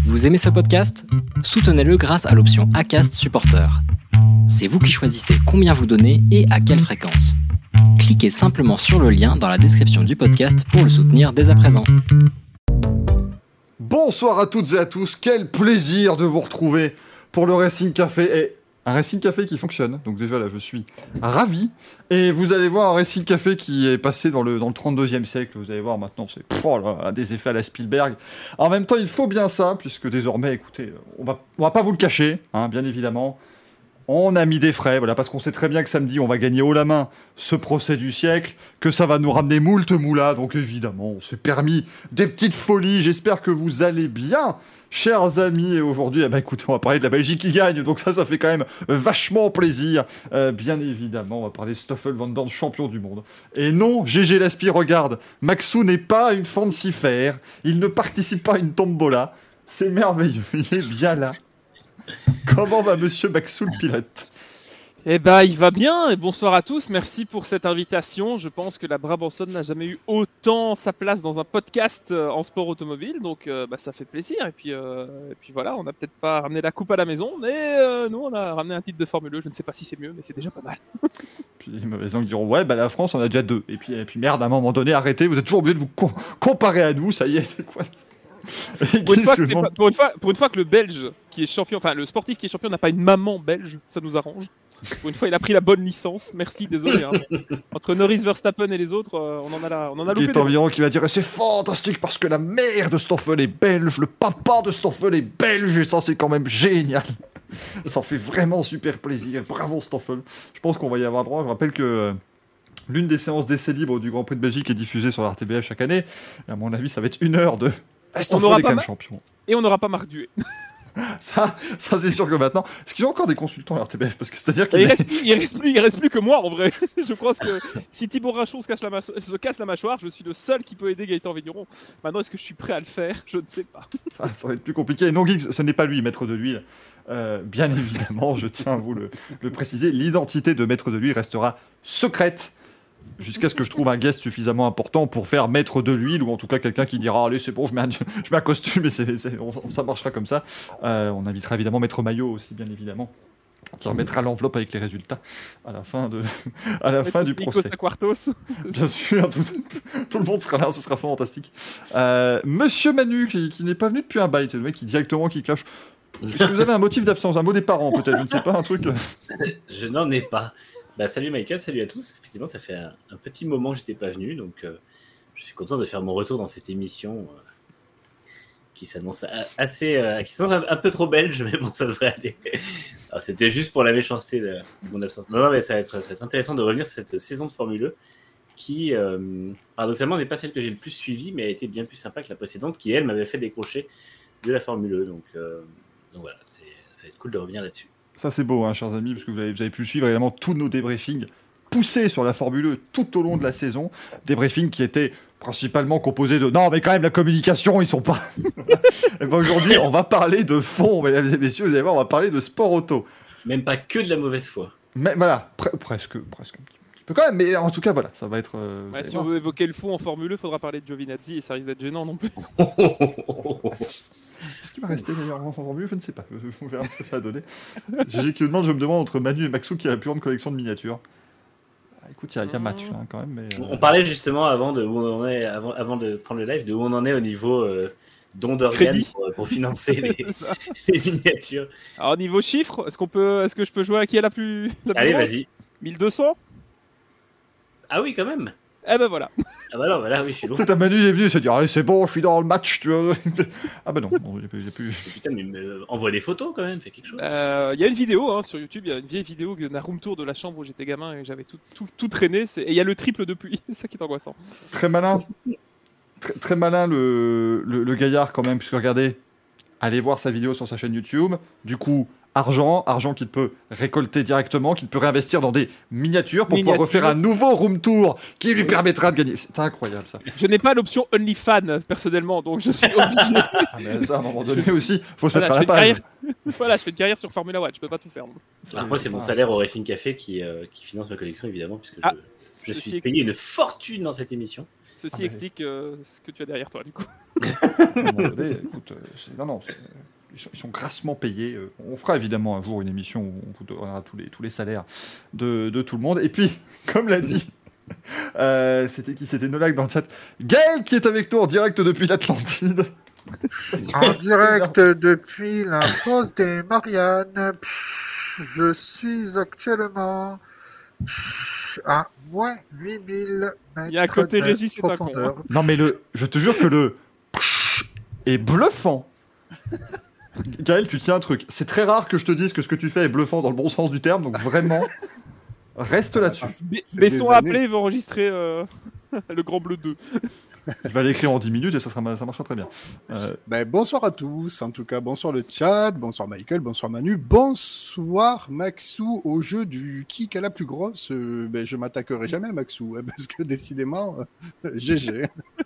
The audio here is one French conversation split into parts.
Vous aimez ce podcast ? Soutenez-le grâce à l'option Acast Supporter. C'est vous qui choisissez combien vous donnez et à quelle fréquence. Cliquez simplement sur le lien dans la description du podcast pour le soutenir dès à présent. Bonsoir à toutes et à tous, quel plaisir de vous retrouver pour le Racing Café. Et un Racing Café qui fonctionne, donc déjà là je suis ravi. Et vous allez voir un Racing Café qui est passé dans le 32e siècle, vous allez voir maintenant, c'est des effets à la Spielberg. En même temps il faut bien ça, puisque désormais, écoutez, on va pas vous le cacher, bien évidemment. On a mis des frais, voilà, parce qu'on sait très bien que samedi, on va gagner haut la main ce procès du siècle, que ça va nous ramener moult moulas, donc évidemment, on s'est permis des petites folies. J'espère que vous allez bien, chers amis, et aujourd'hui, écoutez, on va parler de la Belgique qui gagne, donc ça fait quand même vachement plaisir. Bien évidemment, on va parler de Stoffel Van Dorn, champion du monde. Et non, GG Laspi, regarde, Maxou n'est pas une fancifère, il ne participe pas à une tombola, c'est merveilleux, il est bien là. Comment va Monsieur Maxou le pilote ? Eh ben, il va bien, et bonsoir à tous, merci pour cette invitation. Je pense que la Brabançonne n'a jamais eu autant sa place dans un podcast en sport automobile, donc ça fait plaisir. Et puis voilà, on n'a peut-être pas ramené la coupe à la maison, mais nous on a ramené un titre de Formule 1, je ne sais pas si c'est mieux, mais c'est déjà pas mal. Puis les mauvaises langues diront, ouais, la France on a déjà 2. Et puis merde, à un moment donné, arrêtez, vous êtes toujours obligé de vous comparer à nous, ça y est, c'est quoi ? Pour une fois que le Belge qui est champion, enfin le sportif qui est champion n'a pas une maman belge, ça nous arrange. Pour une fois, il a pris la bonne licence. Merci, désolé. Entre Norris, Verstappen et les autres, on en a loupé. Il est environ qui va dire c'est fantastique parce que la mère de Stoffel est belge, le papa de Stoffel est belge, et ça c'est quand même génial. Ça fait vraiment super plaisir. Bravo Stoffel. Je pense qu'on va y avoir droit. Je rappelle que l'une des séances d'essai libre du Grand Prix de Belgique est diffusée sur la RTBF chaque année. Et à mon avis, ça va être 1 heure de Stoffel est quand même champion. Et on n'aura pas Marc Duet. Ça c'est sûr que maintenant. Est-ce qu'il y a encore des consultants à RTBF ? Parce que c'est-à-dire qu'il il reste plus que moi en vrai. Je pense que si Thibaut Rachon se casse la mâchoire, je suis le seul qui peut aider Gaëtan Vigneron. Maintenant, est-ce que je suis prêt à le faire ? Je ne sais pas. Ça va être plus compliqué. Et non, Giggs, ce n'est pas lui, maître de l'huile. Bien évidemment, je tiens à vous le préciser. L'identité de maître de l'huile restera secrète jusqu'à ce que je trouve un guest suffisamment important pour faire maître de l'huile, ou en tout cas quelqu'un qui dira allez c'est bon, je mets un costume et ça marchera comme ça. On invitera évidemment maître Maillot aussi, bien évidemment, qui remettra l'enveloppe avec les résultats à la fin du procès. Quartos. Bien sûr, tout le monde sera là, ce sera fantastique. Monsieur Manu qui n'est pas venu depuis un bail, c'est le mec qui directement qui clash. Est-ce que vous avez un motif d'absence, un mot des parents peut-être, je ne sais pas, un truc. Je n'en ai pas. Salut Michael, salut à tous. Effectivement, ça fait un petit moment que j'étais pas venu, donc je suis content de faire mon retour dans cette émission qui s'annonce un peu trop belge, mais bon, ça devrait aller. Alors, c'était juste pour la méchanceté de mon absence. Non, mais ça va être intéressant de revenir sur cette saison de Formule 1 qui, paradoxalement, n'est pas celle que j'ai le plus suivie, mais a été bien plus sympa que la précédente, qui, elle, m'avait fait décrocher de la Formule 1. Donc voilà, ça va être cool de revenir là-dessus. Ça c'est beau, chers amis, parce que vous avez pu suivre évidemment tous nos débriefings poussés sur la Formule 1 tout au long de la saison. Débriefings qui étaient principalement composés de « Non, mais quand même, la communication, ils sont pas... » Et aujourd'hui, on va parler de fond, mesdames et messieurs, vous allez voir, on va parler de sport auto. Même pas que de la mauvaise foi. Mais voilà, presque un petit peu quand même, mais en tout cas, voilà, ça va être... si on veut évoquer le fond en Formule 1, il faudra parler de Giovinazzi, et ça risque d'être gênant non plus. Est-ce qu'il va rester d'ailleurs en Formule 1 ? Je ne sais pas. On verra ce que ça va donner. GG qui je me demande entre Manu et Maxou qui a la plus grande collection de miniatures. Écoute, il y a match là quand même. Mais, On parlait justement avant de où on en est, avant de prendre le live, de où on en est au niveau don d'organes pour financer les miniatures. Alors niveau chiffres, est-ce que je peux jouer à qui est la plus Allez, grande ? vas-y. 1200 ? Ah oui, quand même. Eh ben voilà. Ah bah non, là oui, je suis lourd. Tu sais, ta Manu il est venu, il s'est dit allez c'est bon, je suis dans le match, tu vois. Ah bah non, il n'y a plus. Putain, mais envoie des photos quand même, fais quelque chose. Il y a une vidéo sur YouTube, il y a une vieille vidéo d'un room tour de la chambre où j'étais gamin et j'avais tout traîné. Et il y a le triple depuis, c'est ça qui est angoissant. Très malin. Très malin le gaillard quand même, puisque regardez, allez voir sa vidéo sur sa chaîne YouTube. Du coup, argent qu'il peut récolter directement, qu'il peut réinvestir dans des miniatures pour pouvoir refaire un nouveau room tour qui lui permettra de gagner. C'est incroyable ça. Je n'ai pas l'option OnlyFans personnellement, donc je suis obligé. Mais ça, à un moment donné aussi, faut se mettre à la page. Voilà, je fais une carrière sur Formula One, je peux pas tout faire. Alors moi, c'est mon salaire au Racing Café qui finance ma collection évidemment, puisque je suis payé une fortune dans cette émission. Ceci explique ce que tu as derrière toi, du coup. Écoute, ils sont grassement payés. On fera évidemment un jour une émission où on vous donnera tous les salaires de tout le monde. Et puis, comme l'a dit, c'était qui? C'était Nolak dans le chat. Gaël qui est avec nous en direct depuis l'Atlantide. En direct depuis la fosse des Mariannes. Je suis actuellement à moins 8000 mètres. Il y a un côté de Régis, c'est un con. profondeur. Non mais je te jure que le est bluffant. Gaël, tu tiens un truc. C'est très rare que je te dise que ce que tu fais est bluffant dans le bon sens du terme, donc vraiment, reste là-dessus. Besson a appelé, il va enregistrer le Grand Bleu 2. Je vais l'écrire en 10 minutes et ça marchera très bien. Bonsoir à tous, en tout cas, bonsoir le chat, bonsoir Michael, bonsoir Manu, bonsoir Maxou au jeu du qui a la plus grosse. Je m'attaquerai jamais à Maxou, parce que décidément, GG.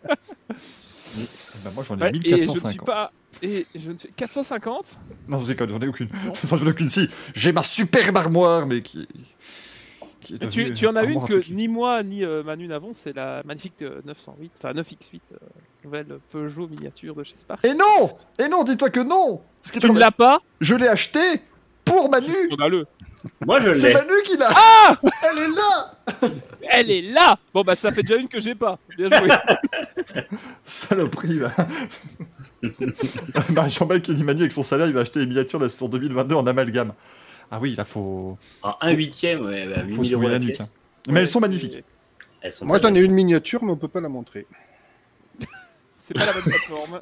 Moi j'en ai 1450. Et je ne suis 450. Non, je déconne, j'en ai aucune. Enfin, j'en ai aucune, si. J'ai ma superbe armoire, mais qui est devenue Tu en as une armoire que à tout ni moi ni Manu n'avons, c'est la magnifique 908, enfin 9X8, nouvelle Peugeot miniature de chez Spark. Et non, dis-toi que non. Tu ne l'as pas? Je l'ai acheté pour Manu. On a le. Moi, je C'est l'ai. Manu qui l'a. Ah, Elle est là. elle est là. Bon bah ça fait déjà une que j'ai pas. Bien joué. Saloperie, va. Jean-Baptiste qui dit Manu avec son salaire, il va acheter les miniatures de la saison 2022 en amalgame. Ah oui, là faut. En 1/8, ouais, bah, 8 Faut se 000 euros mouiller la la nuque. pièce. Mais elles sont magnifiques. Elles sont Moi très j'en ai une miniature, mais on peut pas la montrer. C'est pas la bonne plateforme.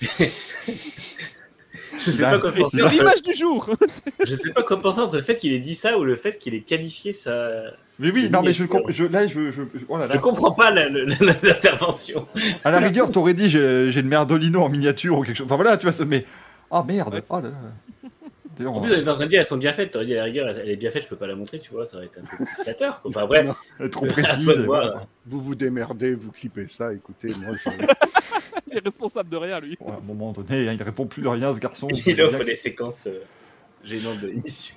Je sais pas quoi penser. C'est l'image du jour. Je sais pas quoi penser entre le fait qu'il ait dit ça ou le fait qu'il ait qualifié ça. Mais oui, non, mais oh là là. Je comprends pas l'intervention. À la rigueur, t'aurais dit j'ai le merdolino en miniature ou quelque chose. Enfin voilà, tu vois, mais. Oh merde, Ouais. oh là là. D'ailleurs, En plus, on est en train de dire elles sont bien faites. T'aurais dit à la rigueur, elle est bien faite, je peux pas la montrer, tu vois, ça aurait été un peu flatteur. Enfin bref. elle est trop À précise. toi de et voir. voilà. Vous vous démerdez, vous clippez ça, écoutez, moi je... Il est responsable de rien lui. Ouais, à un moment donné, il répond plus de rien, ce garçon. Il offre des séquences gênantes de l'émission.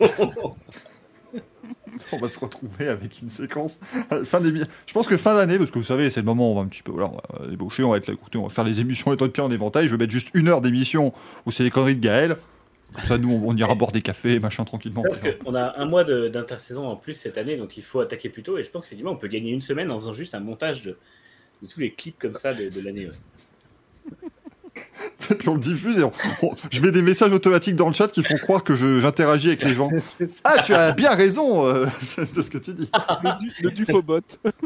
On va se retrouver avec une séquence. Je pense que fin d'année, parce que vous savez, c'est le moment où on va un petit peu. Voilà, on va débaucher, on va être là, écoutez, on va faire les émissions les trucs de pied en éventail. Je vais mettre juste 1 heure d'émission où c'est les conneries de Gaël. Comme ça, nous, on ira boire des cafés, machin, tranquillement. Parce qu'on a un mois d'intersaison en plus cette année, donc il faut attaquer plus tôt. Et je pense qu'effectivement, on peut gagner une semaine en faisant juste un montage de tous les clips comme ça de l'année. Ouais. Et puis on le diffuse et je mets des messages automatiques dans le chat qui font croire que j'interagis avec les gens. Ah, tu as bien raison de ce que tu dis. Le Dufobot.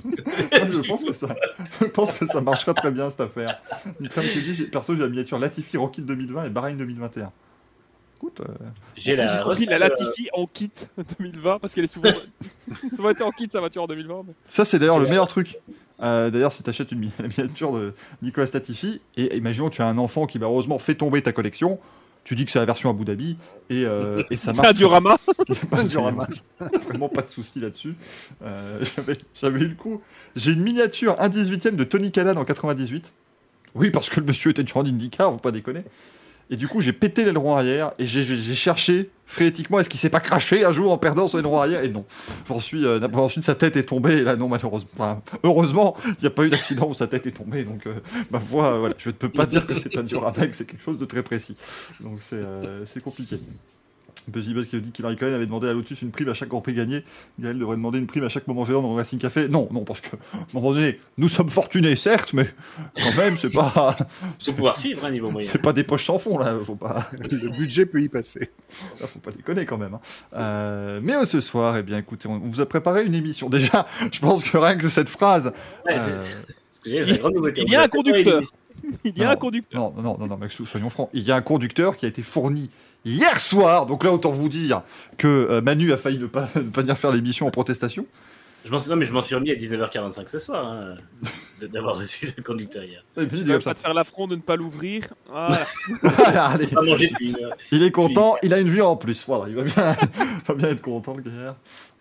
Je pense que ça marchera très bien cette affaire. Nitram qui dit perso, j'ai la miniature Latifi Rocky 2020 et Bahreïn 2021. Écoute, J'ai J'ai compris la Latifi en kit 2020 parce qu'elle est souvent été en kit sa voiture en 2020. Mais... ça, c'est d'ailleurs le meilleur truc. D'ailleurs, si tu achètes la miniature de Nicolas Latifi, et imaginons que tu as un enfant qui malheureusement fait tomber ta collection, tu dis que c'est la version Abu Dhabi, et ça marche. C'est un diorama. Vraiment pas de souci là-dessus. J'avais eu le coup. J'ai une miniature 1/18e de Tony Callan en 98. Oui, parce que le monsieur était durant IndyCar, faut pas déconner. Et du coup, j'ai pété l'aileron arrière et j'ai cherché frénétiquement est-ce qu'il s'est pas craché un jour en perdant son aileron arrière. Et non, ensuite sa tête est tombée. Et là, non, malheureusement. Enfin, heureusement, il n'y a pas eu d'accident où sa tête est tombée. Donc, ma foi, voilà, je ne peux pas dire que c'est un diorama, que c'est quelque chose de très précis. Donc, c'est compliqué. Buzzy Buzz qui dit qu'Hillary Cohen avait demandé à Lotus une prime à chaque Grand Prix gagné. Gaël devrait demander une prime à chaque moment gênant dans le Racing Café. Non, parce que, à un moment donné, nous sommes fortunés, certes, mais quand même, c'est pas. Faut pouvoir suivre un niveau moyen. C'est pas des poches sans fond, là. Faut pas. Le budget peut y passer. Là, faut pas déconner quand même. Mais ce soir, eh bien, écoutez, on vous a préparé une émission. Déjà, je pense que rien que cette phrase. Ouais, c'est ce que j'ai, la grande nouveauté. Il y a un conducteur. Il y a un conducteur. Non, Maxou, soyons francs. Il y a un conducteur qui a été fourni hier soir. Donc là, autant vous dire que Manu a failli ne pas venir faire l'émission en protestation. Je m'en suis remis à 19h45 ce soir, hein, d'avoir reçu le conducteur hier. Et puis, il dit Il va comme ça. pas te faire l'affront de ne pas l'ouvrir. Voilà. Voilà, allez. Pas manger depuis une heure. Il est content, il a une vue en plus. Voilà, il va bien être content, le gars.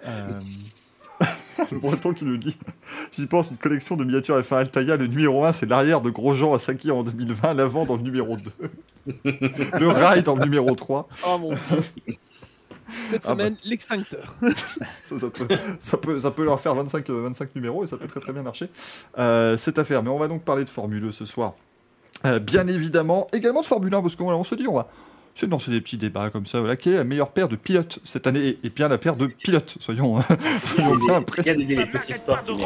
Le breton qui nous dit j'y pense, une collection de miniatures F1 Altaïa, le numéro 1 c'est l'arrière de Grosjean à Saki en 2020, l'avant dans le numéro 2, le rail dans le numéro 3. Oh mon Dieu. Cette semaine, l'extincteur. ça peut leur faire 25 numéros et ça peut très très bien marcher cette affaire. Mais on va donc parler de Formule 1 ce soir. Bien évidemment, également de Formule 1, parce qu'on se dit, on va se lancer des petits débats comme ça. Voilà, quelle est la meilleure paire de pilotes cette année et bien la paire de pilotes, soyons bien précis. Il y a des petits sports qui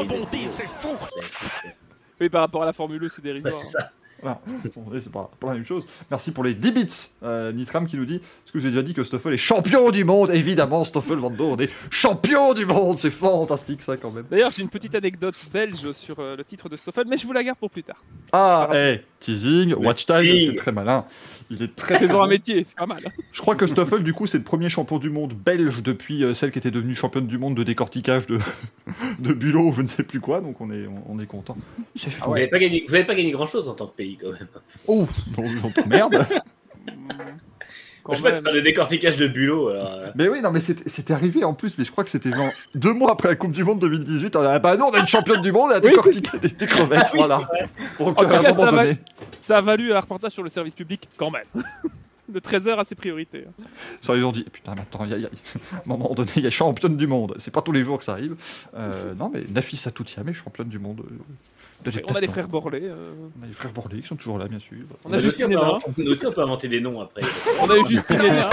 Oui, par rapport à la Formule 1, c'est Ouais, dérisoire. c'est ça. Voilà. Bon, c'est pas la même chose. Merci pour les 10 bits. Nitram qui nous dit, parce que j'ai déjà dit que Stoffel est champion du monde. Évidemment, Stoffel Van Doorn est champion du monde. C'est fantastique ça quand même. D'ailleurs, j'ai une petite anecdote belge sur le titre de Stoffel, mais je vous la garde pour plus tard. Ah, teasing, watch time, teasing. c'est très malin. Il est très Ils ont un bon. métier, c'est pas mal. Je crois que Stoffel, du coup, c'est le premier champion du monde belge depuis celle qui était devenue championne du monde de décortiquage de bulot ou je ne sais plus quoi, donc on est content. C'est fou. Vous n'avez pas gagné grand-chose en tant que pays, quand même. Oh, merde. Quand Je sais pas, même. tu parles de décortiquage de bulot, alors... Mais oui, non, mais c'était arrivé en plus, mais je crois que c'était genre 2 mois après la Coupe du Monde 2018. On a, bah non, on a une championne du monde, elle a Oui, décortiqué des crevettes, voilà. Donc En tout à un cas, moment donné. Ça a valu un reportage sur le service public, quand même. Le Trésor a ses priorités. Ça, ils ont dit, putain, mais attends, à un moment donné, il y a championne du monde. C'est pas tous les jours que ça arrive. Non, mais Nafisa Toutiame est championne du monde. On a les frères Borlé. On a les frères Borlé qui sont toujours là, bien sûr. On a Justine Hénin. Nous aussi, on peut inventer des noms après. On a eu Justine Hénin.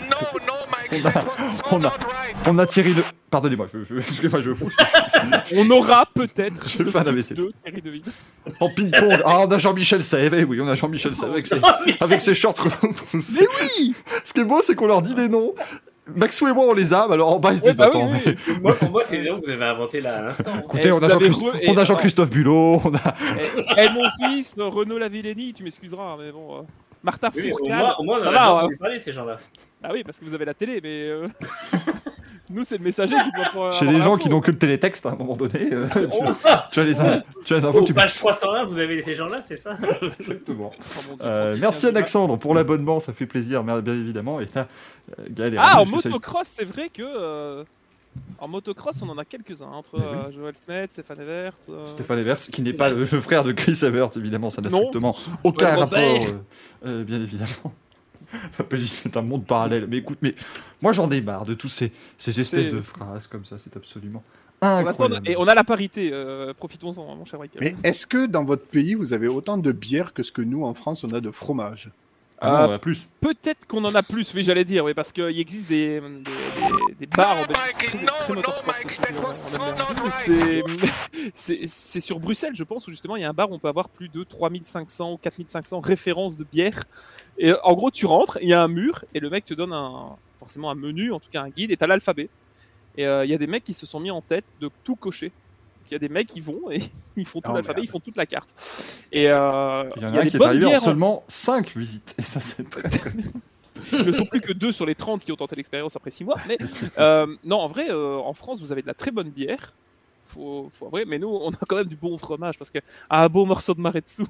On a Thierry Le... Pardonnez-moi, excusez-moi, je fous. On aura peut-être Je fais un AVC. de Thierry Deville. En ping-pong. Ah, on a Jean-Michel Sèvres. Eh oui, on a Jean-Michel Sèvres avec ses shorts retroussés. Mais oui. Ce qui est beau, c'est qu'on leur dit des noms. Maxou et moi, on les a, mais alors en bas, ils se disent, attends, mais... Pour moi, c'est des noms que vous avez inventés là à l'instant. Écoutez, on a Jean-Christophe Bulot, on a... Mon fils, Renaud Lavillenie, tu m'excuseras, mais bon... Martha Oui, Fourcade. au moins, on ça a va, entendu parler de ces gens-là. Ah oui, parce que vous avez la télé, mais... Nous, c'est le messager qui doit pouvoir Chez avoir les gens l'info. qui n'ont que le télétexte, à un moment donné, tu as les infos que tu peux... Page 301, vous avez ces gens-là, c'est ça? Exactement. Oh, mon Dieu, Merci Alexandre pour l'abonnement, ça fait plaisir, bien évidemment. Et là, Gaël est Ah, en ravi, parce que motocross, c'est vrai que... En motocross, on en a quelques-uns, entre Joël Smet, Stéphane Evert... Stéphane Evert, qui n'est pas le frère de Chris Evert, évidemment, ça n'a Non. strictement aucun Ouais, rapport, bien évidemment. C'est un monde parallèle. Mais écoute, moi j'en ai marre de tous ces espèces de phrases comme ça, c'est absolument Pour l'instant, incroyable. et on a la parité, profitons-en, hein, mon cher Michael. Mais est-ce que dans votre pays, vous avez autant de bière que ce que nous, en France, on a de fromage? Ah non, plus. Peut-être qu'on en a plus, oui, j'allais dire, oui, parce qu'il existe des bars en Belgique très motorsport. C'est sur Bruxelles, je pense, où justement il y a un bar où on peut avoir plus de 3500 ou 4500 références de bière. Et en gros, tu rentres, il y a un mur, et le mec te donne forcément un menu, en tout cas un guide, et tu as l'alphabet. Et il y a des mecs qui se sont mis en tête de tout cocher. Il y a des mecs qui vont et ils font tout l'alphabet, ils font toute la carte. Et Il y en a un qui est arrivé en seulement 5 visites. Et ça, c'est très très bien. Il ne faut plus que 2 sur les 30 qui ont tenté l'expérience après 6 mois. Mais non, en vrai, en France, vous avez de la très bonne bière. Faut avouer, mais nous, on a quand même du bon fromage parce que un beau morceau de maretsu.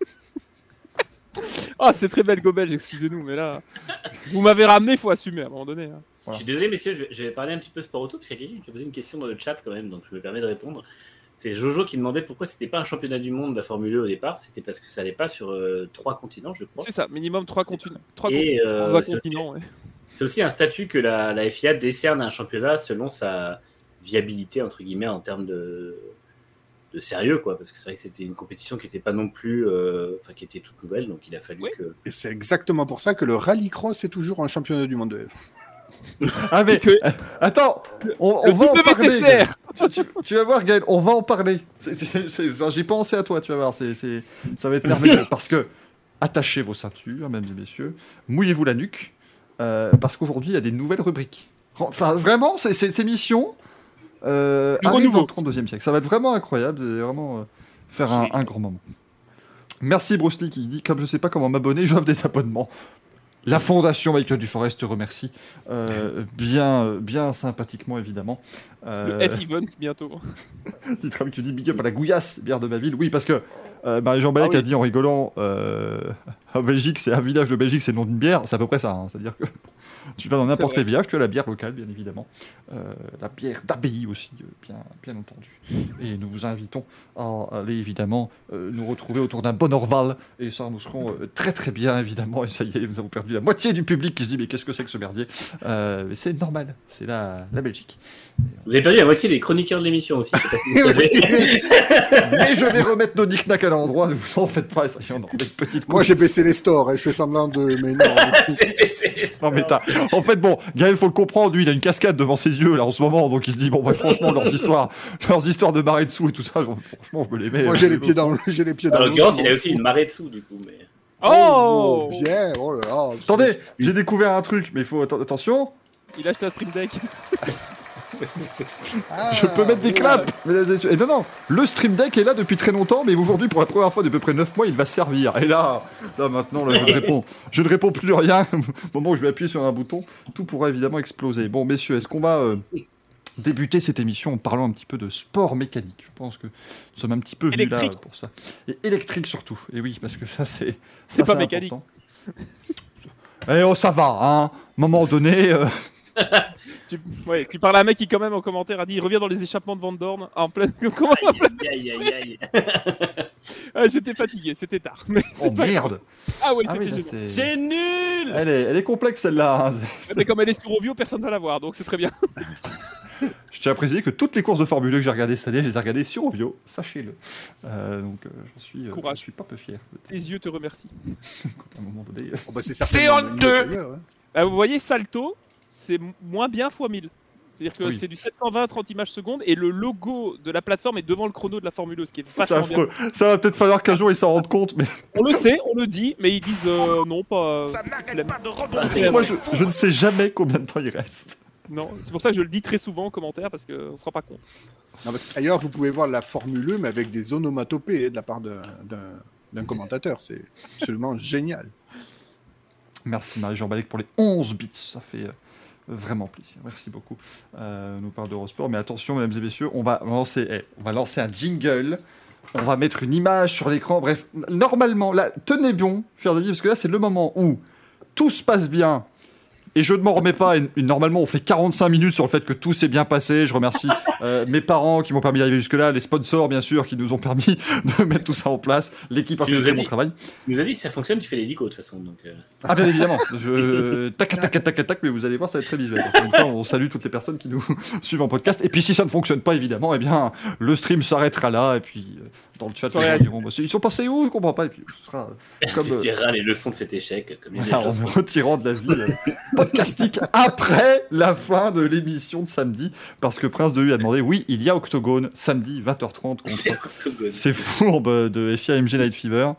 Ah, c'est très belle belge, excusez-nous, mais là, vous m'avez ramené, il faut assumer à un moment donné. Hein. Voilà. Je suis désolé, messieurs, je vais parler un petit peu sport auto parce qu'il y a quelqu'un qui a posé une question dans le chat quand même, donc je me permets de répondre. C'est Jojo qui demandait pourquoi c'était pas un championnat du monde de la Formule 1 au départ. C'était parce que ça allait pas sur 3 continents, je crois. C'est ça, minimum 3 continents. 3 Et continents dans un continent, ouais. C'est aussi un statut que la FIA décerne à un championnat selon sa viabilité, entre guillemets, en termes de sérieux, quoi. Parce que c'est vrai que c'était une compétition qui n'était pas non plus... qui était toute nouvelle, donc il a fallu que... Et c'est exactement pour ça que le rallycross est toujours un championnat du monde. Ah mais attends, on va en parler. Tu vas voir Gaël, on va en parler. J'ai pensé à toi, tu vas voir, ça va être merveilleux parce que attachez vos ceintures, mesdames et messieurs, mouillez-vous la nuque parce qu'aujourd'hui il y a des nouvelles rubriques. Enfin vraiment, cette émission arrive dans le 32e siècle. Ça va être vraiment incroyable, et vraiment faire un grand moment. Merci Bruce Lee qui dit comme je sais pas comment m'abonner, j'offre des abonnements. La fondation Michael Duforest te remercie bien sympathiquement évidemment. Le F-Event bientôt. Titram qui dit big up à la Gouillasse, bière de ma ville. Oui parce que Marie-Jean Balek a dit en rigolant En Belgique, c'est un village de Belgique, c'est le nom d'une bière, c'est à peu près ça. Hein. C'est-à-dire que tu vas dans n'importe quel village, tu as la bière locale, bien évidemment. La bière d'abbaye aussi, bien entendu. Et nous vous invitons à aller, évidemment, nous retrouver autour d'un bon Orval. Et ça, nous serons très très bien, évidemment. Et ça y est, nous avons perdu la moitié du public qui se dit, mais qu'est-ce que c'est que ce merdier mais c'est normal, c'est la Belgique. Vous avez perdu la moitié des chroniqueurs de l'émission aussi. Je sais pas si vous savez. Mais je vais remettre nos knick-knacks à l'endroit, ne vous en faites pas, ça y est, on a des petites Moi, j'ai baissé les stores et je fais semblant de. Mais non. Non mais en fait bon, Gaël faut le comprendre, lui il a une cascade devant ses yeux là en ce moment, donc il se dit bon bah franchement leurs histoires de marée dessous et tout ça, franchement je me les mets. Moi j'ai les pieds dans le. En l'occurrence, il a aussi une marée dessous du coup. Mais... Oh, bien, oh là là. Attendez, j'ai découvert un truc, mais il faut attention. Il a acheté un Stream Deck. Je peux mettre des claps, mesdames et messieurs. Et non, le Stream Deck est là depuis très longtemps, mais aujourd'hui, pour la première fois depuis à peu près 9 mois, il va servir. Et là maintenant, là, je ne réponds plus rien. Au moment où je vais appuyer sur un bouton, tout pourra évidemment exploser. Bon, messieurs, est-ce qu'on va débuter cette émission en parlant un petit peu de sport mécanique? Je pense que nous sommes un petit peu venus là pour ça. Et électrique surtout. Et oui, parce que ça, c'est pas mécanique. Eh oh, ça va, hein. Moment donné... tu parles à un mec qui quand même en commentaire a dit il revient dans les échappements de Van Dorn en pleine. Aïe. J'étais fatigué, c'était tard. Mais oh merde. Ah ouais, c'était c'est nul. Elle est complexe celle-là. Hein. Mais comme elle est sur Ovio, personne va la voir, donc c'est très bien. Je tiens à préciser que toutes les courses de Formule 1 que j'ai regardées cette année, je les ai regardées sur Ovio, sachez-le. Donc j'en suis pas peu fier. Tes yeux te remercient. À un moment donné. Oh, bah, c'est honteux. Bah, vous voyez, Salto, c'est moins bien x 1000. C'est-à-dire que Oui. c'est du 720 30 images secondes et le logo de la plateforme est devant le chrono de la Formule 1, ce qui est C'est vachement bien. affreux. Ça va peut-être falloir qu'un jour ils s'en rendent compte, mais On le sait, on le dit, mais ils disent non, pas. Ça n'arrête pas de rebondir. moi je ne sais jamais combien de temps il reste. Non, c'est pour ça que je le dis très souvent en commentaire parce qu'on se rend pas compte. Non, parce qu'ailleurs, vous pouvez voir la Formule 1, mais avec des onomatopées de la part d'un commentateur. C'est absolument génial. Merci Marie-Jean Balek pour les 11 bits, ça fait vraiment plaisir. Merci beaucoup. On nous parle d'Eurosport, mais attention mesdames et messieurs, on va lancer un jingle. On va mettre une image sur l'écran. Bref, normalement, là, tenez bon, chers amis, parce que là, c'est le moment où tout se passe bien. Et je ne m'en remets pas. Et normalement, on fait 45 minutes sur le fait que tout s'est bien passé. Je remercie mes parents qui m'ont permis d'arriver jusque-là, les sponsors, bien sûr, qui nous ont permis de mettre tout ça en place. L'équipe a fait un très bon travail. Tu nous as dit si ça fonctionne, tu fais l'hélico de toute façon. Donc, Ah, bien évidemment. Tac, mais vous allez voir, ça va être très visuel. Encore une fois, on salue toutes les personnes qui nous suivent en podcast. Et puis, si ça ne fonctionne pas, évidemment, eh bien, le stream s'arrêtera là. Et puis, dans le chat, les gens diront ils sont passés où? Je comprends pas. Et puis, ce sera comme. Tu tireras les leçons de cet échec. Comme en me retirant de la vie podcastique après la fin de l'émission de samedi. Parce que Prince de U a demandé oui, il y a Octogone samedi 20h30 contre ces fourbes de FIA-MG Night Fever.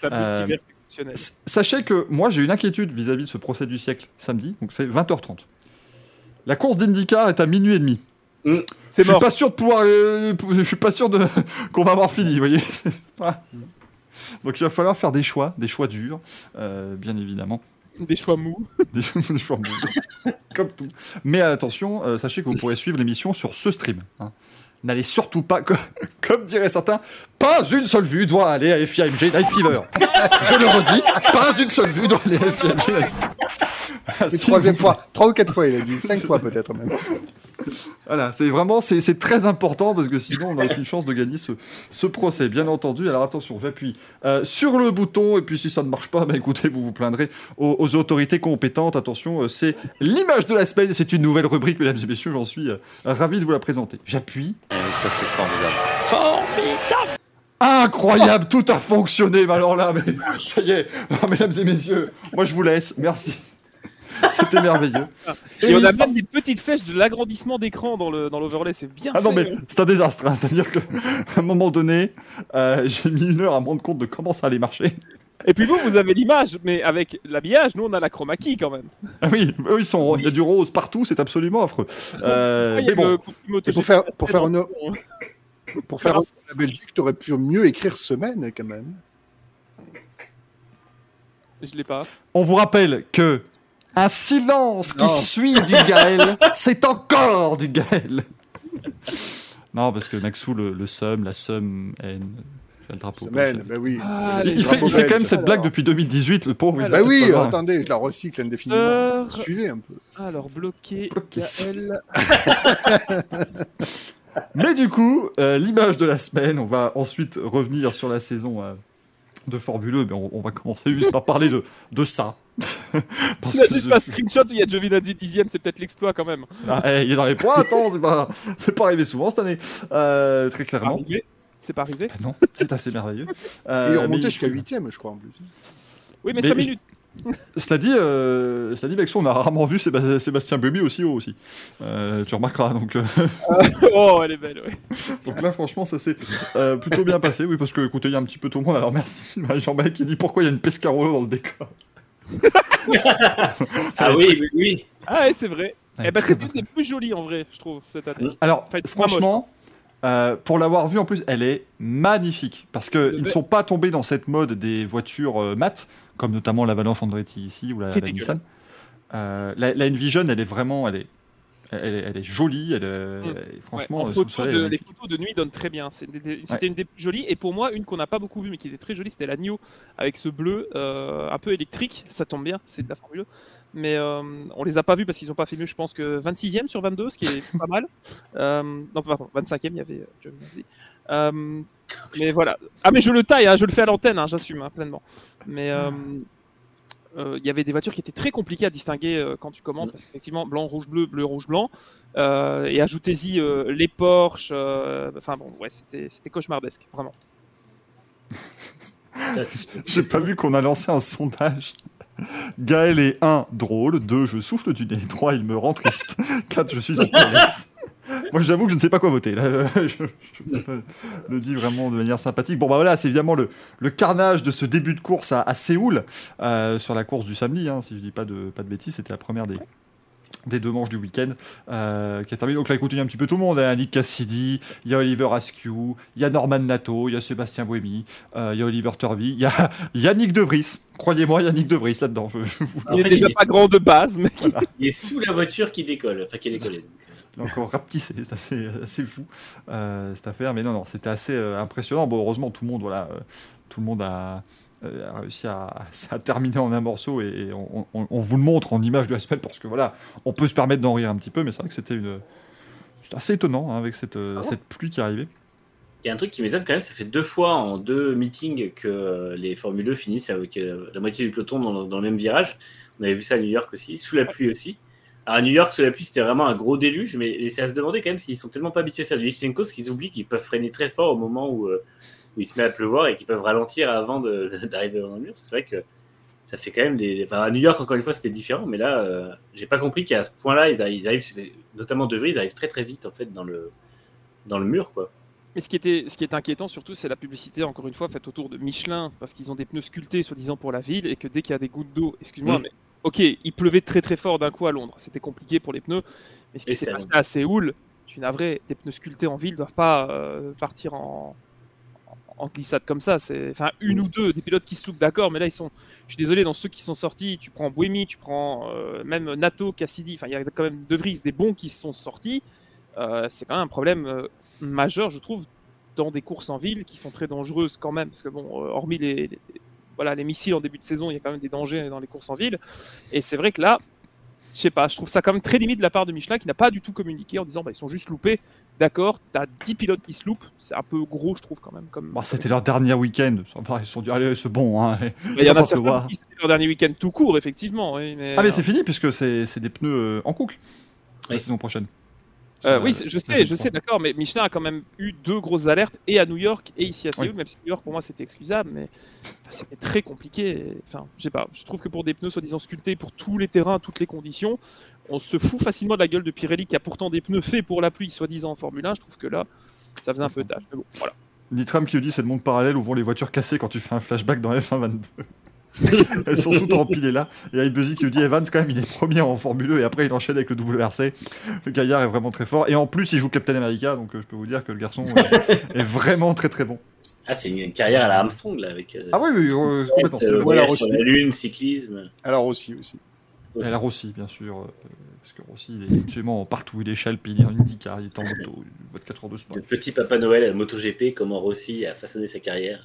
Sachez que moi j'ai une inquiétude vis-à-vis de ce procès du siècle samedi, donc c'est 20h30. La course d'IndyCar est à minuit et demi. C'est je suis pas sûr de pouvoir, je suis pas sûr qu'on va avoir fini, vous voyez. Donc il va falloir faire des choix durs, bien évidemment. Des choix mous. Des choix mous. Comme tout. Mais attention, sachez que vous pourrez suivre l'émission sur ce stream. Hein. N'allez surtout pas, comme diraient certains, pas une seule vue doit aller à FIA-MG Night Fever. Je le redis, pas une seule vue doit aller à FIA-MG Night Fever. C'est troisième fois, 3 ou 4 fois il a dit, 5 fois peut-être même. Voilà, c'est très important parce que sinon on n'a aucune chance de gagner ce procès, bien entendu. Alors attention, j'appuie sur le bouton et puis si ça ne marche pas, bah écoutez, vous vous plaindrez aux autorités compétentes. Attention, c'est l'image de la semaine, c'est une nouvelle rubrique, mesdames et messieurs, j'en suis ravi de vous la présenter. J'appuie. Ça c'est formidable. Formidable. Incroyable, tout a fonctionné, mais alors là, mais ça y est, mesdames et messieurs, moi je vous laisse, merci. C'était merveilleux. Et on a même des petites flèches de l'agrandissement d'écran dans l'overlay, c'est bien fait. Non mais c'est un désastre, hein. C'est-à-dire qu'à un moment donné, j'ai mis 1 heure à me rendre compte de comment ça allait marcher. Et puis vous avez l'image, mais avec l'habillage, nous on a la chroma key quand même. Ah oui, eux il y a du rose partout, c'est absolument affreux. Mais bon. Pour faire honneur à la Belgique, tu aurais pu mieux écrire semaine quand même. Je l'ai pas. On vous rappelle que un silence qui suit du Gaël, c'est encore du Gaël. Non, parce que Maxou, le seum, la seum, haine, fait le drapeau. Semaine, bah oui. Ah, Il les fait drapeaux quand même belges. cette blague depuis 2018, le pauvre. Alors, Bah oui, c'est pas grave. attendez, je la recycle indéfiniment. Suivez un peu. Alors, bloqué. Bloqué. Gaël. Mais du coup, l'image de la semaine, on va ensuite revenir sur la saison de Formule 1, mais on va commencer juste par parler de ça. Parce Il a que juste je un suis- screenshot où il y a Giovinazzi 10ème, c'est peut-être l'exploit quand même. Ah, il est dans les points, attends, c'est pas arrivé souvent cette année. Très clairement. Arrivé. C'est pas arrivé. Ben non, c'est assez merveilleux. Il est remonté mais- jusqu'à 8ème, je crois, en plus. Oui, mais Mais 5 je- minutes. Cela dit, Maxou, on a rarement vu Sébastien Buemi aussi haut aussi. Tu remarqueras. Donc Oh, elle est belle, ouais. donc là, franchement, ça s'est plutôt bien passé. Oui, parce que, écoutez, il y a un petit peu tout le monde. Alors merci, Jean-Marie qui dit pourquoi il y a une Pescarolo dans le décor. Ah oui. Ah, ouais, c'est vrai. Ouais, Eh ben, très c'est une des plus jolies en vrai, je trouve, cette année. Alors, Enfin, franchement, pour l'avoir vue en plus, elle est magnifique. Parce qu'ils ne sont pas tombés dans cette mode des voitures mates, comme notamment l'Avalanche Andretti ici ou la Qui est Nissan. La Envision, elle est vraiment. Elle est jolie. Franchement, Ouais, en sous le photo soleil, elle est les magnifique. photos de nuit donnent très bien. C'était une des plus jolies. Et pour moi, une qu'on n'a pas beaucoup vue, mais qui était très jolie, c'était la NIO avec ce bleu un peu électrique. Ça tombe bien, c'est de la Formule 1. Mais on les a pas vus parce qu'ils n'ont pas fait mieux. Je pense que 26e sur 22, ce qui est pas mal. Non, pardon, 25e, il y avait Giovinazzi. Mais voilà. Ah, mais je le taille, hein, je le fais à l'antenne, hein, j'assume pleinement. Mais il y avait des voitures qui étaient très compliquées à distinguer quand tu commandes, parce qu'effectivement, blanc, rouge, bleu, rouge, blanc. Et ajoutez-y les Porsche. Enfin bon, ouais, c'était cauchemardesque, vraiment. J'ai pas vu qu'on a lancé un sondage. Gaël est 1, drôle. 2, je souffle du nez. 3, il me rend triste. 4, je suis en PLS. Moi, j'avoue que je ne sais pas quoi voter. Là, je le dis vraiment de manière sympathique. Bon, bah voilà, c'est évidemment le carnage de ce début de course à Séoul, sur la course du samedi, hein, si je dis pas de bêtises. C'était la première des deux manches du week-end qui a terminé. Donc là, écoutez, il y a un petit peu tout le monde. Il y a Nick Cassidy, il y a Oliver Askew, il y a Norman Nato, il y a Sébastien Buemi, il y a Oliver Turvey, il y a Yannick De Vries. Croyez-moi, il y a Yannick De Vries là-dedans. En Il est fait, déjà il est- pas grand de base, mais Il est sous la voiture qui décolle, enfin qui est décollée. Il est encore rapetissé, c'est assez fou cette affaire. Mais non, c'était assez impressionnant. Bon, heureusement, tout le monde a réussi à terminer en un morceau et on vous le montre en image de la semaine parce que voilà, on peut se permettre d'en rire un petit peu, mais c'est vrai que c'était assez étonnant hein, avec cette pluie qui arrivait. Il y a un truc qui m'étonne quand même, ça fait 2 fois en 2 meetings que les Formule 2 finissent avec la moitié du peloton dans le même virage. On avait vu ça à New York aussi, sous la pluie aussi. Alors à New York, sous la pluie, c'était vraiment un gros déluge, mais c'est à se demander quand même s'ils sont tellement pas habitués à faire du lifting coast qu'ils oublient qu'ils peuvent freiner très fort au moment où il se met à pleuvoir et qu'ils peuvent ralentir avant d'arriver dans le mur. Parce que c'est vrai que ça fait quand même des... Enfin, à New York, encore une fois, c'était différent, mais là, j'ai pas compris qu'à ce point-là, ils arrivent, notamment De Vries, ils arrivent très très vite en fait dans le mur, quoi. Mais ce qui est inquiétant surtout, c'est la publicité, encore une fois, faite autour de Michelin, parce qu'ils ont des pneus sculptés, soi-disant, pour la ville, et que dès qu'il y a des gouttes d'eau, excuse-moi, mais ok, il pleuvait très très fort d'un coup à Londres, c'était compliqué pour les pneus, mais ce qui Et s'est c'est passé à Séoul, je suis navré, des pneus sculptés en ville ne doivent pas partir en glissade comme ça. Enfin, une ou deux, des pilotes qui se loupent, d'accord, mais là, je suis désolé, dans ceux qui sont sortis, tu prends Buemi, tu prends même Nato, Cassidy, enfin, il y a quand même De Vries, des bons qui se sont sortis, c'est quand même un problème majeur, je trouve, dans des courses en ville qui sont très dangereuses quand même, parce que bon, hormis les missiles en début de saison, il y a quand même des dangers dans les courses en ville, et c'est vrai que là, je sais pas, je trouve ça quand même très limite de la part de Michelin qui n'a pas du tout communiqué en disant ils sont juste loupés, d'accord, t'as 10 pilotes qui se loupent, c'est un peu gros je trouve quand même. Bon, c'était leur dernier week-end, ils se sont dit allez c'est bon. Hein, il y en a pas certains pleuvoir. qui c'était leur dernier week-end tout court effectivement. Oui, mais c'est fini puisque c'est des pneus en coucle la Oui. saison prochaine. Oui, je sais, d'accord, mais Michelin a quand même eu 2 grosses alertes, et à New York et ici à Séoul, même si New York pour moi c'était excusable, mais c'était très compliqué. Enfin, je sais pas, je trouve que pour des pneus soi-disant sculptés pour tous les terrains, toutes les conditions, on se fout facilement de la gueule de Pirelli qui a pourtant des pneus faits pour la pluie, soi-disant en Formule 1. Je trouve que là, ça faisait un peu tâche. Mais bon, voilà. Nitram qui nous dit c'est le monde parallèle où vont les voitures cassées quand tu fais un flashback dans F1 22. Elles sont toutes empilées là. Et Ibuzi qui nous dit Evans quand même il est premier en Formule 1 et après il enchaîne avec le WRC. Le gaillard est vraiment très fort et en plus il joue Captain America donc je peux vous dire que le garçon est vraiment très très bon. Ah, c'est une carrière à la Armstrong là avec. Ah oui, complètement. Voyage Voilà, sur aussi. la Lune, cyclisme. Alors aussi. Et la Rossi, bien sûr. Parce que Rossi, il est absolument partout. Il est Shelp, il est en IndyCar, il est en moto, il va de 4 heures de sport. Le petit Papa Noël à MotoGP, comment Rossi a façonné sa carrière.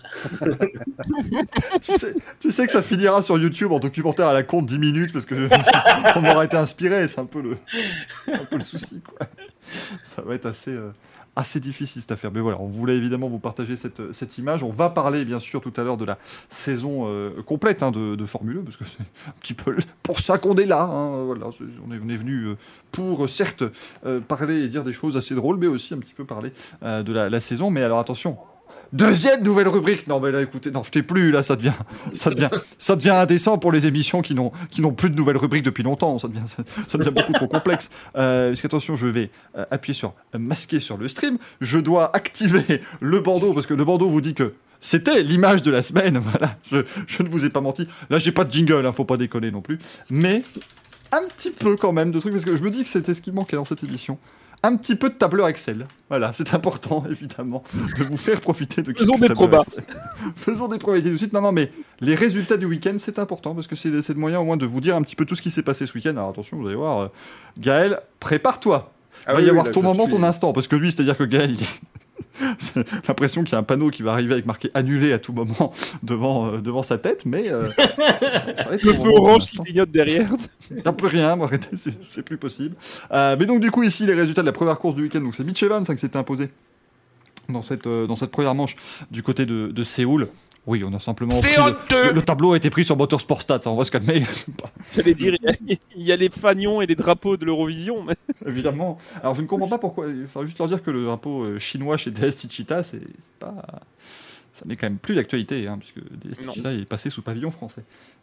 Tu sais que ça finira sur YouTube en documentaire à la con de 10 minutes parce que on aura été inspiré. C'est un peu le souci, quoi. Ça va être assez difficile cette affaire. Mais voilà, on voulait évidemment vous partager cette image. On va parler bien sûr tout à l'heure de la saison complète de Formule 1, parce que c'est un petit peu pour ça qu'on est là. Hein. Voilà, on est venu pour certes parler et dire des choses assez drôles, mais aussi un petit peu parler de la saison. Mais alors attention, deuxième nouvelle rubrique. Non mais là écoutez, non je t'ai plus, là ça devient indécent pour les émissions qui n'ont plus de nouvelles rubriques depuis longtemps. Ça devient beaucoup trop complexe. Parce qu'attention, je vais appuyer sur masquer sur le stream. Je dois activer le bandeau parce que le bandeau vous dit que c'était l'image de la semaine. Voilà, je ne vous ai pas menti. Là j'ai pas de jingle, faut pas déconner non plus. Mais un petit peu quand même de trucs parce que je me dis que c'était ce qui manquait dans cette édition. Un petit peu de tableur Excel. Voilà, c'est important, évidemment, de vous faire profiter de quelques tableurs Excel. Faisons des probabilités tout de suite. Non, mais les résultats du week-end, c'est important, parce que c'est le moyen au moins de vous dire un petit peu tout ce qui s'est passé ce week-end. Alors attention, vous allez voir, Gaël, prépare-toi. Il va y avoir ton moment, ton instant, parce que lui, c'est-à-dire que Gaël, j'ai l'impression qu'il y a un panneau qui va arriver avec marqué annulé à tout moment devant sa tête, mais ça va être le feu orange qui clignote derrière. Il n'y a plus rien, arrêtez, c'est plus possible. Mais donc du coup ici les résultats de la première course du week-end, donc c'est Mitch Evans qui s'était imposé dans cette première manche du côté de Séoul. Oui, on a simplement pris le tableau a été pris sur Motorsport Stats, on va se calmer. J'allais dire, il y a les fanions et les drapeaux de l'Eurovision. Mais... Évidemment. Alors je ne comprends pas pourquoi, il faudra juste leur dire que le drapeau chinois chez DS Techeetah, c'est pas... Ça n'est quand même plus d'actualité, puisque DS Techeetah est passé sous pavillon français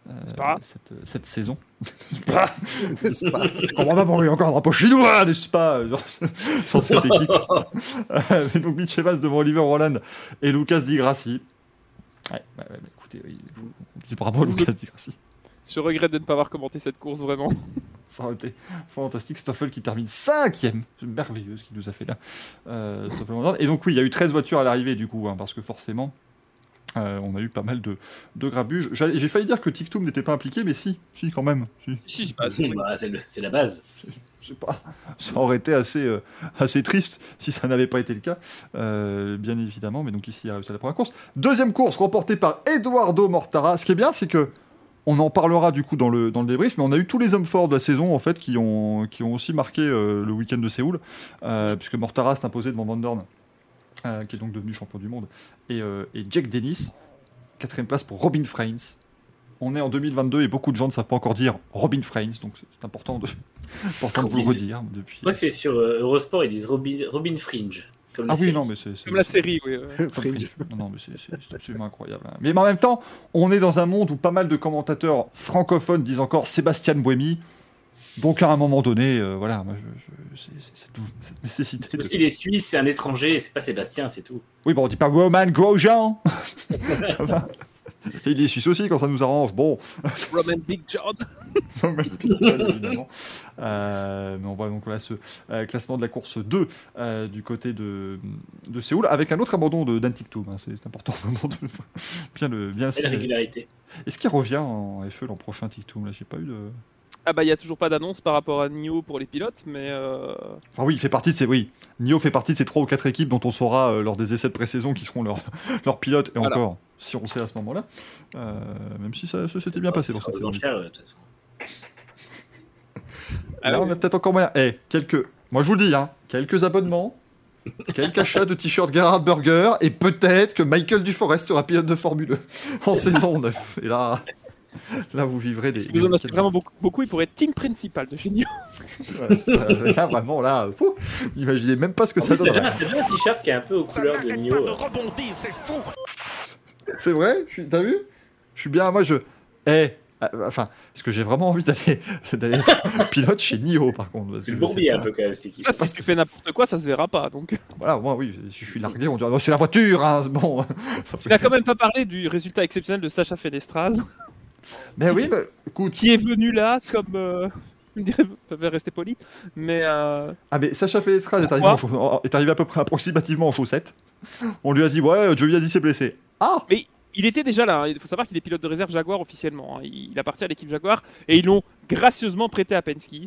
cette saison. N'est-ce pas Je comprends pas pourquoi il y a encore un drapeau chinois, n'est-ce pas sur cette équipe. Donc Mitch Evans devant Oliver Rowland et Lucas Di Grassi. Ouais, écoutez, bravo Lucas Di Grassi. Je regrette de ne pas avoir commenté cette course, vraiment. Ça aurait été fantastique. Stoffel qui termine 5e. C'est merveilleux ce qu'il nous a fait là. Et donc oui, il y a eu 13 voitures à l'arrivée du coup, parce que forcément, on a eu pas mal de grabuge. J'ai failli dire que TikTok n'était pas impliqué, mais si quand même. Si. C'est la base. Je sais pas. Ça aurait été assez triste si ça n'avait pas été le cas, bien évidemment. Mais donc ici, il a réussi à la première course. Deuxième course remportée par Eduardo Mortara. Ce qui est bien, c'est que on en parlera du coup dans le débrief, mais on a eu tous les hommes forts de la saison en fait qui ont aussi marqué le week-end de Séoul, puisque Mortara s'est imposé devant Van Dorn, qui est donc devenu champion du monde, et Jack Dennis, 4e place pour Robin Frains. On est en 2022 et beaucoup de gens ne savent pas encore dire Robin Frains, donc c'est important de vous le redire. Moi, c'est sur Eurosport, ils disent Robin Fringe. Comme mais c'est comme la série, oui. Non, mais c'est absolument incroyable. Mais en même temps, on est dans un monde où pas mal de commentateurs francophones disent encore Sébastien Buemi. Donc à un moment donné, voilà, moi, cette nécessité. C'est parce qu'il est suisse, c'est un étranger, c'est pas Sébastien, c'est tout. Oui, bon, on dit pas Roman Grosjean. Ça va. Il est suisse aussi quand ça nous arrange. Bon. Roman Big John. Roman Big John, évidemment. Mais on voit donc là ce classement de la course 2 du côté de Séoul, avec un autre abandon d'An TikTok. C'est important vraiment de bien le et la régularité. Est-ce qu'il revient en FE l'an prochain, TikTok? Là, j'ai pas eu de... Ah bah il y a toujours pas d'annonce par rapport à NIO pour les pilotes, mais... Enfin oui, NIO fait partie de ces 3 ou 4 équipes dont on saura lors des essais de pré-saison qui seront leurs pilotes, et voilà. Encore, si on sait à ce moment-là, même si ça s'était bien passé dans cette saison. De toute façon. Là, on a peut-être encore moyen. Moi je vous le dis, quelques abonnements, quelques achats de t-shirts Gerhard Burger, et peut-être que Michael Duforest sera pilote de Formule 1 en saison 9. Et là, vous vivrez des... Si vous en achetez vraiment beaucoup, il pourrait être team principal de chez NIO. Là, vraiment, imaginez même pas ce que ça donnerait. T'as déjà un t-shirt qui est un peu aux couleurs de NIO. C'est vrai? T'as vu? Je suis bien, moi je... est-ce que j'ai vraiment envie d'aller être pilote chez NIO, par contre? C'est le bourbier un peu quand même, cette équipe. Si tu fais n'importe quoi, ça se verra pas, donc... Voilà, moi oui, si je suis largué, on dirait, c'est la voiture, bon... Tu n'as quand même pas parlé du résultat exceptionnel de Sacha Fenestraz. Mais oui, écoute... Qui est venu là, comme... Je dirais, peut rester poli, mais... mais Sacha Fenestraz est arrivé à peu près approximativement en chaussettes. On lui a dit, ouais, Giovinazzi s'est blessé. Ah Mais Il était déjà là, hein. Il faut savoir qu'il est pilote de réserve Jaguar officiellement, hein. Il appartient à l'équipe Jaguar et ils l'ont gracieusement prêté à Penske.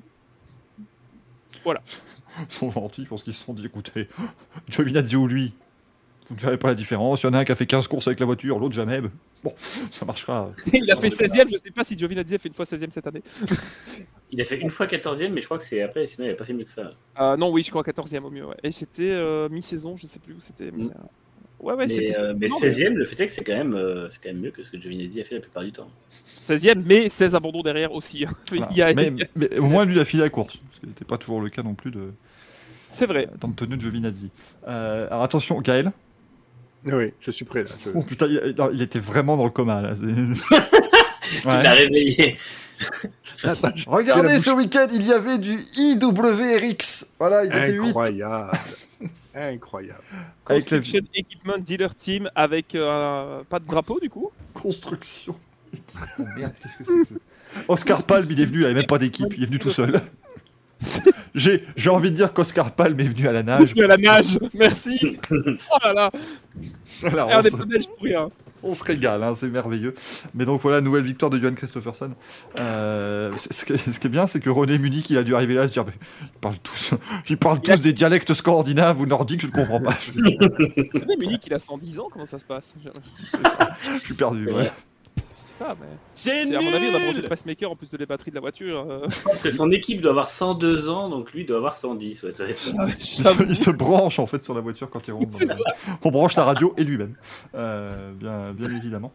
Voilà. Ils sont gentils parce qu'ils se sont dit, écoutez, Giovinazzi ou lui, vous ne verrez pas la différence. Il y en a un qui a fait 15 courses avec la voiture, l'autre jamais. Bon, ça marchera. Il a fait 16ème, je sais pas si Giovinazzi a fait une fois 16ème cette année. Il a fait une fois 14ème, mais je crois que c'est après, sinon il n'a pas fait mieux que ça. Non, oui, je crois 14ème au mieux. Ouais. Et c'était mi-saison, je sais plus où c'était. Mais, ouais, c'était. Mais non, 16ème, le fait est que c'est quand même mieux que ce que Giovinazzi a fait la plupart du temps. 16ème, mais 16 abandons derrière aussi. Voilà. Il y a- Mais au moins, lui, il a fini la course. Ce qui n'était pas toujours le cas non plus C'est vrai. d'Antonio Giovinazzi. Alors attention, Gaël. Oui, je suis prêt là. Oh putain, il était vraiment dans le coma là. Il l'a réveillé. Attends, Regardez, ce week-end, il y avait du IWRX. Voilà, il était 8. Incroyable. Incroyable. Avec la Construction Equipment Dealer Team avec pas de drapeau du coup. construction. Oh merde, qu'est-ce que c'est que... Oscar Palm, il est venu, il avait même pas d'équipe, il est venu tout seul. J'ai envie de dire qu'Oscar Palm est venu à la nage. Je suis à la nage, merci. Oh là là. Voilà, On est pas belge pour rien. on se régale, hein, c'est merveilleux. Mais donc voilà, nouvelle victoire de Johan Christopherson. Ce qui est bien, c'est que René Munich, il a dû arriver là et se dire, mais ils parlent tous des dialectes scandinaves ou nordiques, je ne comprends pas. René Munich, il a 110 ans, comment ça se passe? Je suis perdu, ouais. Je sais pas, mais. À mon avis, on a branché le pacemaker en plus de les batteries de la voiture. Parce que son équipe doit avoir 102 ans, donc lui doit avoir 110. Ouais, ça va être ça. Il se branche en fait sur la voiture quand il rentre. On branche la radio et lui-même, bien évidemment.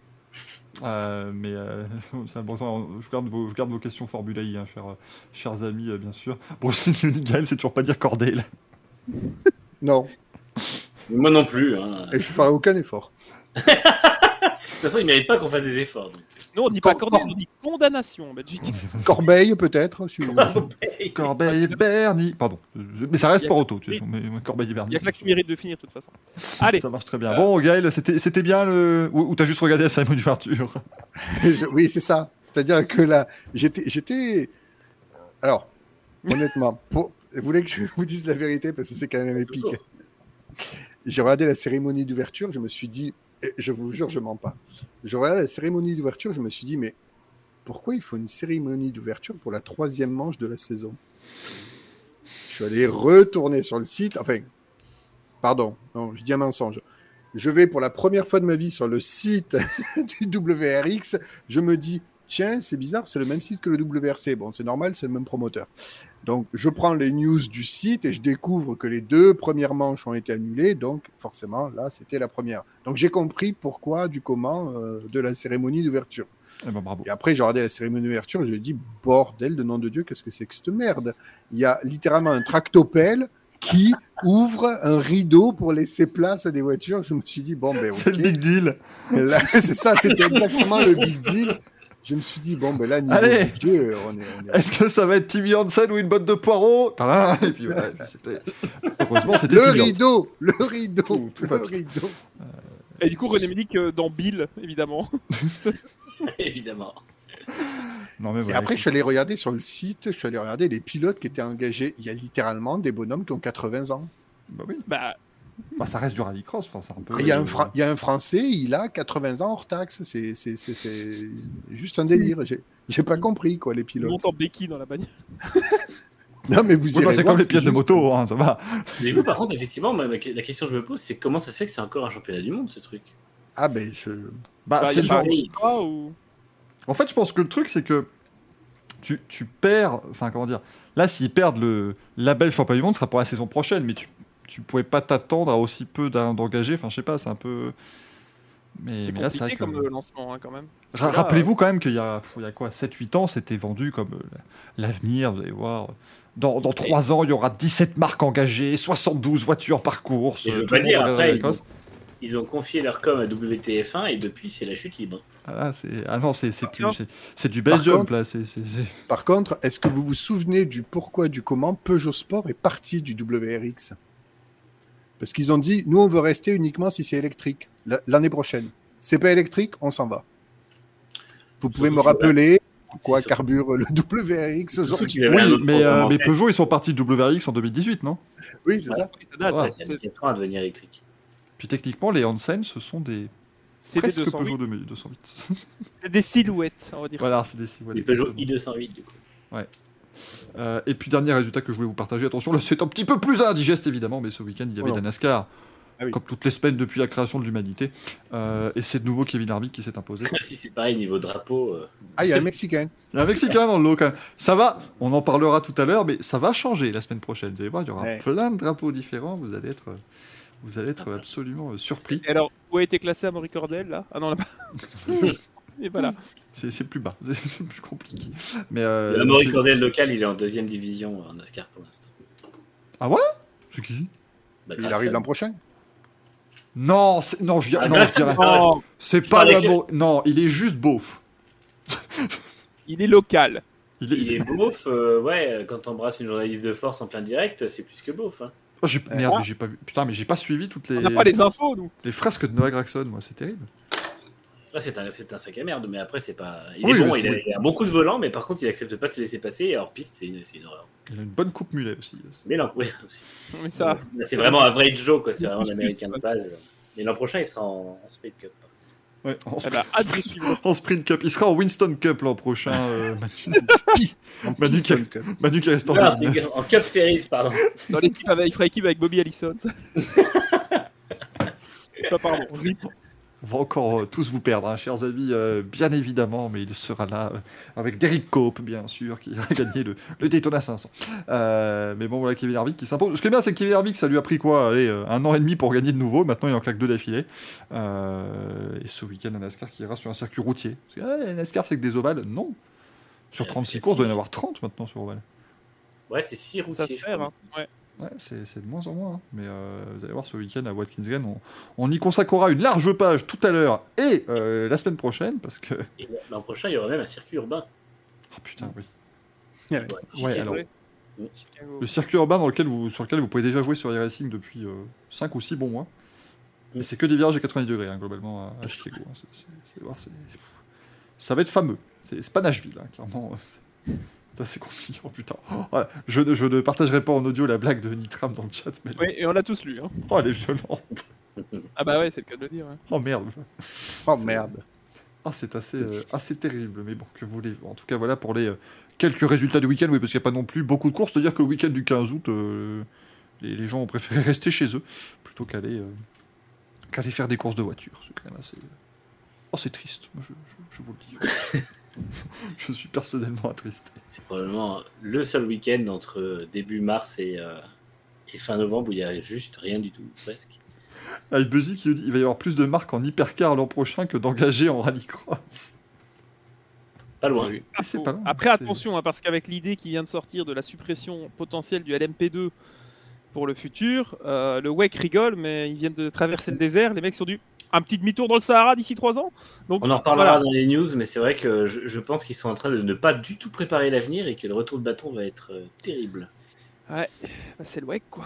Mais c'est important. Je garde vos questions formulées, hein, chers amis, bien sûr. Bruce Lee, Gaël, c'est toujours pas dire Cordel. Non, Moi non plus. Hein. et je ferai aucun effort. De toute façon, il mérite pas qu'on fasse des efforts. Donc. Nous, on dit pas cordeille, on dit condamnation en Belgique. Corbeil peut-être. Si vous... Corbeil et Bernie. Pardon. Mais ça reste sport auto, tu sais. Mais Corbeil et Il Bernie. y a que là que tu mérites de finir de toute façon. Allez, Ça marche très bien. Bon, Gaël, c'était bien le. Ou t'as juste regardé la cérémonie d'ouverture? Oui, c'est ça. C'est-à-dire que là, j'étais. Alors, honnêtement, vous voulez que je vous dise la vérité parce que c'est quand même épique. J'ai regardé la cérémonie d'ouverture, je me suis dit, et je vous jure, je mens pas. Je regardé la cérémonie d'ouverture, je me suis dit, mais pourquoi il faut une cérémonie d'ouverture pour la 3e manche de la saison? Je suis allé retourner sur le site, enfin, pardon, non, je dis un mensonge. Je vais pour la première fois de ma vie sur le site du WRX, je me dis, tiens, c'est bizarre, c'est le même site que le WRC. Bon, c'est normal, c'est le même promoteur. Donc, je prends les news du site et je découvre que les 2 premières manches ont été annulées. Donc, forcément, là, c'était la première. Donc, j'ai compris pourquoi, du comment de la cérémonie d'ouverture. Eh ben, bravo. Et après, j'ai regardé la cérémonie d'ouverture et je me dis, bordel de nom de Dieu, qu'est-ce que c'est que cette merde? Il y a littéralement un tractopelle qui ouvre un rideau pour laisser place à des voitures. Je me suis dit, bon, ben, C'est ok. le big deal. Là, c'est ça, c'était exactement le big deal. Je me suis dit, bon, ben là, niveau Allez. budget, on est... Est-ce que ça va être Timmy Hansen ou une botte de poireaux? Tadam. Et puis voilà, c'était. Heureusement, c'était Le Timmy Hansen. rideau, le rideau, Tout va le bien. rideau. et du coup, René Munich dans Bill, évidemment. Évidemment. Non, mais Et voilà, après, je suis allé regarder sur le site, je suis allé regarder les pilotes qui étaient engagés. Il y a littéralement des bonhommes qui ont 80 ans. Bah oui. Bah, Bah, ça reste du rallycross. Enfin, c'est un peu. Et il y a un Français, il a 80 ans hors taxe. C'est juste un délire. J'ai pas compris, quoi, les il pilotes. monte en béquille dans la bagnole. Non, mais vous Oui, bah, irez c'est voir, comme les pilotes de juste- moto, hein, ça va. Mais vous, par contre, effectivement, la question que je me pose, c'est comment ça se fait que c'est encore un championnat du monde, ce truc? Ah, ben, je... Bah, Bah, c'est y a le pas- genre. ou... En fait, je pense que le truc, c'est que tu perds. Enfin, comment dire. Là, s'ils perdent le label championnat du monde, ce sera pour la saison prochaine, mais tu pouvais pas t'attendre à aussi peu d'engagés. Enfin, je sais pas, c'est un peu. Mais C'est là, c'est vrai compliqué que. comme lancement, hein, quand même. Parce que là, Rappelez-vous quand même qu'il y a quoi, 7-8 ans, c'était vendu comme l'avenir, vous allez voir. Dans 3 ans, il y aura 17 marques engagées, 72 voitures par course. Et je veux tout pas le monde dire, regarde après, la course. ils ont confié leur com à WTF1 et depuis, c'est la chute libre. Non, c'est du base Par jump, contre- là. Par contre, est-ce que vous vous souvenez du pourquoi, du comment Peugeot Sport est parti du WRX? Parce qu'ils ont dit, nous, on veut rester uniquement si c'est électrique, l'année prochaine. C'est pas électrique, on s'en va. Vous pouvez me Surtout rappeler quoi c'est carbure le WRX aujourd'hui? qu'ils avaient un Oui, autre mais programme en tête. Peugeot, ils sont partis de WRX en 2018, non? Oui, c'est ça. oui, ça date. Ouais. Ça a mis 4 ans à devenir électrique. Puis techniquement, les Hansen, ce sont des C'est des Presque 208. Peugeot 208. C'est des silhouettes, on va dire. Voilà, c'est des silhouettes. Les Peugeot exactement. i208 du coup. Et puis dernier résultat que je voulais vous partager, attention là c'est un petit peu plus indigeste évidemment, mais ce week-end il y avait Oh non. la NASCAR, Ah oui. comme toutes les semaines depuis la création de l'humanité, et c'est de nouveau Kevin Harvick qui s'est imposé. Si c'est pareil niveau drapeau. Ah, il y a un Mexicain. Il y a un Mexicain dans le lot quand même. Ça va, on en parlera tout à l'heure, mais ça va changer la semaine prochaine. Vous allez voir, il y aura Ouais. plein de drapeaux différents, vous allez être absolument surpris. Et alors, où a été classé Amaury Cordel là? Ah non, là-bas. Et voilà. C'est plus bas, c'est plus compliqué. Mais Le Amaury Cordel local, il est en 2e division en NASCAR pour l'instant. c'est qui? Bah, Il Gragson. arrive l'an prochain. Non, non, je dirais. Oh, C'est Je pas parlais l'amour. Non, il est juste beauf. il est local. Il est beauf, ouais, quand t'embrasses une journaliste de force en plein direct, c'est plus que beauf. Hein. Oh, merde, mais j'ai pas vu. Putain, mais j'ai pas suivi toutes On n'a pas les infos, nous. les frasques de Noah Gragson, moi, c'est terrible. Là, c'est un sac à merde, mais après, c'est pas. Il Oui, est bon, mais il a beaucoup de volants, mais par contre, il accepte pas de se laisser passer, et hors piste, c'est une horreur. Il a une bonne coupe mulet aussi. Mais l'an oui, aussi. Mais ça. Là, c'est vraiment un vrai Joe, quoi. C'est vraiment l'américain de base. Et l'an prochain, il sera en Speed Cup. Ouais, en, Elle a hâte de suivre. en Sprint Cup. Il sera en Winston Cup l'an prochain. Manu, qui, Piston Cup. Manu qui reste en Ah, 2009. en Cup Series, pardon. Dans l'équipe, il fera équipe avec Bobby Allison. Pardon, rip. On va encore tous vous perdre, hein, chers amis, bien évidemment, mais il sera là avec Derek Cope, bien sûr, qui a gagné le Daytona 500. Mais bon, voilà, Kevin Harvick qui s'impose. Ce qui est bien, c'est que Kevin Harvick, ça lui a pris quoi? Allez, 1 an et demi pour gagner de nouveau. Maintenant, il en claque 2 d'affilée. Et ce week-end, la NASCAR qui ira sur un circuit routier. Parce que la NASCAR, c'est que des ovales? Non. Sur 36 courses, il doit y en avoir 30 maintenant sur ovale. Ouais, c'est 6 routiers. Ça se je perd, crois. hein. Ouais. Ouais, c'est de moins en moins. Hein. Mais vous allez voir, ce week-end à Watkins Glen, on y consacrera une large page tout à l'heure et la semaine prochaine, parce que... Et l'an prochain, il y aura même un circuit urbain. Oh putain, oui. Ouais. Ouais, Chicago. alors, Chicago. le circuit urbain sur lequel vous pouvez déjà jouer sur iRacing depuis 5 ou 6 bons mois. Et c'est que des virages à 90 degrés, hein, globalement, à Chicago. Hein. Ça va être fameux. C'est pas Nashville, hein, clairement. C'est assez compliqué. Oh putain. Ouais, je ne partagerai pas en audio la blague de Nitram dans le chat, mais Oui, et on l'a tous lu. Hein. oh, elle est violente. Ah bah ouais, c'est le cas de le dire. Ouais. Oh merde. Oh merde. Ah, c'est assez terrible, mais bon, que voulez-vous. En tout cas, voilà pour les quelques résultats du week-end, oui, parce qu'il n'y a pas non plus beaucoup de courses. C'est-à-dire que le week-end du 15 août, les gens ont préféré rester chez eux plutôt qu'aller faire des courses de voiture. C'est quand même assez... Oh, c'est triste, moi, je vous le dis. Je suis personnellement attristé. C'est probablement le seul week-end entre début mars et fin novembre où il n'y a juste rien du tout, presque. Ah, Buzzy qui nous dit qu'il va y avoir plus de marques en hypercar l'an prochain que d'engagés en rallycross. Pas loin. Et c'est pas loin, Après, c'est- attention, hein, parce qu'avec l'idée qui vient de sortir de la suppression potentielle du LMP2 pour le futur, le WEC rigole, mais ils viennent de traverser le désert. Les mecs sont du un petit demi-tour dans le Sahara d'ici 3 ans. Donc, On en reparlera voilà. dans les news, mais c'est vrai que je pense qu'ils sont en train de ne pas du tout préparer l'avenir et que le retour de bâton va être terrible. Bah, c'est le WEC, quoi.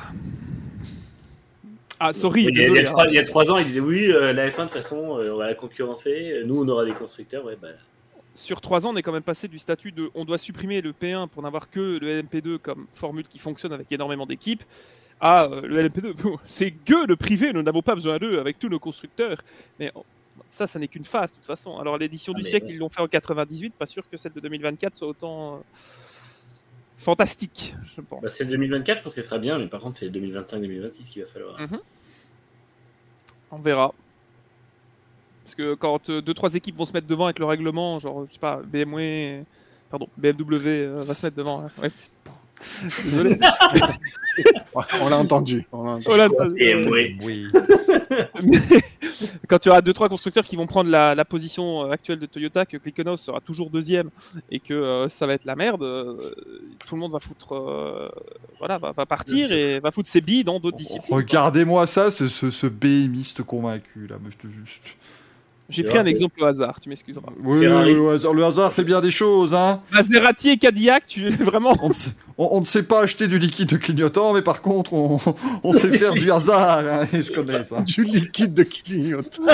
Ah, sorry, Oui, désolé. hein. il y a 3 ans, ils disaient oui, la F1 de toute façon, on va la concurrencer. Nous, on aura des constructeurs. Ouais, bah, Sur 3 ans, on est quand même passé du statut de on doit supprimer le P1 pour n'avoir que le LMP2 comme formule qui fonctionne avec énormément d'équipes à le LMP2. C'est que le privé, nous n'avons pas besoin d'eux avec tous nos constructeurs. Mais ça n'est qu'une phase de toute façon. Alors l'édition Ah, du mais siècle, ouais. ils l'ont fait en 98, pas sûr que celle de 2024 soit autant fantastique, je pense. bah, c'est 2024, je pense qu'elle sera bien, mais par contre, c'est 2025-2026 qu'il va falloir. On verra. Parce que quand 2-3 équipes vont se mettre devant avec le règlement, genre, je sais pas, BMW va se mettre devant. Hein. Ouais. Désolé. Ouais, on l'a entendu. Oh là, Et ouais. Oui. Quand tu auras 2-3 constructeurs qui vont prendre la position actuelle de Toyota, que Klickenhaus sera toujours deuxième et que ça va être la merde, tout le monde va foutre, va partir et va foutre ses billes dans d'autres disciplines. Regardez-moi ça, c'est ce BMiste convaincu là. Moi, je te juste... J'ai pris un exemple au hasard, tu m'excuseras. Oui, Ferrari. le hasard fait bien des choses, hein. Maserati et Cadillac, tu vraiment. On ne sait pas acheter du liquide de clignotant, mais par contre, on sait faire du hasard. Hein, et je connais ça. Du liquide de clignotant.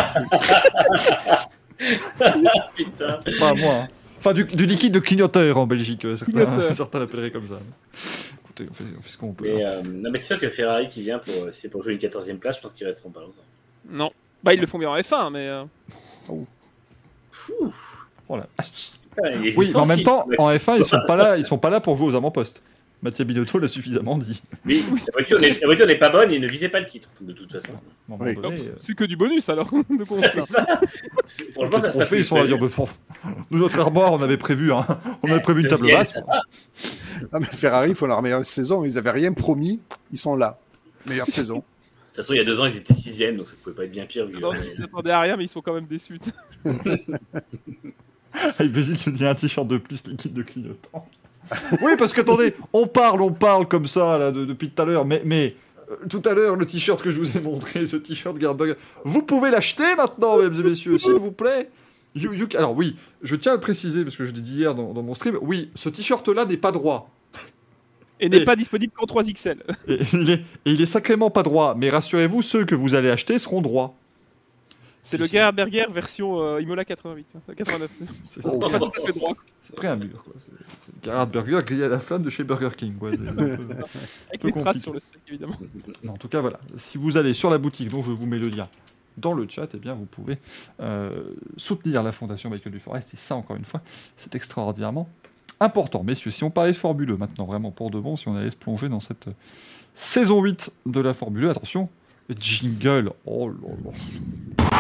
Putain. Pas moi. Hein. Enfin, du liquide de clignoteur en Belgique. Clignoteur. Certains l'appelleraient comme ça. Écoutez, on fait ce qu'on peut. Mais, hein. non, mais c'est sûr que Ferrari qui vient c'est pour jouer une 14e place, je pense qu'ils resteront pas longtemps. Non. Bah, ils le font bien en F1, mais. Fou. Oh la vache. Putain, il est Oui, mais sans en même fil, temps, Max. en F1, ils sont pas là pour jouer aux avant-postes. Mathieu Binotto l'a suffisamment dit. Oui, la voiture n'est pas bonne et ne visait pas le titre, de toute façon. À un moment Oui. donné, C'est que du bonus alors. De quoi on se C'est plaint. ça. Franchement, les ça se passe trophées, ils sont là à dire, bah, nous, notre armoire, on avait prévu une table Deuxième, basse. ça va. Ah, mais Ferrari, ils font leur meilleure saison. Ils avaient rien promis. Ils sont là. Meilleure saison. De toute façon, il y a 2 ans, ils étaient 6ème, donc ça pouvait pas être bien pire. Vu Non, ils s'attendaient à rien, mais ils sont quand même déçus. Et Bézique nous dit un t-shirt de plus liquide de clignotant. Oui, parce qu'attendez, on parle comme ça là, depuis tout à l'heure, mais tout à l'heure, le t-shirt que je vous ai montré, ce t-shirt Gardburger, vous pouvez l'acheter maintenant, mesdames et messieurs, s'il vous plaît. Alors oui, je tiens à le préciser, parce que je l'ai dit hier dans mon stream, oui, ce t-shirt-là n'est pas droit. Et n'est pas disponible qu'en 3XL. Et il est sacrément pas droit, mais rassurez-vous, ceux que vous allez acheter seront droits. C'est le Gerhard version Imola 88. 89. C'est C'est pas tout à fait droit. c'est pris un mur, quoi. C'est Gerhard Burger grillé à la flamme de chez Burger King, quoi. C'est un peu- Avec peu les traces compliqué. sur le steak, évidemment. En tout cas, voilà. Si vous allez sur la boutique, dont je vous mets le lien dans le chat, eh bien, vous pouvez soutenir la Fondation Michael Duforest. Et ça, encore une fois, c'est extraordinairement important. Messieurs, si on parlait de Formule E maintenant, vraiment pour de bon, si on allait se plonger dans cette saison 8 de la Formule E, attention, jingle. Oh là là.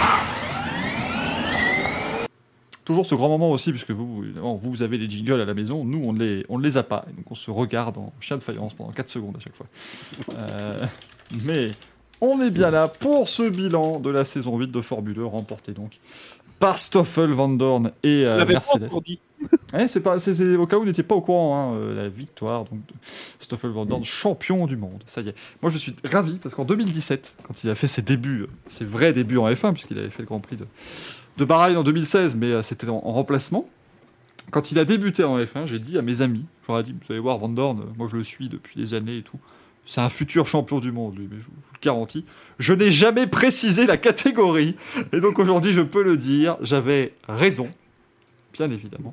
Toujours ce grand moment aussi, puisque vous, évidemment, vous avez les jingles à la maison, nous, on ne les a pas. Et donc, on se regarde en chien de faïence pendant 4 secondes à chaque fois. Mais on est bien là pour ce bilan de la saison 8 de Formule E, remporté donc par Stoffel, Van Dorn et On l'avait pas Mercedes. encore dit. Ouais, c'est au cas où vous n'étiez pas au courant, hein, la victoire donc, de Stoffel Van Dorn, champion du monde. Ça y est. Moi, je suis ravi parce qu'en 2017, quand il a fait ses débuts, ses vrais débuts en F1, puisqu'il avait fait le Grand Prix de Bahreïn en 2016, mais c'était en remplacement. Quand il a débuté en F1, j'ai dit à mes amis, je leur ai dit, vous allez voir, Van Dorn, moi je le suis depuis des années et tout. C'est un futur champion du monde, lui, mais je vous le garantis. Je n'ai jamais précisé la catégorie. Et donc aujourd'hui, je peux le dire, j'avais raison, bien évidemment.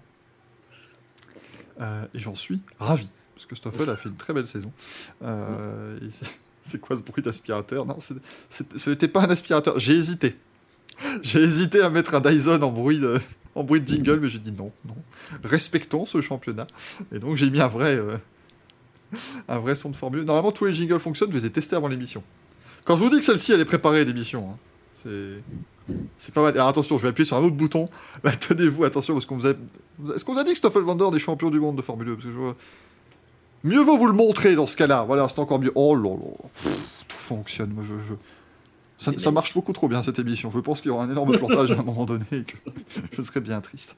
Et j'en suis ravi, parce que Stoffel a fait une très belle saison. Et c'est quoi ce bruit d'aspirateur? Non, ce n'était pas un aspirateur. J'ai hésité. J'ai hésité à mettre un Dyson en bruit de jingle, mais j'ai dit non. Respectons ce championnat. Et donc j'ai mis un vrai son de Formule. Normalement, tous les jingles fonctionnent, je les ai testés avant l'émission. Quand je vous dis que celle-ci, elle est préparée l'émission, hein, c'est pas mal. Alors attention, je vais appuyer sur un autre bouton. Là, tenez-vous, attention, parce qu'on vous a... Est-ce qu'on vous a dit que Stoffel Van Dorn est champion du monde de Formule 2? Parce que je vois... Mieux vaut vous le montrer dans ce cas-là. Voilà, c'est encore mieux. Oh là là. Tout fonctionne. Moi, ça marche beaucoup trop bien, cette émission. Je pense qu'il y aura un énorme plantage à un moment donné et que je serais bien triste.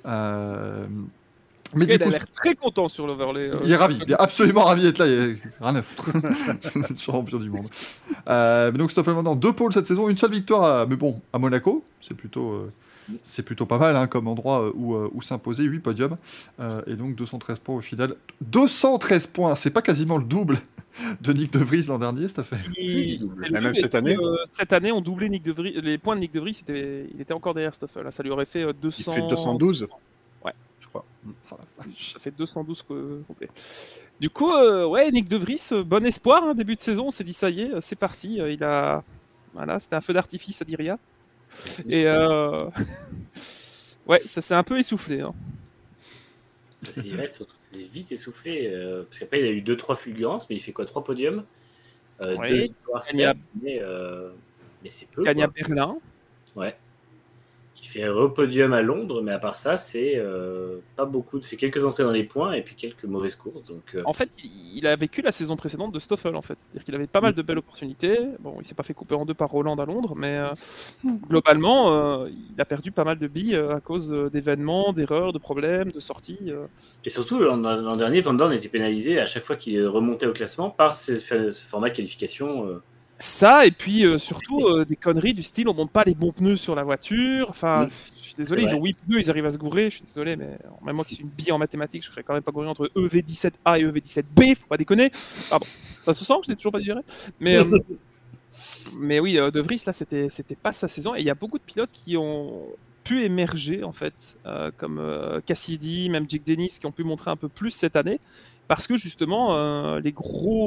Mais Il du a coup, l'air très content sur l'overlay. il est ravi, il est absolument ravi d'être là, il n'y a rien à foutre. Champion du monde. Mais donc Stoffel Van Dorn, 2 pôles cette saison, une seule victoire, mais bon, à Monaco, c'est plutôt pas mal hein, comme endroit où s'imposer, 8 podiums, et donc 213 points au final. 213 points, c'est pas quasiment le double de Nick De Vries l'an dernier, cette affaire. Même cette année. Cette année, on doublait Nick De Vries. Les points de Nick De Vries, il était encore derrière Stoffel. Là, ça lui aurait fait 200... Il fait 212. Ouais. Je crois. Ça fait 212 complet. Du coup, ouais, Nick De Vries, bon espoir, hein, début de saison. On s'est dit, ça y est, c'est parti. Voilà, c'était un feu d'artifice à Diriyah. Et ouais, ça s'est un peu essoufflé. Hein. Ça s'est vite essoufflé, parce qu'après il a eu 2-3 fulgurances, mais il fait quoi, 3 podiums, 2 victoires, certes, mais c'est peu. Gagne à Berlin. Ouais. Il fait un podium à Londres, mais à part ça, c'est pas beaucoup. C'est quelques entrées dans les points et puis quelques mauvaises courses. Donc, En fait, il a vécu la saison précédente de Stoffel, en fait. C'est-à-dire qu'il avait pas mal de belles opportunités. Bon, il s'est pas fait couper en deux par Roland à Londres, mais globalement, il a perdu pas mal de billes à cause d'événements, d'erreurs, de problèmes, de sorties. Et surtout, l'an dernier, Van Dorn était pénalisé à chaque fois qu'il remontait au classement par ce format de qualification. Ça, et puis surtout des conneries du style on monte pas les bons pneus sur la voiture. Enfin, je suis désolé, ils ont 8 pneus, ils arrivent à se gourer. Je suis désolé, mais même moi qui suis une bille en mathématiques, je serais quand même pas gouré entre EV17A et EV17B, faut pas déconner. Pardon, ça se sent que je l'ai toujours pas digéré. Mais, mais oui, De Vries, là, c'était pas sa saison. Et il y a beaucoup de pilotes qui ont pu émerger, en fait, comme Cassidy, même Jake Dennis, qui ont pu montrer un peu plus cette année, parce que justement, les gros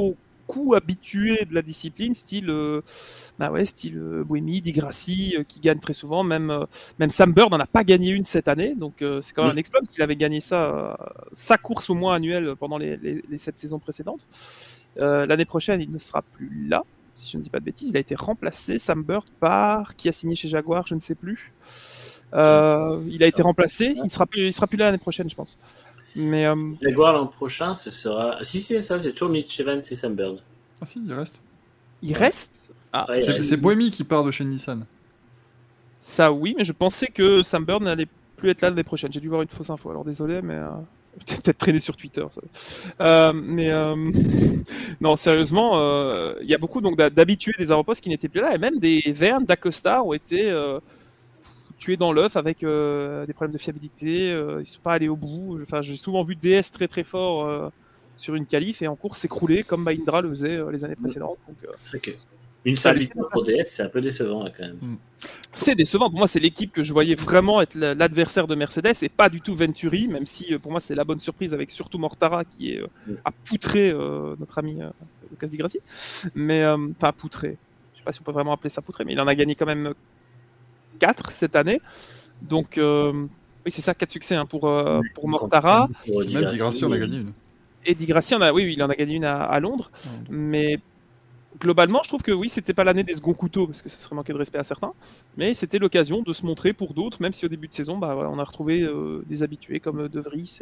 beaucoup habitués de la discipline, style Buemi, Di Grassi, qui gagnent très souvent. Même Sam Bird n'en a pas gagné une cette année, donc c'est quand même un exploit parce qu'il avait gagné sa course au moins annuelle pendant les 7 saisons précédentes. L'année prochaine, il ne sera plus là, si je ne dis pas de bêtises. Il a été remplacé, Sam Bird, par qui a signé chez Jaguar, je ne sais plus. Il a été remplacé, il sera plus là l'année prochaine, je pense. Mais Jaguar l'an prochain, ce sera. Si c'est ça, c'est toujours Mitch Evans et Sam Bird. Ah si, il reste. il reste. Ah, Ouais, C'est Buemi qui part de chez Nissan. ça oui, mais je pensais que Sam Bird n'allait plus être là l'année prochaine. J'ai dû voir une fausse info, alors désolé, mais peut-être traîné sur Twitter. Ça. Non, sérieusement, il y a beaucoup donc d'habitués des avant-postes qui n'étaient plus là, et même des Verne, d'Acosta ont été tués dans l'œuf avec des problèmes de fiabilité. Ils ne sont pas allés au bout. Enfin, j'ai souvent vu DS très très fort sur une qualif et en course s'écrouler comme Mahindra le faisait les années précédentes. Donc, C'est vrai qu'une seule victoire pour DS, c'est un peu décevant là, quand même. c'est décevant. Pour moi, c'est l'équipe que je voyais vraiment être l'adversaire de Mercedes et pas du tout Venturi, même si pour moi c'est la bonne surprise avec surtout Mortara qui est à poutrer notre ami Lucas Di Grassi. Mais enfin poutrer. Je sais pas si on peut vraiment appeler ça poutrer, mais il en a gagné quand même 4 cette année. Donc oui, c'est ça, 4 succès pour Mortara. Même Di Grassi en a gagné une. Et Di Grassi, il en a gagné une à Londres. Mais globalement, je trouve que oui, c'était pas l'année des seconds couteaux, parce que ce serait manquer de respect à certains, mais c'était l'occasion de se montrer pour d'autres, même si au début de saison, on a retrouvé des habitués comme De Vries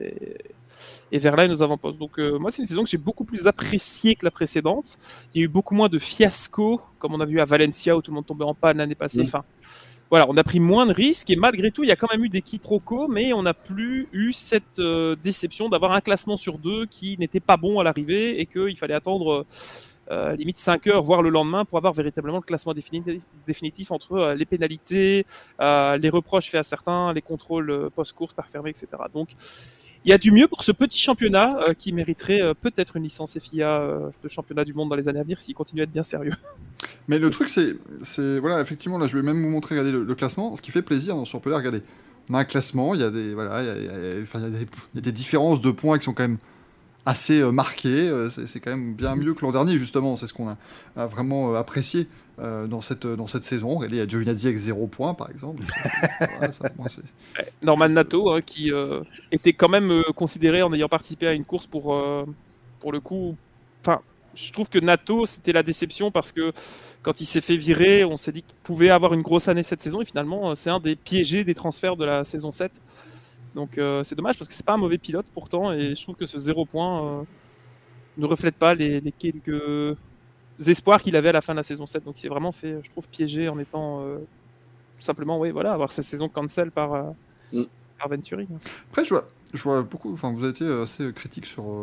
et Verlaine aux avant-postes. Donc moi, c'est une saison que j'ai beaucoup plus appréciée que la précédente. Il y a eu beaucoup moins de fiascos, comme on a vu à Valencia, où tout le monde tombait en panne l'année passée. Enfin, voilà, on a pris moins de risques, et malgré tout, il y a quand même eu des quiproquos, mais on n'a plus eu cette déception d'avoir un classement sur 2 qui n'était pas bon à l'arrivée, et qu'il fallait attendre limite 5 heures, voire le lendemain, pour avoir véritablement le classement définitif entre les pénalités, les reproches faits à certains, les contrôles post-course par fermé, etc. Donc, il y a du mieux pour ce petit championnat qui mériterait peut-être une licence FIA de championnat du monde dans les années à venir s'il continue à être bien sérieux. Mais le truc, c'est voilà, effectivement, là, je vais même vous montrer, regardez le classement. Ce qui fait plaisir dans ce championnat, regardez. On a un classement, il y a des, voilà, il y a des différences de points qui sont quand même assez marquées. C'est quand même bien mieux que l'an dernier, justement. C'est ce qu'on a vraiment apprécié dans cette saison. Regardez, il y a Giovinazzi avec 0 points, par exemple. Voilà, ça, moi, Norman Nato, qui était quand même considéré en ayant participé à une course pour le coup. Enfin, je trouve que Nato, c'était la déception parce que quand il s'est fait virer, on s'est dit qu'il pouvait avoir une grosse année cette saison et finalement, c'est un des piégés des transferts de la saison 7. Donc c'est dommage parce que c'est pas un mauvais pilote pourtant et je trouve que ce 0 point ne reflète pas les quelques espoirs qu'il avait à la fin de la saison 7. Donc il s'est vraiment fait, je trouve, piéger en étant simplement, avoir sa saison cancel par Venturi. Après, je vois beaucoup. Enfin, vous avez été assez critique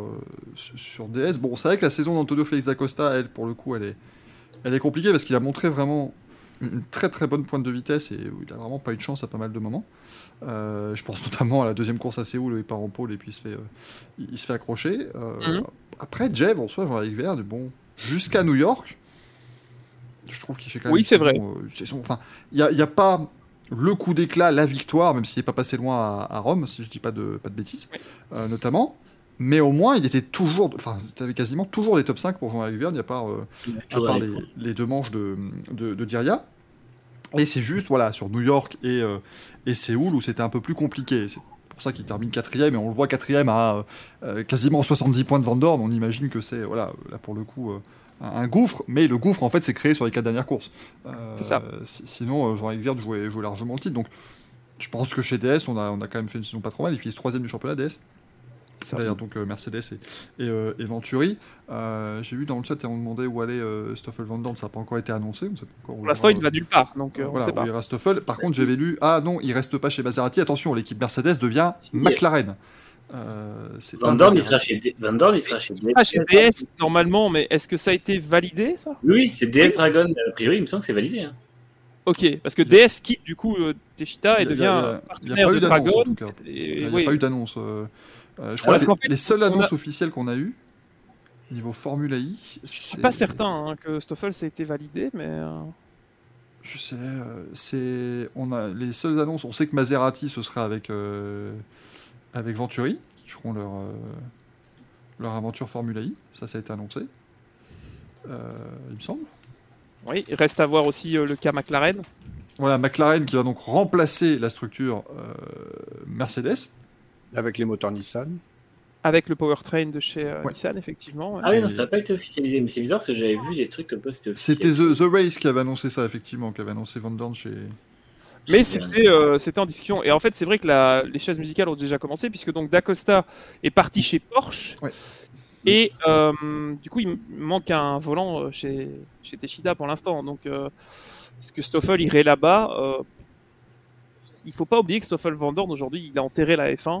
sur DS. Bon, c'est vrai que la saison d'Antonio Félix d'Acosta, elle, pour le coup, elle est compliquée parce qu'il a montré vraiment une très très bonne pointe de vitesse et il a vraiment pas eu de chance à pas mal de moments. Je pense notamment à la deuxième course à Séoul où il part en pôle et puis il se fait accrocher. Après, Jev, en soi, Jean-Éric Vert, bon, jusqu'à New York, je trouve qu'il fait quand même. Oui, c'est vrai. Enfin, il y a pas le coup d'éclat, la victoire, même s'il n'est pas passé loin à Rome, si je dis pas de bêtises, notamment. Mais au moins, il était toujours. Enfin, tu avais quasiment toujours des top 5 pour Jean-Éric Verne, à part les 2 manches de Diriyah. Et c'est juste, voilà, sur New York et Séoul où c'était un peu plus compliqué. C'est pour ça qu'il termine 4ème, et on le voit 4ème à quasiment 70 points de Van Dorn. On imagine que c'est, voilà, là pour le coup, un gouffre. Mais le gouffre, en fait, c'est créé sur les 4 dernières courses. C'est ça. Sinon, Jean-Éric Verne jouait largement le titre. Donc, je pense que chez DS, on a quand même fait une saison pas trop mal. Il finit 3ème du championnat DS. D'ailleurs, donc Mercedes et Venturi. J'ai vu dans le chat, on demandait où allait Stoffel Van Dorn, ça n'a pas encore été annoncé. On sait pas encore pour l'instant, il va nulle part, donc on voilà, sait pas. où ira Stoffel. Par contre, j'avais lu, non, il reste pas chez Maserati. Attention, l'équipe Mercedes devient McLaren. Van Dorn, il sera chez DS normalement, mais est-ce que ça a été validé, ça? Oui, c'est DS Dragon, a priori, il me semble que c'est validé. Hein. Ok, parce que DS quitte du coup Techeetah et devient partenaire de Dragon. Il n'y a pas eu d'annonce. Je crois que les seules annonces officielles qu'on a eues, niveau Formula I... Je suis pas certain que Stoffel ça a été validé, mais... Je sais, on a les seules annonces, on sait que Maserati, ce sera avec Venturi, qui feront leur aventure Formula I, ça a été annoncé. il me semble. Oui, il reste à voir aussi le cas McLaren. Voilà, McLaren qui va donc remplacer la structure Mercedes. Avec les moteurs Nissan. Avec le powertrain de chez Ouais. Nissan, effectivement. Ouais. Ah oui, non, ça n'a pas été officialisé, mais c'est bizarre parce que j'avais vu des trucs comme quoi c'était C'était officiel. The Race qui avait annoncé ça, effectivement, qui avait annoncé Van Dorn chez... Mais c'était en discussion. Et en fait, c'est vrai que les chaises musicales ont déjà commencé, puisque donc D'Acosta est parti chez Porsche. Ouais. Et du coup, il manque un volant chez Techida pour l'instant. Donc, est-ce que Stoffel irait là-bas Il faut pas oublier que Stoffel Van Dorn, aujourd'hui, il a enterré la F1.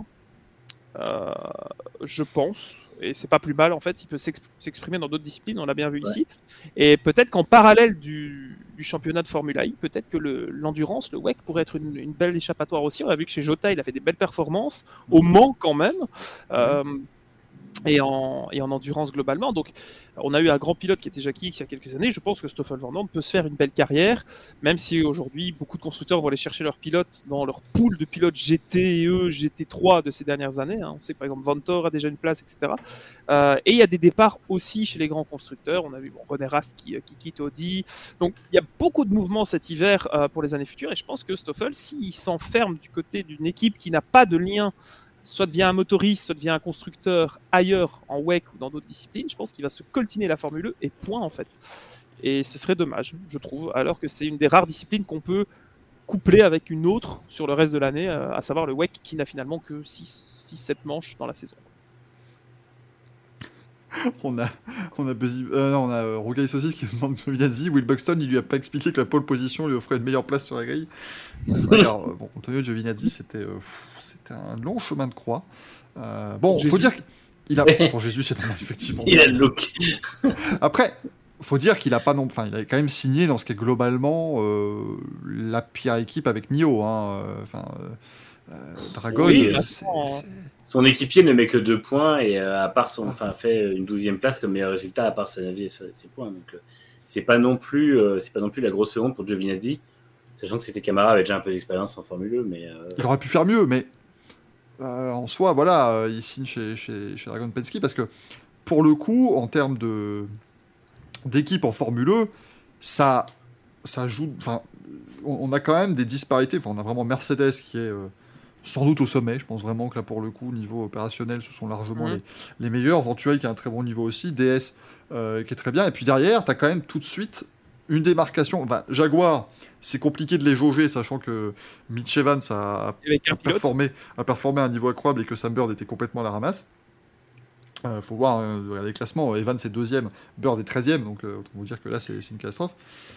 Je pense. Et c'est pas plus mal, en fait. Il peut s'exprimer dans d'autres disciplines, on l'a bien vu ici. Et peut-être qu'en parallèle du championnat de Formule I, peut-être que l'endurance, le WEC, pourrait être une belle échappatoire aussi. On a vu que chez Jota, il a fait des belles performances, au Mans quand même. Et en endurance globalement. Donc, on a eu un grand pilote qui était Jackie X il y a quelques années. Je pense que Stoffel Van Dorn peut se faire une belle carrière, même si aujourd'hui, beaucoup de constructeurs vont aller chercher leurs pilotes dans leur pool de pilotes GTE, GT3 de ces dernières années. On sait que par exemple Vantore a déjà une place, etc. Et il y a des départs aussi chez les grands constructeurs. On a vu René Rast qui quitte Audi. Donc, il y a beaucoup de mouvements cet hiver pour les années futures. Et je pense que Stoffel, s'il s'enferme du côté d'une équipe qui n'a pas de lien soit devient un motoriste, soit devient un constructeur ailleurs, en WEC ou dans d'autres disciplines, je pense qu'il va se coltiner la Formule 1 et point en fait. Et ce serait dommage, je trouve, alors que c'est une des rares disciplines qu'on peut coupler avec une autre sur le reste de l'année, à savoir le WEC qui n'a finalement que 6-7 manches dans la saison. On a Rogaï Saucisse qui demande Giovinazzi. Will Buxton, il lui a pas expliqué que la pole position lui offrait une meilleure place sur la grille. Alors, bon, Antonio Giovinazzi, c'était un long chemin de croix. Bon, Jésus. faut dire qu'il a. Pour Jésus, c'est normal, effectivement. Il a le look. Après, faut dire qu'il a pas non. Enfin, il a quand même signé dans ce qui est globalement la pire équipe avec Nio. Dragon. Oui, c'est- Son équipier ne met que 2 points et à part fait une 12e place comme meilleur résultat à part ses points. Donc c'est pas non plus la grosse honte pour Giovinazzi, sachant que c'était Camara avait déjà un peu d'expérience en Formule 1, mais Il aurait pu faire mieux, mais en soi, voilà, il signe chez Dragon Penske parce que pour le coup, en termes d'équipe en Formule 1, ça joue. Enfin, on a quand même des disparités. Enfin, on a vraiment Mercedes qui est sans doute au sommet. Je pense vraiment que là, pour le coup, niveau opérationnel, ce sont largement les meilleurs. Ventuel qui a un très bon niveau aussi. DS qui est très bien. Et puis derrière, tu as quand même tout de suite une démarcation. Enfin, Jaguar, c'est compliqué de les jauger, sachant que Mitch Evans a performé à un niveau incroyable et que Sam Bird était complètement à la ramasse. Faut voir les classements. Evans est 2e, Bird est 13e, donc autant vous dire que là, c'est une catastrophe.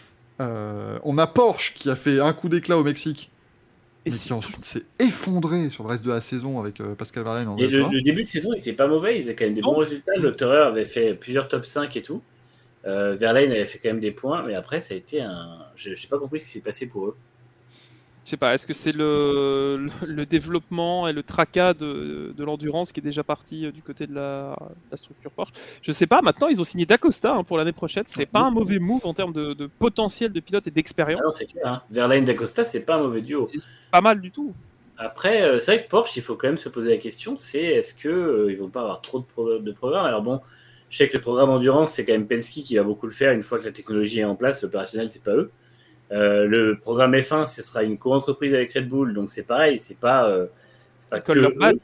On a Porsche qui a fait un coup d'éclat au Mexique, mais qui ensuite s'est effondré sur le reste de la saison avec Pascal Verlaine en et Q3. le début de saison n'était pas mauvais, ils avaient quand même des bons résultats. Le Teurer avait fait plusieurs top 5 et tout. Verlaine avait fait quand même des points, mais après ça a été je n'ai pas compris ce qui s'est passé pour eux. Je sais pas, est-ce que c'est le développement et le tracas de l'endurance qui est déjà parti du côté de la structure Porsche? Je sais pas, maintenant ils ont signé D'Acosta pour l'année prochaine, c'est pas un mauvais move en termes de potentiel de pilote et d'expérience. Ah non, c'est clair, hein. Verlaine d'Acosta, c'est pas un mauvais duo. C'est pas mal du tout. Après, c'est vrai que Porsche, il faut quand même se poser la question, c'est est-ce que ils vont pas avoir trop de programmes? Alors bon, je sais que le programme endurance, c'est quand même Penske qui va beaucoup le faire une fois que la technologie est en place, l'opérationnel, c'est pas eux. Le programme F1, ce sera une co-entreprise avec Red Bull, donc c'est pareil, c'est pas que eux.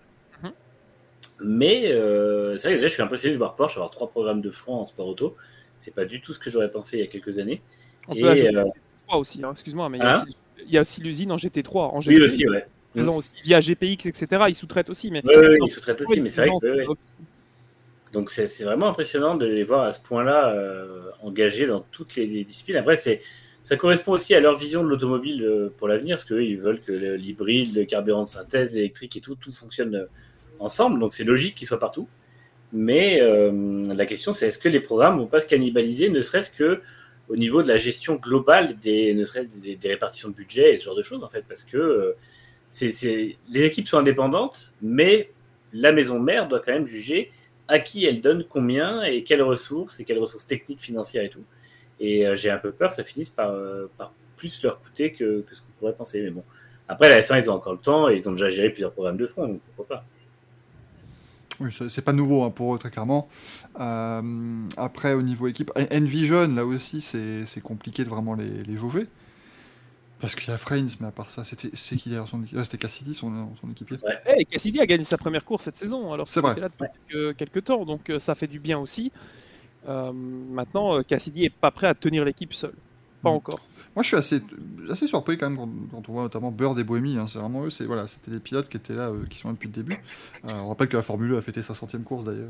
Mais c'est vrai que déjà, je suis impressionné de voir Porsche avoir 3 programmes de front en sport auto. C'est pas du tout ce que j'aurais pensé il y a quelques années. On peut ajouter GT3 aussi, excuse-moi, mais il y a aussi l'usine en GT3. En GT, oui, aussi, ouais. Aussi, via GPX, etc. Ils sous-traitent aussi. Mais ils sous-traitent aussi, mais c'est vrai que. Donc c'est vraiment impressionnant de les voir à ce point-là engagés dans toutes les disciplines. Après, ça correspond aussi à leur vision de l'automobile pour l'avenir, parce qu'eux, ils veulent que l'hybride, le carburant de synthèse, l'électrique et tout fonctionne ensemble. Donc c'est logique qu'ils soient partout. Mais la question, c'est est-ce que les programmes ne vont pas se cannibaliser, ne serait-ce que au niveau de la gestion globale des répartitions de budget et ce genre de choses, en fait, parce que les équipes sont indépendantes, mais la maison mère doit quand même juger à qui elle donne combien et quelles ressources techniques, financières et tout. Et j'ai un peu peur que ça finisse par plus leur coûter que ce qu'on pourrait penser. Mais bon, après la F1, ils ont encore le temps et ils ont déjà géré plusieurs programmes de front, donc pourquoi pas. Oui, c'est pas nouveau pour eux, très clairement. Après, au niveau équipe, Envision, là aussi, c'est compliqué de vraiment les jauger. Parce qu'il y a Frains, mais à part ça, c'était qui d'ailleurs son équipe? C'était Cassidy, son équipier. Ouais. Et Cassidy a gagné sa première course cette saison, alors C'est qu'il vrai. était là depuis quelques temps, donc ça fait du bien aussi. Maintenant, Cassidy est pas prêt à tenir l'équipe seul. Pas encore. Moi, je suis assez surpris quand même quand on voit notamment Bird et Buemi. C'est vraiment eux, c'était des pilotes qui étaient là, qui sont là depuis le début. On rappelle que la Formule 1 a fêté sa 100e course d'ailleurs.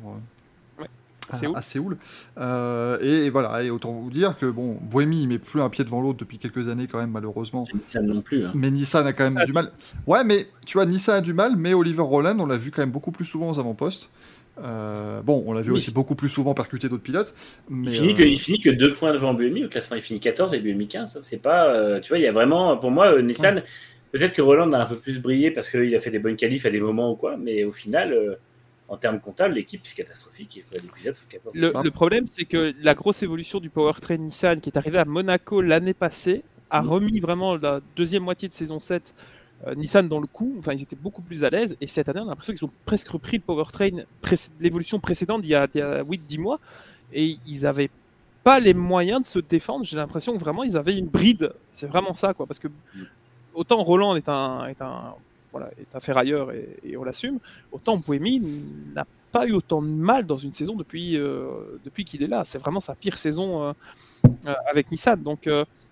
À Séoul. Et voilà, et autant vous dire que bon, Buemi il met plus un pied devant l'autre depuis quelques années quand même, malheureusement. Nissan non plus. Hein. Mais Nissan a quand même du mal. Ouais, mais tu vois, Nissan a du mal, mais Oliver Rowland, on l'a vu quand même beaucoup plus souvent aux avant-postes. On l'a vu aussi beaucoup plus souvent percuter d'autres pilotes. Mais il finit que 2 points devant Buemi au classement, il finit 14 et Buemi 15. C'est pas, tu vois, il y a vraiment, pour moi, Nissan, peut-être que Rowland a un peu plus brillé parce qu'il a fait des bonnes qualifs à des moments ou quoi, mais au final, en termes comptables, l'équipe c'est catastrophique. Les pilotes sont 14. Le problème, c'est que la grosse évolution du powertrain Nissan qui est arrivé à Monaco l'année passée a remis vraiment la deuxième moitié de saison 7 Nissan dans le coup. Enfin, ils étaient beaucoup plus à l'aise. Et cette année, on a l'impression qu'ils ont presque repris le powertrain l'évolution précédente d'il y a 8-10 mois. Et ils n'avaient pas les moyens de se défendre. J'ai l'impression que vraiment, ils avaient une bride. C'est vraiment ça, quoi. Parce que autant Roland est un ferrailleur et on l'assume, autant Buemi n'a pas eu autant de mal dans une saison depuis qu'il est là. C'est vraiment sa pire saison avec Nissan. Donc,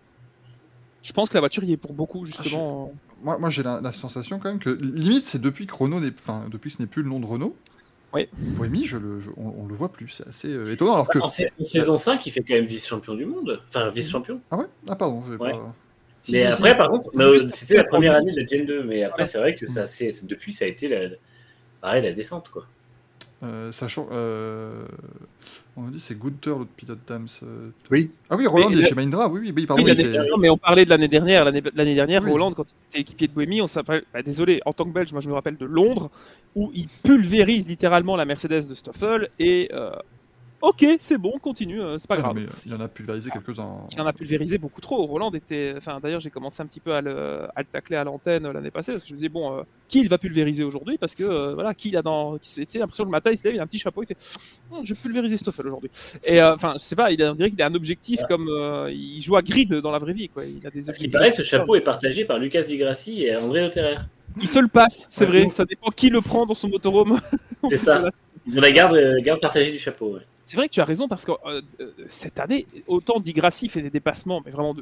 je pense que la voiture y est pour beaucoup, justement. Moi j'ai la sensation quand même que, limite, c'est depuis que Renault depuis que ce n'est plus le nom de Renault. Oui. Buemi, on le voit plus. C'est assez étonnant. Alors que... En saison 5, il fait quand même vice-champion du monde. Enfin, vice-champion. Ah ouais? Ah pardon, j'ai pas... Mais après, par contre, c'était la première année de la Gen 2, mais après, c'est vrai que depuis, ça a été la descente, quoi. Sachant, on a dit c'est Gunther, l'autre pilote Dams. Oui. Ah oui, Roland est chez Mahindra, oui, pardon. Non, mais on parlait de l'année dernière. L'année dernière, Oui. Roland, quand il était équipier de Buemi, désolé, en tant que Belge, moi je me rappelle de Londres, où il pulvérise littéralement la Mercedes de Stoffel et ok, c'est bon, continue, c'est pas grave. Mais il en a pulvérisé quelques-uns. Il en a pulvérisé beaucoup trop. Roland était. Enfin, d'ailleurs, j'ai commencé un petit peu à le tacler à l'antenne l'année passée parce que je me disais, bon, qui il va pulvériser aujourd'hui? Parce que voilà, qui il a dans. Tu sais, l'impression que le matin, il se lève, il a un petit chapeau, il fait je vais pulvériser Stoffel aujourd'hui. Et enfin, je sais pas, on dirait qu'il a un objectif comme. Il joue à grid dans la vraie vie, quoi. Il a des Ce qui paraît, ce chapeau est partagé par Lucas Di Grassi et André Otterer. Il se le passe, c'est vrai, ça dépend qui le prend dans son motorhome. C'est ça. On la garde partagée du chapeau. Ouais. C'est vrai que tu as raison parce que cette année, autant Di Grassi fait des dépassements, mais vraiment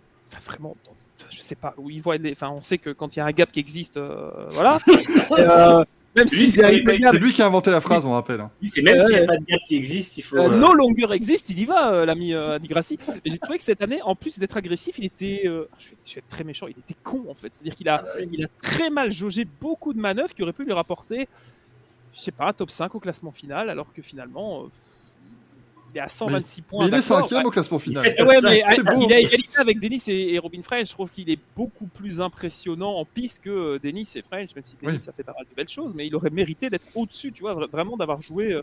je sais pas où il voit. On sait que quand il y a un gap qui existe, voilà. Même si c'est lui qui a inventé la phrase, on rappelle. C'est même s'il n'y a pas de gap qui existe, il faut. No longer existe, il y va, l'ami Di Grassi. Et j'ai trouvé que cette année, en plus d'être agressif, il était. Je vais être très méchant, il était con en fait. C'est-à-dire qu'il a très mal jaugé beaucoup de manœuvres qui auraient pu lui rapporter, je sais pas, un top 5 au classement final, alors que finalement. Il est à 126 points. Mais il est 5e au classement final. Ouais, mais il a égalité avec Dennis et Robin French. Je trouve qu'il est beaucoup plus impressionnant en piste que Dennis et French, même si Dennis a fait pas mal de belles choses, mais il aurait mérité d'être au-dessus, tu vois, vraiment d'avoir joué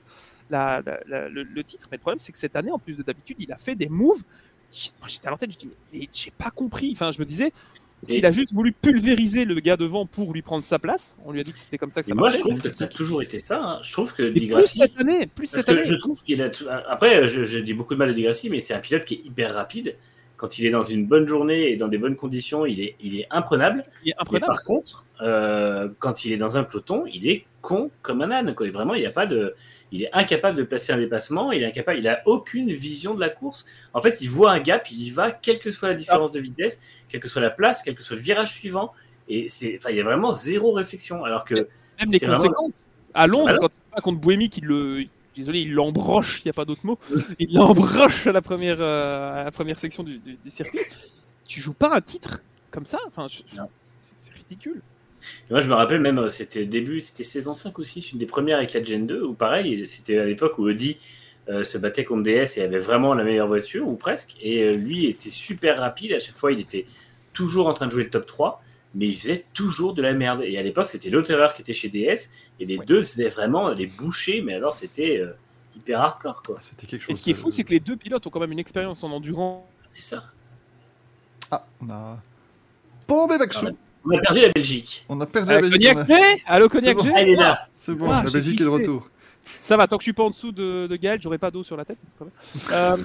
le titre. Mais le problème, c'est que cette année, en plus de d'habitude, il a fait des moves. Moi, j'étais à l'antenne, je dis, mais j'ai pas compris. Enfin, je me disais, est-ce qu'il a juste voulu pulvériser le gars devant pour lui prendre sa place? On lui a dit que c'était comme ça que ça marchait. Moi, je trouve que ça a toujours été ça. Hein. Je trouve que Di Grassi... Plus cette année. Je trouve qu'il a... Après, je dis beaucoup de mal à Di Grassi, mais c'est un pilote qui est hyper rapide. Quand il est dans une bonne journée et dans des bonnes conditions, il est imprenable. Mais par contre, quand il est dans un peloton, il est con comme un âne. Quoi. Et vraiment, il est incapable de placer un dépassement. Il a aucune vision de la course. En fait, il voit un gap, il y va, quelle que soit la différence de vitesse, quelle que soit la place, quel que soit le virage suivant. Et il y a vraiment zéro réflexion. Alors que même les conséquences. À Londres, quand il va contre Buemi, désolé, il l'embroche, il n'y a pas d'autre mot. Il l'embroche à la première section du circuit. Tu joues pas un titre comme ça, enfin, c'est ridicule. Et moi, je me rappelle même, c'était saison 5 aussi, c'est une des premières avec la Gen 2, où pareil, c'était à l'époque où Audi se battait contre DS et avait vraiment la meilleure voiture, ou presque, et lui était super rapide, à chaque fois il était toujours en train de jouer le top 3, mais il faisait toujours de la merde. Et à l'époque, c'était l'Otterer qui était chez DS, et les deux faisaient vraiment les bouchées, mais alors c'était hyper hardcore, quoi. C'était quelque chose. Et ce qui est fou, c'est que les deux pilotes ont quand même une expérience en endurance. C'est ça. Ah, on a bombé Maxou. On a perdu la Belgique. On a perdu la Belgique. Cognac G. Allô, Cognac G. Elle est là. C'est bon, la Belgique est de retour. Ça va, tant que je suis pas en dessous de Gaël, j'aurai pas d'eau sur la tête. C'est très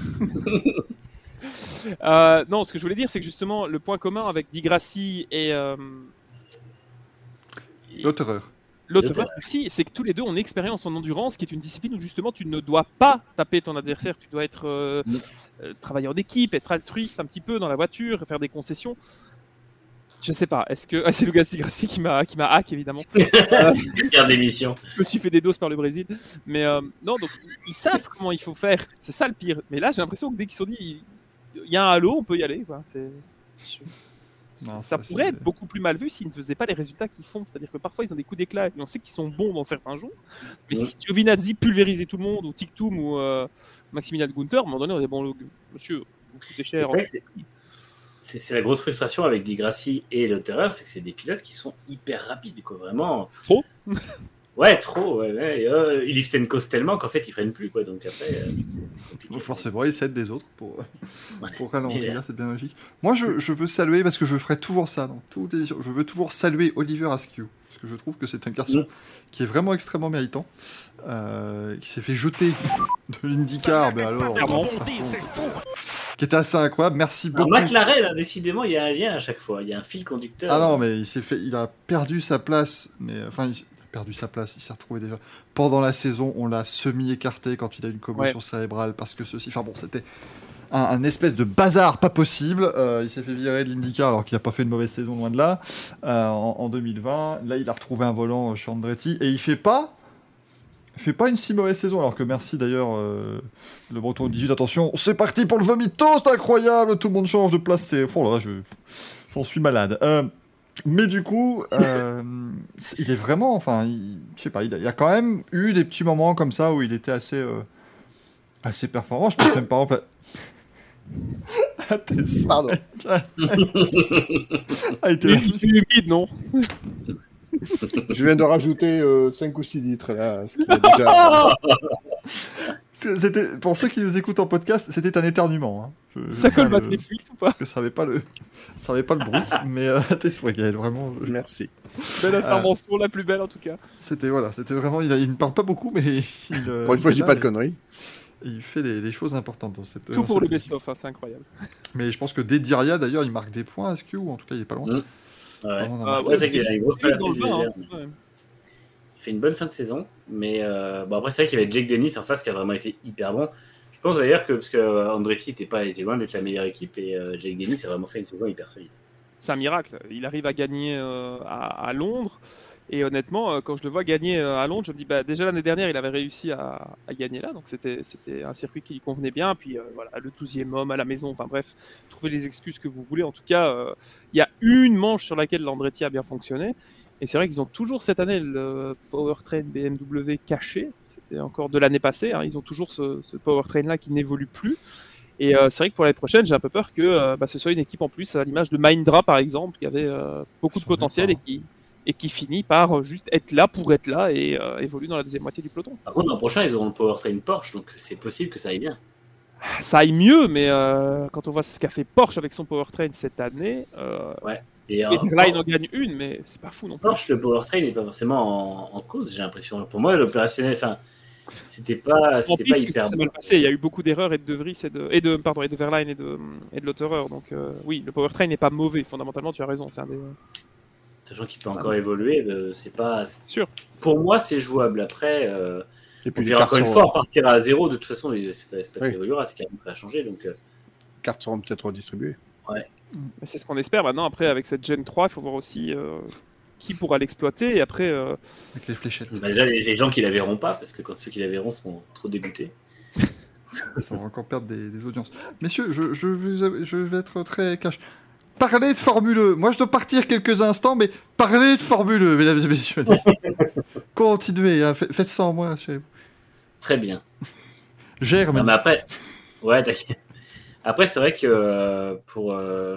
bien. Non, ce que je voulais dire, c'est que justement, le point commun avec Di Grassi et L'auteur. merci, c'est que tous les deux ont une expérience en endurance, qui est une discipline où justement tu ne dois pas taper ton adversaire, tu dois être travailler en équipe, être altruiste un petit peu dans la voiture, faire des concessions. Je sais pas, est-ce que c'est Lucas Di Grassi qui m'a hack évidemment. Regarde l'émission. Je me suis fait des doses par le Brésil, mais non, donc ils savent comment il faut faire, c'est ça le pire. Mais là j'ai l'impression que dès qu'ils se sont dit il y a un halo, on peut y aller quoi. Non, ça pourrait être beaucoup plus mal vu s'ils ne faisaient pas les résultats qu'ils font. C'est-à-dire que parfois ils ont des coups d'éclat et on sait qu'ils sont bons dans certains jours. Mais si Giovinazzi pulvérisait tout le monde, ou Tiktoum ou Maximilian Gunther, à un moment donné on dit bon, monsieur, vous coûtez cher. C'est la grosse frustration avec Di Grassi et Lotterer, c'est que c'est des pilotes qui sont hyper rapides, quoi, vraiment. Trop. Ouais, trop. Ouais. Ils liftent cause tellement qu'en fait ils freinent plus, quoi. Donc après. Donc forcément, ils s'aident des autres pour ralentir, c'est bien logique. Moi, je veux saluer, parce que je ferai toujours ça dans toutes les émissions, je veux toujours saluer Oliver Askew, parce que je trouve que c'est un garçon qui est vraiment extrêmement méritant, qui s'est fait jeter de l'IndyCar, mais alors, qui était assez incroyable. Merci beaucoup. McLaren, décidément, il y a un lien à chaque fois, il y a un fil conducteur. Ah non, mais il a perdu sa place, mais enfin, il s'est retrouvé déjà. Pendant la saison, on l'a semi-écarté quand il a une commotion cérébrale, parce que ceci... Enfin bon, c'était un espèce de bazar pas possible. Il s'est fait virer de l'IndyCar alors qu'il n'a pas fait une mauvaise saison, loin de là, en 2020. Là, il a retrouvé un volant chez Andretti, et il fait pas une si mauvaise saison, alors que merci d'ailleurs, le Breton 18, attention, c'est parti pour le vomito, c'est incroyable, tout le monde change de place, oh là là, j'en suis malade. Mais du coup, il est vraiment, enfin, je sais pas, il y a quand même eu des petits moments comme ça où il était assez performant. Je pense même par exemple Pardon. C'est humide, non? Je viens de rajouter 5 ou 6 litres là. Ce qui est déjà... Pour ceux qui nous écoutent en podcast, c'était un éternuement. Hein. Ça colle battre les fuites ou pas? Parce que ça n'avait pas le bruit. Mais tes souhaits, Gaël, vraiment. Merci. Belle intervention, la plus belle en tout cas. C'était vraiment. Il ne parle pas beaucoup, mais pour une fois, je dis pas de conneries. Il fait les choses importantes dans cette. Tout pour le best-of, hein, c'est incroyable. Mais je pense que dès Diria, d'ailleurs, il marque des points à SQ, ou en tout cas, il est pas loin. C'est vrai qu'il a une grosse traversée du désert. Il fait une bonne fin de saison, mais après c'est vrai qu'il y avait Jake Dennis en face qui a vraiment été hyper bon. Je pense d'ailleurs que parce que Andretti était loin d'être la meilleure équipe, et Jake Dennis a vraiment fait une saison hyper solide. C'est un miracle. Il arrive à gagner à Londres, et honnêtement, quand je le vois gagner à Londres, je me dis déjà l'année dernière il avait réussi à gagner là, donc c'était un circuit qui lui convenait bien. Puis voilà, le 12e homme à la maison, enfin bref, trouvez les excuses que vous voulez. En tout cas, il y a une manche sur laquelle l'Andretti a bien fonctionné. Et c'est vrai qu'ils ont toujours cette année le powertrain BMW caché. C'était encore de l'année passée. Hein. Ils ont toujours ce powertrain-là qui n'évolue plus. Et c'est vrai que pour l'année prochaine, j'ai un peu peur que ce soit une équipe en plus, à l'image de Mahindra par exemple, qui avait beaucoup de potentiel et qui finit par juste être là pour être là et évolue dans la deuxième moitié du peloton. Par contre, l'an prochain, ils auront le powertrain Porsche, donc c'est possible que ça aille bien. Ça aille mieux, mais quand on voit ce qu'a fait Porsche avec son powertrain cette année... Et là, il en gagne une, mais c'est pas fou non plus. Porsche, le powertrain n'est pas forcément en cause, j'ai l'impression. Pour moi, l'opérationnel, c'était pas hyper ça s'est mal passé. Il y a eu beaucoup d'erreurs et de Vries et de Verlaine et de Lotterer. Donc oui, le powertrain n'est pas mauvais. Fondamentalement, tu as raison. C'est un des. Sachant qu'il peut encore évoluer, c'est pas sûr. Pour moi, c'est jouable. Après, et puis encore une fois, on partira à zéro. De toute façon, c'est pas que ça évoluera, c'est qu'il va changer. Donc, les cartes seront peut-être redistribuées. Ouais. Mais c'est ce qu'on espère maintenant. Après, avec cette Gen 3, il faut voir aussi qui pourra l'exploiter. Et après, avec les fléchettes. Déjà, les gens qui la verront pas, parce que quand ceux qui la verront seront trop dégoûtés. Ça va encore perdre des audiences. Messieurs, je vais être très cash. Parlez de Formule E. Moi, je dois partir quelques instants, mais parlez de Formule E, mesdames et messieurs. Continuez, hein, faites ça en moi. Très bien. Gère, mais après, t'inquiète. Après, c'est vrai que pour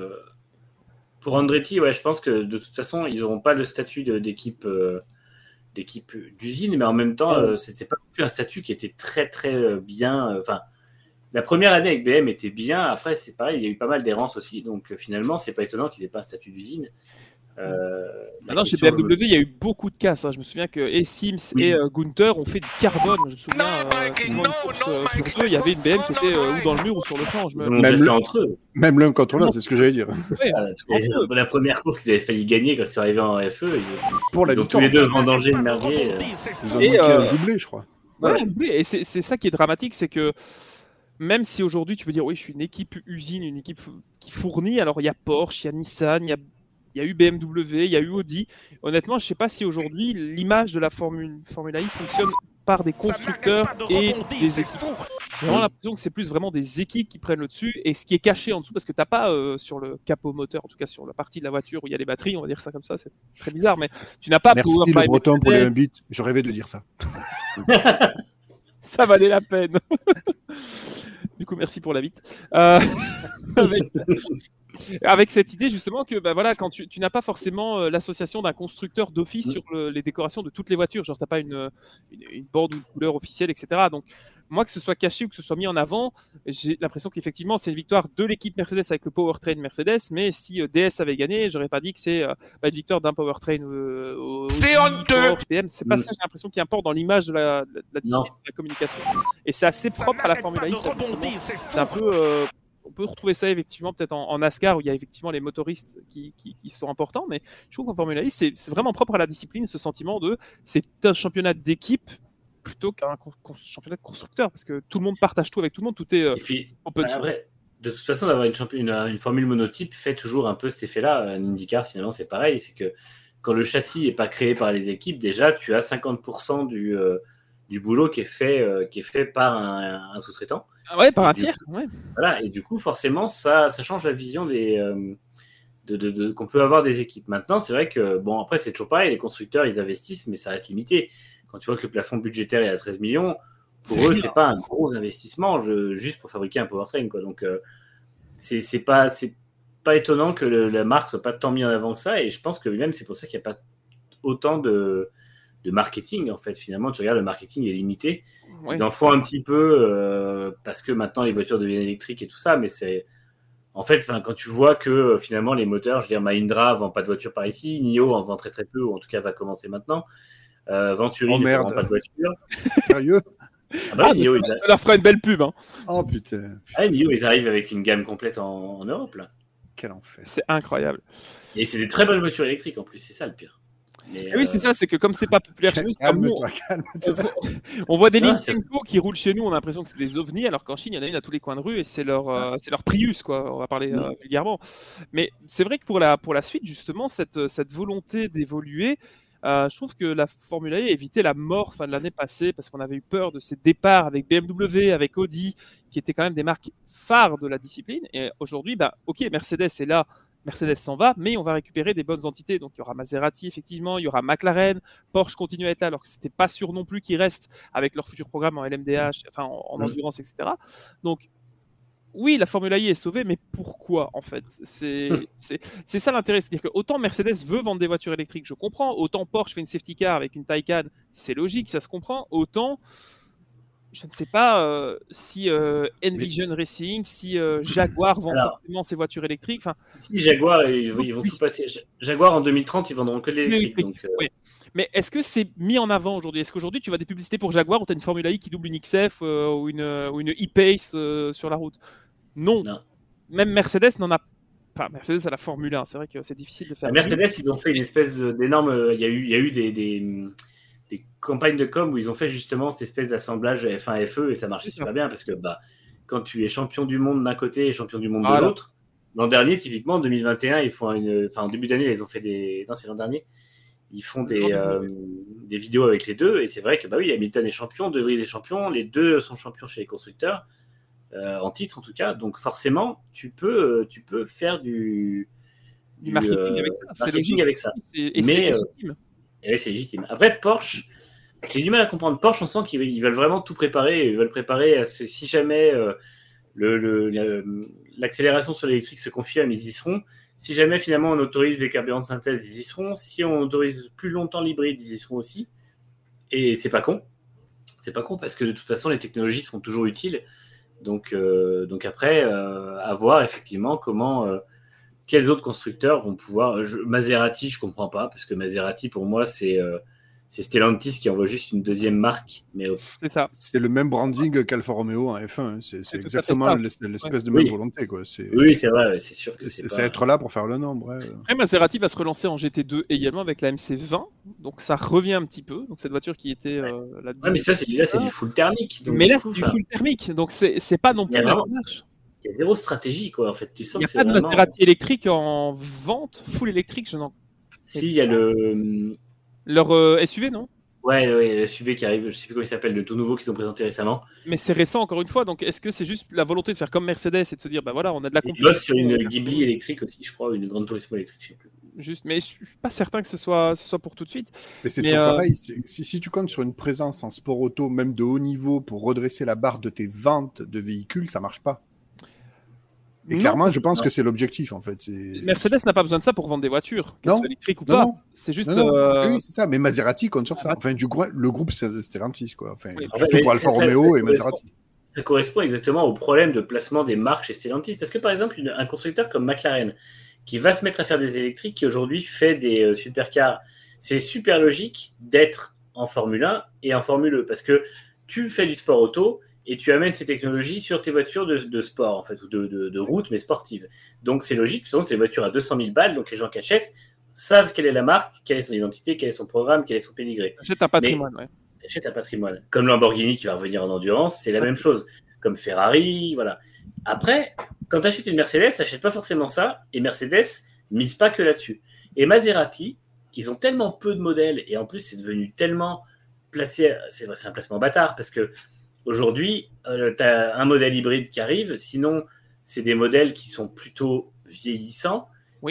Andretti, je pense que de toute façon, ils n'auront pas le statut d'équipe d'usine, mais en même temps, c'était pas plus un statut qui était très très bien. La première année avec BM était bien. Après, c'est pareil, il y a eu pas mal d'errances aussi. Donc finalement, c'est pas étonnant qu'ils aient pas un statut d'usine. Maintenant, chez BMW, il y a eu beaucoup de casses. Je me souviens que et Sims et Gunther ont fait du carbone. Je me souviens, une course sur deux, il y avait une BM qui était ou dans le mur ou sur le flanc. Entre eux. Même l'un contre l'autre, c'est ce que j'allais dire. Ouais, la première course qu'ils avaient failli gagner quand ils sont arrivés en FE, Pour ils ont tous les deux vendangé le merdier. Ils ont manqué un doublé, je crois. Ouais, et c'est ça qui est dramatique, c'est que même si aujourd'hui tu peux dire oui, je suis une équipe usine, une équipe qui fournit, alors il y a Porsche, il y a Nissan, il y a eu BMW, il y a eu Audi. Honnêtement, je ne sais pas si aujourd'hui l'image de la Formule I fonctionne par des constructeurs et des équipes. J'ai vraiment l'impression que c'est plus vraiment des équipes qui prennent le dessus et ce qui est caché en dessous, parce que tu n'as pas sur le capot moteur, en tout cas sur la partie de la voiture où il y a les batteries, on va dire ça comme ça, c'est très bizarre, mais tu n'as pas... Merci le Breton pour les 1 bit, je rêvais de dire ça. Ça valait la peine. Du coup, merci pour la bite. Avec cette idée justement que voilà, quand tu n'as pas forcément l'association d'un constructeur d'office sur les décorations de toutes les voitures, genre tu n'as pas une bande ou une couleur officielle, etc. Donc moi, que ce soit caché ou que ce soit mis en avant, j'ai l'impression qu'effectivement c'est une victoire de l'équipe Mercedes avec le powertrain Mercedes, mais si DS avait gagné, j'aurais pas dit que c'est une victoire d'un powertrain c'est honteux. PM. C'est pas ça, j'ai l'impression, qui importe dans l'image de la communication. Et c'est assez propre à la Formule 1. C'est un peu... on peut retrouver ça effectivement peut-être en NASCAR où il y a effectivement les motoristes qui sont importants, mais je trouve qu'en Formule 1 c'est vraiment propre à la discipline, ce sentiment de c'est un championnat d'équipe plutôt qu'un championnat de constructeur, parce que tout le monde partage tout avec tout le monde, tout est et puis, après, de toute façon, d'avoir une formule monotype fait toujours un peu cet effet-là. Un IndyCar, finalement, c'est pareil, c'est que quand le châssis n'est pas créé par les équipes, déjà tu as 50% du boulot qui est fait par un sous-traitant. Ouais, par un tiers. Ouais. Voilà, et du coup, forcément, ça change la vision qu'on peut avoir des équipes. Maintenant, c'est vrai que, bon, après, c'est toujours pareil, les constructeurs, ils investissent, mais ça reste limité. Quand tu vois que le plafond budgétaire est à 13 millions, pour eux, c'est pas un gros investissement juste pour fabriquer un powertrain, quoi. Donc, c'est pas étonnant que la marque soit pas tant mise en avant que ça, et je pense que même c'est pour ça qu'il n'y a pas autant de marketing, en fait. Finalement, tu regardes, le marketing est limité. Ouais. Ils en font un petit peu parce que maintenant les voitures deviennent électriques et tout ça, mais c'est en fait, quand tu vois que finalement les moteurs, je veux dire, Mahindra vend pas de voiture par ici, NIO en vend très très peu, ou en tout cas va commencer maintenant. Venturi ne vend pas de voiture. Sérieux? NIO, ça leur fera une belle pub. Hein. Oh putain. NIO, ils arrivent avec une gamme complète en Europe là. Quel enfer. C'est incroyable. Et c'est des très bonnes voitures électriques en plus, c'est ça le pire. Mais oui, c'est ça, c'est que comme c'est pas populaire chez nous, calme-toi. On voit des lignes Senko qui roulent chez nous, on a l'impression que c'est des ovnis, alors qu'en Chine, il y en a une à tous les coins de rue et c'est leur Prius, quoi. On va parler vulgairement. Mais c'est vrai que pour la suite, justement, cette volonté d'évoluer, je trouve que la Formule 1 a évité la mort fin de l'année passée parce qu'on avait eu peur de ces départs avec BMW, avec Audi, qui étaient quand même des marques phares de la discipline. Et aujourd'hui, ok, Mercedes est là. Mercedes s'en va, mais on va récupérer des bonnes entités. Donc, il y aura Maserati, effectivement, il y aura McLaren, Porsche continue à être là, alors que ce n'était pas sûr non plus qu'ils restent avec leur futur programme en LMDH, enfin en endurance, etc. Donc, oui, la Formule 1 est sauvée, mais pourquoi, en fait? C'est ça l'intérêt. C'est-à-dire que autant Mercedes veut vendre des voitures électriques, je comprends, autant Porsche fait une safety car avec une Taycan, c'est logique, ça se comprend, autant... Je ne sais pas si Envision Racing, si Jaguar vend forcément ses voitures électriques. Enfin, si Jaguar, ils vont tout passer. Jaguar en 2030, ils vendront que l'électrique. Oui. Mais est-ce que c'est mis en avant aujourd'hui? Est-ce qu'aujourd'hui tu vois des publicités pour Jaguar où tu as une Formule I qui double une XF ou une e-Pace sur la route? Non. Même Mercedes n'en a pas. Enfin, Mercedes a la Formule 1, c'est vrai que c'est difficile de faire. Mercedes, ils ont fait une espèce d'énorme. Il y a eu des campagnes de com où ils ont fait justement cette espèce d'assemblage F1 FE et ça marchait super bien parce que quand tu es champion du monde d'un côté et champion du monde de l'autre, l'an dernier typiquement en 2021 ils font en début d'année ils ont fait c'est l'an dernier, ils font des vidéos avec les deux et c'est vrai que oui, Hamilton est champion, De Vries est champion, les deux sont champions chez les constructeurs en titre en tout cas, donc forcément tu peux faire du marketing avec ça. Et c'est légitime. Et oui, c'est légitime. Après, Porsche, j'ai du mal à comprendre. Porsche, on sent qu'ils veulent vraiment tout préparer. Ils veulent préparer à ce que si jamais l'accélération sur l'électrique se confirme, ils y seront. Si jamais finalement on autorise des carburants de synthèse, ils y seront. Si on autorise plus longtemps l'hybride, ils y seront aussi. Et c'est pas con. C'est pas con parce que de toute façon, les technologies seront toujours utiles. Donc après, à voir effectivement comment quels autres constructeurs vont pouvoir... Maserati, je comprends pas, parce que Maserati, pour moi, c'est Stellantis qui envoie juste une deuxième marque. Mais C'est ça. C'est le même branding qu'Alfa Romeo en F1. Hein. C'est exactement l'espèce de même volonté. Quoi. Oui, c'est vrai. C'est sûr que c'est être là pour faire le nombre. Ouais. Après, Maserati va se relancer en GT2 également avec la MC20. Donc, ça revient un petit peu. Donc, cette voiture qui était là. Ouais, mais ça, c'est du full thermique. Donc, mais là, c'est du full thermique. Donc, c'est pas non plus la marche. Il y a zéro stratégie, quoi. En fait, tu sens il n'y a pas de Maserati électrique en vente, full électrique, je n'en. Si, il y a leur SUV, non? Ouais, le SUV qui arrive, je sais plus comment il s'appelle, le tout nouveau qu'ils ont présenté récemment. Mais c'est récent, encore une fois, donc est-ce que c'est juste la volonté de faire comme Mercedes et de se dire, bah voilà, on a de la compétition. Ils bossent sur une Ghibli électrique aussi, je crois, une Gran Turismo électrique, je sais plus. Juste, mais je suis pas certain que ce soit pour tout de suite. Mais c'est toujours pareil, si tu comptes sur une présence en sport auto, même de haut niveau, pour redresser la barre de tes ventes de véhicules, ça marche pas. Et clairement, je pense que c'est l'objectif, en fait. Mercedes n'a pas besoin de ça pour vendre des voitures, qu'elles soient électriques ou pas. C'est juste... Oui, c'est ça. Mais Maserati compte sur ça. Enfin, le groupe, c'est Stellantis, quoi. Enfin, surtout pour Alfa Romeo et Maserati. Ça correspond exactement au problème de placement des marques chez Stellantis. Parce que, par exemple, un constructeur comme McLaren, qui va se mettre à faire des électriques, qui aujourd'hui fait des supercars, c'est super logique d'être en Formule 1 et en Formule E. Parce que tu fais du sport auto... et tu amènes ces technologies sur tes voitures de sport, en fait, ou de route, mais sportives. Donc, c'est logique, souvent, c'est des voitures à 200 000 balles, donc les gens qui achètent savent quelle est la marque, quelle est son identité, quel est son programme, quel est son pédigré. Achète un patrimoine, Achète un patrimoine. Comme Lamborghini qui va revenir en endurance, c'est la même chose. Comme Ferrari, voilà. Après, quand tu achètes une Mercedes, tu n'achètes pas forcément ça, et Mercedes mise pas que là-dessus. Et Maserati, ils ont tellement peu de modèles, et en plus, c'est devenu tellement placé, c'est un placement bâtard, parce que aujourd'hui, tu as un modèle hybride qui arrive, sinon, c'est des modèles qui sont plutôt vieillissants,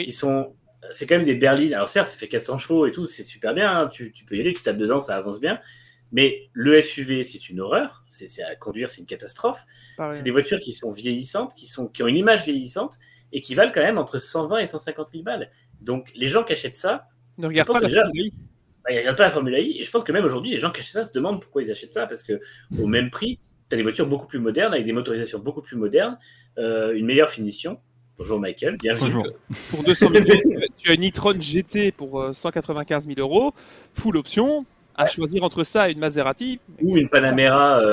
c'est quand même des berlines. Alors certes, ça fait 400 chevaux et tout, c'est super bien, hein, tu peux y aller, tu tapes dedans, ça avance bien, mais le SUV, c'est une horreur, c'est à conduire, c'est une catastrophe. Pareil. C'est des voitures qui sont vieillissantes, qui ont une image vieillissante, et qui valent quand même entre 120 et 150 000 balles. Donc, les gens qui achètent ça... Ne regardent pas la Formule I. Ils ne regardent pas la Formule I, et je pense que même aujourd'hui, les gens qui achètent ça se demandent pourquoi ils achètent ça, parce qu'au même prix, tu as des voitures beaucoup plus modernes, avec des motorisations beaucoup plus modernes, une meilleure finition. Bonjour Michael, bienvenue. Bonjour. Pour 200 000 €, tu as une e-tron GT pour 195 000 €, full option, à choisir entre ça et une Maserati. Ou une Panamera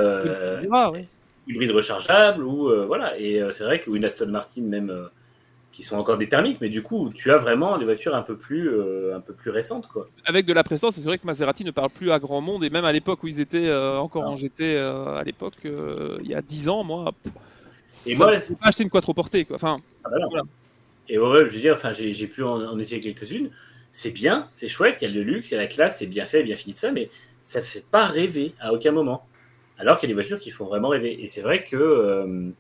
hybride rechargeable, ou voilà. Et c'est vrai qu'une Aston Martin même... qui sont encore des thermiques, mais du coup, tu as vraiment des voitures un peu plus récentes, quoi. Avec de la prestance, c'est vrai que Maserati ne parle plus à grand monde, et même à l'époque où ils étaient encore en GT, à l'époque, il y a 10 ans, moi, j'ai pas acheté une quattroportée, quoi. Enfin, voilà. Et ouais, je veux dire, enfin, j'ai pu en essayer quelques-unes. C'est bien, c'est chouette, il y a le luxe, il y a la classe, c'est bien fait, bien fini de ça, mais ça ne fait pas rêver à aucun moment. Alors qu'il y a des voitures qui font vraiment rêver. Et c'est vrai que...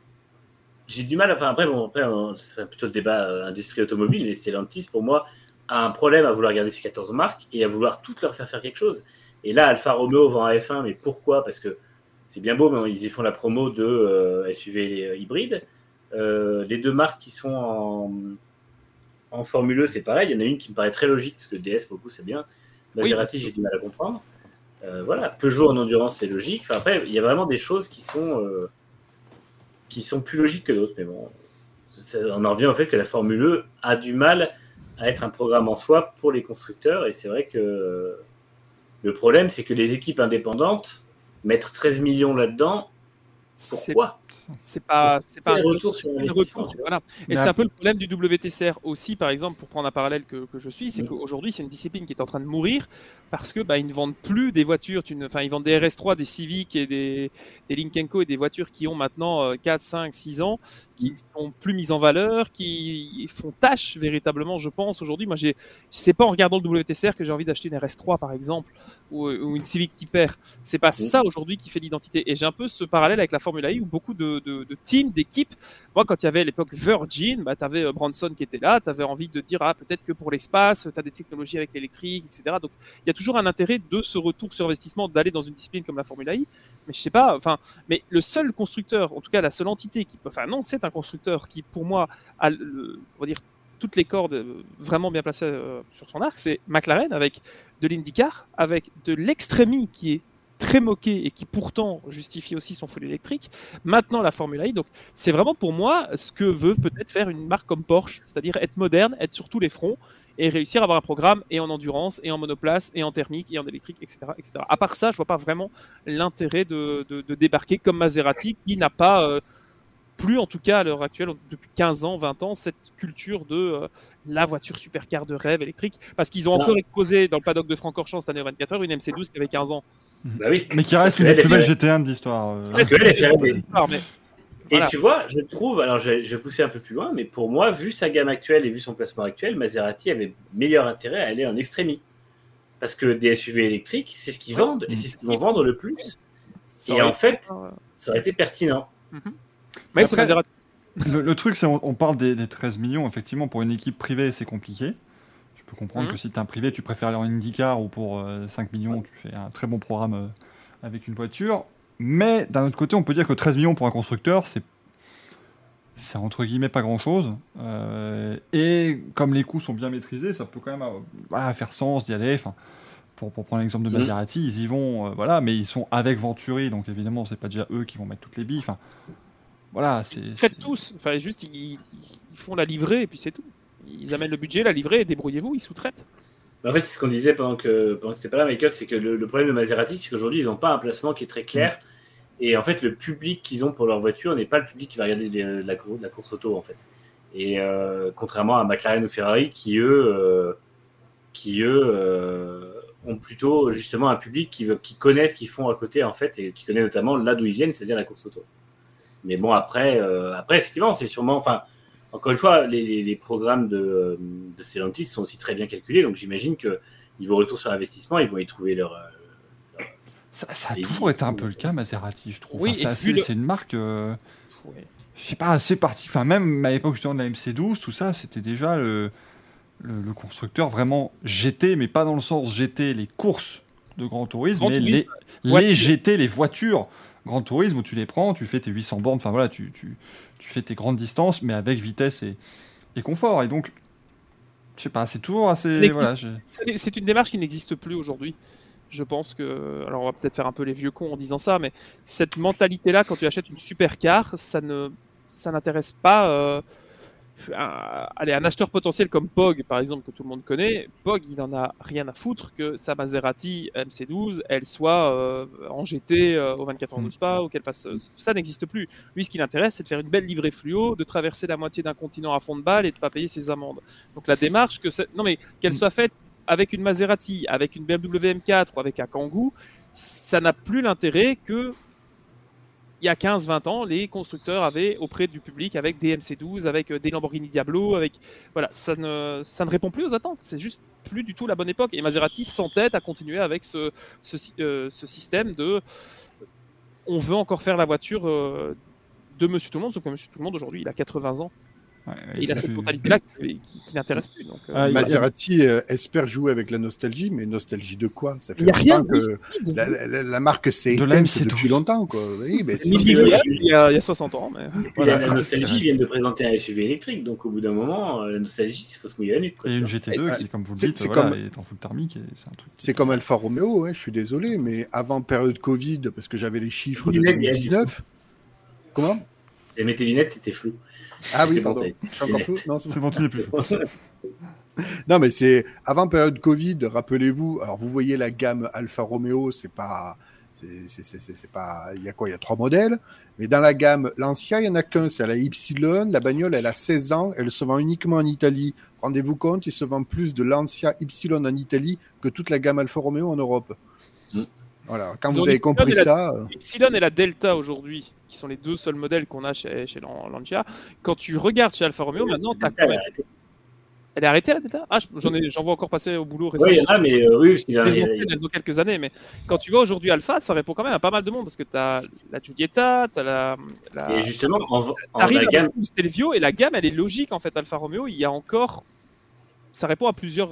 j'ai du mal, après c'est plutôt le débat industrie automobile, mais Stellantis, pour moi, a un problème à vouloir garder ces 14 marques et à vouloir toutes leur faire quelque chose. Et là, Alfa Romeo vend un F1, mais pourquoi ? Parce que c'est bien beau, mais ils y font la promo de SUV hybrides. Les deux marques qui sont en Formule E, c'est pareil. Il y en a une qui me paraît très logique, parce que DS, pour le coup, c'est bien. Maserati, j'ai du mal à comprendre. Voilà, Peugeot en endurance, c'est logique. Enfin, après, il y a vraiment des choses qui sont plus logiques que d'autres, mais bon, on en revient au fait que la Formule E a du mal à être un programme en soi pour les constructeurs, et c'est vrai que le problème, c'est que les équipes indépendantes mettre 13 millions là-dedans, pourquoi ? C'est pas un retour sur l'investissement. Voilà. Et c'est un peu le problème du WTCR aussi, par exemple, pour prendre un parallèle que je suis, c'est qu'aujourd'hui, c'est une discipline qui est en train de mourir parce que ils ne vendent plus des voitures. Ils vendent des RS3, des Civic et des Lynk & Co et des voitures qui ont maintenant 4, 5, 6 ans, qui sont plus mises en valeur, qui font tâche véritablement, je pense. Aujourd'hui, moi, c'est pas en regardant le WTCR que j'ai envie d'acheter une RS3, par exemple, ou une Civic Type R. C'est pas ça aujourd'hui qui fait l'identité. Et j'ai un peu ce parallèle avec la Formule I où beaucoup de teams, d'équipes. Moi, quand il y avait à l'époque Virgin, tu avais Branson qui était là, tu avais envie de dire peut-être que pour l'espace, tu as des technologies avec l'électrique, etc. Donc, il y a toujours un intérêt de ce retour sur investissement, d'aller dans une discipline comme la Formule I. Mais je sais pas, mais le seul constructeur, en tout cas la seule entité qui peut, c'est un constructeur qui, pour moi, a, on va dire, toutes les cordes vraiment bien placées sur son arc, c'est McLaren avec de l'IndyCar, avec de l'Extremi qui est très moqué et qui pourtant justifie aussi son full électrique. Maintenant, la Formule E, donc c'est vraiment pour moi ce que veut peut-être faire une marque comme Porsche, c'est-à-dire être moderne, être sur tous les fronts et réussir à avoir un programme et en endurance, et en monoplace, et en thermique, et en électrique, etc. etc. À part ça, je vois pas vraiment l'intérêt de débarquer comme Maserati, qui n'a pas, plus en tout cas à l'heure actuelle, depuis 15 ans, 20 ans, cette culture de la voiture supercar de rêve électrique, parce qu'ils ont encore exposé dans le paddock de Francorchamps cette année aux 24 heures une MC12 qui avait 15 ans. Bah oui. Mais qui reste une des plus belles GT1 de l'histoire. Parce qu'elle est fait mais... Et Voilà. tu vois, je trouve, alors je vais pousser un peu plus loin, mais pour moi, vu sa gamme actuelle et vu son placement actuel, Maserati avait meilleur intérêt à aller en extrémie. Parce que des SUV électriques, c'est ce qu'ils vendent, et c'est ce qu'ils vont vendre le plus. Et en fait, ça aurait été pertinent. Mais c'est Maserati. Le truc, c'est on parle des 13 millions, effectivement, pour une équipe privée, c'est compliqué. Je peux comprendre que si tu es un privé, tu préfères aller en IndyCar, ou pour 5 millions, tu fais un très bon programme avec une voiture. Mais d'un autre côté, on peut dire que 13 millions pour un constructeur, c'est entre guillemets pas grand-chose. Et comme les coûts sont bien maîtrisés, ça peut quand même faire sens d'y aller. Enfin, pour prendre l'exemple de Maserati, ils y vont, mais ils sont avec Venturi, donc évidemment, c'est pas déjà eux qui vont mettre toutes les billes. Enfin, voilà, Ils traitent tous. Enfin, juste, ils font la livrée et puis c'est tout. Ils amènent le budget, la livrée et débrouillez-vous, ils sous-traitent. En fait, c'est ce qu'on disait pendant que tu n'étais pas là, Michael, c'est que le problème de Maserati, c'est qu'aujourd'hui, ils n'ont pas un placement qui est très clair. Et en fait, le public qu'ils ont pour leur voiture n'est pas le public qui va regarder la course auto, en fait. Et contrairement à McLaren ou Ferrari, qui eux ont plutôt justement un public qui connaît ce qu'ils font à côté, en fait, et qui connaît notamment là d'où ils viennent, c'est-à-dire la course auto. Mais bon, après effectivement, c'est sûrement... Enfin, encore une fois, les programmes de Stellantis sont aussi très bien calculés, donc j'imagine que niveau retour sur investissement, ils vont y trouver leur... Ça a toujours été un peu le cas, Maserati, je trouve. Oui, enfin, c'est une marque, je sais pas, assez particulière. Enfin, même à l'époque justement de la MC12, tout ça, c'était déjà le constructeur vraiment GT, mais pas dans le sens GT, les courses de Grand Tourisme, mais les GT, les voitures Grand Tourisme, où tu les prends, tu fais tes 800 bornes, enfin voilà, tu fais tes grandes distances, mais avec vitesse et confort. Et donc, je sais pas, c'est toujours assez... C'est une démarche qui n'existe plus aujourd'hui. Je pense que... Alors, on va peut-être faire un peu les vieux cons en disant ça, mais cette mentalité-là, quand tu achètes une supercar, ça n'intéresse pas... un acheteur potentiel comme Pog, par exemple, que tout le monde connaît. Pog, il n'en a rien à foutre que sa Maserati MC12, elle soit en GT au 24 heures de Spa, ou qu'elle fasse... ça n'existe plus. Lui, ce qui l'intéresse, c'est de faire une belle livrée fluo, de traverser la moitié d'un continent à fond de balle et de ne pas payer ses amendes. Donc la démarche, qu'elle soit faite avec une Maserati, avec une BMW M4 ou avec un Kangoo, ça n'a plus l'intérêt que il y a 15-20 ans, les constructeurs avaient auprès du public avec des MC12, avec des Lamborghini Diablo, voilà, ça ne répond plus aux attentes. C'est juste plus du tout la bonne époque. Et Maserati s'entête à continuer avec ce système de on veut encore faire la voiture de Monsieur Tout le Monde, sauf que Monsieur Tout le Monde aujourd'hui, il a 80 ans. Et il a cette mentalité-là qui n'intéresse plus. Donc, Maserati espère jouer avec la nostalgie, mais nostalgie de quoi? Ça fait longtemps que la marque s'est éteinte depuis longtemps. Quoi. Oui, mais il y a 60 ans. Mais... Voilà, la nostalgie, ils viennent de présenter un SUV électrique, donc au bout d'un moment, la nostalgie, il faut se mouiller la nuque. Et une GT2 qui, comme vous le dites, est en full thermique. C'est comme Alfa Romeo, je suis désolé, mais avant période Covid, parce que j'avais les chiffres de 2019. Comment? Mais tes lunettes étaient floues. Ah oui, pardon. Je suis encore flou. Non, c'est bon, tu n'es plus flou. Non, mais c'est avant période Covid, rappelez-vous. Alors, vous voyez la gamme Alfa Romeo, c'est pas. Il y a quoi? Il y a 3 modèles. Mais dans la gamme Lancia, il n'y en a qu'un. C'est la Y. La bagnole, elle a 16 ans. Elle se vend uniquement en Italie. Rendez-vous compte, il se vend plus de Lancia Y en Italie que toute la gamme Alfa Romeo en Europe. Voilà, quand vous avez compris ça... Ypsilon et la Delta aujourd'hui, qui sont les 2 seuls modèles qu'on a chez Lancia, quand tu regardes chez Alfa Romeo, maintenant, tu as quand même... Elle est arrêtée, la Delta? Ah, j'en vois encore passer au boulot récemment. Oui, il y en a, mais oui, parce qu'il y en a... Elles ont quelques années, mais quand tu vois aujourd'hui Alfa, ça répond quand même à pas mal de monde, parce que tu as la Giulietta, tu as la... Et justement, t'arrives à gamme... Stelvio, et la gamme, elle est logique, en fait, Alfa Romeo, il y a encore... Ça répond à plusieurs...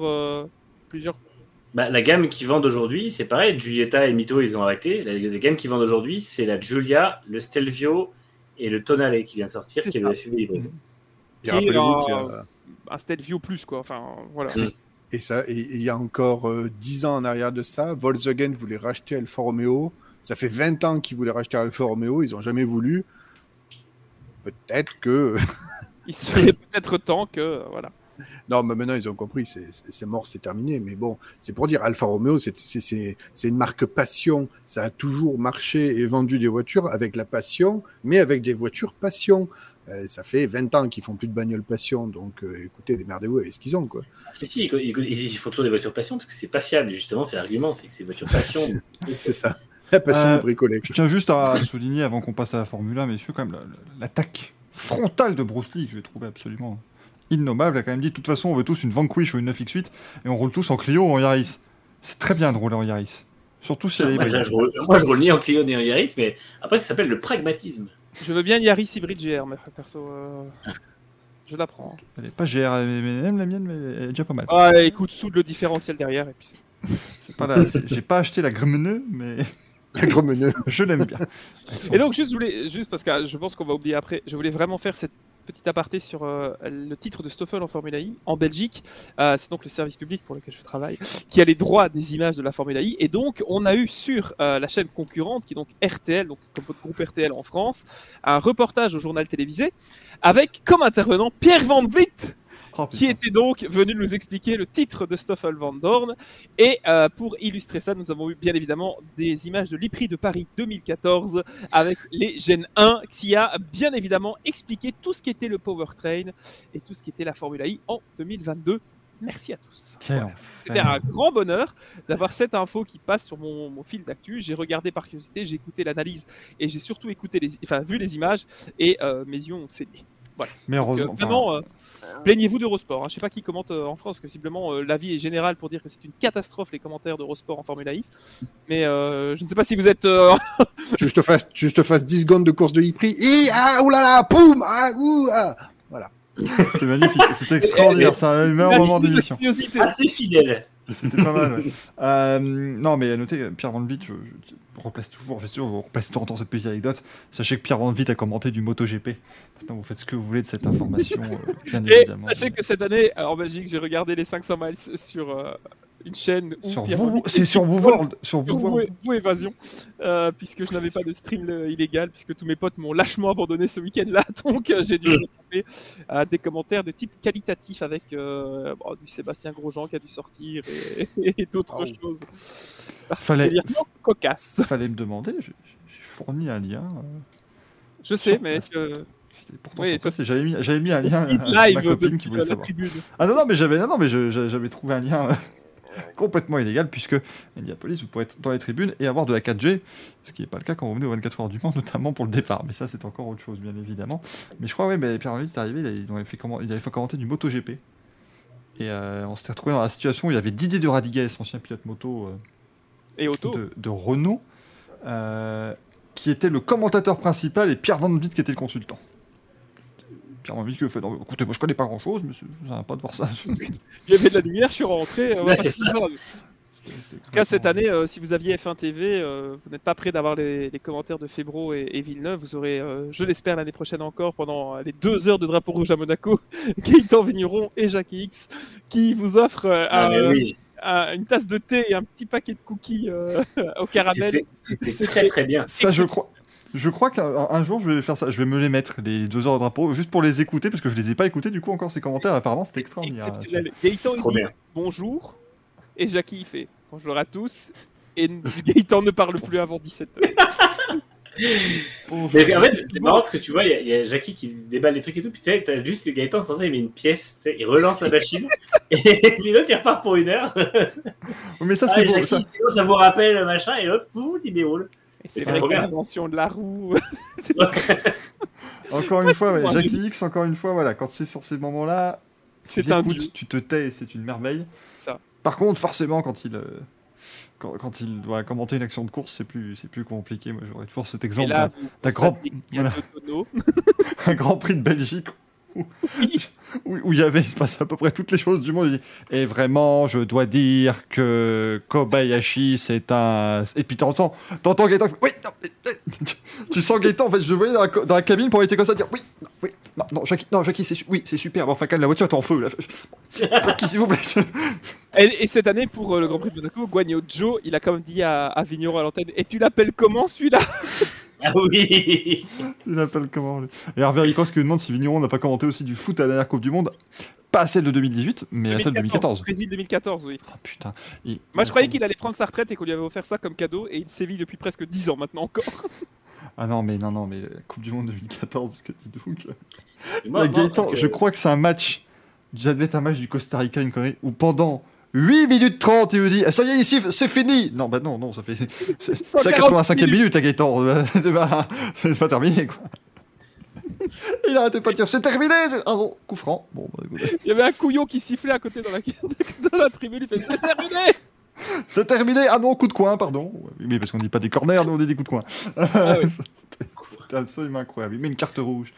La gamme qui vendent aujourd'hui, c'est pareil. Giulietta et Mito, ils ont arrêté. La gamme qui vendent aujourd'hui, c'est la Giulia, le Stelvio et le Tonale qui vient de sortir, qui est le SUV hybride. Qui est un Stelvio plus, quoi. Enfin, voilà. Et il y a encore 10 ans en arrière de ça, Volkswagen voulait racheter Alfa Romeo. Ça fait 20 ans qu'ils voulaient racheter Alfa Romeo, ils n'ont jamais voulu. Peut-être que... Il serait peut-être temps que... Voilà. Non, mais maintenant ils ont compris, c'est mort, c'est terminé. Mais bon, c'est pour dire, Alfa Romeo, c'est une marque passion. Ça a toujours marché et vendu des voitures avec la passion, mais avec des voitures passion. Ça fait 20 ans qu'ils font plus de bagnoles passion, donc écoutez, démerdez-vous avec ce qu'ils ont, quoi. Si, ils font toujours des voitures passion parce que c'est pas fiable, justement, c'est l'argument, c'est que c'est voitures passion. C'est ça, la passion de bricoler. Je tiens juste à souligner, avant qu'on passe à la Formule 1, messieurs, quand même, l'attaque frontale de Bruce Lee, que j'ai trouvé absolument innommable. Il a quand même dit, de toute façon, on veut tous une Vanquish ou une 9X8, et on roule tous en Clio ou en Yaris. C'est très bien de rouler en Yaris. Surtout si elle est... Moi, je roule ni en Clio ni en Yaris, mais après, ça s'appelle le pragmatisme. Je veux bien Yaris hybride GR, mais perso, je la prends. Elle est pas GR, la mienne, mais elle est déjà pas mal. Ah, écoute, soude le différentiel derrière, et puis c'est pas j'ai pas acheté la Grummeneux, mais... La Grummeneux. Je l'aime bien. Et donc, juste parce que je pense qu'on va oublier après, je voulais vraiment faire cette petite aparté sur le titre de Stoffel en Formule I en Belgique. C'est donc le service public pour lequel je travaille qui a les droits des images de la Formule I. Et donc, on a eu sur la chaîne concurrente, qui est donc RTL, donc comme votre groupe RTL en France, un reportage au journal télévisé avec comme intervenant Pierre Van Vliet, qui était donc venu nous expliquer le titre de Stoffel Van Dorn. Et pour illustrer ça, nous avons eu bien évidemment des images de l'E-Prix de Paris 2014 avec les Gen 1, qui a bien évidemment expliqué tout ce qui était le powertrain et tout ce qui était la Formule I en 2022. Merci à tous. Voilà. C'était un grand bonheur d'avoir cette info qui passe sur mon fil d'actu. J'ai regardé par curiosité, j'ai écouté l'analyse et j'ai surtout vu les images et mes yeux ont saigné. Voilà. Mais heureusement, vraiment, plaignez-vous d'Eurosport. Je ne sais pas qui commente en France, que visiblement l'avis est général pour dire que c'est une catastrophe les commentaires d'Eurosport en Formule I. Mais je ne sais pas si vous êtes. Tu veux que je te fasse 10 secondes de course de e-prix et oh là là, poum, voilà. C'était magnifique, c'était extraordinaire, c'est un meilleur moment d'émission. Assez fidèle. C'était pas mal, ouais. Non, mais à noter, Pierre Van Vliet, je replace toujours, vous replacez de temps en temps cette petite anecdote. Sachez que Pierre Van Vliet a commenté du MotoGP. Maintenant, vous faites ce que vous voulez de cette information, bien évidemment. Sachez que cette année, en Belgique, j'ai regardé les 500 miles sur une chaîne où c'est sur WoWorld, sur Évasion, puisque je n'avais pas de stream illégal, puisque tous mes potes m'ont lâchement abandonné ce week-end-là, donc j'ai dû retrouver des commentaires de type qualitatif avec du Sébastien Grosjean qui a dû sortir et d'autres choses particulièrement cocasses. Fallait me demander, j'ai fourni un lien. Je sais, mais pourtant, j'avais mis un lien à ma copine qui voulait savoir. Ah non, mais j'avais trouvé un lien complètement illégal, puisque Indianapolis, vous pourrez être dans les tribunes et avoir de la 4G, ce qui n'est pas le cas quand vous venez aux 24 heures du Mans, notamment pour le départ. Mais ça, c'est encore autre chose, bien évidemment. Mais je crois, Pierre Van Vliet est arrivé, il avait fait commenter du MotoGP. Et on s'était retrouvé dans la situation où il y avait Didier de Radigues, ancien pilote moto et auto de Renault, qui était le commentateur principal, et Pierre Van Vliet qui était le consultant. Pierre Van Vliet qui fait, écoutez, moi je connais pas grand chose, mais ça va pas de voir ça. Il y avait de la lumière, je suis rentré. En tout cas, cette année, si vous aviez F1 TV, vous n'êtes pas prêt d'avoir les commentaires de Febro et Villeneuve. Vous aurez, je l'espère, l'année prochaine encore, pendant les 2 heures de drapeau rouge à Monaco, Gaëtan Vigneron et Jackie X, qui vous offrent une tasse de thé et un petit paquet de cookies au caramel. C'était très très bien. Ça, je crois qu'un jour je vais faire ça, je vais me les mettre les 2 heures de drapeau juste pour les écouter parce que je les ai pas écoutés du coup encore ces commentaires, apparemment c'était extraordinaire. Gaëtan il dit bonjour et Jackie il fait bonjour à tous et Gaëtan ne parle plus avant 17h. Mais en fait c'est marrant parce que tu vois il y a Jackie qui déballe les trucs et tout, puis tu sais t'as juste Gaëtan il met une pièce, tu sais, il relance la machine et puis l'autre il repart pour 1 heure. Mais ça c'est beau, ça vous rappelle machin et l'autre il déroule. C'est vrai que l'invention de la roue. Encore une fois, Jackie X, encore une fois, voilà, quand c'est sur ces moments-là, tu te tais et c'est une merveille. Ça. Par contre, forcément, quand il doit commenter une action de course, c'est plus compliqué. Moi, j'aurais toujours cet exemple d'un grand, un Grand Prix de Belgique où il se passe à peu près toutes les choses du monde. Il dit, et vraiment, je dois dire que Kobayashi, c'est un... Et puis t'entends Gaëtan, oui, non, tu sens Gaëtan, en fait, je le voyais dans la cabine pour être comme ça, dire oui, non, oui. Jackie, c'est super. Bon, enfin, quand même, la voiture est en feu, là. Jackie, s'il vous plaît. Et cette année, pour le Grand Prix de Monaco, Guan Yu Zhou, il a quand même dit à Vigneron à l'antenne, et tu l'appelles comment celui-là? Ah oui. Il l'appelle comment, lui. Et Hervé Ricoste qui nous demande si Vigneron n'a pas commenté aussi du foot à la dernière Coupe du Monde. Pas à celle de 2018, mais à celle de 2014. Brésil 2014, oui. Oh putain. Moi, je croyais qu'il allait prendre sa retraite et qu'on lui avait offert ça comme cadeau, et il sévit depuis presque 10 ans maintenant encore. Ah non, mais la Coupe du Monde 2014, ce que tu donc. Moi, Gaëtan, je crois que c'est un match. Ça devait être un match du Costa Rica, une connerie, où pendant 8 minutes 30, il me dit ça y est, ici, c'est fini. Non, bah non, ça fait. C'est la 85e minute, Gaëtan. C'est pas terminé, quoi. Il arrêtait pas de dire c'est terminé. Ah bon, coup franc. Bon, bah, écoute. Il y avait un couillon qui sifflait à côté dans la tribune, il fait c'est terminé. C'est terminé. Ah non, coup de coin, pardon. Oui, parce qu'on dit pas des corners, nous on dit des coups de coin. Ah, oui. C'était absolument incroyable. Il met une carte rouge.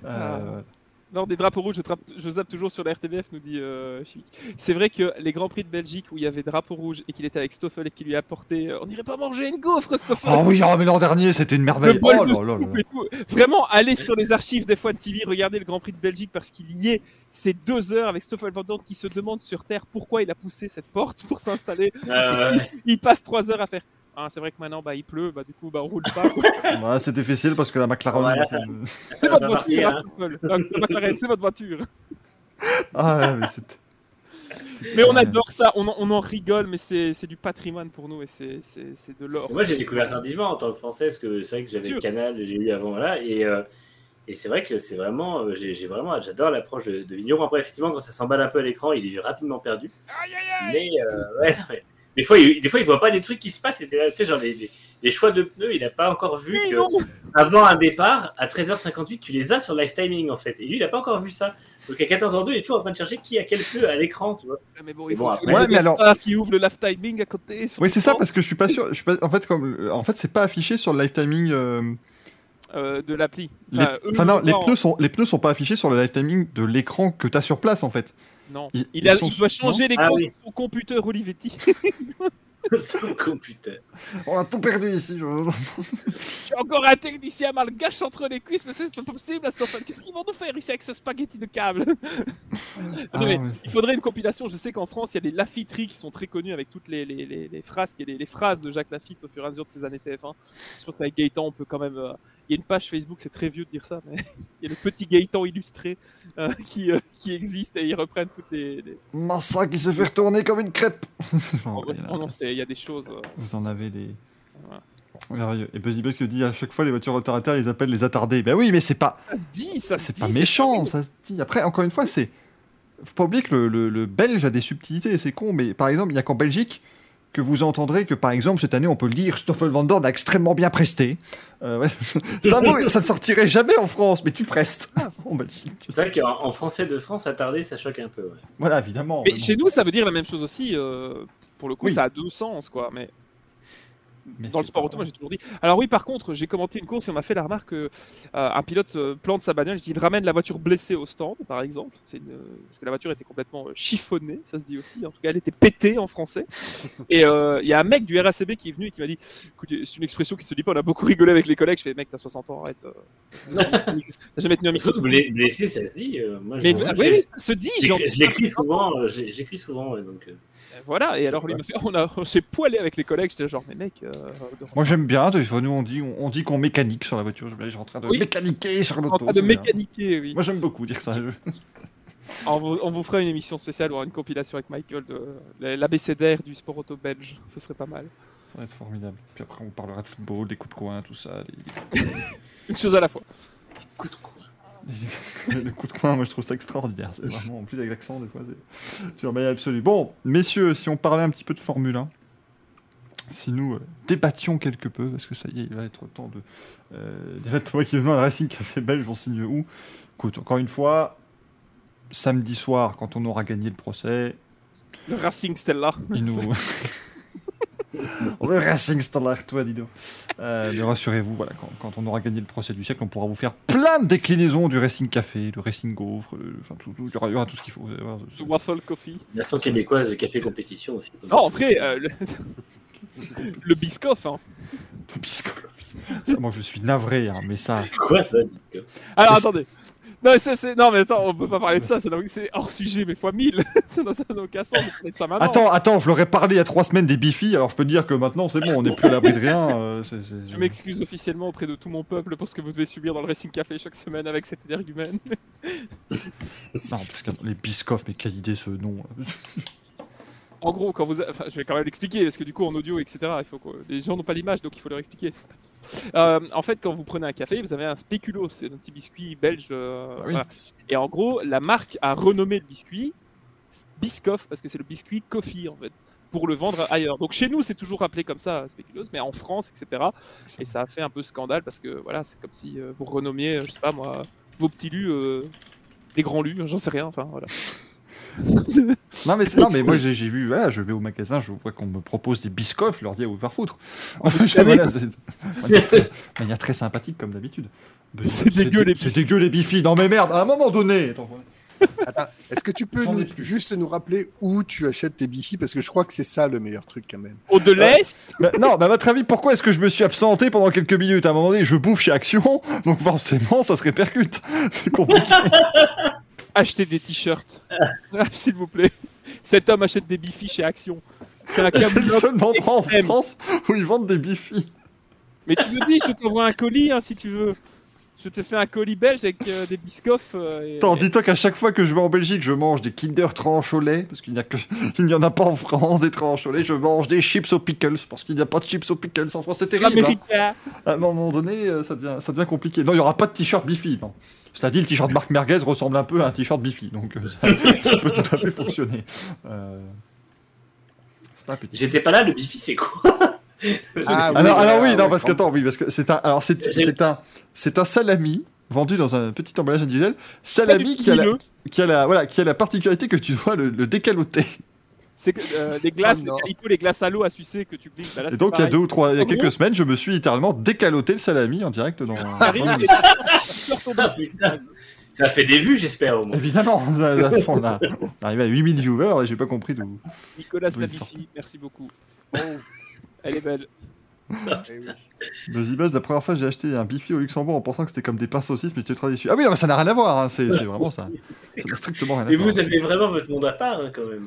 Lors des drapeaux rouges, je zappe toujours sur la RTBF, nous dit Chimique. C'est vrai que les Grands Prix de Belgique où il y avait drapeau rouge et qu'il était avec Stoffel et qu'il lui a apporté on n'irait pas manger une gaufre, Stoffel. Oh oui, mais l'an dernier c'était une merveille. Oh là là là. Vraiment, allez sur les archives des F1 TV, regardez le Grand Prix de Belgique parce qu'il y est ces 2 heures avec Stoffel Van Dorn qui se demande sur Terre pourquoi il a poussé cette porte pour s'installer. Il passe 3 heures à faire. Ah, c'est vrai que maintenant il pleut, du coup on roule pas. Ouais, c'est difficile parce que la McLaren. Voilà, c'est votre voiture, hein, la McLaren, c'est votre voiture. Ah ouais, mais c'est. Mais on adore ça, on en rigole, mais c'est du patrimoine pour nous et c'est de l'or. Moi j'ai découvert tardivement en tant que Français parce que c'est vrai que j'avais Canal, j'ai eu avant, voilà, et c'est vrai que c'est vraiment, j'adore l'approche de Vigneron. Après, effectivement, quand ça s'emballe un peu à l'écran, il est rapidement perdu. Mais ouais. Des fois, il voit pas des trucs qui se passent. Tu sais, genre les choix de pneus, il n'a pas encore vu que avant un départ, à 13h58, tu les as sur live timing en fait. Et lui, il n'a pas encore vu ça. Donc à 14h02, il est toujours en train de chercher qui a quel pneu à l'écran, tu vois. Mais bon, il faut mais alors qui ouvre le live timing à côté. Oui, c'est ça parce que je suis pas sûr. En fait, c'est pas affiché sur le live timing. De l'appli. Les pneus sont pas affichés sur le live timing de l'écran que tu as sur place en fait. Non, il doit changer l'écran sur son computer Olivetti. Son computer. On a tout perdu ici. J'ai encore un technicien malgache entre les cuisses, mais c'est pas possible, Stoffel. Qu'est-ce qu'ils vont nous faire ici avec ce spaghetti de câble? Il faudrait une compilation. Je sais qu'en France, il y a les Lafitteries qui sont très connus avec toutes les phrases, les phrases de Jacques Lafitte au fur et à mesure de ses années TF1. Je pense qu'avec Gaëtan, on peut quand même. Il y a une page Facebook, c'est très vieux de dire ça, mais il y a le petit Gaëtan illustré qui existe et ils reprennent toutes les... Massa qui se fait retourner comme une crêpe. Il y a des choses... Vous en avez des... Voilà. Et Buzzy Buzz qui dit à chaque fois les voitures retard à terre, ils appellent les attardés. Ben oui, mais c'est pas... Ça se dit, ça c'est pas méchant, ça se dit. Après, encore une fois, c'est... Faut pas oublier que le Belge a des subtilités, c'est con, mais par exemple, il y a qu'en Belgique que vous entendrez que, par exemple, cette année, on peut le dire, Stoffel Van Dorn a extrêmement bien presté. Ouais. Ça ne sortirait jamais en France, mais tu prestes en Belgique. C'est vrai qu'en français de France, attardé, ça choque un peu. Ouais. Voilà, évidemment. Mais chez nous, ça veut dire la même chose aussi. Pour le coup, oui. Ça a 2 sens, quoi. Mais dans le sport auto, moi j'ai toujours dit. Alors oui, par contre, j'ai commenté une course et on m'a fait la remarque qu'un pilote plante sa bagnole. Il ramène la voiture blessée au stand, par exemple. Parce que la voiture était complètement chiffonnée, ça se dit aussi. En tout cas, elle était pétée en français. Et il y a un mec du RACB qui est venu et qui m'a dit, écoute, c'est une expression qui se dit pas. On a beaucoup rigolé avec les collègues. Je fais, mec, t'as 60 ans, arrête. T'as jamais tenu un micro. Blessé, ça se dit. Moi, oui, ça se dit. J'écris souvent. Donc. Voilà, et alors lui me fait, on s'est poilé avec les collègues, j'étais genre, mais mec... Moi j'aime bien, des fois nous on dit qu'on mécanique sur la voiture, je suis en train de mécaniquer sur l'auto. En train de mécaniquer, oui. Moi j'aime beaucoup dire ça. On vous fera une émission spéciale ou une compilation avec Michael de l'abécédaire du sport auto belge, ce serait pas mal. Ça va être formidable. Puis après on parlera de football, des coups de coin, tout ça. Une chose à la fois. Coups de coin. Le coup de coin, moi je trouve ça extraordinaire. C'est vraiment, en plus avec l'accent, des fois, c'est merveilleux absolu. Bon, messieurs, si on parlait un petit peu de Formule 1, si nous débattions quelque peu, parce que ça y est, il va être temps de. Déjà, toi qui demande Racing Café Belge, on signe où? Écoute, encore une fois, samedi soir, quand on aura gagné le procès. Le Racing Stella. Le Racing Stella, toi, Dido. Mais rassurez-vous, voilà, quand on aura gagné le procès du siècle, on pourra vous faire plein de déclinaisons du Racing Café, du Racing Gaufre, il y aura tout ce qu'il faut. Le Waffle Coffee. Version québécoise de café compétition aussi. Non, après, le Biscoff. Hein. Le Biscoff. Ça, moi, je suis navré, hein, mais ça. Quoi ça, Biscoff? Alors, attendez. Non, mais attends, on peut pas parler de ça, c'est hors sujet, mais fois 1000. Ça n'a aucun sens de parler de ça maintenant. Attends, je leur ai parlé il y a 3 semaines des bifis, alors je peux te dire que maintenant c'est bon, on n'est plus à l'abri de rien. Je m'excuse officiellement auprès de tout mon peuple pour ce que vous devez subir dans le Racing Café chaque semaine avec cet énergumène. Non, parce que les Biscoff, mais quelle idée ce nom. En gros, quand je vais quand même l'expliquer, parce que du coup, en audio, etc., il faut que les gens n'ont pas l'image, donc il faut leur expliquer. En fait, quand vous prenez un café, vous avez un spéculoos, c'est un petit biscuit belge. Oui. Voilà. Et en gros, la marque a renommé le biscuit Biscoff, parce que c'est le biscuit coffee, en fait, pour le vendre ailleurs. Donc chez nous, c'est toujours appelé comme ça, spéculoos, mais en France, etc. Et ça a fait un peu scandale, parce que voilà, c'est comme si vous renommiez, je sais pas moi, vos petits lus, les grands lus, j'en sais rien, enfin voilà. Non mais moi j'ai vu, voilà, je vais au magasin, je vois qu'on me propose des biscoffs, je leur dis à vous faire foutre. Voilà, c'est manière très sympathique comme d'habitude. C'est dégueu les bifis. Non mais merde, à un moment donné. Attends, est-ce que tu peux juste nous rappeler où tu achètes tes bifis, parce que je crois que c'est ça le meilleur truc quand même. Au de l'Est. Non, à votre avis, pourquoi est-ce que je me suis absenté pendant quelques minutes? À un moment donné, je bouffe chez Action, donc forcément ça se répercute. C'est compliqué. Achetez des t-shirts, s'il vous plaît. Cet homme achète des bifis chez Action. C'est le seul endroit en France où ils vendent des bifis. Mais tu me dis, je t'envoie un colis si tu veux. Je te fais un colis belge avec des biscoffs. Attends, dis-toi qu'à chaque fois que je vais en Belgique, je mange des Kinder tranches au lait, parce qu'il n'y en a pas en France des tranches au lait. Je mange des chips aux pickles, parce qu'il n'y a pas de chips aux pickles en France. C'est terrible. Hein. À un moment donné, ça devient compliqué. Non, il n'y aura pas de t-shirt Bifi. Non. Cela dit, le t-shirt Marc Merguez ressemble un peu à un t-shirt Bifi, donc ça peut tout à fait fonctionner. C'est pas un petit. J'étais pas là, le Bifi, c'est quoi? Parce que c'est un salami vendu dans un petit emballage individuel. Salami qui a la particularité que tu dois le décaloter. C'est que les glaces, les glaces à l'eau à sucer que tu glisses. Bah là, et donc il y a quelques semaines, je me suis littéralement décaloté le salami en direct dans. Ça fait des vues, j'espère au moins. Évidemment, on arrive à 8000 viewers et j'ai pas compris d'où. Nicolas Slavifi, merci beaucoup. Oh, elle est belle. Buzz, la première fois j'ai acheté un Bifi au Luxembourg en pensant que c'était comme des pains saucisses, mais tu es très déçu. Ah oui, non, mais ça n'a rien à voir, hein. C'est vraiment ça. Ça n'a strictement rien à voir. Et vous avez vraiment votre monde à part, hein, quand même.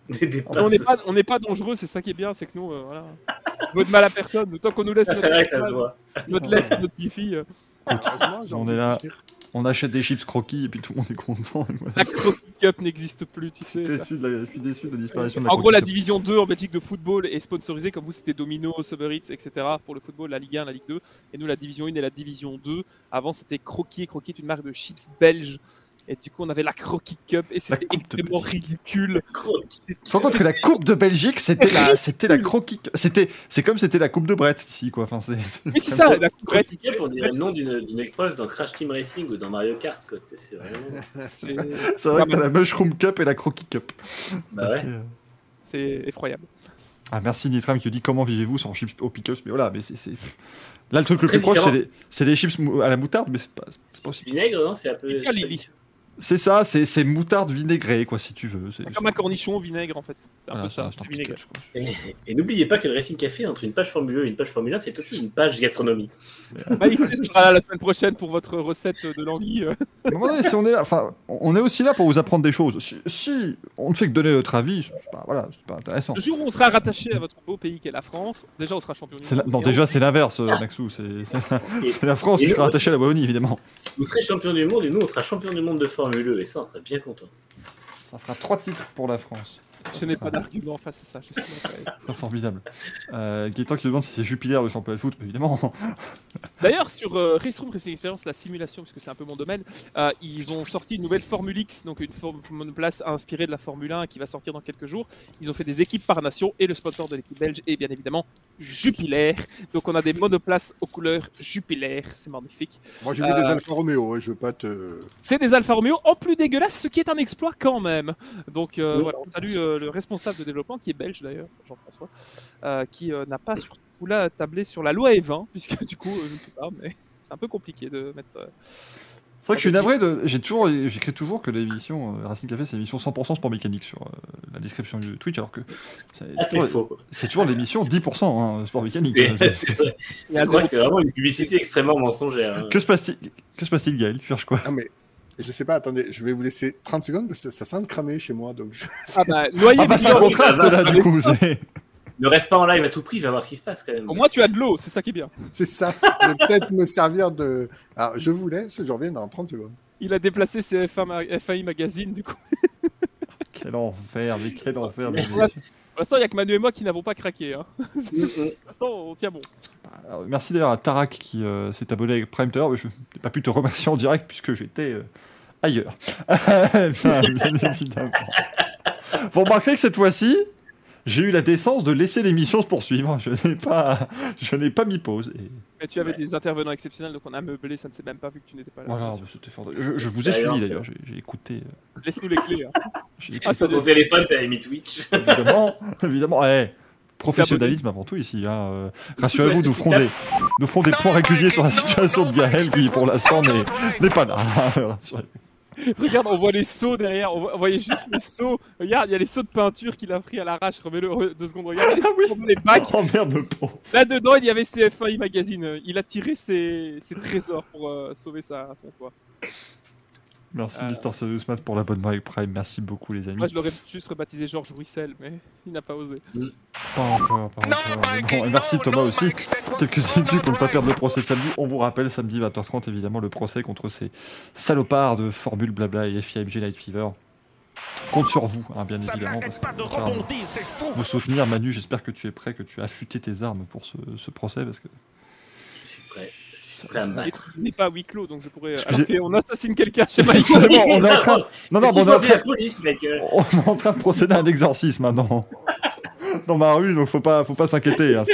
On n'est pas dangereux, c'est ça qui est bien, c'est que nous, voilà. On veut de mal à personne, tant qu'on nous laisse c'est vrai que ça se voit. Notre lait, notre Bifi. On est là, on achète des chips croquis et puis tout le monde est content. La Croquis Cup n'existe plus, tu sais. Je suis déçu de la disparition de la En gros, la division 2 en Belgique de football est sponsorisée, comme vous, c'était Domino, Uber Eats, etc. pour le football, la Ligue 1, la Ligue 2. Et nous, la division 1 et la division 2. Avant, c'était Croquis. Croquis est une marque de chips belge. Et du coup, on avait la Croquis Cup et c'était extrêmement ridicule. Tu te rends compte que la Coupe de Belgique, c'était la Croquis Cup. C'est comme c'était la Coupe de Brett ici, quoi. Enfin, c'est ça, la Coupe Brett. Cup, on dirait le nom d'une épreuve dans Crash Team Racing ou dans Mario Kart, quoi. C'est vraiment. C'est vrai que t'as la Mushroom Cup et la Croquis Cup. Bah ouais. C'est effroyable. Ah, merci Nitram qui dit comment vivez-vous sans chips aux pickles. Mais voilà, mais c'est. Là, le truc le plus proche, c'est les chips à la moutarde, mais c'est pas possible. Vinaigre, non? C'est un peu. C'est ça, c'est moutarde vinaigrée, quoi, si tu veux. C'est comme un cornichon au vinaigre, en fait. C'est un peu ça. Et n'oubliez pas que le Racing Café, entre une page Formule 1 et une page Formule 1, c'est aussi une page gastronomie. Il sera là la semaine prochaine pour votre recette de l'anguille. Si on est là, enfin, on est aussi là pour vous apprendre des choses. Si on ne fait que donner notre avis, c'est pas intéressant. Le jour où on sera rattaché à votre beau pays qu'est la France, déjà on sera champion du monde. Non, déjà c'est l'inverse, Maxou. C'est la France qui sera rattachée à la Wallonie, évidemment. Vous serez champion du monde et nous on sera champion du monde de Formule 1 et ça on sera bien content. Ça fera 3 titres pour la France. Je n'ai pas d'argument face à ça. Je suis formidable. Gaëtan qui demande si c'est Jupiler le championnat de foot, évidemment. D'ailleurs, sur Raceroom Racing Experience, la simulation, puisque c'est un peu mon domaine, ils ont sorti une nouvelle Formule X, donc une monoplace inspirée de la Formule 1 qui va sortir dans quelques jours. Ils ont fait des équipes par nation et le sponsor de l'équipe belge est bien évidemment Jupiler. Donc on a des monoplaces aux couleurs Jupiler, c'est magnifique. Moi j'ai vu des Alfa Romeo, je veux pas te. C'est des Alfa Romeo en plus dégueulasses, ce qui est un exploit quand même. Donc voilà, on salue le responsable de développement qui est belge d'ailleurs, Jean-François, qui n'a pas surtout là tablé sur la loi E20, puisque du coup, je ne sais pas, mais c'est un peu compliqué de mettre ça. C'est vrai que je suis navré j'écris toujours que l'émission Racing Café c'est l'émission 100% sport mécanique sur la description de Twitch, alors que c'est toujours l'émission 10% sport mécanique. Je crois que c'est vraiment une publicité extrêmement mensongère. Que se passe-t-il, Gaël? Tu cherches quoi? Non, mais Et je sais pas, attendez, je vais vous laisser 30 secondes parce que ça sent cramer chez moi. Donc Ah bah, noyer Ah bah c'est un contraste là du coup. Ne reste pas en live à tout prix, va voir ce qui se passe quand même. Au moins, tu as de l'eau, c'est ça qui est bien. c'est ça. Je vais peut-être me servir de. Alors, je vous laisse, je reviens dans 30 secondes. Il a déplacé ses FAI Magazine, du coup. Quel enfer, mais quel enfer. Pour l'instant, il n'y a que Manu et moi qui n'avons pas craqué. Hein. Pour l'instant, on tient bon. Alors, merci d'ailleurs à Tarak qui s'est abonné avec Prime tout à l'heure, mais je n'ai pas pu te remercier en direct puisque j'étais ailleurs. bien évidemment. Vous remarquerez que cette fois-ci, j'ai eu la décence de laisser l'émission se poursuivre. Je n'ai pas mis pause. Et... Mais tu avais des intervenants exceptionnels, donc on a meublé, ça ne s'est même pas vu que tu n'étais pas là. Voilà, c'était fort. Je vous ai suivi d'ailleurs, j'ai écouté. Laisse-nous les clés. Hein. Ah, sur ton téléphone, t'avais mis Twitch. Évidemment. Ouais. Professionnalisme avant tout ici. Hein. Rassurez-vous, nous ferons des points réguliers sur la situation de Gaël qui pour l'instant n'est pas là. Rassurez-vous. Regarde, on voit les seaux derrière, on voyait juste les seaux. Regarde, il y a les seaux de peinture qu'il a pris à l'arrache. Remets-le 2 secondes. Regarde, les bacs. Oh merde, pauvre. Là-dedans, il y avait CFI Magazine. Il a tiré ses trésors pour sauver son toit. Merci Mister Serious Matt pour l'abonnement avec Prime. Merci beaucoup les amis. Moi, je l'aurais juste rebaptisé Georges Ruissel, mais il n'a pas osé. Pas encore. Bon, et merci Thomas aussi. Quelques études pour ne pas perdre le procès de samedi. On vous rappelle, samedi 20h30, évidemment, le procès contre ces salopards de Formule Blabla et FIMG Night Fever. Compte sur vous, hein, bien évidemment, parce que vous soutenir. Manu, j'espère que tu es prêt, que tu as affûté tes armes pour ce procès, parce que... Je suis prêt. Il n'est pas à huis clos, donc je pourrais. Alors on assassine quelqu'un chez Mike. On est en train. Non, on est en train. La police, mec. On est en train de procéder à un exorcisme maintenant. Dans ma rue, donc faut pas s'inquiéter. Hein,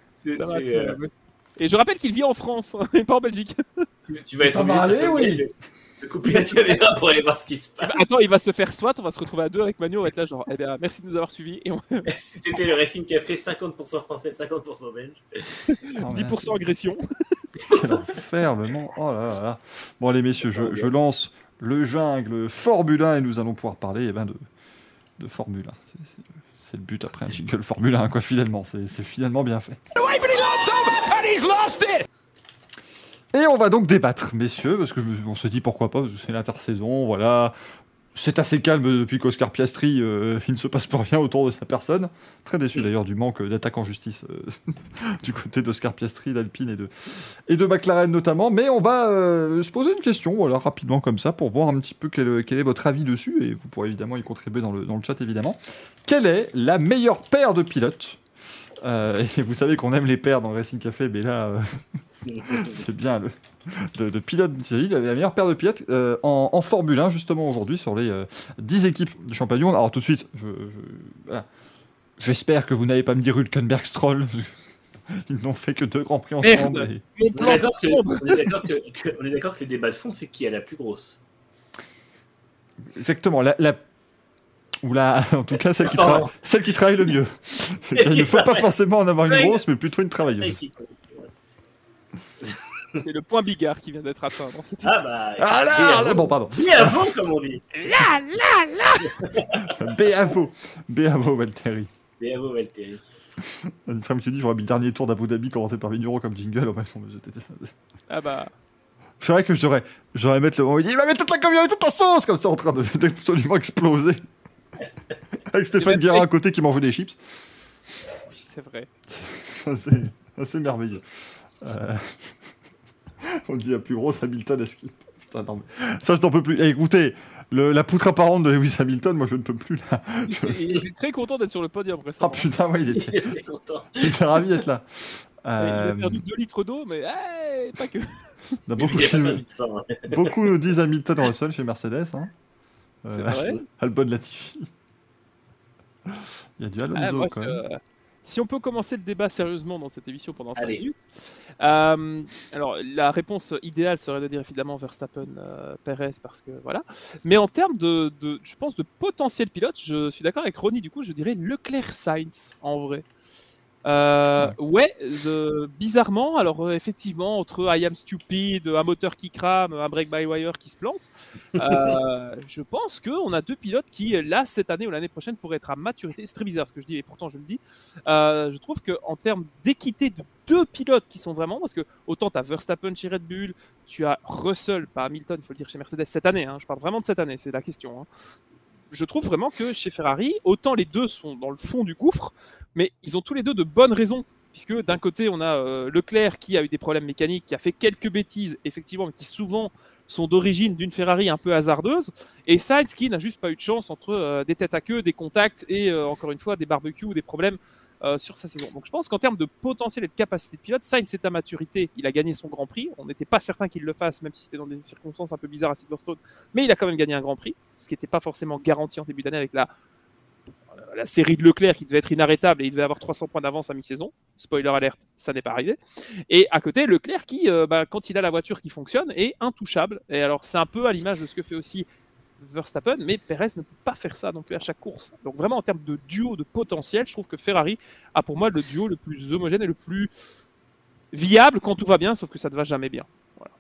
Et je rappelle qu'il vit en France, et pas en Belgique. Tu vas ça va aller, oui. De couper la caméra pour aller voir ce qui se passe. Attends, il va se faire SWAT, on va se retrouver à 2 avec Manu, on va être là genre, eh bien, merci de nous avoir suivis. Et C'était le Racing Café, 50% français, 50% belge. 10% agression. Quel enfer, le nom. Oh là là là. Bon, allez, messieurs, je lance le jungle Formule 1 et nous allons pouvoir parler de Formule 1. C'est le but après un jingle Formule 1, quoi, finalement. C'est finalement bien fait. Et on va donc débattre, messieurs, parce que on se dit pourquoi pas, parce que c'est l'intersaison, voilà. C'est assez calme depuis qu'Oscar Piastri, il ne se passe pas rien autour de sa personne. Très déçu d'ailleurs du manque d'attaque en justice du côté d'Oscar Piastri, d'Alpine et de McLaren notamment. Mais on va se poser une question, voilà, rapidement comme ça, pour voir un petit peu quel est votre avis dessus. Et vous pourrez évidemment y contribuer dans le chat, évidemment. Quelle est la meilleure paire de pilotes et vous savez qu'on aime les paires dans le Racing Café, mais là, c'est bien de pilote de série, la meilleure paire de pilotes en Formule 1, justement, aujourd'hui, sur les 10 équipes du championnat. Alors, tout de suite, voilà. J'espère que vous n'allez pas me dire Hülkenberg-Stroll. Ils n'ont fait que 2 Grands Prix ensemble. On est d'accord que les débats de fond, c'est qui est la plus grosse. Exactement, en tout cas, celle qui travaille le mieux. Il ne faut pas forcément en avoir une grosse, mais plutôt une travailleuse. C'est le point Bigard qui vient d'être atteint dans cette là, bon, pardon. Bravo, comme on dit. Bravo, Valtteri. Bravo, Valtteri. Un tram qui dit j'aurais mis le dernier tour d'Abu Dhabi commenté par Vigneron comme jingle. Ah bah. C'est vrai que j'aurais mettre le moment où il dit il va mettre toute la communauté toute en sauce, comme ça, en train d'absolument exploser. Avec Stéphane Guérin à côté qui mange des chips. Oui, c'est vrai. C'est assez merveilleux. On dit la plus grosse Hamilton esquive. Putain, non, mais... Ça, je n'en peux plus. Écoutez, la poutre apparente de Lewis Hamilton, moi, je ne peux plus. Là. Il était très content d'être sur le podium récemment. Ah putain, ouais, il était très content. Il était ravi d'être là. Il a perdu 2 litres d'eau, mais pas que. Beaucoup nous disent Hamilton Russell chez Mercedes. Hein. C'est vrai. Albon Latifi. Il y a du Alonso quand même. Si on peut commencer le débat sérieusement dans cette émission pendant 5 minutes. Alors, la réponse idéale serait de dire évidemment Verstappen, Perez, parce que voilà. Mais en termes je pense, de potentiel pilote, je suis d'accord avec Ronnie, du coup, je dirais Leclerc-Sainz, en vrai. Bizarrement, alors effectivement, entre I Am Stupid, un moteur qui crame, un Break by Wire qui se plante, je pense qu'on a deux pilotes qui, là, cette année ou l'année prochaine, pourraient être à maturité. C'est très bizarre ce que je dis, et pourtant je le dis. Je trouve qu'en termes d'équité de deux pilotes qui sont vraiment, parce que autant tu as Verstappen chez Red Bull, tu as Russell, pas Hamilton, il faut le dire, chez Mercedes cette année, je parle vraiment de cette année, c'est la question. Je trouve vraiment que chez Ferrari, autant les deux sont dans le fond du gouffre, mais ils ont tous les deux de bonnes raisons. Puisque d'un côté, on a Leclerc qui a eu des problèmes mécaniques, qui a fait quelques bêtises, effectivement, mais qui souvent sont d'origine d'une Ferrari un peu hasardeuse, et Sainz qui n'a juste pas eu de chance entre des têtes à queue, des contacts et encore une fois des barbecues ou des problèmes sur sa saison. Donc je pense qu'en termes de potentiel et de capacité de pilote, Sainz est à maturité, il a gagné son Grand Prix, on n'était pas certain qu'il le fasse, même si c'était dans des circonstances un peu bizarres à Silverstone, mais il a quand même gagné un Grand Prix, ce qui n'était pas forcément garanti en début d'année avec la série de Leclerc qui devait être inarrêtable et il devait avoir 300 points d'avance à mi-saison. Spoiler alert, ça n'est pas arrivé. Et à côté, Leclerc qui, quand il a la voiture qui fonctionne, est intouchable. Et alors, c'est un peu à l'image de ce que fait aussi Verstappen, mais Perez ne peut pas faire ça non plus à chaque course. Donc vraiment, en termes de duo de potentiel, je trouve que Ferrari a pour moi le duo le plus homogène et le plus viable quand tout va bien, sauf que ça ne va jamais bien. Voilà.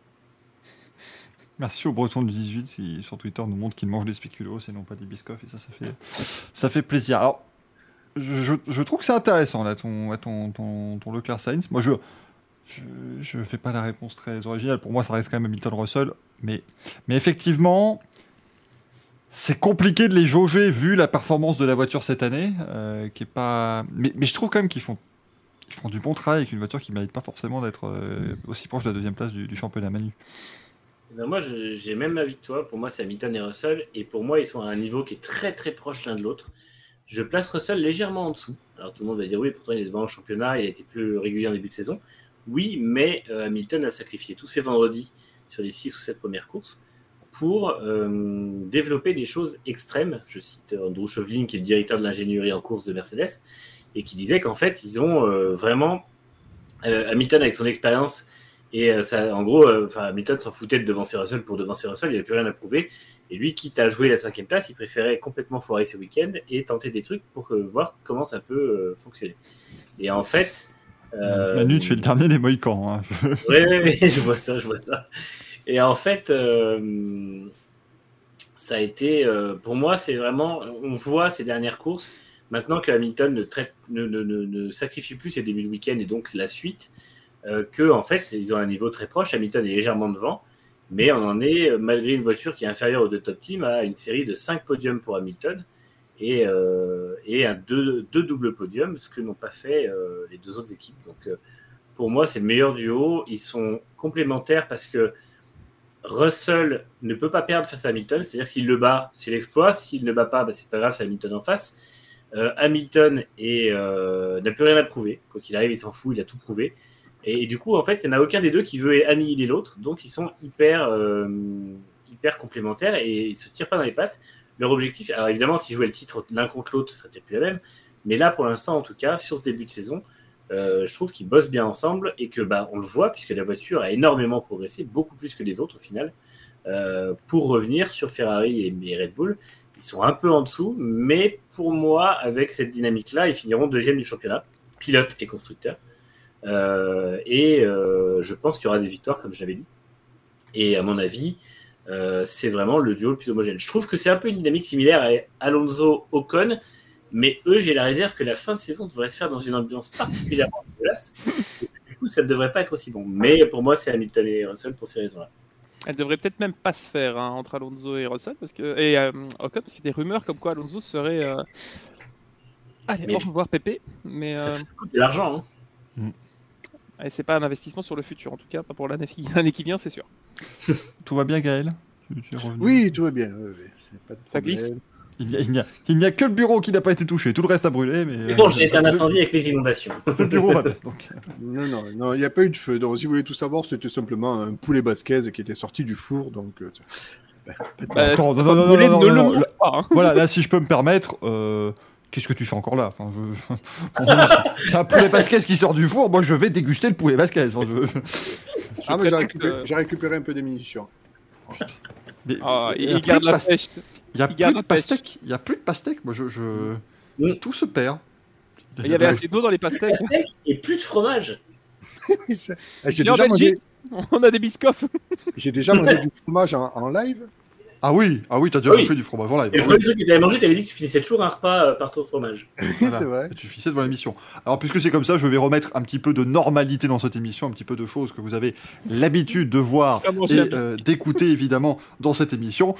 Merci au Breton du 18 qui, sur Twitter, nous montre qu'il mange des spéculoos et non pas des biscoffs, et ça fait plaisir. Alors, je trouve que c'est intéressant, là, ton Leclerc Sainz. Moi, je fais pas la réponse très originale. Pour moi, ça reste quand même Hamilton-Russell. Mais effectivement, c'est compliqué de les jauger vu la performance de la voiture cette année, qui est pas... Mais je trouve quand même qu'ils font du bon travail avec une voiture qui mérite pas forcément d'être aussi proche de la deuxième place du championnat, Manu. Ben moi, j'ai même avis que toi. Pour moi, c'est Hamilton et Russell. Et pour moi, ils sont à un niveau qui est très très proche l'un de l'autre. Je place Russell légèrement en dessous. Alors tout le monde va dire oui, pourtant il est devant le championnat, il a été plus régulier en début de saison. Oui, mais Hamilton a sacrifié tous ses vendredis sur les 6 ou 7 premières courses pour développer des choses extrêmes. Je cite Andrew Chauvelin, qui est le directeur de l'ingénierie en course de Mercedes, et qui disait qu'en fait, ils ont vraiment... Hamilton, avec son expérience... Et ça, en gros, Hamilton s'en foutait de devancer Russell pour devancer Russell, il n'avait plus rien à prouver. Et lui, quitte à jouer la 5e place, il préférait complètement foirer ses week-ends et tenter des trucs pour voir comment ça peut fonctionner. Et en fait... Manu, tu fais le dernier des Mohicans. Oui, je vois ça. Et en fait, ça a été... pour moi, c'est vraiment... On voit ces dernières courses, maintenant que Hamilton ne sacrifie plus ses débuts de week-end et donc la suite... que en fait ils ont un niveau très proche. Hamilton est légèrement devant, mais on en est, malgré une voiture qui est inférieure aux deux top teams, à une série de 5 podiums pour Hamilton et deux doubles podiums, ce que n'ont pas fait les deux autres équipes. Donc pour moi, c'est le meilleur duo. Ils sont complémentaires parce que Russell ne peut pas perdre face à Hamilton, c'est-à-dire s'il le bat, c'est l'exploit. S'il ne bat pas, c'est pas grave, c'est Hamilton en face. Hamilton n'a plus rien à prouver. Quoi qu'il arrive, il s'en fout, il a tout prouvé. Et du coup, en fait, il n'y en a aucun des deux qui veut annihiler l'autre. Donc, ils sont hyper complémentaires et ils ne se tirent pas dans les pattes. Leur objectif, alors évidemment, s'ils jouaient le titre l'un contre l'autre, ce serait peut-être plus la même. Mais là, pour l'instant, en tout cas, sur ce début de saison, je trouve qu'ils bossent bien ensemble et que, on le voit, puisque la voiture a énormément progressé, beaucoup plus que les autres au final, pour revenir sur Ferrari et Red Bull. Ils sont un peu en dessous, mais pour moi, avec cette dynamique-là, ils finiront 2e du championnat, pilote et constructeur. Je pense qu'il y aura des victoires, comme je l'avais dit. Et à mon avis, c'est vraiment le duo le plus homogène. Je trouve que c'est un peu une dynamique similaire à Alonso-Ocon, mais eux, j'ai la réserve que la fin de saison devrait se faire dans une ambiance particulièrement dégueulasse. Du coup, ça ne devrait pas être aussi bon. Mais pour moi, c'est Hamilton et Russell pour ces raisons-là. Elle devrait peut-être même pas se faire entre Alonso et Russell et Ocon, parce qu'il y a des rumeurs comme quoi Alonso serait... Allez, au revoir Pépé. Mais, ça coûte de l'argent, hein. Et c'est pas un investissement sur le futur, en tout cas, pas pour l'année qui vient, c'est sûr. Tout va bien, Gaël? Oui, tout va bien. Oui. C'est pas de ça glisse. Il n'y a que le bureau qui n'a pas été touché, tout le reste a brûlé. Mais bon, j'ai été un incendie avec les inondations. Le bureau va bien. Donc... Non, il n'y a pas eu de feu. Donc, si vous voulez tout savoir, c'était simplement un poulet basquaise qui était sorti du four. Donc, non. Voilà, là, si je peux me permettre. Qu'est-ce que tu fais encore là? C'est un poulet basquez qui sort du four, moi je vais déguster le poulet basquez. Mais j'ai récupéré un peu des munitions. Il garde la pêche. Il n'y a plus de pastèque. Moi, tout se perd. Il y avait assez d'eau dans les pastèques. Steak et plus de fromage. J'ai Et en déjà mangé, Belgique, on a des biscoffs. j'ai déjà mangé du fromage en live. Ah oui, t'as déjà Oui. bouffé du fromage en live. Et le premier truc que tu avais mangé, tu avais dit que tu finissais toujours un repas par ton fromage. Voilà. C'est vrai. Tu finissais devant l'émission. Alors, puisque c'est comme ça, je vais remettre un petit peu de normalité dans cette émission, un petit peu de choses que vous avez l'habitude de voir Pas manger et d'écouter, évidemment, dans cette émission.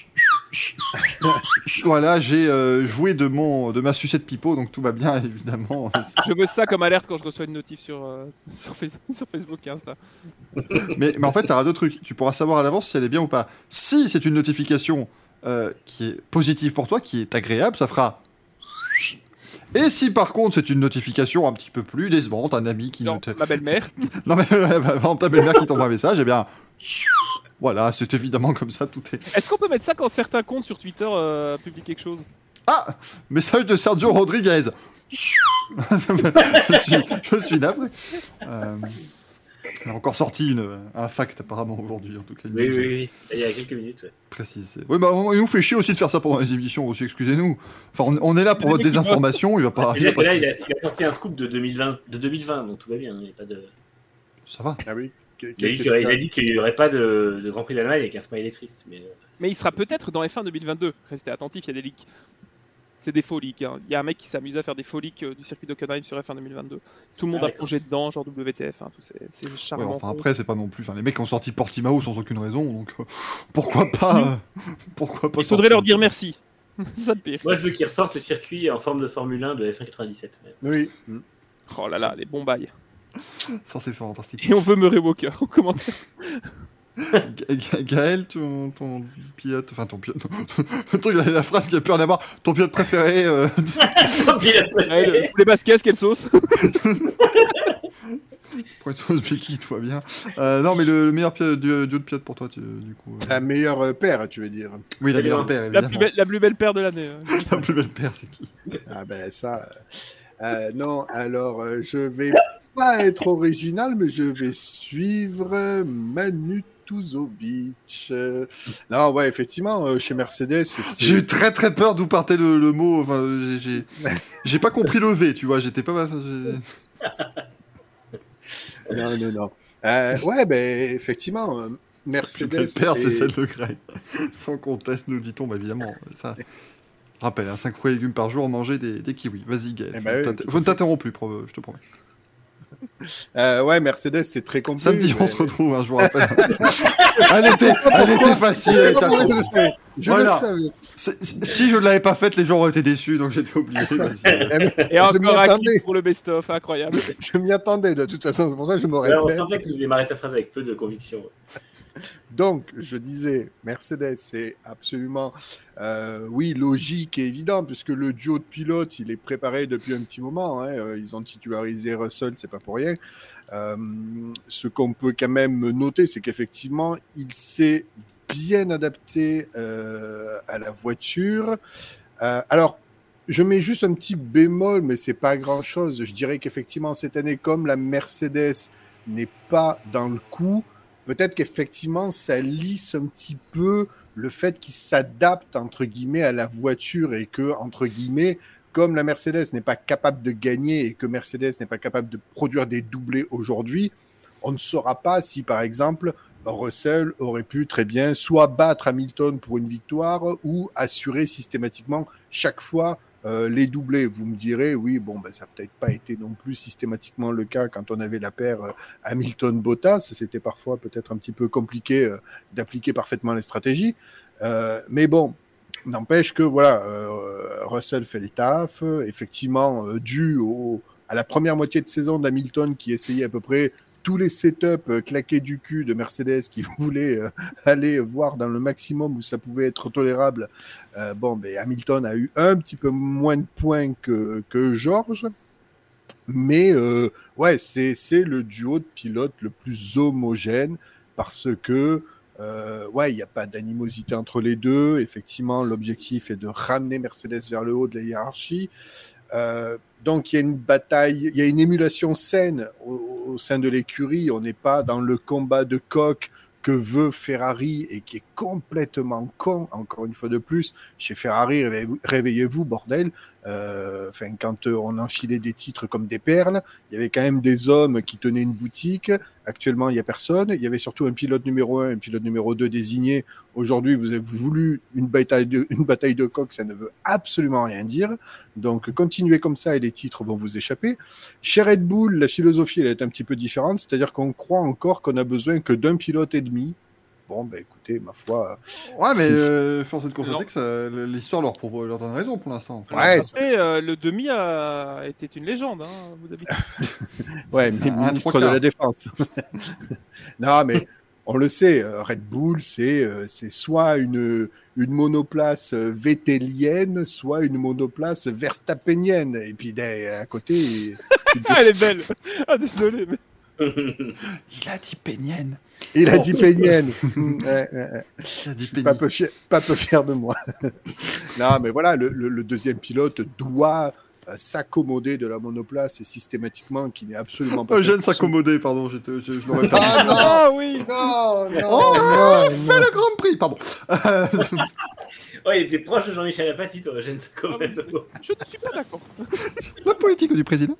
Voilà, j'ai joué de ma sucette pipeau, donc tout va bien, évidemment. Je veux ça comme alerte quand je reçois une notif sur Facebook et Insta. Mais en fait, t'auras deux trucs. Tu pourras savoir à l'avance si elle est bien ou pas. Si c'est une notification qui est positive pour toi, qui est agréable, ça fera... Et si par contre c'est une notification un petit peu plus décevante, un ami qui Genre, ne te... ma belle-mère. Non mais par exemple, ta belle-mère qui t'envoie un message, eh bien... Voilà, c'est évidemment comme ça, tout est... Est-ce qu'on peut mettre ça quand certains comptes sur Twitter publient quelque chose? Ah, message de Sergio Rodriguez. je suis navré. Il a encore sorti un fact apparemment aujourd'hui, en tout cas. Oui. Il y a quelques minutes. Ouais. Précisé. Oui, bah il nous fait chier aussi de faire ça pendant les émissions aussi, excusez-nous. Enfin, on est là pour votre désinformation, il va pas... C'est-à-dire que là, il a sorti un scoop de 2020, donc tout va bien. Il y a pas de... Ça va. Ah oui. Il a dit qu'il n'y aurait pas de Grand Prix d'Allemagne avec un smiley triste. Mais il sera peut-être dans F1 2022. Restez attentifs, il y a des leaks. C'est des faux leaks. Hein. Il y a un mec qui s'amuse à faire des faux leaks du circuit d'Hockenheim sur F1 2022. Tout le monde a plongé dedans, genre WTF. Hein, tout c'est charmant. Ouais, enfin après, c'est pas non plus. Enfin, les mecs ont sorti Portimao sans aucune raison, donc pourquoi pas Il faudrait leur dire merci. C'est ça le pire. Moi, je veux qu'ils ressortent le circuit en forme de Formule 1 de F1 97. Oui. Oh là là, les bons bails. Ça, c'est fantastique. Et on veut Murray Walker en commentaire. Gaël, ton pilote, enfin ton pilote, le truc, la phrase qui a pu en avoir, ton pilote préféré. Les baskets, quelle sauce? Pour une sauce Becky, tout va bien. Non, mais le meilleur duo de pilote pour toi, du coup. La meilleure paire, tu veux dire. Oui, la meilleure paire, évidemment. La plus belle paire de l'année. La plus belle paire, c'est qui? Ah ben ça... non, alors je vais pas être original, mais je vais suivre Manu Tuzovic. Non, ouais, effectivement, chez Mercedes... J'ai eu très très peur d'où partait le mot. Enfin, j'ai pas compris le V, tu vois, j'étais pas... Non. Ouais, ben effectivement, Mercedes... Le père, c'est celle de Grey. Sans conteste, nous dit-on, bah, évidemment. Ça... Rappel, 5 fruits et légumes par jour, manger des kiwis. Vas-y, Gaël. Je ne t'interromps plus, je te promets. Ouais, Mercedes, c'est très compliqué. Samedi, on se retrouve, je vous rappelle. Elle était facile. Je le savais. Si je ne l'avais pas faite, les gens auraient été déçus, donc j'étais obligé. Et encore un clip pour le best-of, incroyable. Je m'y attendais, de toute façon, c'est pour ça que je m'aurais... On sentait que tu démarrais ta phrase avec peu de conviction. Donc, je disais, Mercedes, c'est absolument, oui, logique et évident, puisque le duo de pilotes, il est préparé depuis un petit moment. Hein, ils ont titularisé Russell, c'est pas pour rien. Ce qu'on peut quand même noter, c'est qu'effectivement, il s'est bien adapté à la voiture. Alors, je mets juste un petit bémol, mais c'est pas grand-chose. Je dirais qu'effectivement, cette année, comme la Mercedes n'est pas dans le coup, peut-être qu'effectivement, ça lisse un petit peu le fait qu'il s'adapte, entre guillemets, à la voiture et que, entre guillemets, comme la Mercedes n'est pas capable de gagner et que Mercedes n'est pas capable de produire des doublés aujourd'hui, on ne saura pas si, par exemple, Russell aurait pu très bien soit battre Hamilton pour une victoire ou assurer systématiquement chaque fois les doublés. Vous me direz, oui, bon, ben, ça n'a peut-être pas été non plus systématiquement le cas quand on avait la paire Hamilton-Bottas. C'était parfois peut-être un petit peu compliqué d'appliquer parfaitement les stratégies. Mais bon, n'empêche que voilà, Russell fait le taf. Effectivement, dû à la première moitié de saison d'Hamilton qui essayait à peu près tous les setups claqués du cul de Mercedes qui voulaient aller voir dans le maximum où ça pouvait être tolérable. Ben, Hamilton a eu un petit peu moins de points que George. Mais ouais, c'est le duo de pilotes le plus homogène parce que ouais, il n'y a pas d'animosité entre les deux. Effectivement, l'objectif est de ramener Mercedes vers le haut de la hiérarchie. Donc, il y a une bataille, il y a une émulation saine au sein de l'écurie. On n'est pas dans le combat de coq que veut Ferrari et qui est complètement con, encore une fois de plus. Chez Ferrari, réveillez-vous, bordel. Quand on enfilait des titres comme des perles, il y avait quand même des hommes qui tenaient une boutique. Actuellement, il n'y a personne. Il y avait surtout un pilote numéro 1, un pilote numéro 2 désigné. Aujourd'hui, vous avez voulu une bataille de coq, ça ne veut absolument rien dire. Donc, continuez comme ça et les titres vont vous échapper. Chez Red Bull, la philosophie, elle est un petit peu différente. C'est-à-dire qu'on croit encore qu'on a besoin que d'un pilote et demi. Bon, écoutez, ma foi... Ouais, mais force est de constater que l'histoire leur donne raison pour l'instant. Ouais, le demi était une légende, hein, vous d'habitude. Ouais, mais ministre de la Défense. Non, mais on le sait, Red Bull, c'est soit une monoplace vétélienne, soit une monoplace verstappenienne. Et puis à côté... Elle est belle. Ah, désolé, mais... Il a dit pénienne. Il a dit pénienne. Il a dit pénienne. Pas peu fier de moi. Non, mais voilà, le deuxième pilote doit s'accommoder de la monoplace et systématiquement qui n'est absolument pas... Eugène s'accommoder, pardon, je l'aurais pas dit. Ah oui. Non, Fais le Grand Prix, pardon. Ouais, il était proche de Jean-Michel Apathy, toi, Eugène s'accommoder. Je ne suis pas d'accord. La politique du président.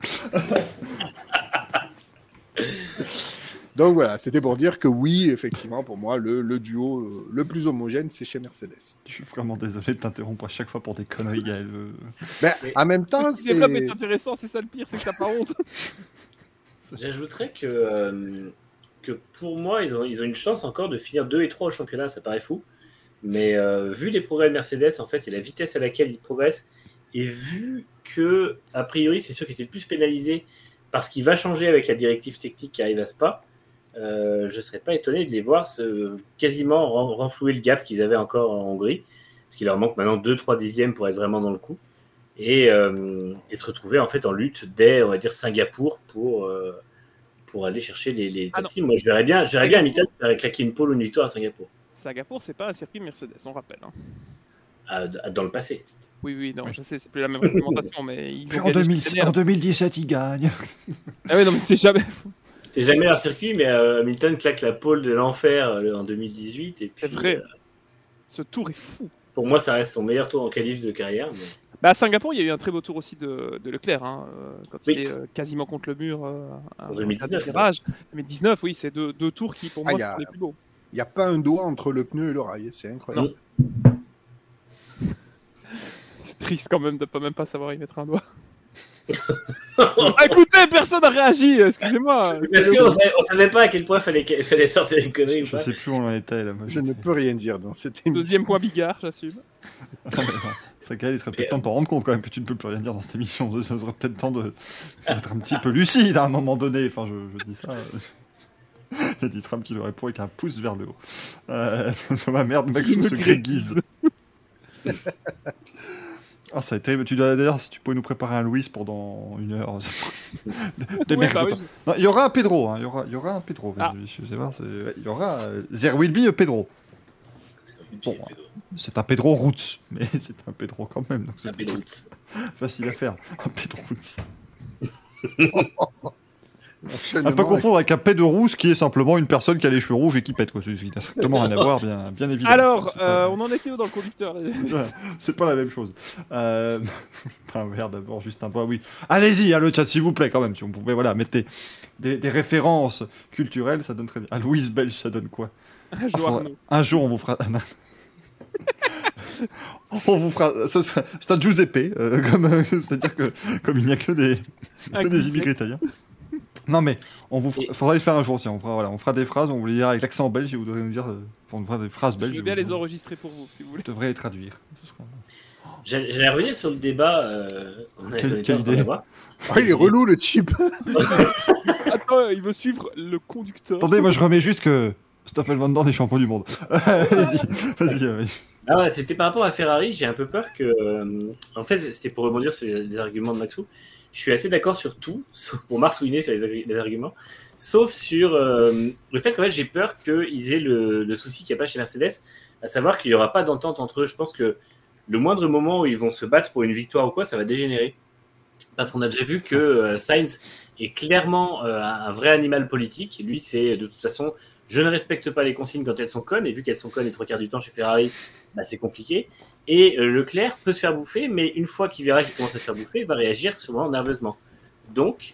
Donc voilà, c'était pour dire que oui, effectivement, pour moi, le duo le plus homogène, c'est chez Mercedes. Je suis vraiment désolé de t'interrompre à chaque fois pour des conneries, Gaël. En même temps, Ce qui développe est intéressant, c'est ça le pire, c'est que t'as pas honte. J'ajouterais que pour moi, ils ont une chance encore de finir 2 et 3 au championnat, ça paraît fou. Mais vu les progrès de Mercedes, en fait, et la vitesse à laquelle ils progressent, et vu que, a priori, c'est ceux qui étaient le plus pénalisés parce qu'il va changer avec la directive technique qui arrive à Spa, je ne serais pas étonné de les voir quasiment renflouer le gap qu'ils avaient encore en Hongrie, parce qu'il leur manque maintenant 2-3 dixièmes pour être vraiment dans le coup, et se retrouver en fait en lutte dès, on va dire, Singapour pour aller chercher les top teams. Moi, je verrais bien Hamilton claquer une pole ou une victoire à Singapour. Singapour, c'est pas un circuit Mercedes, on rappelle. Hein. Dans le passé. Oui, non, je sais, c'est plus la même réglementation, mais ils ont en 2017, ils gagnent. Ah oui, non, mais c'est jamais... C'est jamais leur circuit, mais Hamilton claque la pole de l'enfer en 2018. Et puis, c'est vrai. Ce tour est fou. Pour moi, ça reste son meilleur tour en qualif de carrière. Mais... À Singapour, il y a eu un très beau tour aussi de Leclerc, hein, quand il est quasiment contre le mur en 2019. Virage. 2019, oui, c'est deux tours qui, pour moi, sont les plus beaux. Il n'y a pas un doigt entre le pneu et le rail, c'est incroyable. Non. C'est triste quand même de même pas savoir y mettre un doigt. Écoutez, personne n'a réagi, excusez-moi. Parce qu'on ne savait pas à quel point fallait sortir une connerie. Je sais plus où on en était là. Je ne peux rien dire dans cette émission. Deuxième point Bigard, j'assume. Ça, il serait peut-être temps de t'en rendre compte quand même que tu ne peux plus rien dire dans cette émission. Ça serait peut-être temps d'être un petit peu lucide à un moment donné. Enfin, je dis ça. Il y a dit Trump qui le répond avec un pouce vers le haut. Dans ma merde, Maxou se gréguise. Ah, ça a été. D'ailleurs, si tu pouvais nous préparer un Louis pendant 1 heure. Non, il y aura un Pedro. Hein. Il y aura un Pedro. Ah. Je sais pas, il y aura There will be a Pedro. Bon, c'est un Pedro Roots, mais c'est un Pedro quand même. Donc c'est un Pedro Roots. Facile à faire. Un Pedro Roots. À pas confondre avec un Pedro Rousse qui est simplement une personne qui a les cheveux rouges et qui pète. Il n'a strictement rien à voir, bien évidemment. Alors, on en était où dans le conducteur? C'est pas la même chose. Merde, d'abord, juste un oui. Allez-y, le chat, s'il vous plaît, quand même. Si on pouvait mettre des références culturelles, ça donne très bien. Louise Belge, ça donne quoi? Un jour, on vous fera. On vous fera. C'est un Giuseppe, c'est-à-dire que comme il n'y a que des immigrés italiens. Non mais faudrait le faire un jour. Tiens, on fera des phrases. On vous les dira avec l'accent belge et vous devrez nous dire. On fera des phrases belges. Je veux bien les enregistrer pour vous, si vous voulez. Je devrais les traduire. J'allais revenir sur le débat. Quelle idée. Il est relou le type. Attends, il veut suivre le conducteur. Attendez, moi je remets juste que Stoffel Van Dorn est champion du monde. Vas-y. Ah ouais, c'était par rapport à Ferrari. J'ai un peu peur que. En fait, c'était pour rebondir sur les arguments de Maxou. Je suis assez d'accord sur tout, pour marsouiner sur les arguments, sauf sur le fait qu'en fait j'ai peur qu'ils aient le souci qu'il n'y a pas chez Mercedes, à savoir qu'il n'y aura pas d'entente entre eux. Je pense que le moindre moment où ils vont se battre pour une victoire ou quoi, ça va dégénérer. Parce qu'on a déjà vu que Sainz est clairement un vrai animal politique. Lui, c'est de toute façon je ne respecte pas les consignes quand elles sont connes, et vu qu'elles sont connes les 3 quarts du temps chez Ferrari, bah, c'est compliqué. Et Leclerc peut se faire bouffer, mais une fois qu'il verra qu'il commence à se faire bouffer, il va réagir souvent nerveusement. Donc,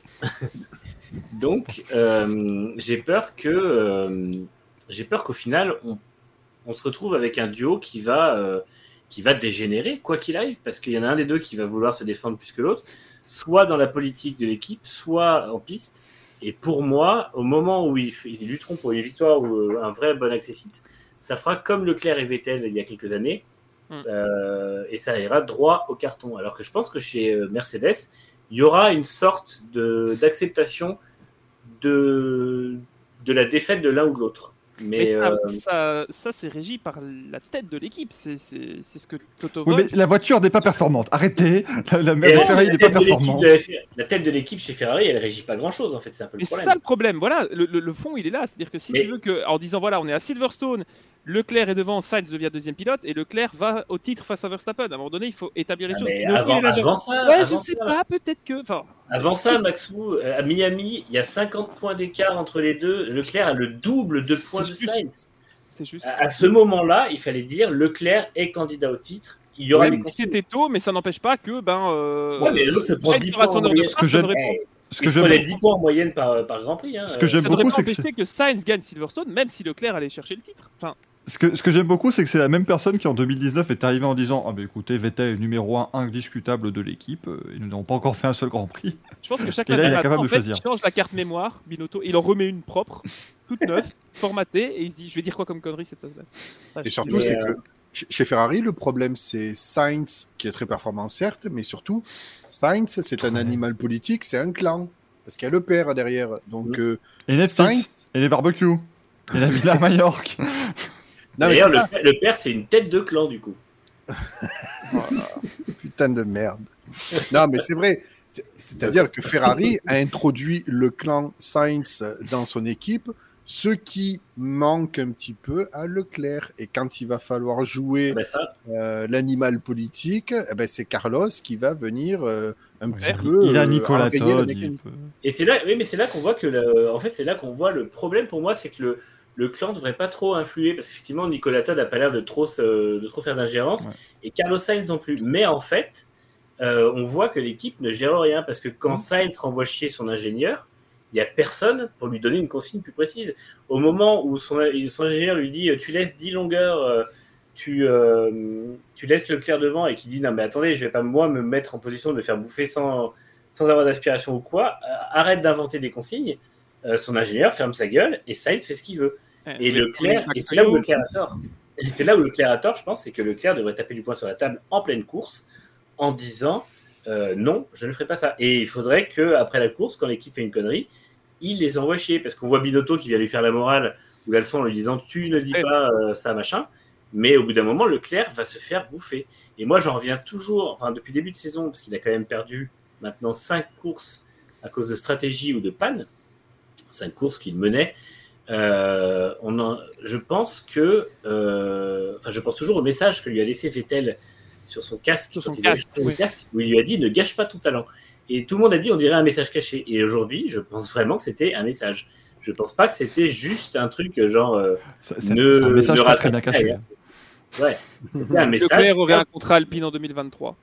j'ai peur qu'au final, on se retrouve avec un duo qui va dégénérer, quoi qu'il arrive, parce qu'il y en a un des deux qui va vouloir se défendre plus que l'autre, soit dans la politique de l'équipe, soit en piste. Et pour moi, au moment où ils lutteront pour une victoire ou un vrai bon accessite, ça fera comme Leclerc et Vettel il y a quelques années, et ça ira droit au carton. Alors que je pense que chez Mercedes, il y aura une sorte d'acceptation de la défaite de l'un ou de l'autre. Mais ça c'est régi par la tête de l'équipe. C'est ce que Toto Oui, Wolff... mais la voiture n'est pas performante. Arrêtez. La Ferrari n'est pas performante. La tête de l'équipe chez Ferrari, elle régit pas grand-chose en fait. C'est un peu le problème. C'est ça le problème. Voilà, le fond il est là. C'est-à-dire que si tu veux que, en disant voilà, on est à Silverstone, Leclerc est devant, Sainz devient deuxième pilote et Leclerc va au titre face à Verstappen. À un moment donné, il faut établir les choses. Mais avant ça, ouais, je sais pas, peut-être que. Avant ça, Maxou, à Miami, il y a 50 points d'écart entre les deux. Leclerc a le double de points de Sainz. C'est juste. À ce moment-là, il fallait dire Leclerc est candidat au titre. Il y aura des consignes. C'était tôt, mais ça n'empêche pas que ouais, mais l'autre se prend 10 points en moyenne. Il prenait 10 points en moyenne par Grand Prix. Hein. Ce que j'aime beaucoup, c'est que Sainz gagne Silverstone, même si Leclerc allait chercher le titre. Enfin. Ce que j'aime beaucoup, c'est que c'est la même personne qui en 2019 est arrivée en disant « Ah bah écoutez, Vettel est numéro 1 indiscutable de l'équipe, et nous n'avons pas encore fait un seul Grand Prix. » Je pense que chaque et là, il est capable de il change la carte mémoire, Binotto, il en remet une propre, toute neuve, formatée, et il se dit « Je vais dire quoi comme connerie cette semaine ?» Et surtout, c'est que chez Ferrari, le problème, c'est Sainz, qui est très performant, certes, mais surtout, Sainz, c'est un animal politique, c'est un clan, parce qu'il y a le père derrière. Donc, et Netflix, Sainz... et les barbecues, et la villa à Majorque. D'ailleurs, le père, c'est une tête de clan, du coup. Putain de merde. Non, mais c'est vrai. C'est-à-dire que Ferrari a introduit le clan Sainz dans son équipe, ce qui manque un petit peu à Leclerc. Et quand il va falloir jouer l'animal politique, c'est Carlos qui va venir un petit peu. Il a Nicolas Todd. Et c'est là, oui, mais c'est là qu'on voit que, en fait, c'est là qu'on voit le problème pour moi, c'est que le clan ne devrait pas trop influer, parce qu'effectivement, Nicolas Todd n'a pas l'air de trop faire d'ingérence, et Carlos Sainz non plus. Mais en fait, on voit que l'équipe ne gère rien, parce que quand Sainz renvoie chier son ingénieur, il n'y a personne pour lui donner une consigne plus précise. Au moment où son ingénieur lui dit « Tu laisses 10 longueurs, tu laisses Leclerc devant », et qui dit « Non mais attendez, je ne vais pas moi me mettre en position de me faire bouffer sans avoir d'aspiration ou quoi, arrête d'inventer des consignes », son ingénieur ferme sa gueule et Sainz fait ce qu'il veut. Et Leclerc, et c'est là où Leclerc a tort. Et c'est là où Leclerc a tort, je pense, c'est que Leclerc devrait taper du poing sur la table en pleine course en disant non, je ne ferai pas ça. Et il faudrait qu'après la course, quand l'équipe fait une connerie, il les envoie chier. Parce qu'on voit Binotto qui vient lui faire la morale ou la leçon en lui disant tu ne dis pas ça, machin. Mais au bout d'un moment, Leclerc va se faire bouffer. Et moi, j'en reviens toujours, depuis le début de saison, parce qu'il a quand même perdu maintenant 5 courses à cause de stratégie ou de panne. 5 courses qu'il menait. Je pense toujours au message que lui a laissé Vettel sur son casque, où il lui a dit ne gâche pas ton talent. Et tout le monde a dit on dirait un message caché. Et aujourd'hui, je pense vraiment que c'était un message. Je pense pas que c'était juste un truc genre c'est un message pas très bien caché. Ouais, c'était un message. Leclerc aurait un contrat Alpine en 2023.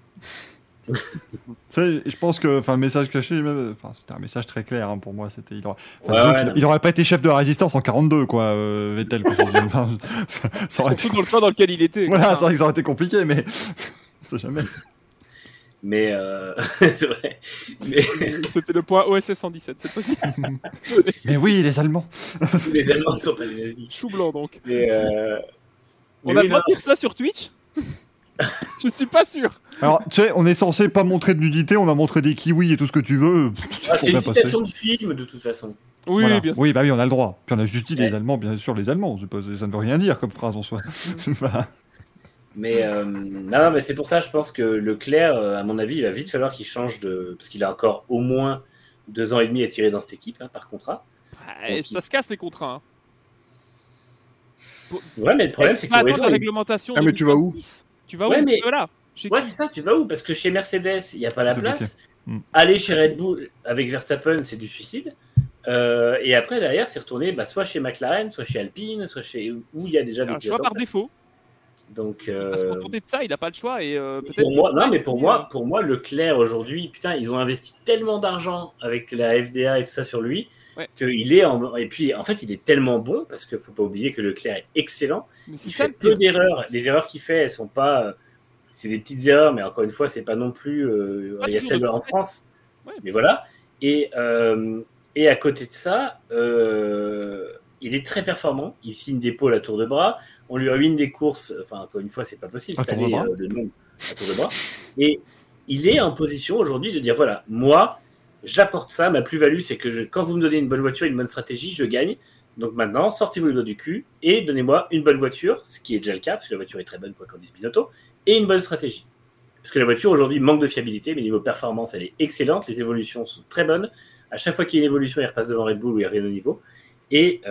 Je pense que le message caché, c'était un message très clair pour moi. Il aurait pas été chef de la résistance en 42, quoi, Vettel. Ça aurait été dans le temps dans lequel il était. Voilà, c'est vrai que ça aurait été compliqué, mais on sait jamais. Mais c'est vrai. Mais... C'était le point OSS 117, c'est possible. Mais oui, les Allemands. Les Allemands ne sont pas des nazis. Chou blanc donc. On a le droit de dire ça sur Twitch? Je suis pas sûr. Alors, tu sais, on est censé pas montrer de nudité, on a montré des kiwis et tout ce que tu veux. C'est une citation du film, de toute façon. Oui, voilà. bien sûr. Oui, bah oui, on a le droit. Puis on a juste dit les Allemands, bien sûr, les Allemands. Ça ne veut rien dire comme phrase en soi. Mais non, mais c'est pour ça, je pense que Leclerc, à mon avis, il va vite falloir qu'il change parce qu'il a encore au moins 2 ans et demi à tirer dans cette équipe, par contrat. Ça se casse les contrats. Ouais, mais le problème, c'est que la réglementation. Ah, mais tu vas où? Tu vas où? Voilà. Ouais, c'est ça, tu vas où? Parce que chez Mercedes, il n'y a pas la place. Aller chez Red Bull avec Verstappen, c'est du suicide. Et après, derrière, c'est retourné soit chez McLaren, soit chez Alpine, soit chez où il y a déjà des un choix par défaut. Donc, il va se contenter de ça, il n'a pas le choix. Et, peut-être pour moi, Leclerc aujourd'hui, putain, ils ont investi tellement d'argent avec la FDA et tout ça sur lui, qu'il est et puis en fait, il est tellement bon parce qu'il faut pas oublier que Leclerc est excellent. Il fait peu d'erreurs. Les erreurs qu'il fait, elles sont pas. C'est des petites erreurs, mais encore une fois, c'est pas non plus. Il y a celle en France, mais voilà. Et à côté de ça, il est très performant. Il signe des pôles à tour de bras. On lui ruine des courses. Enfin, encore une fois, c'est pas possible. Cette année, le nombre à tour de bras. Et il est en position aujourd'hui de dire voilà, moi, j'apporte ça. Ma plus-value, c'est que quand vous me donnez une bonne voiture, une bonne stratégie, je gagne. Donc maintenant, sortez-vous le doigt du cul et donnez-moi une bonne voiture, ce qui est déjà le cas, parce que la voiture est très bonne, quoi qu'en dise Binotto, et une bonne stratégie. Parce que la voiture aujourd'hui manque de fiabilité, mais niveau performance, elle est excellente. Les évolutions sont très bonnes. À chaque fois qu'il y a une évolution, il repasse devant Red Bull où il n'y a rien au niveau. Et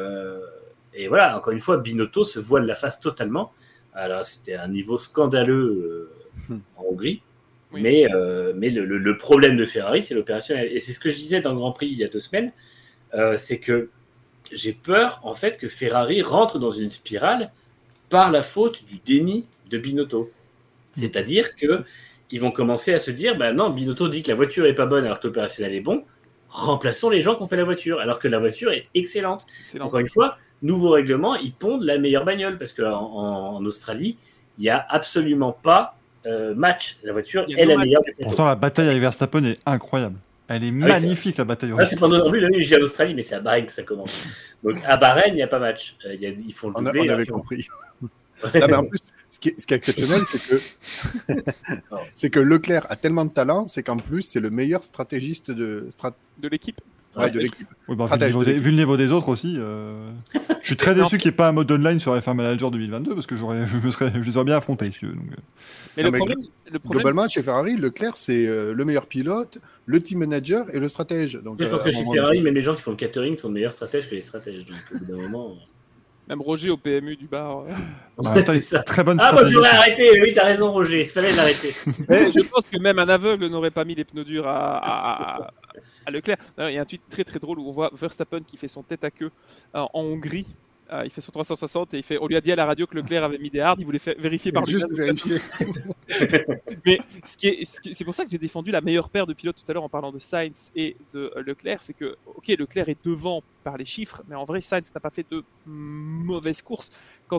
voilà, encore une fois, Binotto se voile la face totalement. Alors, c'était un niveau scandaleux en Hongrie. Oui. Mais le problème de Ferrari, c'est l'opérationnel. Et c'est ce que je disais dans le Grand Prix il y a 2 semaines. C'est que j'ai peur, en fait, que Ferrari rentre dans une spirale par la faute du déni de Binotto. C'est-à-dire qu'ils vont commencer à se dire non, Binotto dit que la voiture n'est pas bonne alors que l'opérationnel est bon. Remplaçons les gens qui ont fait la voiture, alors que la voiture est excellente. Encore une fois, nouveau règlement, ils pondent la meilleure bagnole, parce qu'en Australie, il n'y a absolument pas match. La voiture est la meilleure. Pourtant, la bataille avec Verstappen est incroyable. Elle est magnifique, la bataille. C'est pas non plus, je dis en Australie, mais c'est à Bahreïn que ça commence. Donc à Bahreïn, il n'y a pas match. Ils font le doublé. On avait compris. Là, mais en plus, ce qui est exceptionnel, c'est que Leclerc a tellement de talent, c'est qu'en plus, c'est le meilleur stratégiste de l'équipe. Ouais, de l'équipe. Oui, vu le niveau des autres aussi, je suis très déçu qu'il n'y ait pas un mode online sur F1 Manager 2022 parce que je les aurais bien affrontés. Donc... Mais le problème, globalement, chez Ferrari, Leclerc, c'est le meilleur pilote, le team manager et le stratège. Donc, je pense que chez Ferrari, même les gens qui font le catering sont meilleurs stratèges que les stratèges. Donc, au bout d'un moment. Même Roger au PMU du bar. C'est ça. Très bonne stratégie. Moi, je l'aurais arrêté. Oui, t'as raison, Roger. Il fallait l'arrêter. Je pense que même un aveugle n'aurait pas mis les pneus durs à Leclerc. Il y a un tweet très très drôle où on voit Verstappen qui fait son tête à queue en Hongrie. Il fait son 360 et on lui a dit à la radio que Leclerc avait mis des hards. Il voulait vérifier par lui-même. Juste vérifier. Mais c'est pour ça que j'ai défendu la meilleure paire de pilotes tout à l'heure en parlant de Sainz et de Leclerc. C'est que, ok, Leclerc est devant par les chiffres, mais en vrai, Sainz n'a pas fait de mauvaises courses.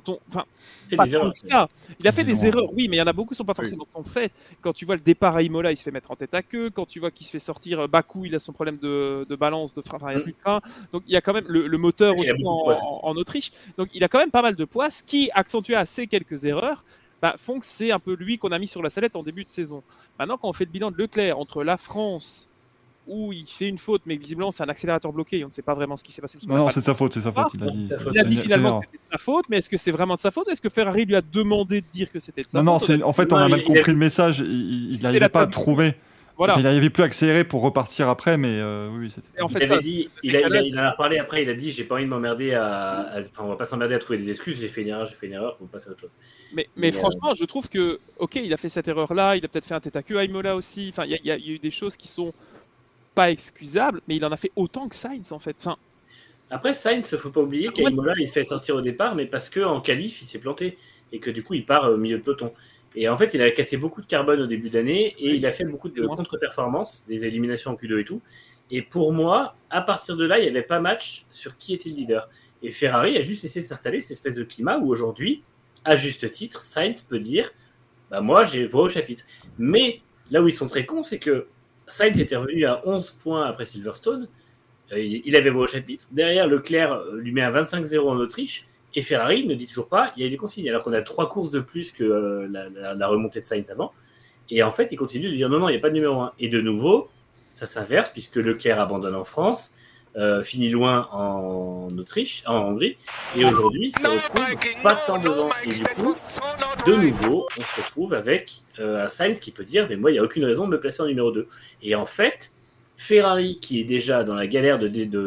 Il a fait des erreurs, oui, mais il y en a beaucoup qui ne sont pas forcément faits. Quand tu vois le départ à Imola, il se fait mettre en tête à queue. Quand tu vois qu'il se fait sortir Bakou, il a son problème de balance, de frein, il n'y a plus de frein. Donc il y a quand même le moteur aussi en Autriche. Donc il a quand même pas mal de poids, ce qui, accentué à ces quelques erreurs, font que c'est un peu lui qu'on a mis sur la sellette en début de saison. Maintenant, quand on fait le bilan de Leclerc entre la France, où il fait une faute, mais visiblement c'est un accélérateur bloqué, on ne sait pas vraiment ce qui s'est passé. Non, c'est de sa faute, il a dit. Il a dit finalement que c'était de sa faute, mais est-ce que c'est vraiment de sa faute? Est-ce que Ferrari lui a demandé de dire que c'était de sa faute? Non, en fait, on a mal compris le message, il n'arrivait pas à trourouver. Voilà. Il n'arrivait plus à accélérer pour repartir après, mais oui, c'était... En fait, il en a reparlé après, il a dit j'ai pas envie de m'emmerder on va pas s'emmerder à trouver des excuses, j'ai fait une erreur, on passe à autre chose. Mais franchement, je trouve que, ok, il a fait cette erreur-là, il a peut-être fait un tête à queue à Imola aussi, enfin, il y a eu des choses qui sont pas excusable, mais il en a fait autant que Sainz en fait. Après Sainz, il faut pas oublier qu'à Imola il se fait sortir au départ, mais parce qu'en qualif il s'est planté et que du coup il part au milieu de peloton. Et en fait il a cassé beaucoup de carbone au début d'année et il a fait beaucoup de contre-performances, des éliminations en Q2 et tout. Et pour moi, à partir de là, il n'y avait pas match sur qui était le leader. Et Ferrari a juste laissé s'installer cette espèce de climat où aujourd'hui, à juste titre, Sainz peut dire moi j'ai voix au chapitre. Mais là où ils sont très cons, c'est que Sainz était revenu à 11 points après Silverstone. Il avait voix au chapitre. Derrière, Leclerc lui met un 25-0 en Autriche. Et Ferrari ne dit toujours pas il y a des consignes. Alors qu'on a 3 courses de plus que la remontée de Sainz avant. Et en fait, il continue de dire non, il n'y a pas de numéro 1. Et de nouveau, ça s'inverse puisque Leclerc abandonne en France, finit loin en Hongrie. Et aujourd'hui, il se retrouve pas tant devant. Et du coup, de nouveau, on se retrouve avec un Sainz qui peut dire mais moi, il n'y a aucune raison de me placer en numéro 2. Et en fait, Ferrari, qui est déjà dans la galère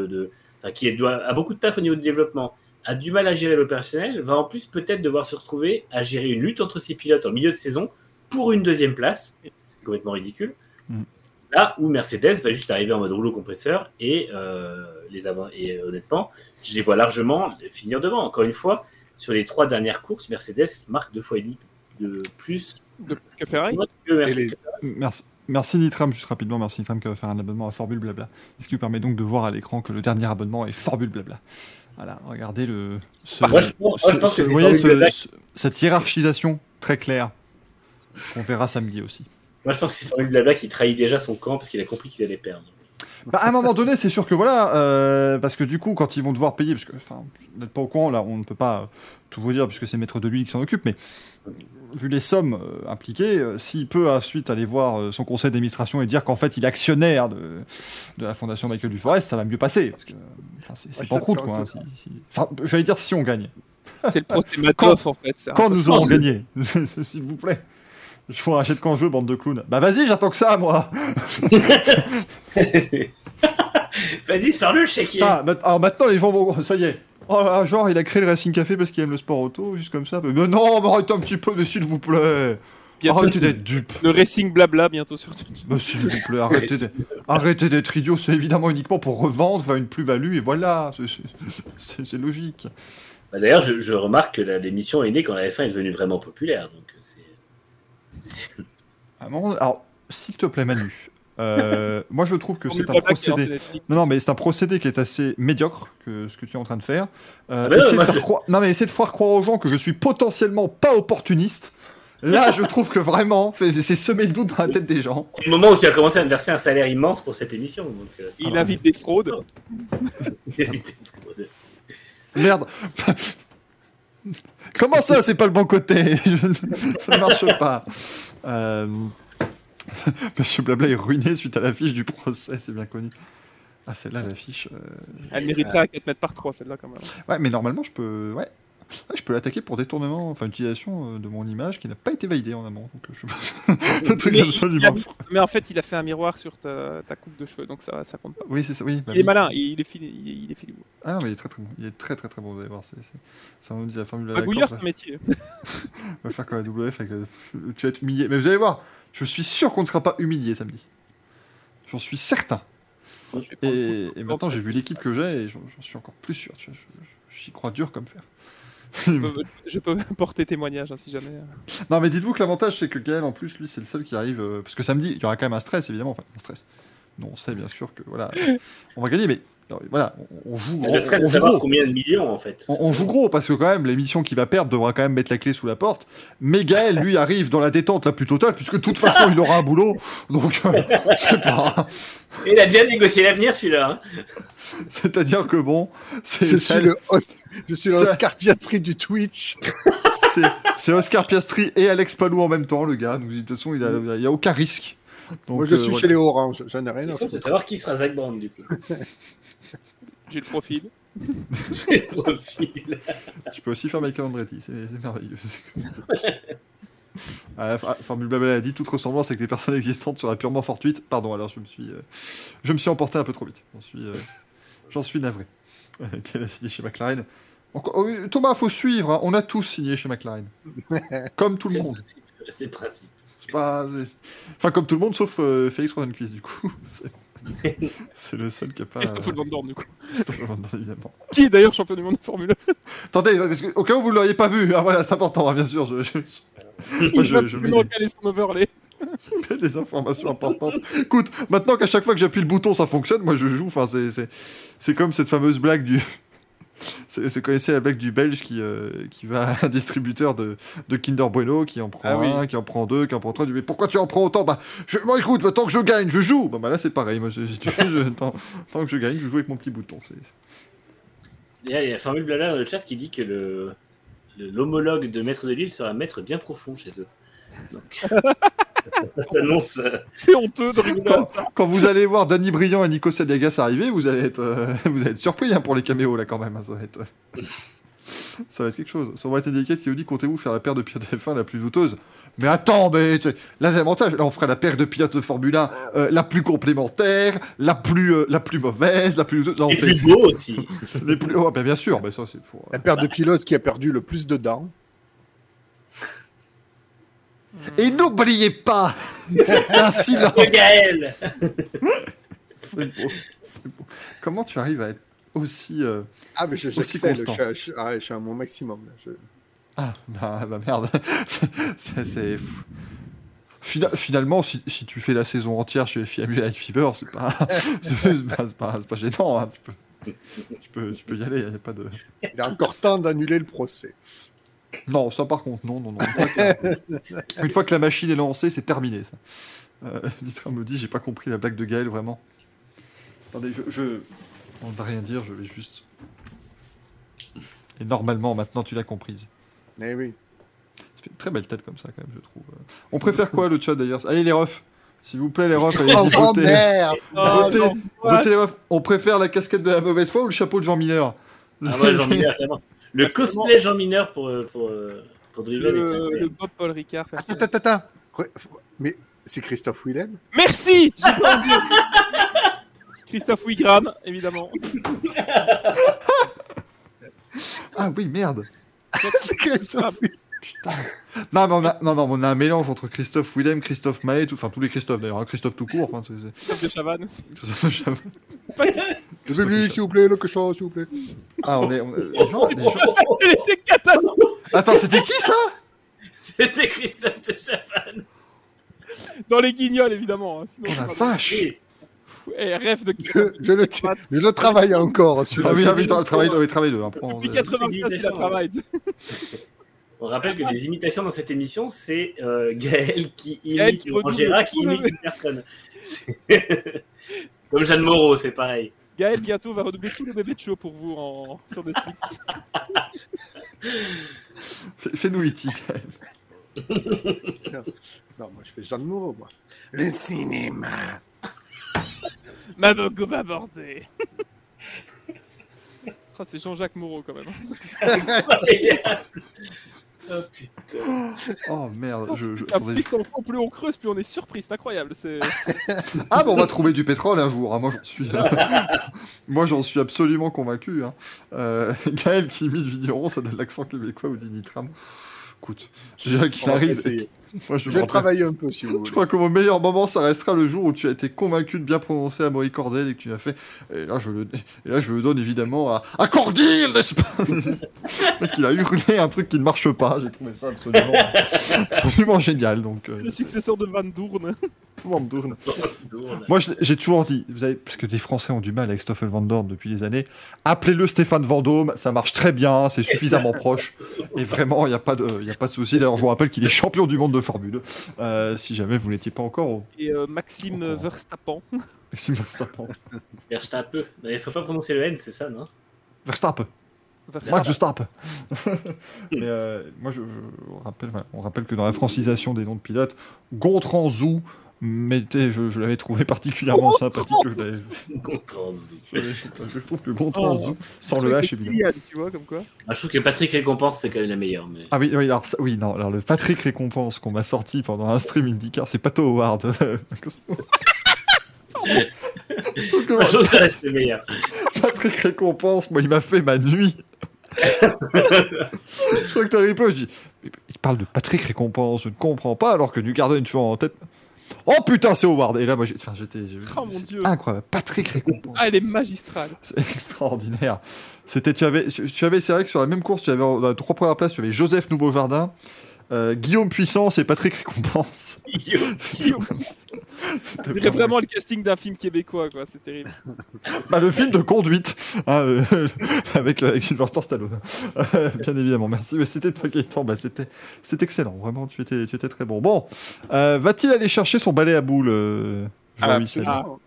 a beaucoup de taf au niveau du développement, a du mal à gérer l'opérationnel, va en plus peut-être devoir se retrouver à gérer une lutte entre ses pilotes en milieu de saison pour une 2e place. C'est complètement ridicule. Là où Mercedes va juste arriver en mode rouleau compresseur et honnêtement, je les vois largement finir devant. Encore une fois, sur les 3 dernières courses, Mercedes marque 2 fois et demi de plus que Ferrari. Que Mercedes. Merci Nitram, juste rapidement, merci Nitram qui va faire un abonnement à Formule Blabla. Ce qui vous permet donc de voir à l'écran que le dernier abonnement est Formule Blabla. Voilà, regardez vous voyez cette hiérarchisation très claire qu'on verra samedi aussi. Moi, je pense que c'est Formule Blabla qui trahit déjà son camp parce qu'il a compris qu'ils allaient perdre. À un moment donné, c'est sûr que voilà, parce que du coup, quand ils vont devoir payer, parce que, enfin, vous n'êtes pas au courant, là, on ne peut pas tout vous dire puisque c'est Maître de l'Huile qui s'en occupe, mais vu les sommes impliquées, s'il peut ensuite aller voir son conseil d'administration et dire qu'en fait il est actionnaire de la fondation Michael Duforest, ça va mieux passer, parce que c'est banqueroute, quoi. Enfin, j'allais dire si on gagne. C'est le procès Madoff, en fait. Quand nous aurons gagné, s'il vous plaît. Je vous rachète quand je veux, bande de clowns. Bah vas-y, j'attends que ça, moi. Vas-y, sors-le, chéquier. Alors maintenant, les gens vont... Ça y est. Oh là, genre, il a créé le Racing Café parce qu'il aime le sport auto, juste comme ça. Mais non, mais arrêtez un petit peu, mais s'il vous plaît. Arrêtez d'être dupe. Le Racing Blabla, bientôt sur Twitch. Mais s'il vous plaît, arrêtez d'être idiot. C'est évidemment uniquement pour revendre, faire une plus-value, et voilà. C'est logique. Bah, d'ailleurs, je remarque que l'émission est née quand la F1 est devenue vraiment populaire. Donc Alors, s'il te plaît, Manu, moi je trouve que c'est un procédé. Non, mais c'est un procédé qui est assez médiocre que ce que tu es en train de faire. Essayer de faire croire aux gens que je suis potentiellement pas opportuniste. Là, je trouve que vraiment, c'est semer le doute dans la tête des gens. C'est le moment où tu as commencé à me verser un salaire immense pour cette émission. Donc, il invite des fraudes. Merde. Comment ça, c'est pas le bon côté? Ça ne marche pas. Monsieur Blabla est ruiné suite à l'affiche du procès, c'est bien connu. Ah, celle-là, l'affiche... Elle mériterait à 4 mètres par 3, celle-là, quand même. Ouais, mais normalement, je peux l'attaquer pour détournement, enfin, utilisation de mon image qui n'a pas été validée en amont. Donc, le truc absolument fou. Mais en fait, il a fait un miroir sur ta coupe de cheveux, donc ça compte pas. Oui, c'est ça, oui. Il est malin, il est filou. Ah non, mais il est très très bon. Il est très très très bon, vous allez voir. Ça me dit la formule. Un gouilleur, c'est un métier. On va faire comme la WF avec tu vas être humilié. Mais vous allez voir, je suis sûr qu'on ne sera pas humilié samedi. J'en suis certain. Et maintenant, j'ai vu l'équipe que j'ai et j'en suis encore plus sûr. Tu vois, j'y crois dur comme fer. Je peux porter témoignage, hein, si jamais. Non, mais dites-vous que l'avantage, c'est que Gaël, en plus, lui, c'est le seul qui arrive. Parce que samedi, il y aura quand même un stress, évidemment. Enfin, un stress. Non, on sait bien sûr que voilà, on va gagner, mais voilà, on joue gros. Le stress de savoir combien de millions, en fait. On joue gros, parce que quand même, l'émission qui va perdre devra quand même mettre la clé sous la porte. Mais Gaël, lui, arrive dans la détente la plus totale, puisque de toute façon, il aura un boulot. Donc, je sais pas. Et il a bien négocié l'avenir, celui-là. Hein. C'est-à-dire que bon, je suis l'Oscar Piastri du Twitch. C'est Oscar Piastri et Alex Palou en même temps, le gars. Donc, de toute façon, il y a aucun risque. Donc, moi, je suis chez les Orange, j'en ai rien à foutre. C'est savoir qui sera Zach Brown, du coup. J'ai le profil. J'ai le profil. Tu peux aussi faire Michael Andretti, c'est merveilleux. Formule Blabla a dit toute ressemblance avec les personnes existantes serait purement fortuite. Pardon, alors je me suis emporté un peu trop vite. J'en suis navré. Qu'elle a signé chez McLaren. Thomas, faut suivre. Hein. On a tous signé chez McLaren, comme tout le monde. C'est le principe. Enfin, comme tout le monde, sauf Félix Rosenqvist, du coup. C'est le seul qui a pas... Et Stoffel Van Dorn, du coup. Stoffel Van Dorn, évidemment. Qui est d'ailleurs champion du monde de Formule 1. Attendez, parce que, au cas où vous ne l'auriez pas vu, hein, voilà, c'est important, hein, bien sûr. Je mets des informations importantes. Écoute, maintenant qu'à chaque fois que j'appuie le bouton, ça fonctionne, moi je joue. Enfin, c'est comme cette fameuse blague du... C'est connaissez la blague du Belge qui va à un distributeur de Kinder Bueno, qui en prend un, qui en prend deux, qui en prend trois. Mais pourquoi tu en prends autant? Écoute, tant que je gagne, je joue. Là c'est pareil. Moi, tant que je gagne, je joue avec mon petit bouton. Il y a Formule Blabla dans le chat qui dit que l'homologue de Maître de l'Île sera un maître bien profond chez eux. Donc, ça s'annonce. C'est honteux de rigoler à ça. Quand vous allez voir Danny Briand et Nico Saliagas arriver, vous allez être surpris hein, pour les caméos là quand même. Hein, ça va être quelque chose. Ça va être délicat qui nous dit comptez-vous faire la paire de pilotes de F1 la plus douteuse. Mais attends, là l'avantage, là on ferait la paire de pilotes de Formule 1 la plus complémentaire, la plus mauvaise, la plus douteuse. Là, on fait plus beau aussi. Les plus bien sûr, mais ça c'est pour la paire de pilotes qui a perdu le plus de dents. Et n'oubliez pas qu'un silence... Gaël. C'est beau, c'est beau. Comment tu arrives à être aussi... Ah, mais Aussi j'excelle, constant. je suis à mon maximum. Là. Ah, bah merde. c'est fou. Finalement, si tu fais la saison entière chez FIMG Light Fever, c'est pas gênant. Hein. Tu peux y aller, y a pas de... Il est encore temps d'annuler le procès. Non, ça par contre, non. Une fois que la machine est lancée, c'est terminé, ça. Nitra me dit, j'ai pas compris la blague de Gaël, vraiment. Attendez, on ne va rien dire, je vais juste... Et normalement, maintenant, tu l'as comprise. Eh oui. Ça fait une très belle tête comme ça, quand même, je trouve. On préfère quoi, le chat, d'ailleurs? Allez, les refs. S'il vous plaît, les refs, allez-y, Oh votez. merde! Votez les refs. On préfère la casquette de la mauvaise foi ou le chapeau de Jean Mineur? Ah ouais, Jean Mineur, clairement. Le cosplay Jean Mineur pour Driven est Le incroyable. Bob Paul Ricard. Attends. Mais c'est Christophe Willem? Merci. J'ai pas osé. Christophe Wigram, évidemment. Ah oui, merde. C'est Christophe Willem. Putain. Non, mais on a un mélange entre Christophe Willem, Christophe Maé, enfin tous les Christophe d'ailleurs, hein, Christophe tout court. Enfin, Christophe de Chavannes aussi. Le public, s'il vous plaît, le cochon, s'il vous plaît. Ah, les gens... Elle était catastrophique. Attends, c'était qui ça? C'était Christophe de Chavannes. Dans les guignols, évidemment. Hein. Sinon, Oh la c'est pas vache. Et rêve de Je le travaille encore, celui-là. Ah oui, travaille-le. Hein, Depuis 96, il a travaillé. On rappelle que des imitations dans cette émission, c'est Gaël qui Gaël imite qui Laurent redouble Gérard qui tout le- imite une personne. Comme Jeanne Moreau, c'est pareil. Gaël bientôt va redoubler tous les bébés de show pour vous sur Netflix. Fais-nous E.T. Non, moi je fais Jeanne Moreau, moi. Le cinéma. M'a beaucoup abordé. Ah, c'est Jean-Jacques Moreau quand même. Oh putain. Oh merde, Plus plus on creuse, plus on est surpris. C'est incroyable. Ah bah on va trouver du pétrole un jour, hein. Moi j'en suis absolument convaincu. Hein. Gaël qui imite Vigneron, ça donne l'accent québécois ou d'Initram. Écoute, je dirais qu'il arrive. Moi, Je vais travailler un peu si vous voulez. Je crois que mon meilleur moment, ça restera le jour où tu as été convaincu de bien prononcer Amaury Cordel et que tu as fait. Et là, je le donne évidemment à Cordil, n'est-ce pas? Donc, il a hurlé un truc qui ne marche pas. J'ai trouvé ça absolument génial. Donc, Le successeur de Van Doorn. Van Doorn. Moi, j'ai toujours dit, parce que les Français ont du mal avec Stoffel Van Dorn depuis des années, appelez-le Stéphane Vendôme, ça marche très bien, c'est suffisamment proche. Et vraiment, il n'y a pas de souci. D'ailleurs, je vous rappelle qu'il est champion du monde de Formule. Si jamais vous n'étiez pas encore Et Maxime Verstappen. Maxime Verstappen. Verstappen. Il faut pas prononcer le N, c'est ça, non? Verstappen. Max Verstappen. Mais moi, on rappelle que dans la francisation des noms de pilotes, Gontranzou, je l'avais trouvé particulièrement sympathique. Gontranzou. Je trouve que Gontranzou, sans le H évidemment. Tu vois, comme quoi. Ah, je trouve que Patrick Récompense, c'est quand même la meilleure. Mais... Ah oui, alors le Patrick Récompense qu'on m'a sorti pendant un stream IndyCar, c'est Pato Howard. Je trouve que ça reste le meilleur. Patrick Récompense, moi, il m'a fait ma nuit. Je crois que t'as ripo, je dis, il parle de Patrick Récompense, je ne comprends pas, alors que Ducardon est toujours en tête. Oh putain, c'est Howard. Et là, moi, j'étais Oh mon dieu. incroyable. Patrick Récompense. Ah, elle est magistrale. C'est extraordinaire. Tu avais, c'est vrai que sur la même course, tu avais dans la 3 premières places, tu avais Joseph Nouveau-Jardin, Guillaume Puissance et Patrick Récompense. On dirait vraiment le casting d'un film québécois, quoi. C'est terrible. Le film de conduite, hein, avec Sylvester Stallone. Bien évidemment, merci. Mais c'était toi, Gaëtan. C'était excellent. Vraiment, tu étais très bon. Bon, va-t-il aller chercher son balai à boules, Jean-Louis Sally ?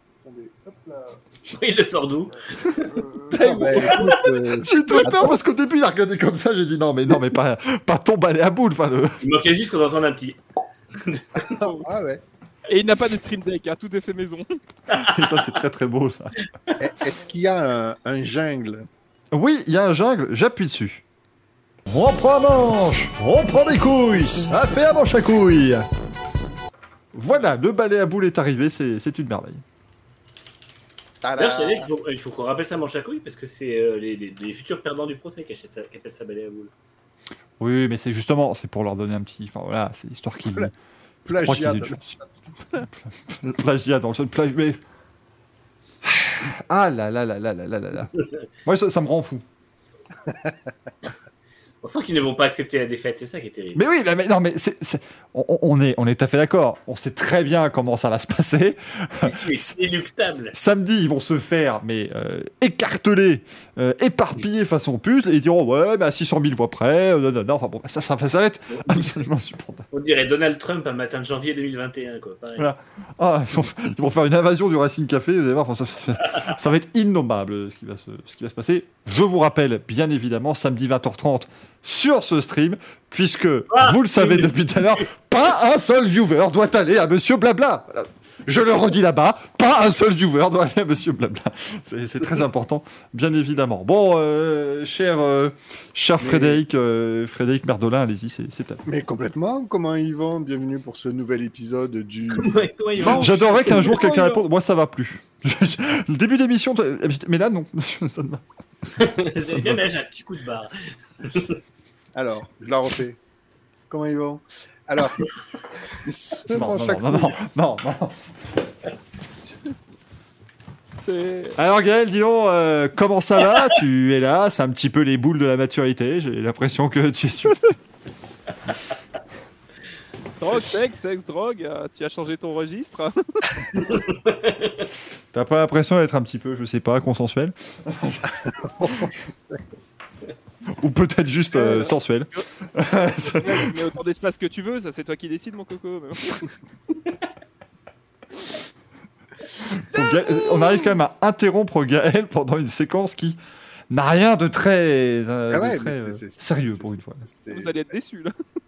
Il le sort d'où? J'ai eu très peur parce qu'au début, il a regardé comme ça. J'ai dit non, mais pas ton balai à boules. Il manquait juste qu'on entende un petit. Ah ouais. Et il n'a pas de stream deck, hein, tout est fait maison. Et ça, c'est très très beau, ça. Est-ce qu'il y a un jungle? Oui, il y a un jungle, j'appuie dessus. On prend un manche, on prend des couilles, ça fait un manche à couilles. Voilà, le balai à boules est arrivé, c'est une merveille. D'ailleurs, je savais qu'il faut qu'on rappelle ça manche à couilles parce que c'est les futurs perdants du procès qui appellent ça balai à boules. Oui, mais c'est justement, c'est pour leur donner un petit... Enfin voilà, c'est histoire qu'ils... Plagiat. Plagiat dans le chat. Mais... Ah là là là là là là là là. Moi, ça me rend fou. On sent qu'ils ne vont pas accepter la défaite, c'est ça qui est terrible. Mais oui, non, mais on est tout à fait d'accord. On sait très bien comment ça va se passer. C'est inéluctable. Samedi, ils vont se faire écarteler, éparpiller façon puzzle, et ils diront ouais, mais à 600 000 voix près, non, enfin bon, ça va être absolument insupportable. On dirait Donald Trump un matin de janvier 2021, quoi. Pareil. Voilà. Ah, ils vont faire une invasion du Racing Café, vous allez voir, ça va être innommable ce qui va se passer. Je vous rappelle, bien évidemment, samedi 20h30 sur ce stream, puisque vous le savez depuis tout à l'heure, pas un seul viewer doit aller à Monsieur Blabla. Voilà. Je le redis là-bas, pas un seul viewer doit aller à Monsieur Blabla. C'est très important, bien évidemment. Bon, cher Frédéric Merdolin, allez-y, c'est à vous. Mais complètement, comment ils vont? Bienvenue pour ce nouvel épisode du... Comment ils vont? J'adorerais qu'un jour quelqu'un réponde, moi ça va plus. Le début d'émission, mais là non. Ça ne va. Vous avez bien, mais j'ai un petit coup de barre. Alors, je la refais. Comment ils vont? Alors, non. Alors Gaël, dis donc, comment ça va? Tu es là, c'est un petit peu les boules de la maturité, j'ai l'impression que tu es sûr. Drogue, sexe, drogue, tu as changé ton registre. T'as pas l'impression d'être un petit peu, je sais pas, consensuel? Ou peut-être juste sensuel. Mais autant d'espace que tu veux, ça c'est toi qui décides, mon coco. On arrive quand même à interrompre Gaël pendant une séquence qui n'a rien de très, sérieux pour une fois. Vous allez être déçus là.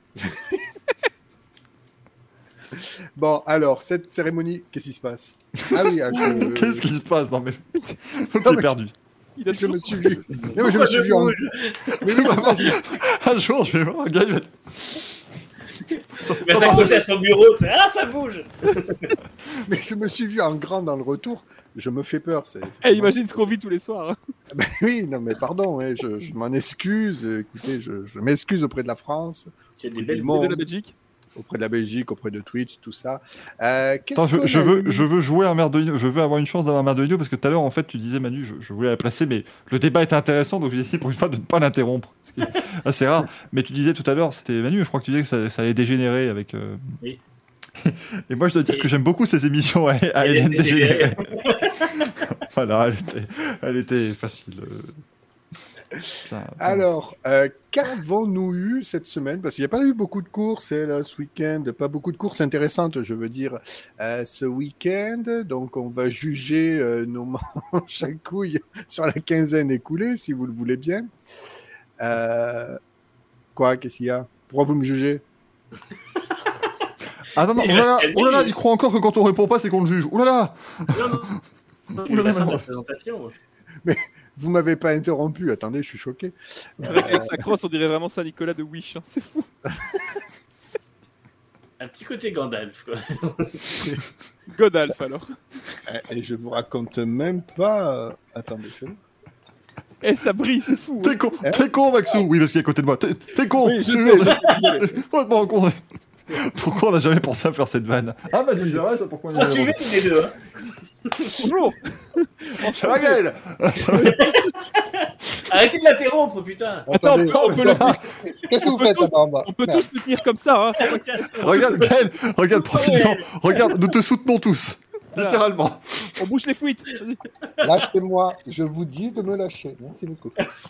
Bon, alors, cette cérémonie, qu'est-ce qui se passe? Ah oui, Qu'est-ce qui se passe? Non mais, t'es perdu. Je me suis vu. Non, mais je me suis vu en... Un jour, je vais voir un gars, il va... Il va s'accrocher à son bureau, ah, ça bouge. Mais je me suis vu en grand dans le retour, je me fais peur. Imagine ce qu'on vit tous les soirs. Hein. Ben oui, non mais pardon, je m'en excuse. Écoutez, je m'excuse auprès de la France. Tu as des belles mots de la Belgique. Auprès de la Belgique, auprès de Twitch, tout ça. Attends, je veux jouer un Merdolino, je veux avoir une chance d'avoir un Merdolino parce que tout à l'heure, en fait, tu disais, Manu, je voulais la placer, mais le débat était intéressant, donc j'ai décidé pour une fois de ne pas l'interrompre. Ce qui est assez rare. Mais tu disais tout à l'heure, c'était Manu, je crois que tu disais que ça allait dégénérer avec. Oui. Et moi, je dois dire que j'aime beaucoup ces émissions à Hélène dégénérer. Voilà, elle était facile. Alors, qu'avons-nous eu cette semaine? Parce qu'il n'y a pas eu beaucoup de courses là, ce week-end, pas beaucoup de courses intéressantes, je veux dire, ce week-end. Donc, on va juger nos manches à couilles sur la quinzaine écoulée, si vous le voulez bien. Quoi? Qu'est-ce qu'il y a? Pourquoi vous me jugez? Ah non, oh là là, il croit encore que quand on répond pas, c'est qu'on le juge. Oh là là. Non, la fin de la présentation. Mais vous m'avez pas interrompu, attendez, je suis choqué. C'est vrai qu'avec sa crosse, on dirait vraiment Saint-Nicolas de Wish, hein. C'est fou. Un petit côté Gandalf, quoi. Godalf, alors. Et je vous raconte même pas... Attendez, fais-le. Ça brille, c'est fou. T'es con, Maxou. Oui, parce qu'il est à côté de moi. T'es con. Oui, je sais. Pourquoi on n'a jamais pensé à faire cette vanne? Ah, bah, c'est vrai, ça, pourquoi on a suivez tous les deux, hein. Bonjour. Ça va, Gaël? Arrêtez de l'interrompre, putain. Attends, qu'est-ce que vous faites là-bas en bas? On peut tous le tenir comme ça, hein. Regarde, Gaël, regarde, profite-en. Regarde, nous te soutenons tous. Voilà. Littéralement. On bouge les fuites. Lâchez-moi, je vous dis de me lâcher. Merci beaucoup.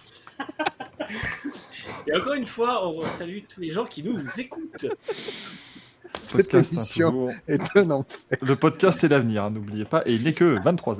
Et encore une fois, on salue tous les gens qui nous écoutent. Cette émission est un enfer. Le podcast, c'est l'avenir, hein, n'oubliez pas, et il n'est que 23h.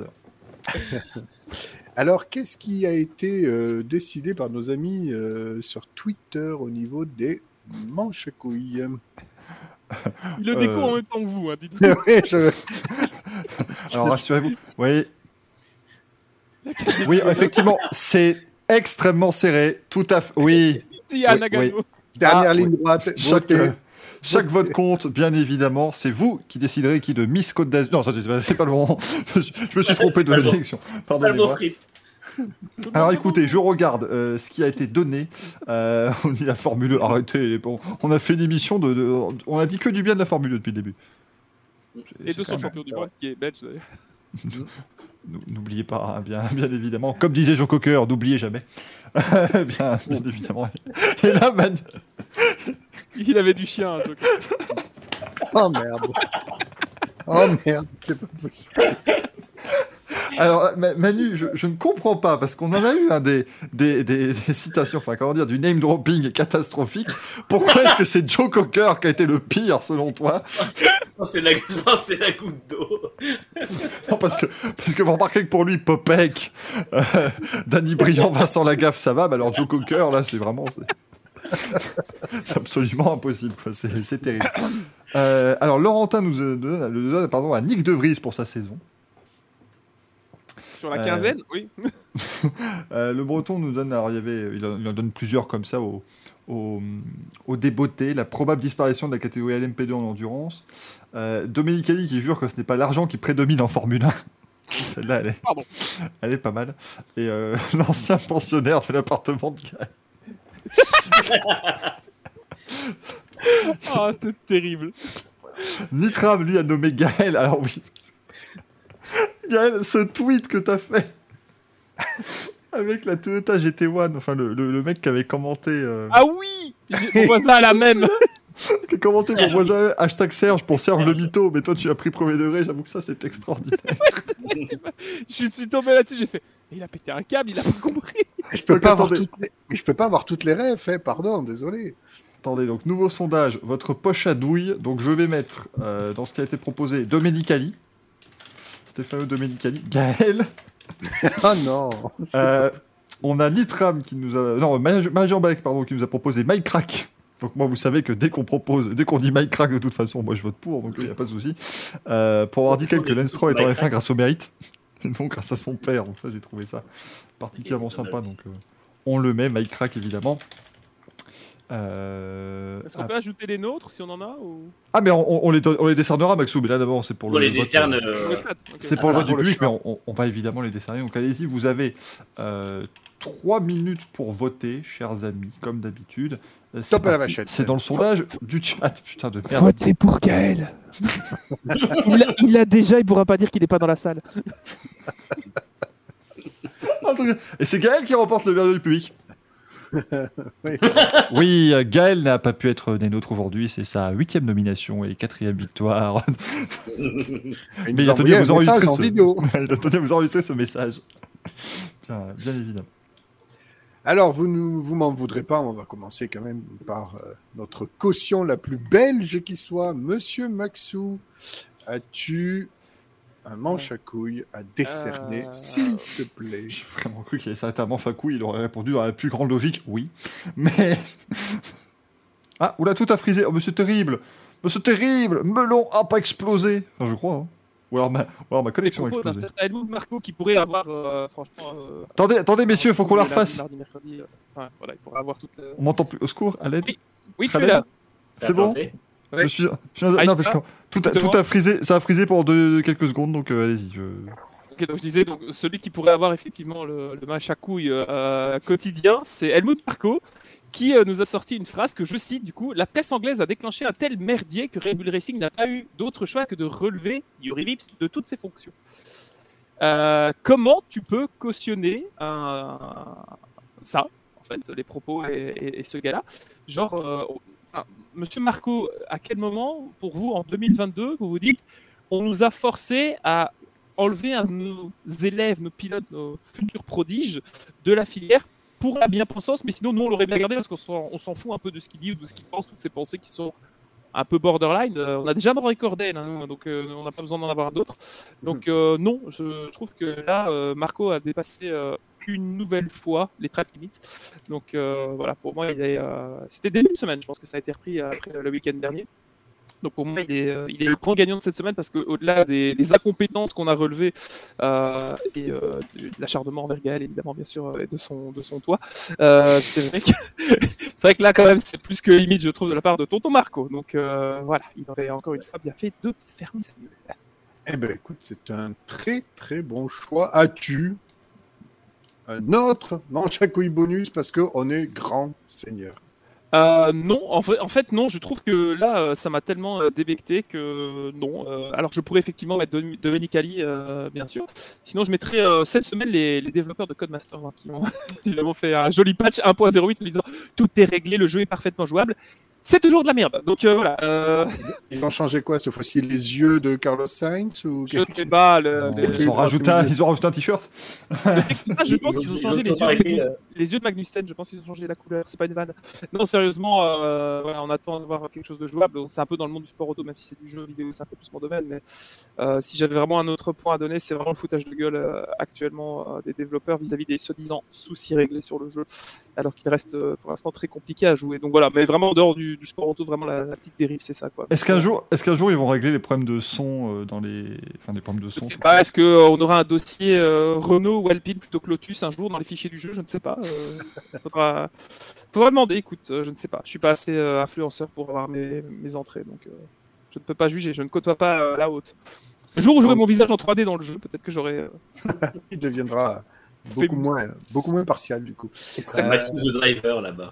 Alors, qu'est-ce qui a été décidé par nos amis sur Twitter au niveau des manches à couilles? Il le découvre en même temps que vous, hein, dites-vous. Oui, Alors, rassurez-vous, oui, effectivement, c'est extrêmement serré, tout à fait, oui. Oui. Dernière ligne droite, chaque vote compte, bien évidemment. C'est vous qui déciderez qui de Miss Côte d'Azur. Non, ça, c'est pas le moment. Je me suis trompé de l'élection. Pardonnez-moi. Alors écoutez, je regarde ce qui a été donné. On dit la Formule 1. Arrêtez, bon. On a fait une émission on a dit que du bien de la Formule 1 depuis le début. Et de son champion du monde qui est belge d'ailleurs. N'oubliez pas, hein, bien évidemment. Comme disait Joe Cocker, n'oubliez jamais. bien évidemment. Et là, Il avait du chien, donc. Oh merde. Oh merde, c'est pas possible. Alors, Manu, je ne comprends pas, parce qu'on en a eu des citations, enfin, comment dire, du name dropping catastrophique. Pourquoi est-ce que c'est Joe Cocker qui a été le pire, selon toi? Non, c'est la goutte d'eau. Non, parce que vous remarquez que pour lui, Popek, Danny Briand, Vincent Lagaffe, ça va, mais alors Joe Cocker, là, c'est vraiment... C'est absolument impossible, quoi. C'est terrible. Alors, Laurentin nous donne à Nick De Vries pour sa saison. Sur la quinzaine, oui. Le Breton nous donne, alors il en donne plusieurs comme ça au débeauté, la probable disparition de la catégorie LMP2 en endurance. Domenicali qui jure que ce n'est pas l'argent qui prédomine en Formule 1. Celle-là, elle est pas mal. Et l'ancien pensionnaire de l'appartement de Gaël. Ah, c'est terrible. Nitram, lui, a nommé Gaël. Alors oui. Gaël, ce tweet que t'as fait avec la Toyota GT1, enfin le mec qui avait commenté... Ah oui, mon voisin a la même. Qui a commenté mon voisin #Serge pour Serge le mytho, mais toi tu as pris premier degré, j'avoue que ça c'est extraordinaire. Je suis tombé là-dessus, j'ai fait... Il a pété un câble, il a pas compris. Je peux pas avoir toutes les rêves, hein, pardon, désolé. Attendez, donc nouveau sondage, votre poche à douille, donc je vais mettre dans ce qui a été proposé Domenicali, Stefano Domenicali, Gaël. Ah non. On a Nitram qui nous a... Non, Major Balek, pardon, qui nous a proposé Mike Crack. Donc moi, vous savez que dès qu'on dit Mike Crack, de toute façon, moi je vote pour, donc il n'y a pas de souci. Pour avoir dit que Lance Stroll est en F1 grâce au mérite, et non grâce à son père, donc ça j'ai trouvé ça particulièrement sympa, donc on le met, Mike Crack évidemment. Est-ce qu'on peut ajouter les nôtres si on en a ou... Ah mais on les décernera, Maxou, mais là d'abord c'est pour le vote. Les décerne, c'est pour le vote du public, mais on va évidemment les décerner, donc allez-y, vous avez 3 minutes pour voter, chers amis, comme d'habitude. C'est dans le sondage du chat, putain de merde. Votez pour Gaël. il l'a déjà, il pourra pas dire qu'il n'est pas dans la salle. Et c'est Gaël qui remporte le verre du public. Oui, Gaël n'a pas pu être des nôtres aujourd'hui, c'est sa 8e nomination et 4e victoire. Mais il a tenu à vous enregistrer ce message. Bien évidemment. Alors, vous m'en voudrez pas, on va commencer quand même par notre caution la plus belge qui soit. Monsieur Maxou, as-tu un manche à couilles à décerner, s'il te plaît? J'ai vraiment cru qu'il allait s'arrêter à manche à couilles, il aurait répondu dans la plus grande logique, oui. Mais... Ah, oula, tout a frisé. Oh, mais c'est terrible. Mais c'est terrible. Melon a pas explosé. Enfin, je crois, hein. Ou alors ma connexion a explosé. Un certain Helmut Marko qui pourrait avoir, franchement... Attendez, messieurs, faut qu'on la refasse. Mardi, mercredi, voilà, il pourrait avoir toute... On m'entend plus. Au secours, à l'aide. Oui, tu es là. C'est bon. Ouais. Je suis non, parce que tout a frisé, ça a frisé pendant quelques secondes, donc allez-y. Ok, donc je disais, donc, celui qui pourrait avoir effectivement le match à couilles quotidien, c'est Helmut Marko, qui nous a sorti une phrase que je cite, du coup, la presse anglaise a déclenché un tel merdier que Red Bull Racing n'a pas eu d'autre choix que de relever Juri Vips de toutes ses fonctions. Comment tu peux cautionner ça, en fait, les propos et ce gars-là, genre... Monsieur Marko, à quel moment, pour vous, en 2022, vous vous dites on nous a forcé à enlever un de nos élèves, nos pilotes, nos futurs prodiges de la filière pour la bien-pensance, mais sinon, nous, on l'aurait bien gardé parce qu'on s'en fout un peu de ce qu'il dit ou de ce qu'il pense, toutes ces pensées qui sont un peu borderline. On a déjà Rory Cordell, hein, donc on n'a pas besoin d'en avoir d'autres. Donc non, je trouve que là, Marko a dépassé une nouvelle fois les track limits. Donc voilà, pour moi, c'était début de semaine. Je pense que ça a été repris après le week-end dernier. Donc pour moi, il est le grand gagnant de cette semaine parce qu'au-delà des incompétences qu'on a relevées et de l'acharnement envers Gaël, évidemment, bien sûr, et de son toit, c'est vrai que là, quand même, c'est plus que limite, je trouve, de la part de tonton Marko. Donc voilà, il aurait encore une fois bien fait de fermer sa gueule. Eh ben écoute, c'est un très très bon choix. As-tu un autre Manchakouille bonus parce qu'on est grand seigneur. Non, en fait, non, je trouve que là, ça m'a tellement débecté que non. Alors, je pourrais effectivement mettre Domenicali, bien sûr. Sinon, je mettrais cette semaine les développeurs de Codemaster hein, qui ont évidemment fait un joli patch 1.08 en disant tout est réglé, le jeu est parfaitement jouable. C'est toujours de la merde. Donc voilà. Ils ont changé quoi cette fois-ci? Les yeux de Carlos Sainz ou Je sais pas. Ils ont rajouté un t-shirt. Je pense qu'ils ont changé les yeux de Magnussen. Je pense qu'ils ont changé la couleur. C'est pas une vanne. Non, sérieusement, voilà, on attend de voir quelque chose de jouable. C'est un peu dans le monde du sport auto, même si c'est du jeu vidéo, c'est un peu plus mon domaine. Mais si j'avais vraiment un autre point à donner, c'est vraiment le foutage de gueule actuellement des développeurs vis-à-vis des soi-disant soucis réglés sur le jeu, alors qu'il reste pour l'instant très compliqué à jouer. Donc voilà, mais vraiment en dehors du sport auto, vraiment la petite dérive, c'est ça quoi. Est-ce qu'un jour ils vont régler les problèmes de son dans les problèmes de son? Je sais pas, est-ce qu'on aura un dossier Renault ou Alpine plutôt que Lotus un jour dans les fichiers du jeu? Je ne sais pas. Faudra demander, écoute, je ne sais pas. Je suis pas assez influenceur pour avoir mes entrées, donc je ne peux pas juger, je ne côtoie pas la haute. Le jour où j'aurai mon visage en 3D dans le jeu, peut-être que j'aurai... Il deviendra beaucoup moins partial du coup. C'est Maxou the Driver là-bas.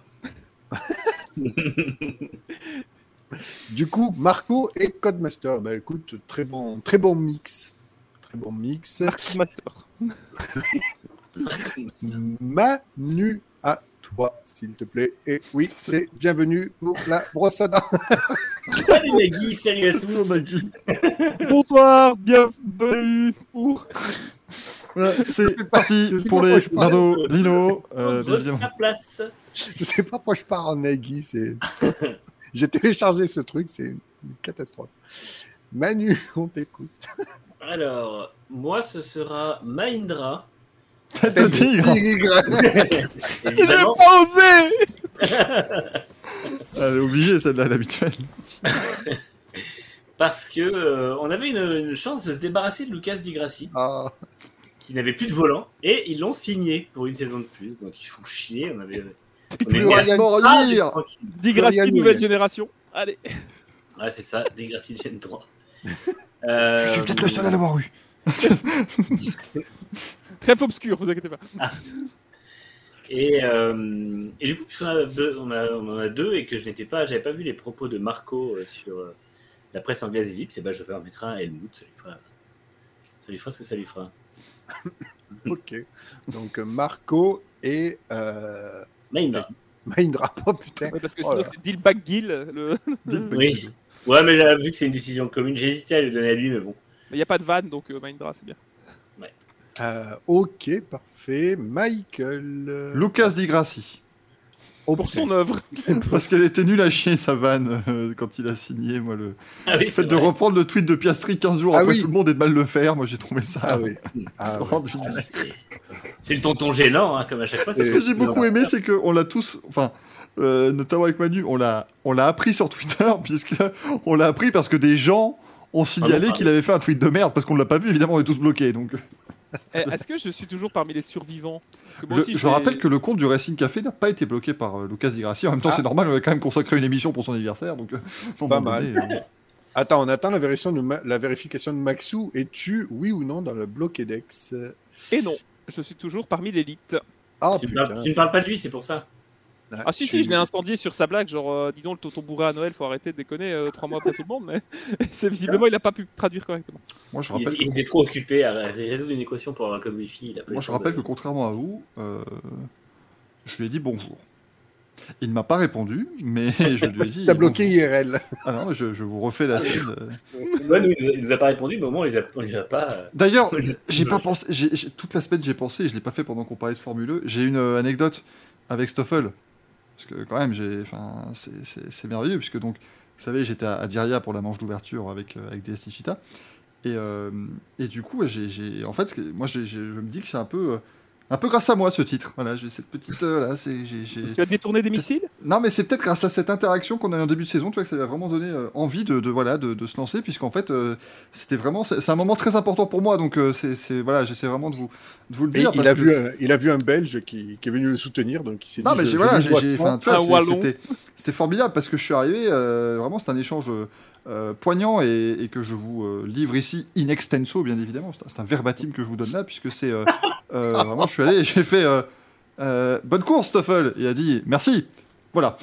Du coup, Marco et Codemaster. Bah écoute, très bon mix. Très bon mix. Master. Manu, à toi, s'il te plaît. Et oui, c'est bienvenue pour la brosse à dents. Salut Nagui, salut à tous. Bonsoir, bienvenue pour... Voilà, c'est parti pour les Nardo, Lino. Sa place. Je sais pas pourquoi je pars en Nagui, c'est... J'ai téléchargé ce truc, c'est une catastrophe. Manu, on t'écoute. Alors, moi, ce sera Mahindra. Tête de tigre. Évidemment. J'ai pas osé. Elle est obligée, celle-là, l'habituelle. Parce que on avait une chance de se débarrasser de Lucas Di Grassi, qui n'avait plus de volant, et ils l'ont signé pour une saison de plus. Donc ils font chier. On plus rien à mourir. Di Grassi nouvelle génération. Allez. Ouais, c'est ça, Di Grassi Gen 3. Je suis peut-être le seul à l'avoir eu. Très obscur, vous inquiétez pas. Et du coup, puisqu'on on en a deux et que j'avais pas vu les propos de Marco sur la presse anglaise VIP, c'est je vais en mettre un à Helmut, ça lui fera ce que ça lui fera. Ok. Donc Marco et Mahindra. Mahindra, oh putain. Ouais, parce que sinon c'est Dilbag Gill. Oui. Ouais, mais là, vu que c'est une décision commune, j'ai hésité à lui donner à lui, mais bon. Il n'y a pas de vanne, donc Mahindra, c'est bien. Ouais. Ok, parfait. Michael. Lucas Di Grassi. Pour son œuvre. Parce qu'elle était nulle à chier, sa vanne, quand il a signé, moi, le fait de reprendre le tweet de Piastri 15 jours après tout le monde et de mal le faire, moi j'ai trouvé ça. C'est le tonton gênant, hein, comme à chaque fois. Ce que j'ai beaucoup aimé, c'est qu'on l'a tous, notamment avec Manu, on l'a appris sur Twitter, on l'a appris parce que des gens ont signalé qu'il avait fait un tweet de merde, parce qu'on l'a pas vu, évidemment, on est tous bloqués, donc... Est-ce que je suis toujours parmi les survivants? Parce que moi aussi, je rappelle que le compte du Racing Café n'a pas été bloqué par Lucas Di Grassi. En même temps, c'est normal, on a quand même consacré une émission pour son anniversaire. Donc, pas mal. Attends, on attend la vérification de Maxou. Es-tu, oui ou non, dans le Bloquedex? Et non, je suis toujours parmi l'élite. Ah, tu ne parles pas de lui, c'est pour ça. Ah si, je l'ai incendié sur sa blague, genre, dis donc, le tonton bourré à Noël, faut arrêter de déconner 3 mois après tout le monde, mais c'est visiblement, il n'a pas pu traduire correctement. Moi, je rappelle il était trop occupé à résoudre une équation pour avoir un code Wi-Fi. Moi, je rappelle que contrairement à vous, je lui ai dit bonjour. Il ne m'a pas répondu, mais je lui ai dit... T'as bloqué IRL. Ah non, je vous refais la scène. Ouais, nous, il nous a pas répondu, mais au moins, on lui a pas... D'ailleurs, j'ai pas pensé... toute la semaine, j'ai pensé, et je l'ai pas fait pendant qu'on parlait de Formule E, j'ai une anecdote avec Stoffel. Parce que quand même, c'est merveilleux, puisque donc, vous savez, j'étais à Diriyah pour la manche d'ouverture avec DS Nichita. Et du coup, en fait, moi, je me dis que c'est un peu grâce à moi, ce titre. Voilà, j'ai cette petite... Tu as détourné des missiles ? Non, mais c'est peut-être grâce à cette interaction qu'on a eu en début de saison, tu vois, que ça m'a vraiment donné envie de se lancer, puisqu'en fait, c'était vraiment... C'est un moment très important pour moi, donc voilà, j'essaie vraiment de vous le dire. Il a vu un Belge qui est venu le soutenir, donc il s'est dit... Non, mais c'était formidable, parce que je suis arrivé, vraiment, c'est un échange... poignant et que je vous livre ici in extenso, bien évidemment. C'est un verbatim que je vous donne là, puisque c'est Vraiment, je suis allé et j'ai fait bonne course, Stoffel. Il a dit merci. Voilà.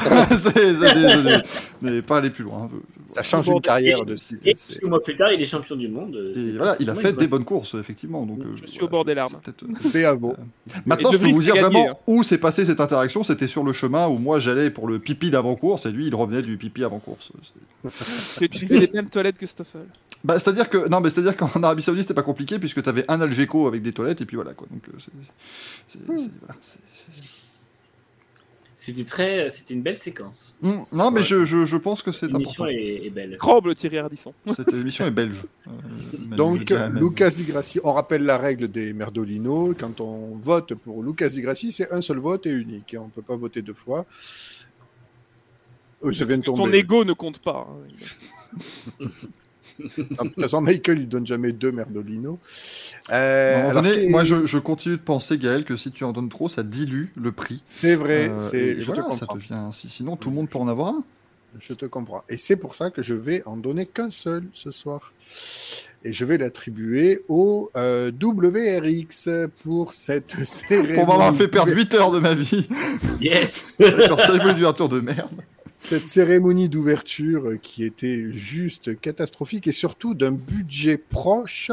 Mais pas aller plus loin. Ça change une carrière de Et 6 mois plus tard, il est champion du monde. Et voilà, il a fait des bonnes courses, effectivement. Donc, Je suis au bord des larmes. Maintenant, je peux De Vries vous dire a gagné, vraiment où s'est passée cette interaction. C'était sur le chemin où moi j'allais pour le pipi d'avant-course et lui il revenait du pipi avant-course. Tu utilisais les mêmes toilettes que Stoffel. Bah, c'est-à-dire qu'en Arabie Saoudite c'était pas compliqué puisque t'avais un Algeco avec des toilettes et puis voilà quoi. Donc, C'était une belle séquence. Non, mais je pense que c'est L'émission important. est belle. Tremble Thierry Ardisson. Cette émission est belge. Donc, Lucas Di Grassi, on rappelle la règle des Merdolino. Quand on vote pour Lucas Di Grassi, c'est un seul vote et unique. On ne peut pas voter deux fois. Ça vient de tomber. Son ego ne compte pas. De toute façon, Michael, il donne jamais deux Merdolino. Moi, je continue de penser, Gaël, que si tu en donnes trop, ça dilue le prix. C'est vrai. Je te comprends. Sinon, tout le monde peut en avoir un. Je te comprends. Et c'est pour ça que je vais en donner qu'un seul ce soir. Et je vais l'attribuer au WRX pour cette cérémonie. Pour m'avoir fait perdre 8 heures de ma vie. Yes. Leur cérémonie d'ouverture de merde. Cette cérémonie d'ouverture qui était juste catastrophique et surtout d'un budget proche,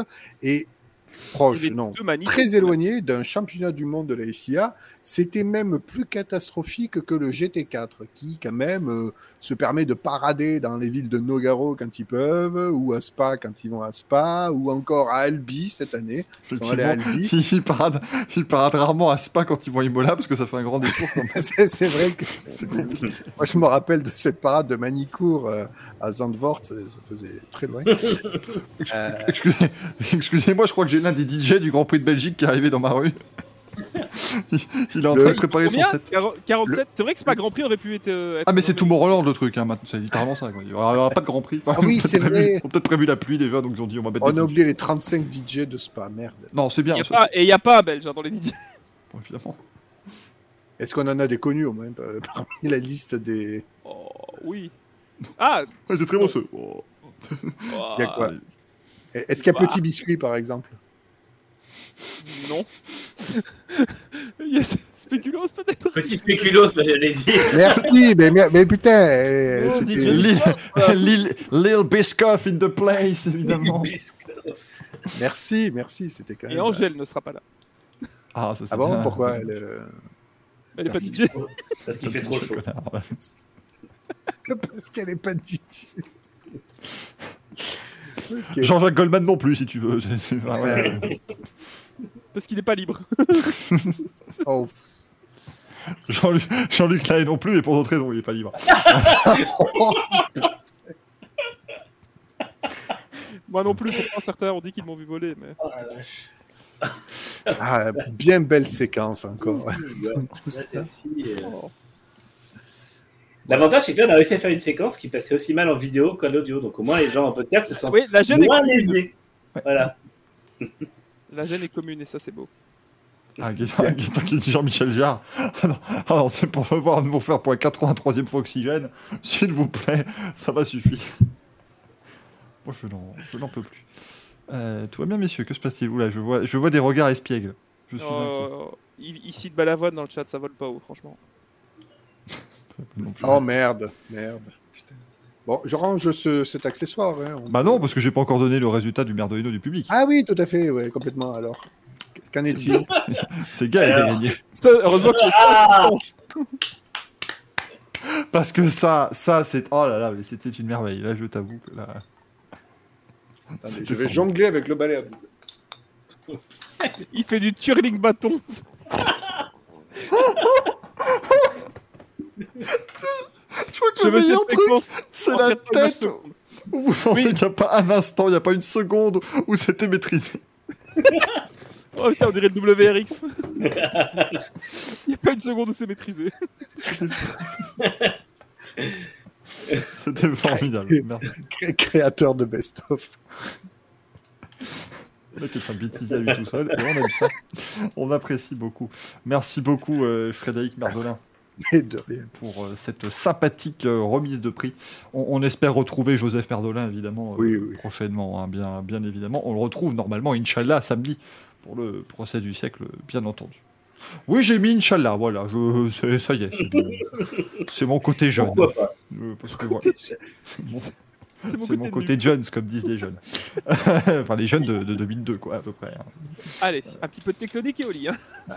très éloigné d'un championnat du monde de la FIA. C'était même plus catastrophique que le GT4 qui, quand même, se permet de parader dans les villes de Nogaro quand ils peuvent, ou à Spa quand ils vont à Spa, ou encore à Albi cette année. Ils sont allés à Albi. Ils paradent rarement à Spa quand ils vont à Imola parce que ça fait un grand détour. C'est vrai que c'est compliqué. Moi, je me rappelle de cette parade de Manicourt à Zandvoort, ça faisait très loin. Excusez-moi, je crois que j'ai l'un des DJ du Grand Prix de Belgique qui est arrivé dans ma rue. Il est en train de préparer son set. 47. C'est vrai que c'est pas Grand Prix aurait pu être. Ah, mais c'est Tomorrowland le truc, hein, c'est littéralement ça. Quoi. Il n'y aura pas de Grand Prix. Enfin, oui, c'est vrai. Ils ont peut-être prévu la pluie déjà, donc ils ont dit on va mettre. On a oublié les 35 DJ de Spa, merde. Non, c'est bien. Et il n'y a pas un Belge dans les DJ. Bon, évidemment. Est-ce qu'on en a des connus au moins parmi la liste des. Oh, oui. Ah ouais, c'est très beau ce. Oh. Il y a quoi Est-ce qu'il y a Petit Biscuit par exemple? Non. Il y a Spéculoos peut-être. Petit Spéculoos, j'allais dire. Merci, mais putain. Lil Biscoff in the place, évidemment. Merci, c'était quand même. Et Angèle ne sera pas là. Ah bon, pourquoi elle est pas DJ. Parce qu'il fait trop chaud. Parce qu'elle est pas DJ. Okay. Jean-Jacques Goldman non plus, si tu veux. Parce qu'il n'est pas libre. Oh. Jean-Luc Lahaye non plus, et pour d'autres raisons, il n'est pas libre. Moi non plus, pourtant certains ont dit qu'ils m'ont vu voler. Mais... Oh la vache. Bien belle séquence encore. L'avantage, c'est que là, on a réussi à faire une séquence qui passait aussi mal en vidéo qu'en audio. Donc au moins, les gens en podcast se sentent moins lésés. Voilà. La gêne est commune et ça, c'est beau. Gaëtan qui dit Jean-Michel Jarre. Alors, c'est pour me voir nous faire pour la 83e fois Oxygène. S'il vous plaît, ça va suffire. Moi, je n'en peux plus. Tout va bien, messieurs, que se passe-t-il? Oula, je vois des regards espiègles. Je suis ici de Balavoine dans le chat, ça vole pas haut, franchement. Oh merde. Putain. Bon, je range cet accessoire. Hein, Bah non, parce que j'ai pas encore donné le résultat du Merdolino du public. Ah oui, tout à fait, ouais, complètement. Alors, qu'en est-il? C'est Gaël qui a gagné. Heureusement que c'est parce que ça c'est... Oh là là, mais c'était une merveille. Là, je t'avoue que là... Attendez, je vais jongler avec le balai à bout. Il fait du twirling bâton. Je crois que le meilleur truc, c'est la tête où vous sentez qu'il n'y a pas un instant, il n'y a pas une seconde où c'était maîtrisé. Oh putain, on dirait le WRX. Il n'y a pas une seconde où c'est maîtrisé. C'était formidable, merci. Créateur de best-of. Le mec est en train de bêtiser à lui tout seul, et on aime ça. On apprécie beaucoup. Merci beaucoup, Frédéric Merdolin. Et de rien. pour cette sympathique remise de prix. On espère retrouver Joseph Merdolin, évidemment, Oui, oui. prochainement, hein, bien évidemment. On le retrouve normalement, Inch'Allah, samedi, pour le procès du siècle, bien entendu. Oui, j'ai mis Inch'Allah, voilà, ça y est, c'est mon côté jeune. Pourquoi pas? Parce que, voilà, c'est mon côté Jones, comme disent les jeunes. Enfin, les jeunes de 2002, quoi, à peu près. Hein. Allez, un petit peu de tectonique et au lit. Hein.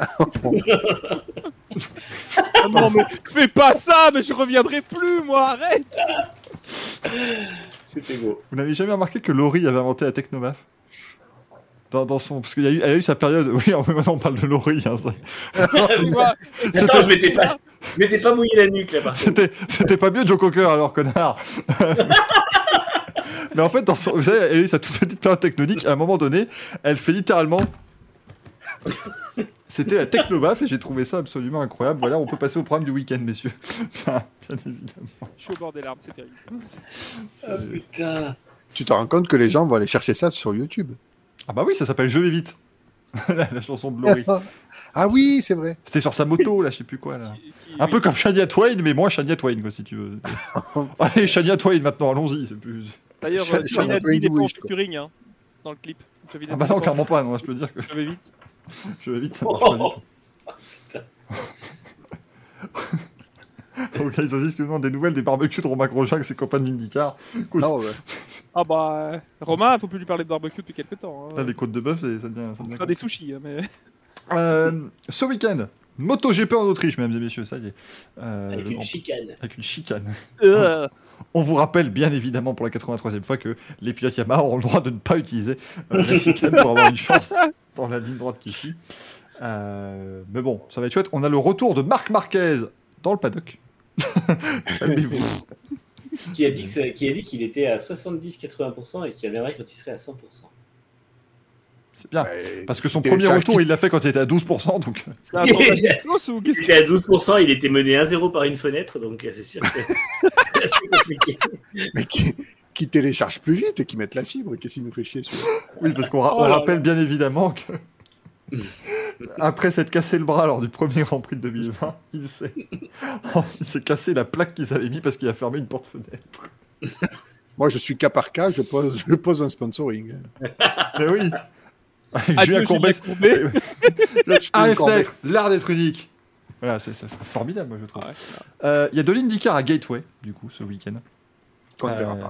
Ah non, mais fais pas ça, mais je reviendrai plus, moi, arrête. C'était beau. Vous n'avez jamais remarqué que Laurie avait inventé la Technomaf dans son... Parce qu'elle a eu sa période... Oui, maintenant on parle de Laurie. Hein, Attends, je m'étais pas mouillé la nuque, là, par contre. C'était pas mieux Joe Cocker, alors, connard. Mais en fait, vous savez, elle a eu sa toute petite période technonique. À un moment donné, elle fait littéralement... C'était la Technomaf et j'ai trouvé ça absolument incroyable. Voilà, on peut passer au programme du week-end, messieurs. Bien évidemment. Je suis au bord des larmes, c'est terrible. Ah putain. Tu te rends compte que les gens vont aller chercher ça sur YouTube. Ah bah oui, ça s'appelle Je vais vite. la chanson de Laurie. Ah oui, c'est vrai. C'était sur sa moto, là, je sais plus quoi, là. Un Oui. peu comme Shania Twain, mais moins Shania Twain, quoi, si tu veux. Allez, Shania Twain, maintenant, allons-y. C'est plus... D'ailleurs, Shania Johnny Twain, il est pas en oui, je crois. featuring, hein, dans le clip. Ah bah non, clairement pas, non, je peux dire que Je vais vite. je vais vite, ça marche pas vite. Ok, ils ont dit que nous, des nouvelles des barbecues de Romain Grosjean avec ses copains de l'IndyCar. Écoute, Non, ouais. Ah bah, Romain, faut plus lui parler de barbecue depuis quelques temps. là, Hein. les côtes de bœuf, ça devient Faire des sushis, hein, mais... ce week-end, MotoGP en Autriche, mesdames et messieurs, ça y est. Avec Le une Grand- chicane. Avec une chicane. Euh, On vous rappelle bien évidemment pour la 83e fois que les pilotes Yamaha ont le droit de ne pas utiliser la chicane pour avoir une chance dans la ligne droite qui suit. Mais bon, ça va être chouette. On a le retour de Marc Marquez dans le paddock. Calmez-vous. Qui a dit qu'il était à 70-80% et qu'il reviendrait quand il serait à 100%. C'est bien. Ouais, Parce que son c'était premier le retour, il l'a fait quand il était à 12%. Donc... c'est un sondage Ipsos ou qu'est-ce Il que est à 12%, il était mené 1-0 par une fenêtre, donc c'est sûr que c'est compliqué. Mais qui télécharge plus vite et qui mette la fibre, qu'est-ce qu'il nous fait chier sur... Oui, parce qu'on Oh là rappelle bien évidemment que après s'être cassé le bras lors du premier Grand Prix de 2020, il s'est cassé la plaque qu'ils avaient mis parce qu'il a fermé une porte-fenêtre. Moi, je suis cas par cas, je pose un sponsoring. Mais oui. Avec Adieu, Julien Courbet. Courbet. Là, tu Arrête une corvée. d'être l'art d'être unique. Voilà, ça sera formidable, moi je trouve. Ouais. Il y a de l'IndyCar à Gateway, du coup, ce week-end. Qu'on ne verra pas.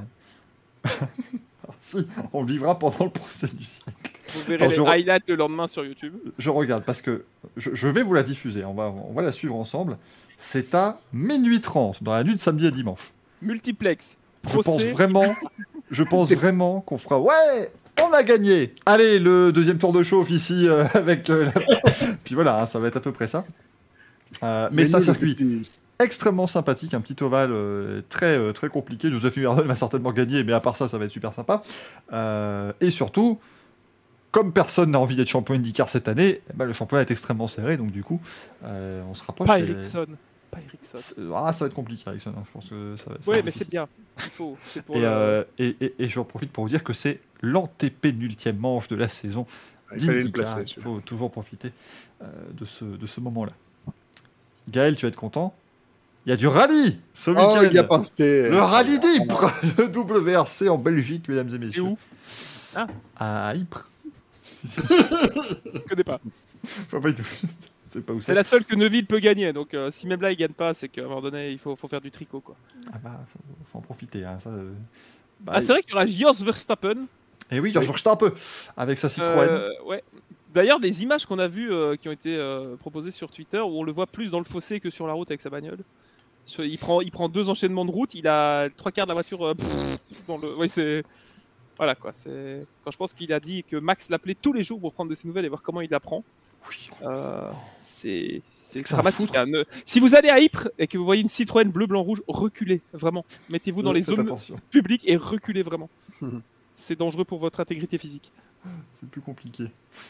Si, on le vivra pendant le procès du siècle. Vous verrez Attends, les highlights le lendemain sur YouTube. Je regarde parce que je vais vous la diffuser. On va la suivre ensemble. C'est à minuit 30, dans la nuit de samedi à dimanche. Multiplex. Je pense Procès. vraiment qu'on fera. Ouais, on a gagné. Allez, le deuxième tour de chauffe ici avec. Puis voilà, hein, ça va être à peu près ça. Mais ça, circuit extrêmement sympathique, un petit ovale très très compliqué. Joseph Newgarden va certainement gagner, mais à part ça, ça va être super sympa. Et surtout, comme personne n'a envie d'être champion IndyCar cette année, eh ben, le championnat est extrêmement serré, donc du coup, on se rapproche. Pas et- Ericsson. Pas Ericsson. Ah, ça va être compliqué, Ericsson. Hein. Je pense que ça va. Ouais, mais c'est bien. Il faut. C'est pour. Et j'en profite pour vous dire que c'est l'antépénultième manche de la saison Il fallait le d'IndyCar. placer. Il faut toujours profiter de ce moment-là. Gaël, tu vas être content. Il y a du rallye ce Oh, week-end. il y a pensé. Le rallye d'Ypres, le WRC en Belgique, mesdames et messieurs. où À Ypres. Je connais pas. Enfin, pas du tout. C'est pas où C'est la seule que Neuville peut gagner. Donc si même là il gagne pas, c'est qu'à un moment donné il faut faire du tricot quoi. Ah bah, faut en profiter. Hein, ça, bah, Ah c'est vrai qu'il y aura Jos Verstappen. Et oui, Georges un peu avec sa Citroën. Ouais. D'ailleurs des images qu'on a vues qui ont été proposées sur Twitter où on le voit plus dans le fossé que sur la route avec sa bagnole. Il prend 2 enchaînements de route, il a 3/4 de la voiture dans le. Ouais c'est. Voilà quoi. C'est quand je pense qu'il a dit que Max l'appelait tous les jours pour prendre de ses nouvelles et voir comment il apprend. Oui. C'est que ça dramatique. foutre. Hein. Si vous allez à Ypres et que vous voyez une Citroën bleu, blanc, rouge, reculez vraiment. Mettez-vous dans les Faites zones attention, publiques et reculez vraiment. C'est dangereux pour votre intégrité physique. c'est plus compliqué.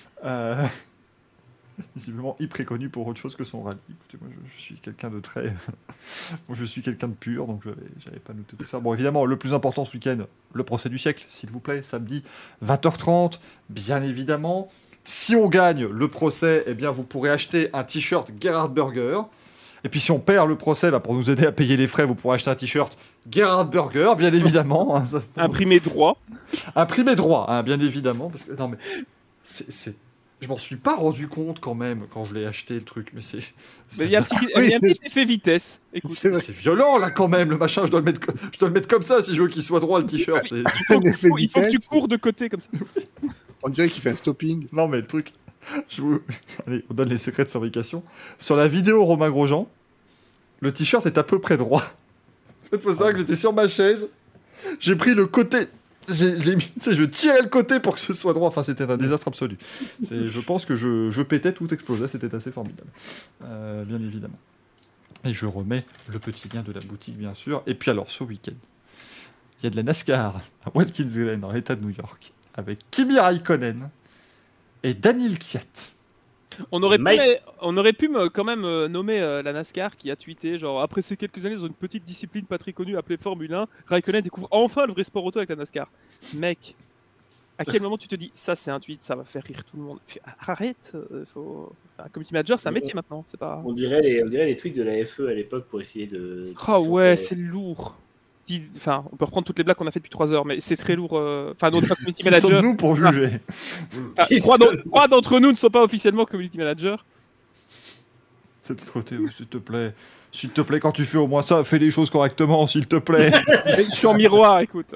Visiblement, Ypres est connu pour autre chose que son rallye. Écoutez, moi, je suis quelqu'un de très. Moi, je suis quelqu'un de pur, donc j'avais pas noté tout ça. Bon, évidemment, le plus important ce week-end, le procès du siècle, s'il vous plaît, samedi 20h30, bien évidemment. Si on gagne le procès, eh bien, vous pourrez acheter un t-shirt Gerhard Berger. Et puis si on perd le procès, pour nous aider à payer les frais, vous pourrez acheter un t-shirt Gerhard Burger, bien évidemment. Hein, Imprimé droit. Imprimé droit, hein, bien évidemment. Parce que, non, mais je m'en suis pas rendu compte quand même quand je l'ai acheté le truc. Mais il y a un petit effet vitesse. Écoute, c'est violent là quand même le machin. Je dois le mettre comme ça si je veux qu'il soit droit le t-shirt. il faut que tu cours de côté comme ça. On dirait qu'il fait un stopping. Non mais le truc. Allez, on donne les secrets de fabrication. Sur la vidéo Romain Grosjean, le t-shirt est à peu près droit. En fait, faut savoir que j'étais sur ma chaise, j'ai pris le côté. Je tirais le côté pour que ce soit droit. Enfin, c'était un désastre absolu. Je pense que je pétais, tout explosait. C'était assez formidable. Bien évidemment. Et je remets le petit lien de la boutique, bien sûr. Et puis alors, ce week-end, il y a de la NASCAR à Watkins Glen, dans l'état de New York, avec Kimi Raikkonen et Daniil Kvyat. On aurait pu quand même nommer la NASCAR qui a tweeté genre après ces quelques années dans une petite discipline pas très connue appelée Formule 1, Raikkonen découvre enfin le vrai sport auto avec la NASCAR. Mec, à quel moment tu te dis ça c'est un tweet, ça va faire rire tout le monde. Arrête, un community manager c'est un métier maintenant, c'est pas. On dirait les tweets de la FE à l'époque pour essayer de. Ah ouais, c'est lourd. Enfin, on peut reprendre toutes les blagues qu'on a fait depuis 3 heures, mais c'est très lourd. Enfin, notre community manager. Qui sommes-nous pour juger? Trois d'entre nous ne sont pas officiellement community manager. C'est de l'autre côté, s'il te plaît. S'il te plaît, quand tu fais au moins ça, fais les choses correctement, s'il te plaît. Je suis en miroir, écoute.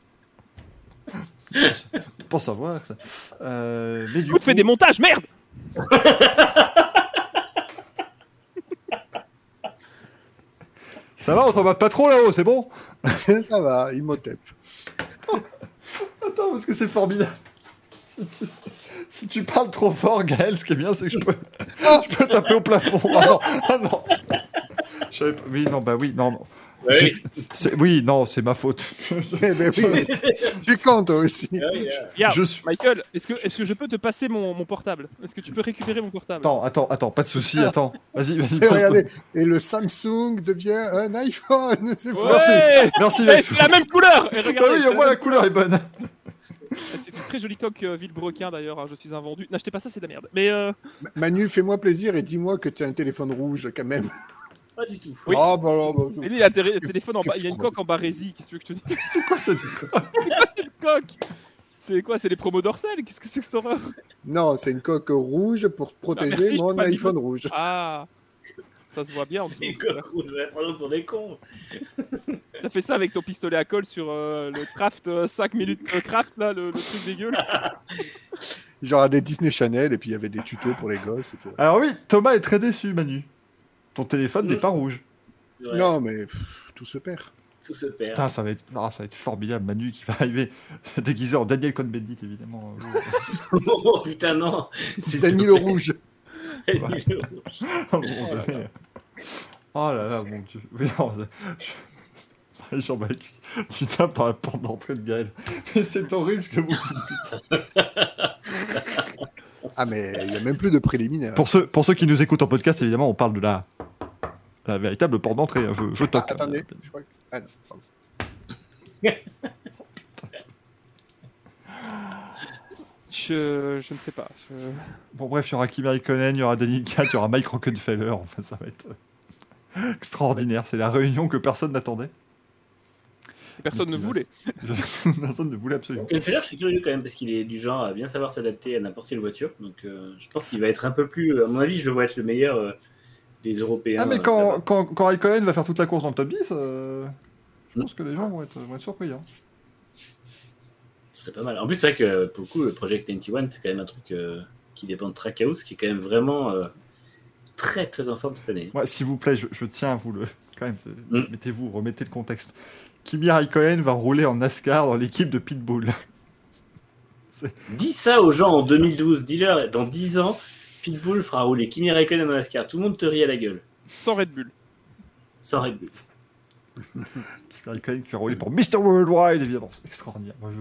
Pour savoir ça. Mais du coup, fais des montages, merde. Ça va, on s'en bat pas trop là-haut, c'est bon? Ça va, Imhotep. Attends, parce que c'est formidable. Si tu parles trop fort, Gaël, ce qui est bien, c'est que je peux taper au plafond. Ah non. Oui, non. Oui. Oui, non, c'est ma faute. Oui, tu comptes aussi. Regarde, Michael, est-ce que je peux te passer mon portable? Est-ce que tu peux récupérer mon portable? Attends, pas de souci, attends. Vas-y, regardez, et le Samsung devient un iPhone. C'est Merci. C'est la même couleur. Et regardez, oui, au moins la couleur est bonne. C'est une très jolie coque Villebrequin d'ailleurs, hein, je suis un vendu. N'achetez pas ça, c'est de la merde. Mais Manu, fais-moi plaisir et dis-moi que tu as un téléphone rouge quand même. Pas du tout. Oui. Ah, Et lui, il a un téléphone en bas. Il y a une coque en barésie. Qu'est-ce que tu veux que je te dise? C'est quoi cette coque? C'est quoi? C'est les promos dorsales? Qu'est-ce que c'est que cette horreur? Non, c'est une coque rouge pour protéger mon iPhone rouge. Ah, ça se voit bien en C'est une coque rouge, pardon pour des cons. T'as fait ça avec ton pistolet à colle sur le craft 5 minutes craft là, le truc dégueu. Genre à des Disney Channel et puis il y avait des tutos pour les gosses et tout. Alors oui, Thomas est très déçu, Manu. Ton téléphone n'est pas rouge. Ouais. Non, mais tout se perd. Tout se perd. Putain, ça va être formidable, Manu qui va arriver déguisé en Daniel Cohn-Bendit, évidemment. Oh putain, non. C'est Daniel le rouge. Oh là là, mon dieu. Mais non, Jean-Mike, tu tapes dans la porte d'entrée de Gaël. Mais c'est horrible ce que vous dites, putain. Ah, mais il n'y a même plus de préliminaire. Pour ceux qui nous écoutent en podcast, évidemment, on parle de la véritable porte d'entrée. Hein. Je toque. Ah, attendez, je crois que... Ah non, pardon. Je ne sais pas. Bon, bref, il y aura Kimi Raikkonen, il y aura Daniil Kvyat, il y aura Mike Rockefeller. Enfin, ça va être extraordinaire. C'est la réunion que personne n'attendait. Personne ne voulait. Personne ne voulait absolument. Rockefeller, je suis curieux quand même parce qu'il est du genre à bien savoir s'adapter à n'importe quelle voiture. Donc, je pense qu'il va être un peu plus. À mon avis, je le vois être le meilleur des Européens. Ah, mais quand Raikkonen va faire toute la course dans le top 10, je pense que les gens vont être surpris. Hein. Ce serait pas mal. En plus, c'est vrai que pour le coup, le Project 91, c'est quand même un truc qui dépend de Trackhouse, qui est quand même vraiment très très en forme cette année. Ouais, s'il vous plaît, je tiens à vous le. Quand même, remettez le contexte. Kimi Raikkonen va rouler en NASCAR dans l'équipe de Pitbull. Dis ça aux gens en 2012, dis-leur, dans 10 ans, Pitbull fera rouler Kimi Raikkonen en NASCAR. Tout le monde te rit à la gueule. Sans Red Bull. Sans Red Bull. Kimi Raikkonen qui va rouler pour Mr. Worldwide, évidemment. C'est extraordinaire. Moi,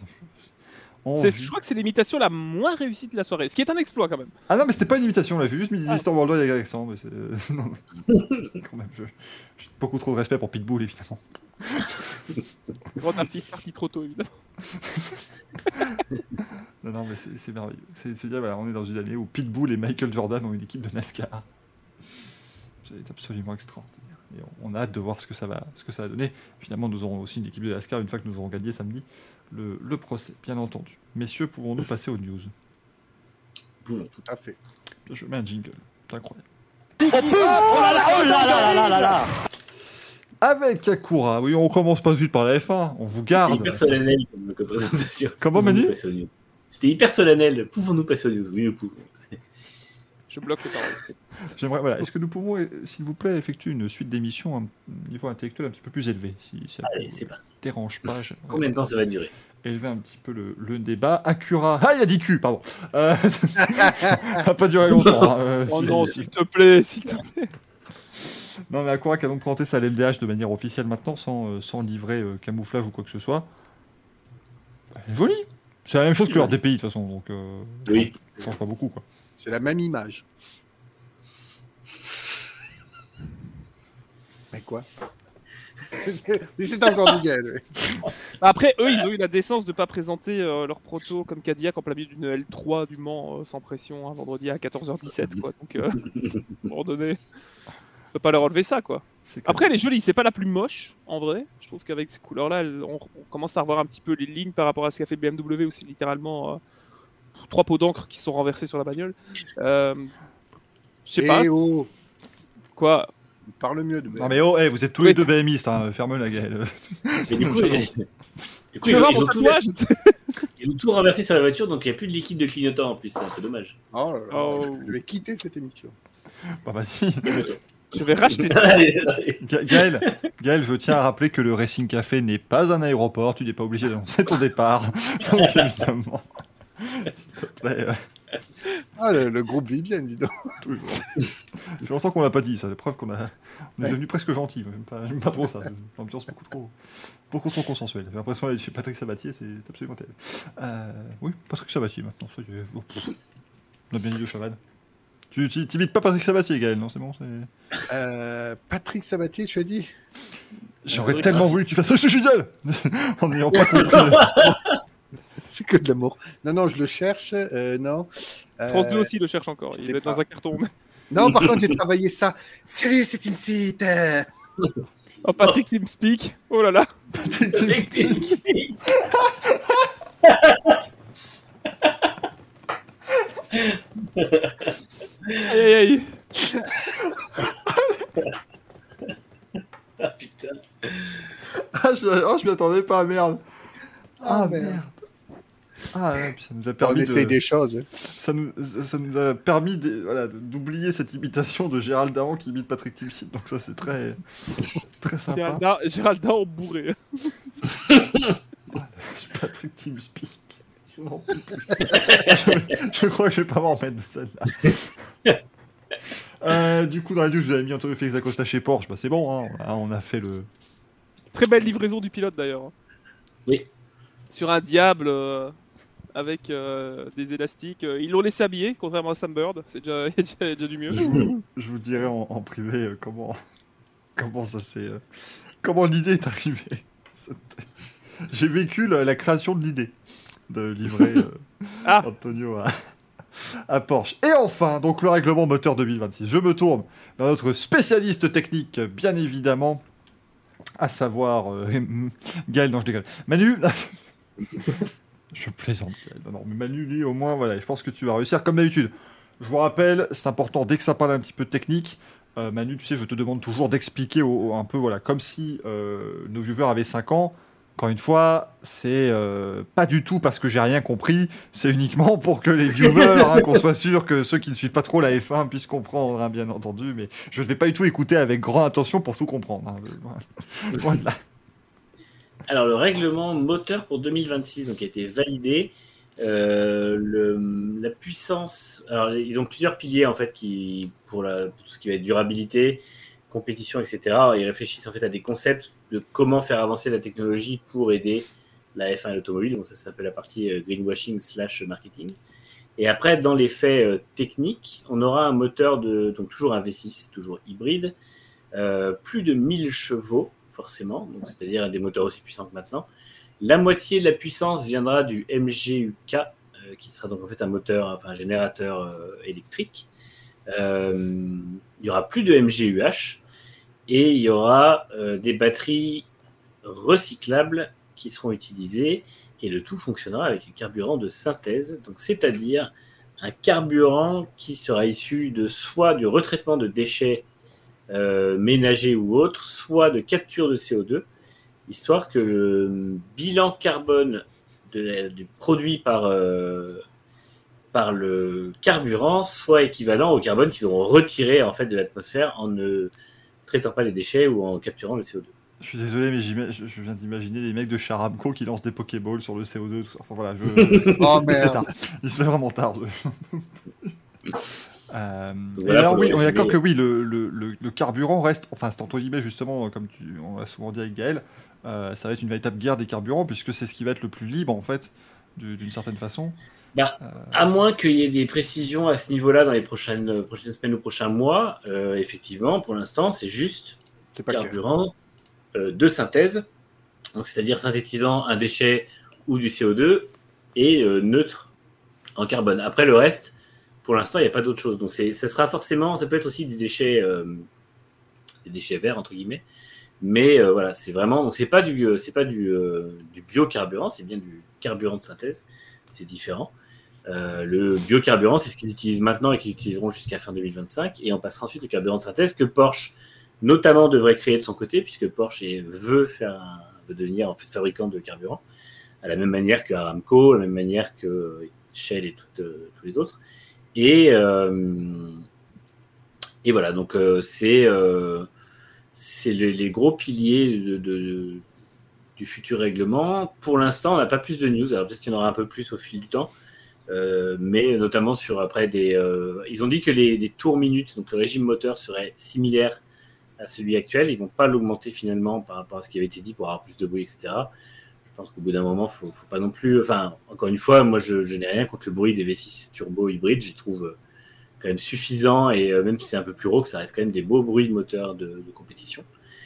je crois que c'est l'imitation la moins réussie de la soirée, ce qui est un exploit quand même. Ah non, mais c'était pas une imitation, là. J'ai juste mis Mr. Worldwide avec Alexandre. Mais c'est... non, quand même, j'ai beaucoup trop de respect pour Pitbull, évidemment. Grand artiste parti trop tôt, évidemment. non, mais c'est merveilleux. C'est de se dire, voilà, on est dans une année où Pitbull et Michael Jordan ont une équipe de NASCAR. C'est absolument extraordinaire. Et on a hâte de voir ce que ça va donner. Finalement, nous aurons aussi une équipe de NASCAR une fois que nous aurons gagné samedi le procès, bien entendu. Messieurs, pouvons-nous passer aux news? Pouvons. Tout à fait. Je mets un jingle. C'est incroyable. Avec Akura, oui, on commence pas tout de suite par la F1, on vous garde. C'était hyper solennel comme présentation. Comment, Manu? C'était hyper solennel. Pouvons-nous passer aux news? Oui, nous pouvons. Je bloque les paroles. J'aimerais, voilà, est-ce que nous pouvons, s'il vous plaît, effectuer une suite d'émissions à un niveau intellectuel un petit peu plus élevé, si ça Allez, vous c'est parti. dérange pas. Combien de temps ça va durer? Élever un petit peu le débat. Akura, ah, il y a 10 culs, pardon. Ça va pas durer longtemps. Oh non, s'il te plaît, s'il te plaît. Non, mais Akura qui a donc présenté sa LMDH de manière officielle maintenant, sans livrer camouflage ou quoi que ce soit. Elle est jolie. C'est la même chose que leur DPI de toute façon, donc Oui. ça change pas beaucoup, quoi. C'est la même image. Mais quoi? Mais c'est encore du gueule. Après, eux, ils ont eu la décence de ne pas présenter leur proto comme Cadillac en plein milieu d'une L3 du Mans sans pression un vendredi à 14h17, quoi. Donc, à un moment donné, on peut pas leur enlever ça, quoi. Après, elle est jolie, c'est pas la plus moche, en vrai. Je trouve qu'avec ces couleurs-là, on commence à revoir un petit peu les lignes par rapport à ce qu'a fait BMW, où c'est littéralement 3 pots d'encre qui sont renversés sur la bagnole. Je sais pas. Oh, Quoi? parle mieux de Non mais oh, hey, vous êtes tous les deux BMistes, hein, ferme la gueule. Mais du coup, Je vais voir mon tatouage. ils ont tout renversé sur la voiture, donc il n'y a plus de liquide de clignotant en plus, c'est un peu dommage. Oh là là. Oh. Je vais quitter cette émission. Bah vas-y. Je vais racheter ça. Gaël, je tiens à rappeler que le Racing Café n'est pas un aéroport, tu n'es pas obligé d'annoncer ton départ. Donc évidemment, s'il te plaît. Ah, le groupe vit bien, dis donc. Toujours. Ça fait longtemps qu'on l'a pas dit, ça, la preuve qu'on est devenu presque gentil. J'aime pas trop ça. L'ambiance beaucoup trop consensuelle. J'ai l'impression d'être chez Patrick Sabatier, c'est absolument terrible. Oui, Patrick Sabatier maintenant. Ça y est. On a bien dit de Chavannes. Tu t'imites pas Patrick Sabatier, Gaël, non? C'est bon, Patrick Sabatier, tu as dit? J'aurais tellement voulu que tu fasses ce génial en n'ayant pas compris. C'est que de l'amour. Non, je le cherche. Non. France 2 aussi le cherche encore. Il va être dans un carton. Non, par contre, j'ai travaillé ça. Sérieux, c'est TeamSpeak. Oh, Patrick TeamSpeak. Oh là là. Patrick TeamSpeak. Aïe, aïe, aïe. Ah putain. Je m'y attendais pas, merde. Ah, merde. Ah ouais, puis ça nous a On permis essaye des choses. ça nous a permis d'oublier cette imitation de Gérald Daron qui imite Patrick TeamSpeak. Donc ça c'est très sympa. Gérald Daron bourré. Patrick TeamSpeak. Je n'en peux plus. Je crois que je vais pas m'en remettre de celle-là. Du coup, dans la news, je vous avais mis Antonio Félix Acosta chez Porsche. Bah, c'est bon, hein. On a fait le. Très belle livraison du pilote d'ailleurs. Oui. Sur un diable avec des élastiques. Ils l'ont laissé habiller, contrairement à Sam Bird. C'est déjà, déjà du mieux. Je vous dirai en privé comment ça s'est. Comment l'idée est arrivée. J'ai vécu la création de l'idée de livrer Antonio à Porsche. Et enfin, donc le règlement moteur 2026. Je me tourne vers notre spécialiste technique, bien évidemment, à savoir Gaël. Non, je déconne. Manu. Je plaisante. Non, mais Manu, lui, au moins, voilà, je pense que tu vas réussir comme d'habitude. Je vous rappelle, c'est important, dès que ça parle un petit peu de technique, Manu, tu sais, je te demande toujours d'expliquer un peu, voilà, comme si nos viewers avaient 5 ans. Encore une fois, c'est pas du tout parce que j'ai rien compris, c'est uniquement pour que les viewers, qu'on soit sûr que ceux qui ne suivent pas trop la F1 puissent comprendre, hein, bien entendu, mais je ne vais pas du tout écouter avec grande attention pour tout comprendre. Hein. Voilà. Alors, le règlement moteur pour 2026 donc, a été validé. La puissance... Alors, ils ont plusieurs piliers, en fait, pour tout ce qui va être durabilité, compétition, etc. Ils réfléchissent, en fait, à des concepts de comment faire avancer la technologie pour aider la F1 et l'automobile. Donc, ça s'appelle la partie greenwashing/marketing. Et après, dans les faits techniques, on aura un moteur donc toujours un V6, toujours hybride, plus de 1000 chevaux, forcément, donc c'est-à-dire des moteurs aussi puissants que maintenant. La moitié de la puissance viendra du MGUK, qui sera donc en fait un générateur électrique. Il y aura plus de MGUH et il y aura des batteries recyclables qui seront utilisées et le tout fonctionnera avec un carburant de synthèse, donc c'est-à-dire un carburant qui sera issu de soit du retraitement de déchets ménagers ou autres, soit de capture de CO2, histoire que le bilan carbone du produit par le carburant soit équivalent au carbone qu'ils auront retiré en fait de l'atmosphère en ne traitant pas les déchets ou en capturant le CO2. Je suis désolé, mais je viens d'imaginer les mecs de chez Aramco qui lancent des Pokéballs sur le CO2. Tout ça. Enfin voilà, Oh il se fait merde. tard. Il se fait vraiment tard. Voilà et alors pour oui, le on est d'accord résumé. que oui, le carburant reste, enfin c'est entre guillemets justement, comme on l'a souvent dit avec Gaël, ça va être une véritable guerre des carburants puisque c'est ce qui va être le plus libre en fait, d'une certaine façon. À moins qu'il y ait des précisions à ce niveau-là dans les prochaines semaines ou prochains mois, effectivement, pour l'instant, c'est juste C'est pas clair. carburant de synthèse, donc c'est-à-dire synthétisant un déchet ou du CO2 et neutre en carbone. Après le reste, pour l'instant, il n'y a pas d'autre chose. Donc ça sera forcément, ça peut être aussi des déchets verts entre guillemets, mais voilà, c'est vraiment, donc c'est pas du biocarburant, c'est bien du carburant de synthèse, c'est différent. Le biocarburant, c'est ce qu'ils utilisent maintenant et qu'ils utiliseront jusqu'à fin 2025, et on passera ensuite au carburant de synthèse que Porsche notamment devrait créer de son côté, puisque Porsche veut devenir en fait fabricant de carburant, à la même manière que Aramco, à la même manière que Shell et tous les autres. Et voilà, donc c'est les gros piliers du futur règlement. Pour l'instant, on n'a pas plus de news, alors peut-être qu'il y en aura un peu plus au fil du temps. Mais notamment sur après ils ont dit que les tours minutes, donc le régime moteur serait similaire à celui actuel. Ils vont pas l'augmenter finalement par rapport à ce qui avait été dit pour avoir plus de bruit, etc. Je pense qu'au bout d'un moment, faut pas non plus. Enfin, encore une fois, moi je n'ai rien contre le bruit des V6 turbo hybrides. Je les trouve quand même suffisant, et même si c'est un peu plus rauque, ça reste quand même des beaux bruits de moteur de compétition.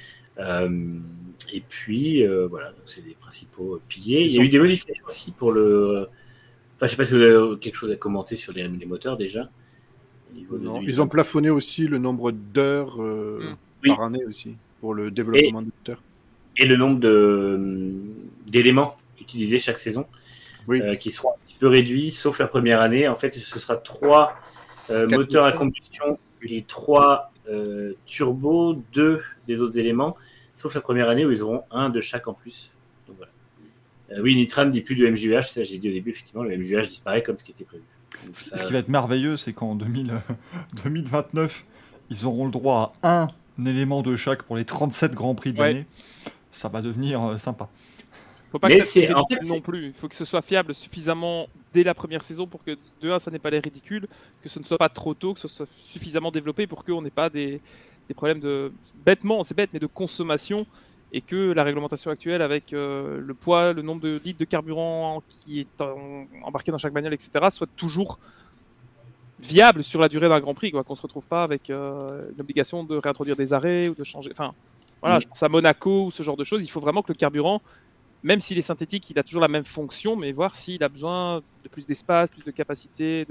Et puis voilà, donc c'est les principaux piliers. Il y a eu des modifications aussi pour le. Enfin, je sais pas si vous avez quelque chose à commenter sur les moteurs déjà. Non, ils ont plafonné aussi le nombre d'heures par année aussi pour le développement de moteurs. Et le nombre d'éléments utilisés chaque saison, qui seront un petit peu réduits, sauf la première année. En fait, ce sera 3 moteurs à combustion et 3 turbos, 2 des autres éléments, sauf la première année où ils auront 1 de chaque en plus. Donc voilà. Oui, Nitram dit plus de MGUH, ça j'ai dit au début, effectivement, le MGUH disparaît comme ce qui était prévu. Donc, ce qui va être merveilleux, c'est qu'en 2029, ils auront le droit à un élément de chaque pour les 37 Grands Prix de l'année. Ça va devenir sympa. Faut pas que ça soit ridicule non plus. Il faut que ce soit fiable suffisamment dès la première saison pour que, de 1, ça n'ait pas l'air ridicule, que ce ne soit pas trop tôt, que ce soit suffisamment développé pour qu'on n'ait pas des problèmes de... Bêtement, c'est bête, mais de consommation, et que la réglementation actuelle avec le poids, le nombre de litres de carburant qui est embarqué dans chaque bagnole, etc., soit toujours viable sur la durée d'un Grand Prix, quoi, qu'on ne se retrouve pas avec l'obligation de réintroduire des arrêts ou de changer... Enfin, voilà, je pense à Monaco ou ce genre de choses. Il faut vraiment que le carburant, même s'il est synthétique, il a toujours la même fonction, mais voir s'il a besoin de plus d'espace, plus de capacité,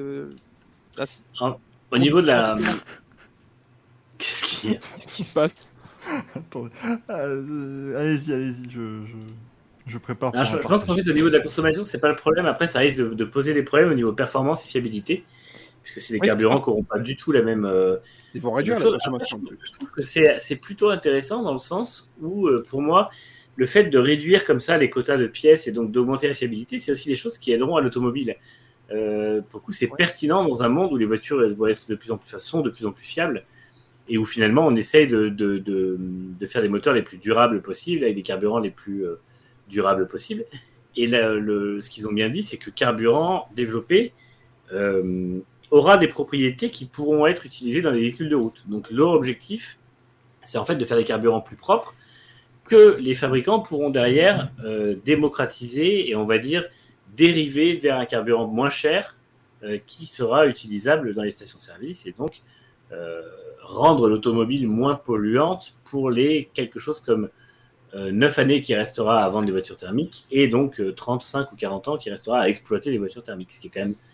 Au niveau de la... Qu'est-ce qui se passe? Attendez. Allez-y, je prépare. Je pense qu'en fait, au niveau de la consommation, c'est pas le problème. Après, ça risque de poser des problèmes au niveau performance et fiabilité, puisque c'est des carburants qui n'auront pas du tout la même... Ils vont réduire la consommation. Je trouve que c'est plutôt intéressant dans le sens où, pour moi, le fait de réduire comme ça les quotas de pièces et donc d'augmenter la fiabilité, c'est aussi des choses qui aideront à l'automobile. Pour le coup, c'est pertinent dans un monde où les voitures vont être sont de plus en plus fiables, et où finalement on essaye de faire des moteurs les plus durables possibles, avec des carburants les plus durables possibles. Et ce qu'ils ont bien dit, c'est que le carburant développé aura des propriétés qui pourront être utilisées dans les véhicules de route. Donc leur objectif, c'est en fait de faire des carburants plus propres que les fabricants pourront derrière démocratiser et on va dire dériver vers un carburant moins cher qui sera utilisable dans les stations-service, et donc rendre l'automobile moins polluante pour les quelque chose comme 9 années qui restera à vendre des voitures thermiques, et donc 35 ou 40 ans qui restera à exploiter des voitures thermiques, ce qui est quand même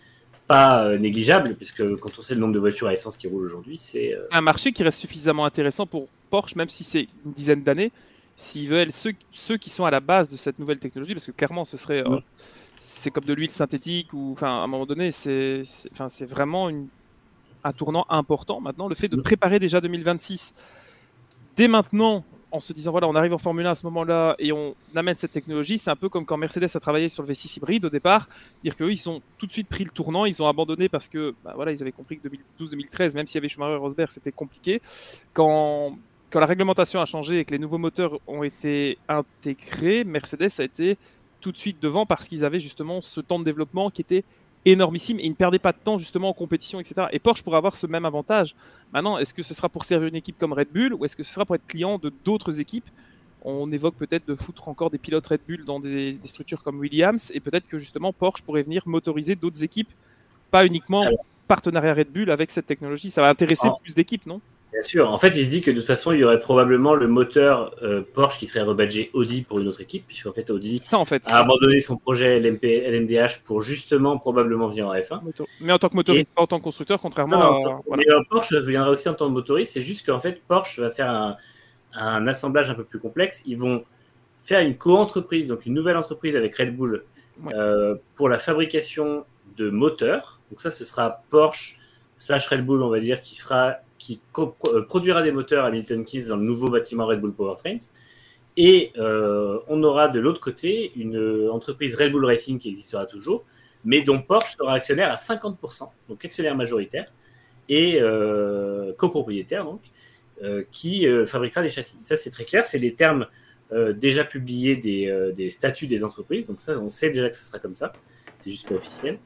pas négligeable, puisque quand on sait le nombre de voitures à essence qui roulent aujourd'hui, c'est un marché qui reste suffisamment intéressant pour Porsche, même si c'est une dizaine d'années, s'ils veulent ceux qui sont à la base de cette nouvelle technologie, parce que clairement ce serait c'est comme de l'huile synthétique, ou enfin à un moment donné c'est vraiment un tournant important maintenant, le fait de préparer déjà 2026 dès maintenant, en se disant voilà, on arrive en Formule 1 à ce moment-là et on amène cette technologie. C'est un peu comme quand Mercedes a travaillé sur le V6 hybride au départ, dire qu'eux ils ont tout de suite pris le tournant, ils ont abandonné parce que voilà, ils avaient compris que 2012-2013, même s'il y avait Schumacher et Rosberg, c'était compliqué. Quand la réglementation a changé et que les nouveaux moteurs ont été intégrés, Mercedes a été tout de suite devant parce qu'ils avaient justement ce temps de développement qui était énormissime et ils ne perdaient pas de temps justement en compétition, etc. Et Porsche pourrait avoir ce même avantage. Maintenant, est-ce que ce sera pour servir une équipe comme Red Bull ou est-ce que ce sera pour être client de d'autres équipes? On évoque peut-être de foutre encore des pilotes Red Bull dans des structures comme Williams, et peut-être que justement Porsche pourrait venir motoriser d'autres équipes, pas uniquement partenariat Red Bull avec cette technologie. Ça va intéresser plus d'équipes, non? Bien sûr. En fait, il se dit que de toute façon, il y aurait probablement le moteur Porsche qui serait rebadgé Audi pour une autre équipe, puisqu'en fait, Audi a abandonné son projet LMDH pour justement probablement venir en F1. Mais en tant que motoriste, pas en tant que constructeur, contrairement à... Mais Porsche viendra aussi en tant que motoriste. C'est juste qu'en fait, Porsche va faire un assemblage un peu plus complexe. Ils vont faire une co-entreprise, donc une nouvelle entreprise avec Red Bull pour la fabrication de moteurs. Donc ça, ce sera Porsche / Red Bull, on va dire, qui produira des moteurs à Milton Keynes dans le nouveau bâtiment Red Bull Powertrains. Et on aura de l'autre côté une entreprise Red Bull Racing qui existera toujours, mais dont Porsche sera actionnaire à 50%, donc actionnaire majoritaire et copropriétaire, donc, qui fabriquera des châssis. Ça, c'est très clair, c'est les termes déjà publiés des statuts des entreprises, donc ça, on sait déjà que ce sera comme ça, c'est juste pas officiel.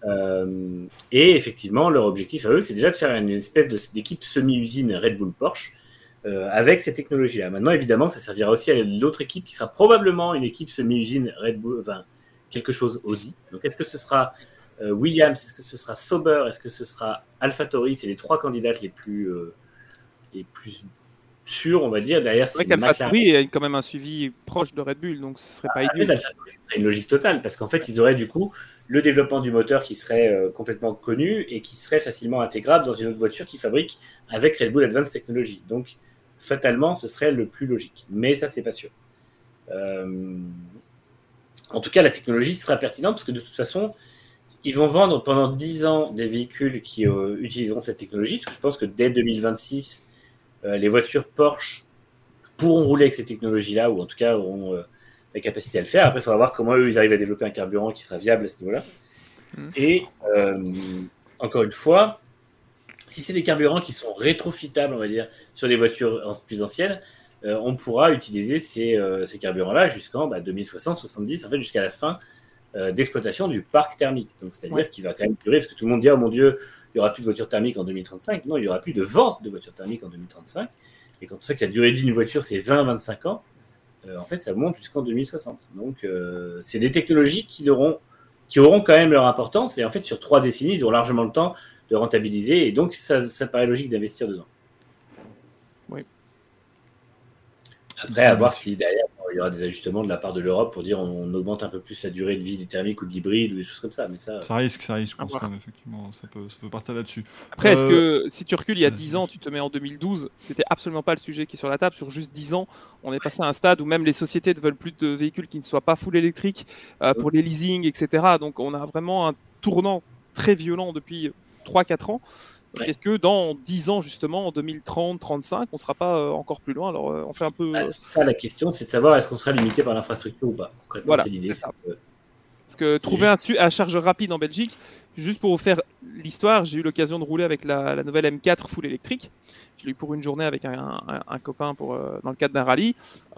Et effectivement, leur objectif à eux, c'est déjà de faire une espèce d'équipe semi-usine Red Bull Porsche avec ces technologies-là. Maintenant, évidemment, ça servira aussi à l'autre équipe qui sera probablement une équipe semi-usine Red Bull, enfin quelque chose Audi. Donc, est-ce que ce sera Williams, est-ce que ce sera Sauber, est-ce que ce sera AlphaTauri? C'est les trois candidates les plus sûrs, on va dire. Derrière, c'est vrai qu'AlphaTauri a quand même un suivi proche de Red Bull, donc ce serait pas idiot. Ce serait une logique totale, parce qu'en fait, ils auraient du coup le développement du moteur qui serait complètement connu et qui serait facilement intégrable dans une autre voiture qui fabrique avec Red Bull Advanced Technology. Donc, fatalement, ce serait le plus logique. Mais ça, c'est pas sûr. En tout cas, la technologie sera pertinente parce que de toute façon, ils vont vendre pendant 10 ans des véhicules qui utiliseront cette technologie. Parce que je pense que dès 2026, les voitures Porsche pourront rouler avec ces technologies-là, ou en tout cas auront la capacité à le faire. Après, il faudra voir comment eux, ils arrivent à développer un carburant qui sera viable à ce niveau-là. Et encore une fois, si c'est des carburants qui sont rétrofitables, on va dire, sur des voitures plus anciennes, on pourra utiliser ces carburants-là jusqu'en 2060-70, en fait, jusqu'à la fin d'exploitation du parc thermique. Donc, c'est-à-dire qu'il va quand même durer, parce que tout le monde dit, oh mon Dieu, il n'y aura plus de voitures thermiques en 2035. Non, il n'y aura plus de vente de voitures thermiques en 2035. Et quand on sait que la durée de vie d'une voiture, c'est 20-25 ans, en fait, ça monte jusqu'en 2060. Donc, c'est des technologies qui auront quand même leur importance. Et en fait, sur 3 décennies, ils auront largement le temps de rentabiliser. Et donc, ça paraît logique d'investir dedans. Oui. Après, à voir si derrière, il y aura des ajustements de la part de l'Europe pour dire on augmente un peu plus la durée de vie du thermique ou de l'hybride ou des choses comme ça. Mais ça risque, je pense quand même, effectivement. Ça peut partir là-dessus. Après, est-ce que si tu recules il y a 10 ans, tu te mets en 2012, c'était absolument pas le sujet qui est sur la table. Sur juste 10 ans, on est passé à un stade où même les sociétés ne veulent plus de véhicules qui ne soient pas full électriques pour les leasing, etc. Donc on a vraiment un tournant très violent depuis 3-4 ans. Donc, est-ce que dans 10 ans, justement, en 2030-35, on ne sera pas encore plus loin? Alors, on fait un peu... Ça, la question, c'est de savoir est-ce qu'on sera limité par l'infrastructure ou pas. Concrètement, voilà, c'est l'idée. C'est ça. Parce que trouver un chargeur rapide en Belgique, juste pour vous faire l'histoire, j'ai eu l'occasion de rouler avec la nouvelle M4 full électrique. Je l'ai eu pour une journée avec un copain dans le cadre d'un rallye.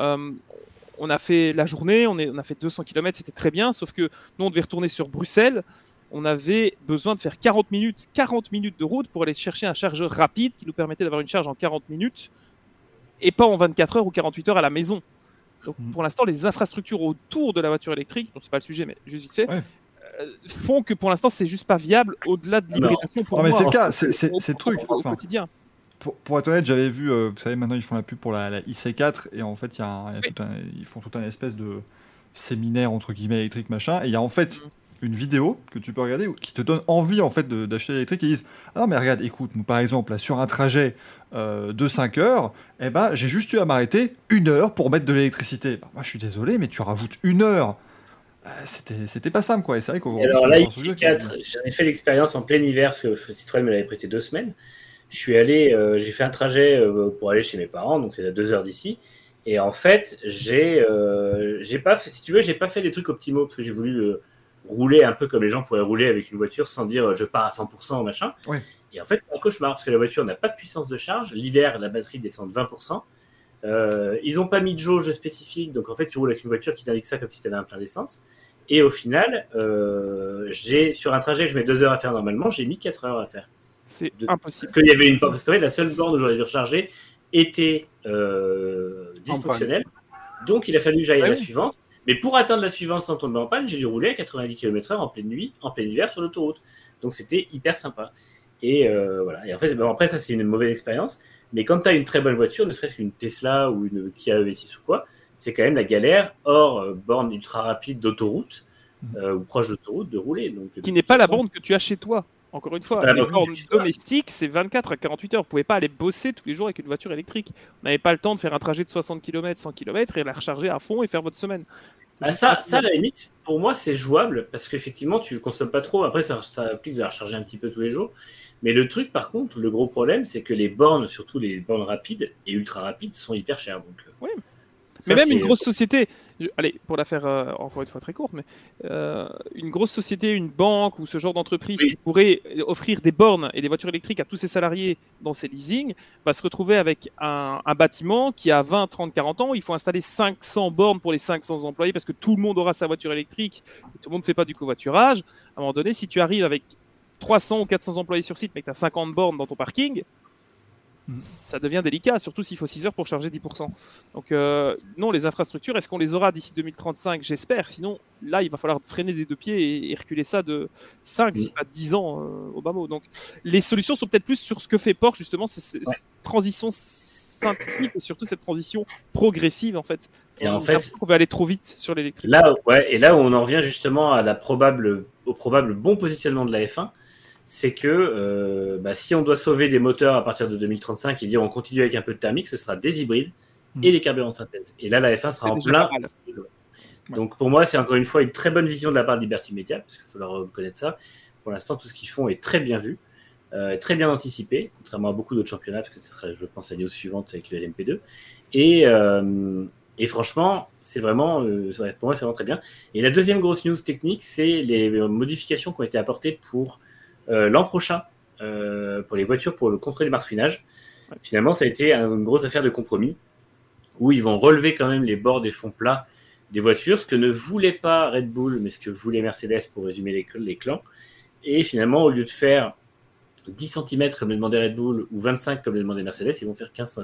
On a fait la journée, on a fait 200 km, c'était très bien, sauf que nous, on devait retourner sur Bruxelles. On avait besoin de faire 40 minutes de route pour aller chercher un chargeur rapide qui nous permettait d'avoir une charge en 40 minutes et pas en 24 heures ou 48 heures à la maison. Donc, pour l'instant, les infrastructures autour de la voiture électrique, donc c'est pas le sujet, mais juste vite fait, font que pour l'instant, c'est juste pas viable au-delà de l'hybridation. Non, mais c'est le cas, c'est le truc. Au quotidien. Pour être honnête, j'avais vu, vous savez, maintenant ils font la pub pour la IC4 et en fait, ils font tout un espèce de séminaire entre guillemets électrique machin et il y a en fait une vidéo que tu peux regarder qui te donne envie en fait d'acheter l'électrique. Ils disent ah non mais regarde, écoute, par exemple là, sur un trajet de 5 heures, eh ben j'ai juste eu à m'arrêter 1 heure pour mettre de l'électricité. Bah, moi je suis désolé, mais tu rajoutes 1 heure. C'était pas simple quoi. Et c'est vrai qu'aujourd'hui. Alors là, X4, j'en ai fait l'expérience en plein hiver parce que Citroën me l'avait prêté 2 semaines. Je suis allé, j'ai fait un trajet pour aller chez mes parents, donc c'est à 2 heures d'ici. Et en fait, j'ai pas fait, si tu veux, j'ai pas fait des trucs optimaux parce que j'ai voulu rouler un peu comme les gens pourraient rouler avec une voiture sans dire je pars à 100% machin. Ouais. Et en fait, c'est un cauchemar parce que la voiture n'a pas de puissance de charge. L'hiver, la batterie descend de 20%. Ils n'ont pas mis de jauge spécifique, donc en fait, tu roules avec une voiture qui t'indique ça comme si tu avais un plein d'essence. Et au final, sur un trajet que je mets 2 heures à faire normalement, j'ai mis 4 heures à faire. C'est impossible. Parce qu'il y avait parce qu'en fait, la seule borne où j'aurais dû recharger était dysfonctionnelle. Donc, il a fallu que j'aille à la suivante. Mais pour atteindre la suivante sans tomber en panne, j'ai dû rouler à 90 km/h en pleine nuit, en plein hiver sur l'autoroute. Donc, c'était hyper sympa. Et voilà. Et en fait, après, ça, c'est une mauvaise expérience. Mais quand tu as une très bonne voiture, ne serait-ce qu'une Tesla ou une Kia EV6 ou quoi, c'est quand même la galère hors borne ultra rapide d'autoroute ou proche d'autoroute de rouler. Donc, qui n'est pas la borne que tu as chez toi. Encore une fois, les bornes domestiques, c'est 24 à 48 heures. Vous ne pouvez pas aller bosser tous les jours avec une voiture électrique. Vous n'avez pas le temps de faire un trajet de 60 km, 100 km et la recharger à fond et faire votre semaine. Ça, à la limite, pour moi, c'est jouable parce qu'effectivement, tu ne consommes pas trop. Après, ça implique de la recharger un petit peu tous les jours. Mais le truc, par contre, le gros problème, c'est que les bornes, surtout les bornes rapides et ultra rapides, sont hyper chères. Donc, oui. Mais même une grosse société, allez, pour la faire encore une fois très courte, mais une grosse société, une banque ou ce genre d'entreprise qui pourrait offrir des bornes et des voitures électriques à tous ses salariés dans ses leasings, va se retrouver avec un bâtiment qui a 20, 30, 40 ans. Il faut installer 500 bornes pour les 500 employés parce que tout le monde aura sa voiture électrique et tout le monde ne fait pas du covoiturage. À un moment donné, si tu arrives avec 300 ou 400 employés sur site mais que tu as 50 bornes dans ton parking, ça devient délicat, surtout s'il faut 6 heures pour charger 10%. Donc non, les infrastructures, est-ce qu'on les aura d'ici 2035 ? J'espère. Sinon, là, il va falloir freiner des 2 pieds et reculer ça de 5, si pas 10 ans au bas mot. Donc les solutions sont peut-être plus sur ce que fait Porsche, justement, c'est cette transition synthétique et surtout cette transition progressive, en fait. Et en fait, on va aller trop vite sur l'électrique. Là, et là où on en revient justement à au probable bon positionnement de la F1, c'est que si on doit sauver des moteurs à partir de 2035 et dire on continue avec un peu de thermique, ce sera des hybrides et des carburants de synthèse. Et là, la F1 sera en plein. Donc pour moi, c'est encore une fois une très bonne vision de la part de Liberty Media, parce qu'il faut leur reconnaître ça. Pour l'instant, tout ce qu'ils font est très bien vu, très bien anticipé, contrairement à beaucoup d'autres championnats, parce que ce serait, je pense, la news suivante avec le LMP2. Et franchement, c'est vraiment, pour moi, c'est vraiment très bien. Et la deuxième grosse news technique, c'est les modifications qui ont été apportées pour l'an prochain, pour les voitures, pour le contrôle du marsouinage. Finalement, ça a été une grosse affaire de compromis où ils vont relever quand même les bords des fonds plats des voitures, ce que ne voulait pas Red Bull, mais ce que voulait Mercedes pour résumer les clans. Et finalement, au lieu de faire 10 cm comme le demandait Red Bull ou 25 comme le demandait Mercedes, ils vont faire 15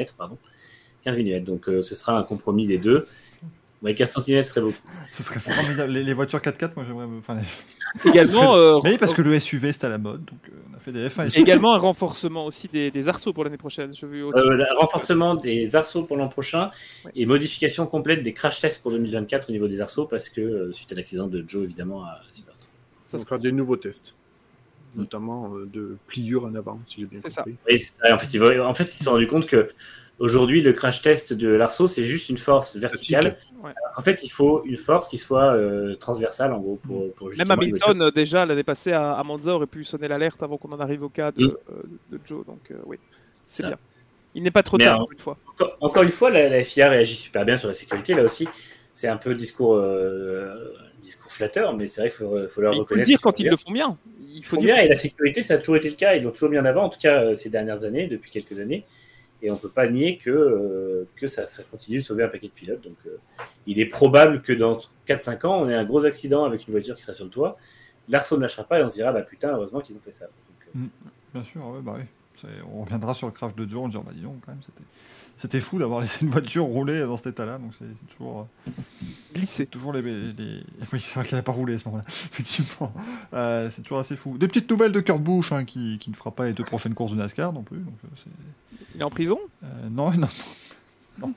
mm. Donc ce sera un compromis des deux. Ouais, 15 cm serait beaucoup. Ce serait formidable. Les voitures 4x4, moi j'aimerais. Également. Mais parce que le SUV c'était à la mode, donc on a fait des F1 SUV. Également un renforcement aussi des arceaux pour l'année prochaine. Renforcement des arceaux pour l'an prochain et modification complète des crash tests pour 2024 au niveau des arceaux parce que suite à l'accident de Joe évidemment à Silverstone. Ça sera des nouveaux tests. Notamment de pliure en avant, si j'ai bien compris. Ça. Oui, c'est ça. En fait, ils se sont rendus compte que aujourd'hui, le crash test de l'arceau, c'est juste une force verticale. Ouais. En fait, il faut une force qui soit transversale, en gros, pour justement... Même Hamilton, déjà, l'année passée, à Monza, aurait pu sonner l'alerte avant qu'on en arrive au cas de Joe. Donc, oui, c'est bien. Il n'est pas trop tard, une fois. Encore une fois, la FIA réagit super bien sur la sécurité. Là aussi, c'est un peu discours flatteur, mais c'est vrai qu'il faut leur reconnaître. Il faut le dire quand ils le font bien. Il faut bien, et la sécurité, ça a toujours été le cas. Ils l'ont toujours mis en avant, en tout cas ces dernières années, depuis quelques années. Et on ne peut pas nier que ça continue de sauver un paquet de pilotes. Donc, il est probable que dans 4-5 ans, on ait un gros accident avec une voiture qui sera sur le toit. L'arceau ne lâchera pas et on se dira, putain, heureusement qu'ils ont fait ça. Donc, bien sûr, oui. On reviendra sur le crash de Joe en disant, dis donc, quand même, c'était fou d'avoir laissé une voiture rouler dans cet état-là. Donc, c'est toujours... glissé. Toujours les... Oui, c'est vrai qu'elle n'a pas roulé à ce moment-là. Effectivement. C'est toujours assez fou. Des petites nouvelles de Kurt Busch, qui ne fera pas les 2 prochaines courses de NASCAR non plus. Donc, il est en prison ? Non.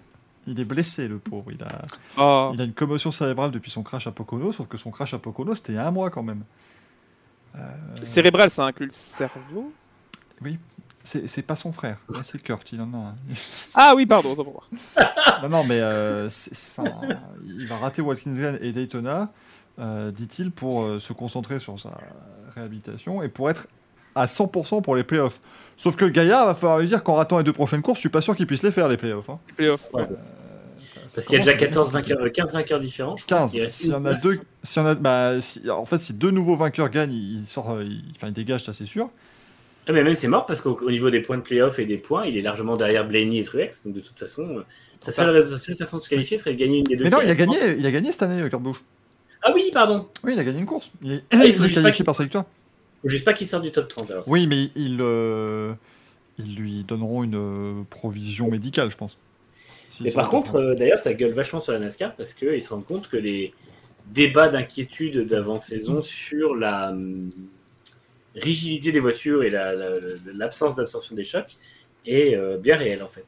Il est blessé, le pauvre. Il a une commotion cérébrale depuis son crash à Pocono, sauf que son crash à Pocono, c'était il y a 1 mois quand même. Cérébral, ça inclut le cerveau? Oui, c'est pas son frère. Là, c'est Kurt, il en a un. Ah oui, pardon, autant pour moi. Non, mais il va rater Watkins Glen et Daytona, dit-il, pour se concentrer sur sa réhabilitation et pour être à 100% pour les playoffs. Sauf que le Gaillard, va falloir lui dire qu'en ratant les 2 prochaines courses, je suis pas sûr qu'il puisse les faire, les playoffs. Hein. Les playoffs, ouais. Parce qu'il y a déjà 15 vainqueurs différents, je crois. 15. S'il y en a 2, en fait, si 2 nouveaux vainqueurs gagnent, il dégage, ça c'est sûr. Ah, mais même c'est mort parce qu'au niveau des points de playoff et des points, il est largement derrière Blaney et Truex. Donc de toute façon, sa seule façon de se qualifier serait de gagner une des 2. Mais non, il a gagné cette année, Kurt Busch. Ah oui, pardon. Oui, il a gagné une course. Il est qualifié par sa victoire. Faut juste pas qu'il sorte du top 30. Alors. Oui, mais ils lui donneront une provision médicale, je pense. Et par contre, d'ailleurs, ça gueule vachement sur la NASCAR parce qu'ils se rendent compte que les débats d'inquiétude d'avant-saison sur la rigidité des voitures et l'absence d'absorption des chocs est bien réelle en fait.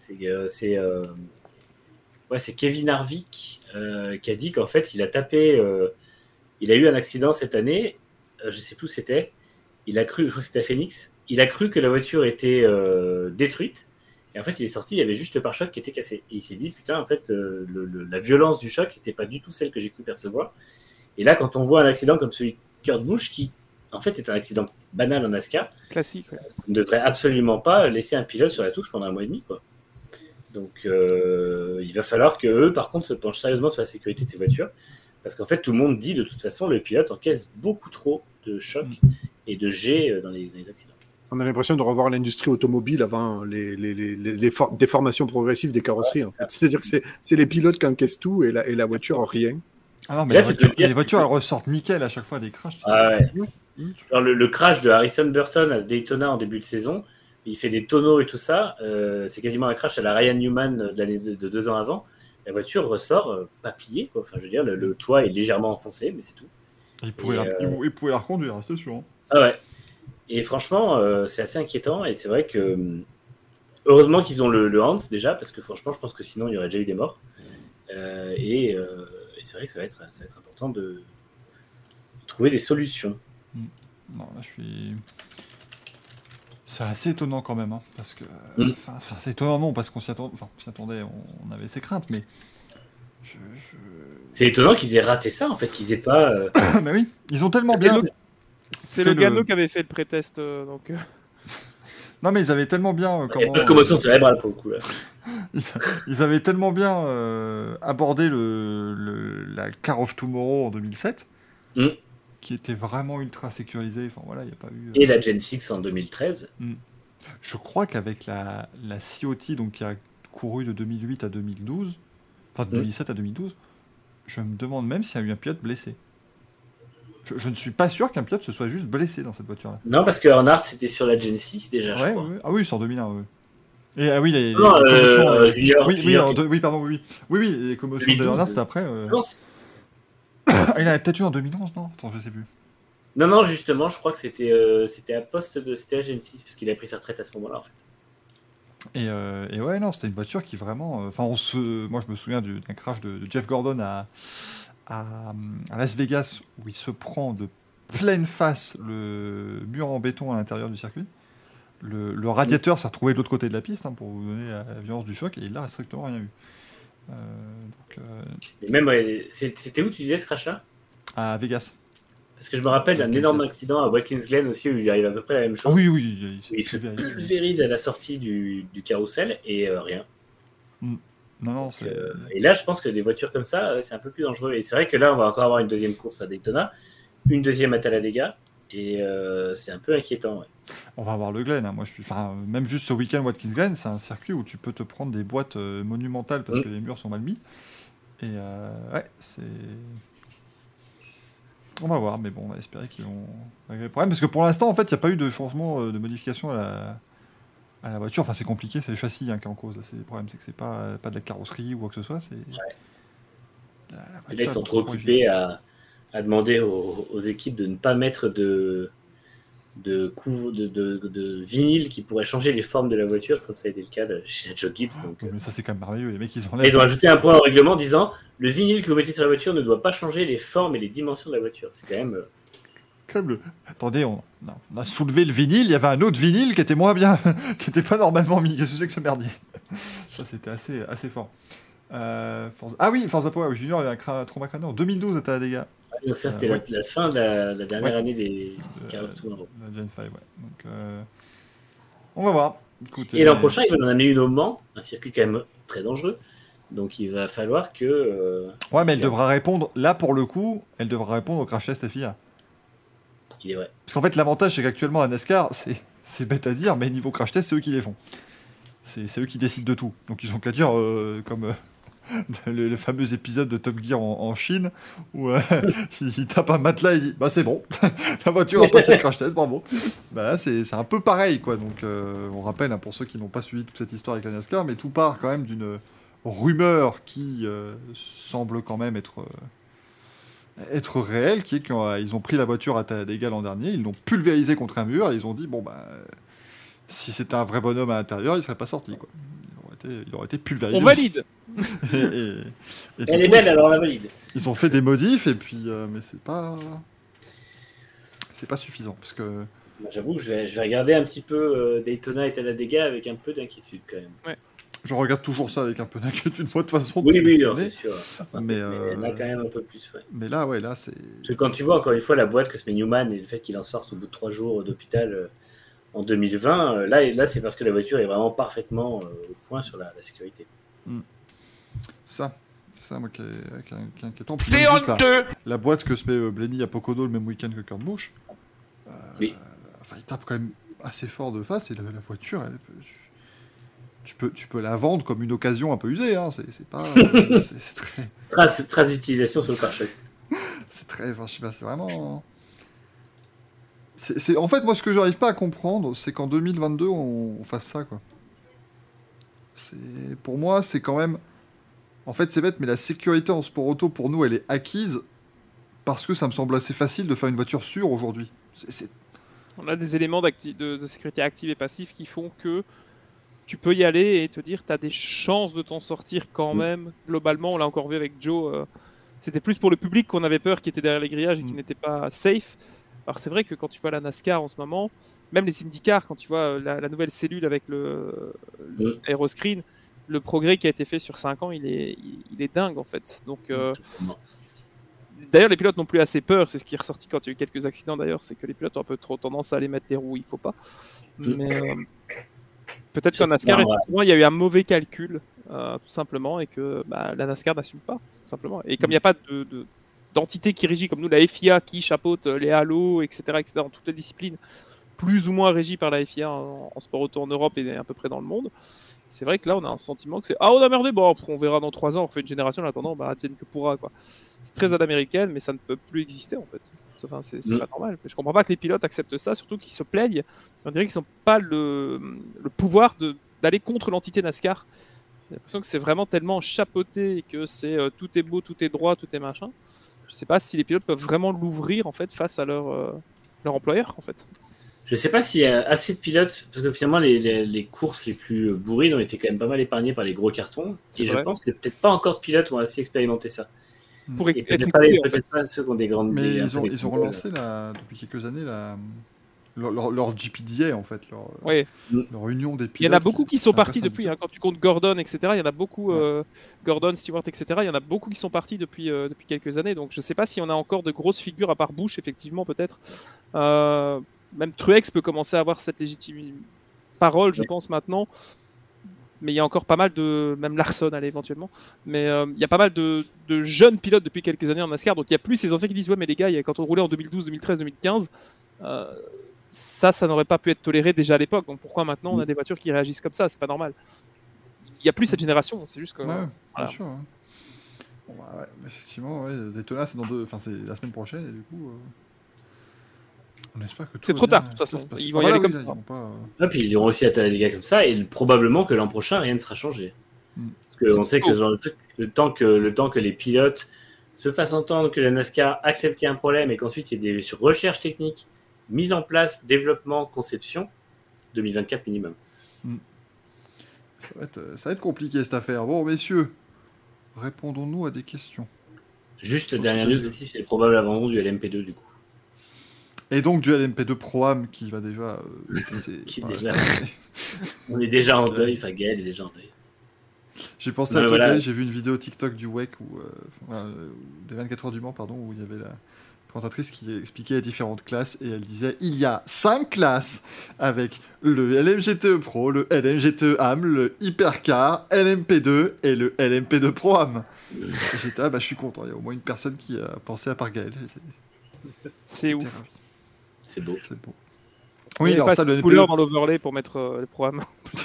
C'est Kevin Harvick qui a dit qu'en fait il a eu un accident cette année, je sais plus où c'était, il a cru, je crois que c'était à Phoenix, il a cru que la voiture était détruite et en fait il est sorti, il y avait juste le pare-choc qui était cassé et il s'est dit putain en fait la violence du choc n'était pas du tout celle que j'ai cru percevoir. Et là quand on voit un accident comme celui de Kurt Busch qui en fait est un accident banal en NASCAR. Classique, ouais. Ça ne devrait absolument pas laisser un pilote sur la touche pendant 1 mois et demi, quoi. Donc il va falloir qu'eux, par contre, se penchent sérieusement sur la sécurité de ces voitures. Parce qu'en fait, tout le monde dit de toute façon, le pilote encaisse beaucoup trop de chocs et de jets dans les accidents. On a l'impression de revoir l'industrie automobile avant les déformations progressives des carrosseries. En fait. C'est-à-dire que c'est les pilotes qui encaissent tout et la voiture rien. Ah non, mais les voitures elles ressortent nickel à chaque fois des crashs. Ah ouais. Alors, le crash de Harrison Burton à Daytona en début de saison, il fait des tonneaux et tout ça. C'est quasiment un crash à la Ryan Newman de 2 ans avant. La voiture ressort pas pliée, quoi. Enfin, je veux dire, le toit est légèrement enfoncé, mais c'est tout. Il pouvait la reconduire, c'est sûr. Hein. Ah ouais. Et franchement, c'est assez inquiétant. Et c'est vrai que heureusement qu'ils ont le Hans déjà, parce que franchement, je pense que sinon il y aurait déjà eu des morts. Et c'est vrai que ça va être important de trouver des solutions. Non, là, c'est assez étonnant quand même, hein, parce que... c'est étonnant, non, parce qu'on s'y attendait, on avait ses craintes, mais... C'est étonnant qu'ils aient raté ça, en fait, qu'ils aient pas... Mais oui, ils ont tellement bien... C'est le Gano qui avait fait le pré-test, donc... Non, mais ils avaient tellement bien... commotion cérébrale, pour le coup, là. Ils avaient tellement bien abordé la Car of Tomorrow en 2007, qui était vraiment ultra sécurisé. Enfin, voilà, y a pas eu, Et la Gen 6 en 2013. Je crois qu'avec la COT, donc, qui a couru de 2008 à 2012, enfin de 2007 à 2012, je me demande même s'il y a eu un pilote blessé. Je ne suis pas sûr qu'un pilote se soit juste blessé dans cette voiture-là. Non, parce que Earnhardt, c'était sur la Gen 6 déjà, je crois. Ouais. Ah oui, c'est en 2001, oui. Et oui, les commotions de Earnhardt, c'était après. Il en avait peut-être eu en 2011, non? Attends, je sais plus. Non, justement, je crois que c'était à poste de... C'était à Gen 6, parce qu'il a pris sa retraite à ce moment-là, en fait. Et ouais, non, c'était une voiture qui vraiment... moi, je me souviens d'un crash de Jeff Gordon à Las Vegas, où il se prend de pleine face le mur en béton à l'intérieur du circuit. Le radiateur s'est retrouvé de l'autre côté de la piste, pour vous donner la violence du choc, et il n'a strictement rien eu. Et même, c'était où tu disais ce crash-là? À Vegas. Parce que je me rappelle d'un énorme accident à Watkins Glen aussi, où il arrive à peu près la même chose. Ah oui, il se pulvérise à la sortie du carrousel, et rien. Non, et là, je pense que des voitures comme ça, c'est un peu plus dangereux. Et c'est vrai que là, on va encore avoir une deuxième course à Daytona, une deuxième à Talladega, et c'est un peu inquiétant. Ouais. On va avoir le Glen. Hein. Moi, même juste ce week-end, Watkins Glen, c'est un circuit où tu peux te prendre des boîtes monumentales parce que les murs sont mal mis. Et c'est... On va voir, mais bon, on va espérer qu'ils vont régler le problème. Parce que pour l'instant, en fait, il n'y a pas eu de changement, de modification à la voiture. Enfin, c'est compliqué, c'est le châssis qui est en cause. Là. C'est le problème, c'est que c'est pas de la carrosserie ou quoi que ce soit. C'est... Et là, ils sont trop occupés à demander aux équipes de ne pas mettre de de vinyle qui pourrait changer les formes de la voiture, comme ça a été le cas chez la Joe Gibbs. Donc, Mais ça, c'est quand même merveilleux. Les mecs, ils et enlèvent. ils ont ajouté un point au règlement disant le vinyle que vous mettez sur la voiture ne doit pas changer les formes et les dimensions de la voiture. C'est quand même. Attendez, on a soulevé le vinyle, il y avait un autre vinyle qui était moins bien, qui était pas normalement mis. Qu'est-ce que c'est que ce merdier? Ça, c'était assez fort. Ah oui, Forza Power Junior avait un trauma crânien en 2012 à Talladega. Donc ça, c'était la fin de la dernière année des Cars of Tour. La Gen 5, ouais. Donc, on va voir. Écoute, Et l'an prochain, ils vont en amener une au Mans, un circuit quand même très dangereux. Donc il va falloir que. Ouais, mais elle devra répondre, là pour le coup, elle devra répondre au crash test FIA. Il est vrai. Parce qu'en fait, l'avantage, c'est qu'actuellement, à NASCAR, c'est bête à dire, mais niveau crash test, c'est eux qui les font. C'est eux qui décident de tout. Donc ils ont qu'à dire, comme le fameux épisode de Top Gear en Chine, où il tape un matelas et il dit bah c'est bon, la voiture a passé le crash test, bravo. Bah là, c'est un peu pareil, quoi. Donc on rappelle, hein, pour ceux qui n'ont pas suivi toute cette histoire avec la NASCAR, mais tout part quand même d'une rumeur qui semble quand même être réelle, qui est qu'ils ont pris la voiture à Talladega l'an dernier, ils l'ont pulvérisé contre un mur, et ils ont dit bon bah si c'était un vrai bonhomme à l'intérieur, il serait pas sorti, quoi. Il aurait été pulvérisé. On valide. Elle est belle, alors on la valide. Ils ont fait des modifs, et puis mais c'est pas suffisant, parce que Moi, j'avoue que je vais regarder un petit peu Daytona et Talladega avec un peu d'inquiétude quand même. Ouais. je regarde toujours ça avec un peu d'inquiétude, moi, de toute façon. Oui, non, c'est sûr. Mais là, quand même un peu plus, ouais. Mais là, ouais, là, c'est... Parce que quand tu vois, encore une fois, la boîte que se met Newman et le fait qu'il en sorte au bout de 3 jours d'hôpital en 2020, là, c'est parce que la voiture est vraiment parfaitement au point sur la sécurité. C'est ça, moi, qui est inquiétant. C'est honteux. La boîte que se met Blenny à Pocono le même week-end que Kurt Busch, Oui. Enfin, il tape quand même assez fort de face, et la voiture, tu peux la vendre comme une occasion un peu usée, hein. C'est pas... c'est très... Trace d'utilisation sur le pare-choc. C'est très... Enfin, je sais pas, c'est vraiment... En fait, moi, ce que j'arrive pas à comprendre, c'est qu'en 2022, on fasse ça, quoi. Pour moi, c'est quand même... En fait, c'est bête, mais la sécurité en sport auto, pour nous, elle est acquise parce que ça me semble assez facile de faire une voiture sûre aujourd'hui. On a des éléments de sécurité active et passive qui font que tu peux y aller et te dire que tu as des chances de t'en sortir quand même. Globalement, on l'a encore vu avec Joe. C'était plus pour le public qu'on avait peur, qui était derrière les grillages et qui n'était pas safe. Alors c'est vrai que quand tu vois la NASCAR en ce moment, même les IndyCar, quand tu vois la nouvelle cellule avec le aéroscreen, le progrès qui a été fait sur 5 ans, il est dingue en fait. Donc, d'ailleurs, les pilotes n'ont plus assez peur. C'est ce qui est ressorti quand il y a eu quelques accidents d'ailleurs, c'est que les pilotes ont un peu trop tendance à aller mettre les roues où il ne faut pas. Mais peut-être qu'en NASCAR, effectivement, il y a eu un mauvais calcul, tout simplement, et que la NASCAR n'assume pas, tout simplement. Et comme il n'y a pas d'entité qui régit, comme nous, la FIA qui chapeaute les halos, etc., dans toutes les disciplines, plus ou moins régies par la FIA en sport auto en Europe et à peu près dans le monde. C'est vrai que là, on a un sentiment que c'est on a merdé, bon, on verra dans 3 ans, on fait une génération, en attendant, advienne que pourra, quoi. C'est très à l'américaine, mais ça ne peut plus exister, en fait. Enfin, c'est pas normal. Je comprends pas que les pilotes acceptent ça, surtout qu'ils se plaignent. On dirait qu'ils n'ont pas le pouvoir d'aller contre l'entité NASCAR. J'ai l'impression que c'est vraiment tellement chapeauté et que tout est beau, tout est droit, tout est machin. Je sais pas si les pilotes peuvent vraiment l'ouvrir, en fait, face à leur employeur, en fait. Je sais pas s'il y a assez de pilotes, parce que finalement les courses les plus bourrines ont été quand même pas mal épargnées par les gros cartons, et je pense que peut-être pas encore de pilotes ont assez expérimenté ça. Pour et peut-être pas ceux qui ont des grandes... Mais ils ont relancé depuis quelques années leur GPDA, en fait, leur union des pilotes. Il y en a beaucoup qui sont partis depuis, quand tu comptes Gordon, etc. Il y en a beaucoup, Gordon, Stewart, etc. Il y en a beaucoup qui sont partis depuis quelques années, donc je sais pas si on a encore de grosses figures, à part Bush, effectivement, peut-être. Même Truex peut commencer à avoir cette légitime parole, je pense, maintenant. Mais il y a encore pas mal même Larson, allez, éventuellement. Mais il y a pas mal de jeunes pilotes depuis quelques années en NASCAR. Donc il y a plus ces anciens qui disent ouais, mais les gars, quand on roulait en 2012, 2013, 2015, ça n'aurait pas pu être toléré déjà à l'époque. Donc pourquoi maintenant on a des voitures qui réagissent comme ça? C'est pas normal. Il n'y a plus cette génération. C'est juste que. Ouais, bien sûr. Hein. Bon, ouais, effectivement, Daytona, c'est c'est la semaine prochaine, et du coup. On espère que c'est trop tard, de toute façon. Ils vont y aller comme ça. Ah, puis ils iront aussi à Talladega comme ça, et probablement que l'an prochain, rien ne sera changé. Parce qu'on sait que le temps que les pilotes se fassent entendre, que la NASCAR accepte qu'il y a un problème, et qu'ensuite il y ait des recherches techniques mise en place, développement, conception, 2024 minimum. Ça va être compliqué cette affaire. Bon, messieurs, répondons-nous à des questions. Juste dernière news aussi, c'est le probable abandon du LMP2 du coup. Et donc du LMP2 Pro-Am qui va déjà... On est déjà en deuil, enfin Gaël est déjà en deuil. J'ai pensé à toi, Gaël, j'ai vu une vidéo TikTok du WEC, des 24 heures du Mans, pardon, où il y avait la présentatrice qui expliquait les différentes classes, et elle disait, il y a 5 classes, avec le LMGTE Pro, le LMGTE AM, le Hypercar, LMP2 et le LMP2 Pro-Am. Et j'étais, je suis content, il y a au moins une personne qui a pensé à part Gaël. C'est ouf. C'est beau. Oui, alors ça, le couleur dans l'overlay pour mettre le programme.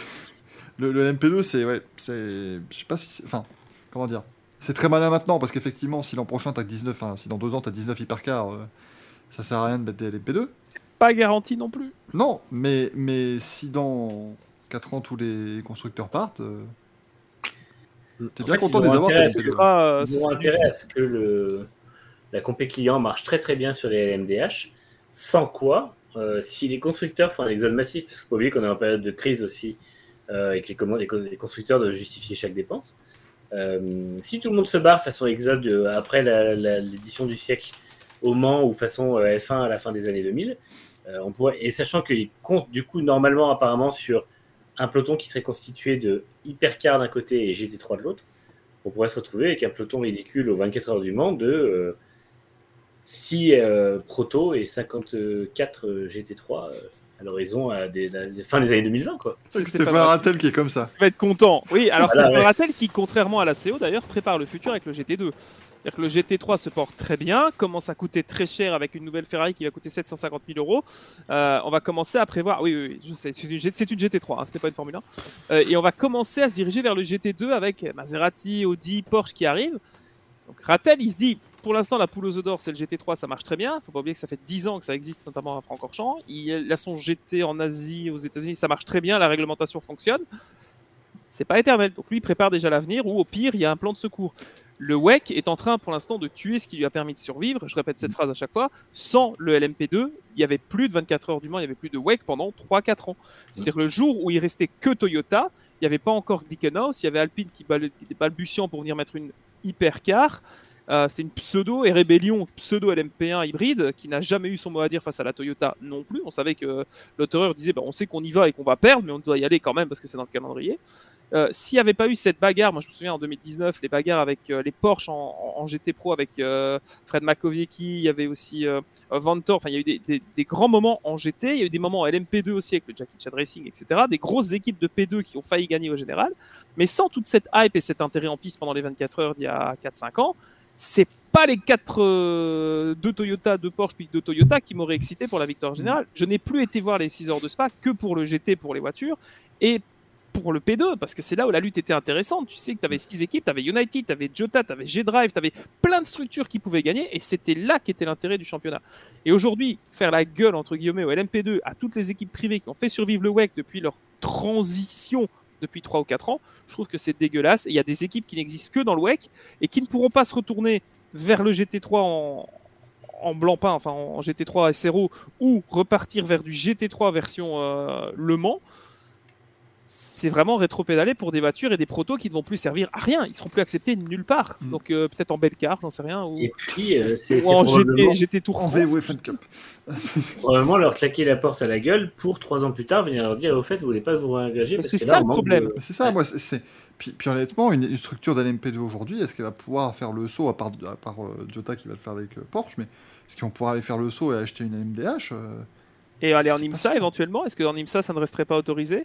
Le MP2, je sais pas si c'est... Enfin, comment dire, c'est très malin maintenant, parce qu'effectivement, si l'an prochain t'as 19, si dans 2 ans t'as 19 hypercars, ça sert à rien de mettre des LMP2. C'est pas garanti non plus. Non, mais si dans 4 ans tous les constructeurs partent, t'es bien content de les avoir. Ils auront intérêt à ce que la compé client marche très très bien sur les LMDH, sans quoi, si les constructeurs font un exode massif, parce qu'il faut pas oublier qu'on est en période de crise aussi, et que les constructeurs doivent justifier chaque dépense. Si tout le monde se barre façon exode après l'édition du siècle au Mans ou façon F1 à la fin des années 2000, on pourrait, et sachant qu'ils comptent du coup normalement apparemment sur un peloton qui serait constitué de hypercar d'un côté et GT3 de l'autre, on pourrait se retrouver avec un peloton ridicule aux 24 heures du Mans de 6 proto et 54 GT3 à l'horizon à la fin des années 2020 quoi. C'est Stéphane Rattel qui est comme ça. Tu vas être content. Oui, alors voilà, Stéphane Rattel qui, contrairement à la CO d'ailleurs, prépare le futur avec le GT2. C'est-à-dire que le GT3 se porte très bien, commence à coûter très cher avec une nouvelle Ferrari qui va coûter 750 000 €. On va commencer à prévoir. Oui, je sais, c'est une GT3, c'était pas une Formule 1. Et on va commencer à se diriger vers le GT2 avec Maserati, Audi, Porsche qui arrivent. Donc Rattel, il se dit, pour l'instant, la poule aux œufs d'or, c'est le GT3, ça marche très bien. Faut pas oublier que ça fait 10 ans que ça existe, notamment à Francorchamps. Il a son GT en Asie, aux États-Unis, ça marche très bien, la réglementation fonctionne. C'est pas éternel. Donc lui, il prépare déjà l'avenir, ou au pire, il y a un plan de secours. Le WEC est en train, pour l'instant, de tuer ce qui lui a permis de survivre. Je répète cette phrase à chaque fois. Sans le LMP2, il n'y avait plus de 24 heures du Mans, il n'y avait plus de WEC pendant 3-4 ans. C'est-à-dire le jour où il restait que Toyota, il n'y avait pas encore Glickenhaus, il y avait Alpine qui était balbutiant pour venir mettre une hypercar. C'est une pseudo-rébellion, pseudo-LMP1 hybride qui n'a jamais eu son mot à dire face à la Toyota non plus. On savait que l'auteur disait on sait qu'on y va et qu'on va perdre, mais on doit y aller quand même parce que c'est dans le calendrier. S'il n'y avait pas eu cette bagarre, moi je me souviens en 2019, les bagarres avec les Porsche en GT Pro avec Fred Makowiecki, il y avait aussi Vanthoor, enfin il y a eu des grands moments en GT, il y a eu des moments en LMP2 aussi avec le Jackie Chan Racing, etc. Des grosses équipes de P2 qui ont failli gagner au général, mais sans toute cette hype et cet intérêt en piste pendant les 24 heures d'il y a 4-5 ans, c'est pas les 2 Toyota, 2 Porsche puis 2 Toyota qui m'auraient excité pour la victoire générale. Je n'ai plus été voir les 6 heures de Spa que pour le GT, pour les voitures, et pour le P2, parce que c'est là où la lutte était intéressante. Tu sais que tu avais 6 équipes, tu avais United, tu avais Jota, tu avais G-Drive, tu avais plein de structures qui pouvaient gagner, et c'était là qu'était l'intérêt du championnat. Et aujourd'hui, faire la gueule, entre guillemets, au LMP2, à toutes les équipes privées qui ont fait survivre le WEC depuis leur transition depuis 3 ou 4 ans, je trouve que c'est dégueulasse. Et il y a des équipes qui n'existent que dans le WEC et qui ne pourront pas se retourner vers le GT3 en blanc-pain, enfin en GT3 SRO, ou repartir vers du GT3 version Le Mans. C'est vraiment rétro-pédalé pour des voitures et des protos qui ne vont plus servir à rien. Ils ne seront plus acceptés nulle part. Donc peut-être en Belcar, j'en sais rien. Ou, et puis, c'est en GT Tour en France. VW Fun Cup. Probablement leur claquer la porte à la gueule pour 3 ans plus tard venir leur dire au fait, vous voulez pas vous engager parce c'est que ça là, le problème. C'est ça, moi, c'est... Puis honnêtement, une structure d'LMP2 aujourd'hui, est-ce qu'elle va pouvoir faire le saut, à part Jota qui va le faire avec Porsche, mais est-ce qu'on pourra aller faire le saut et acheter une MDH et aller en IMSA éventuellement? Est-ce qu'en IMSA ça ne resterait pas autorisé?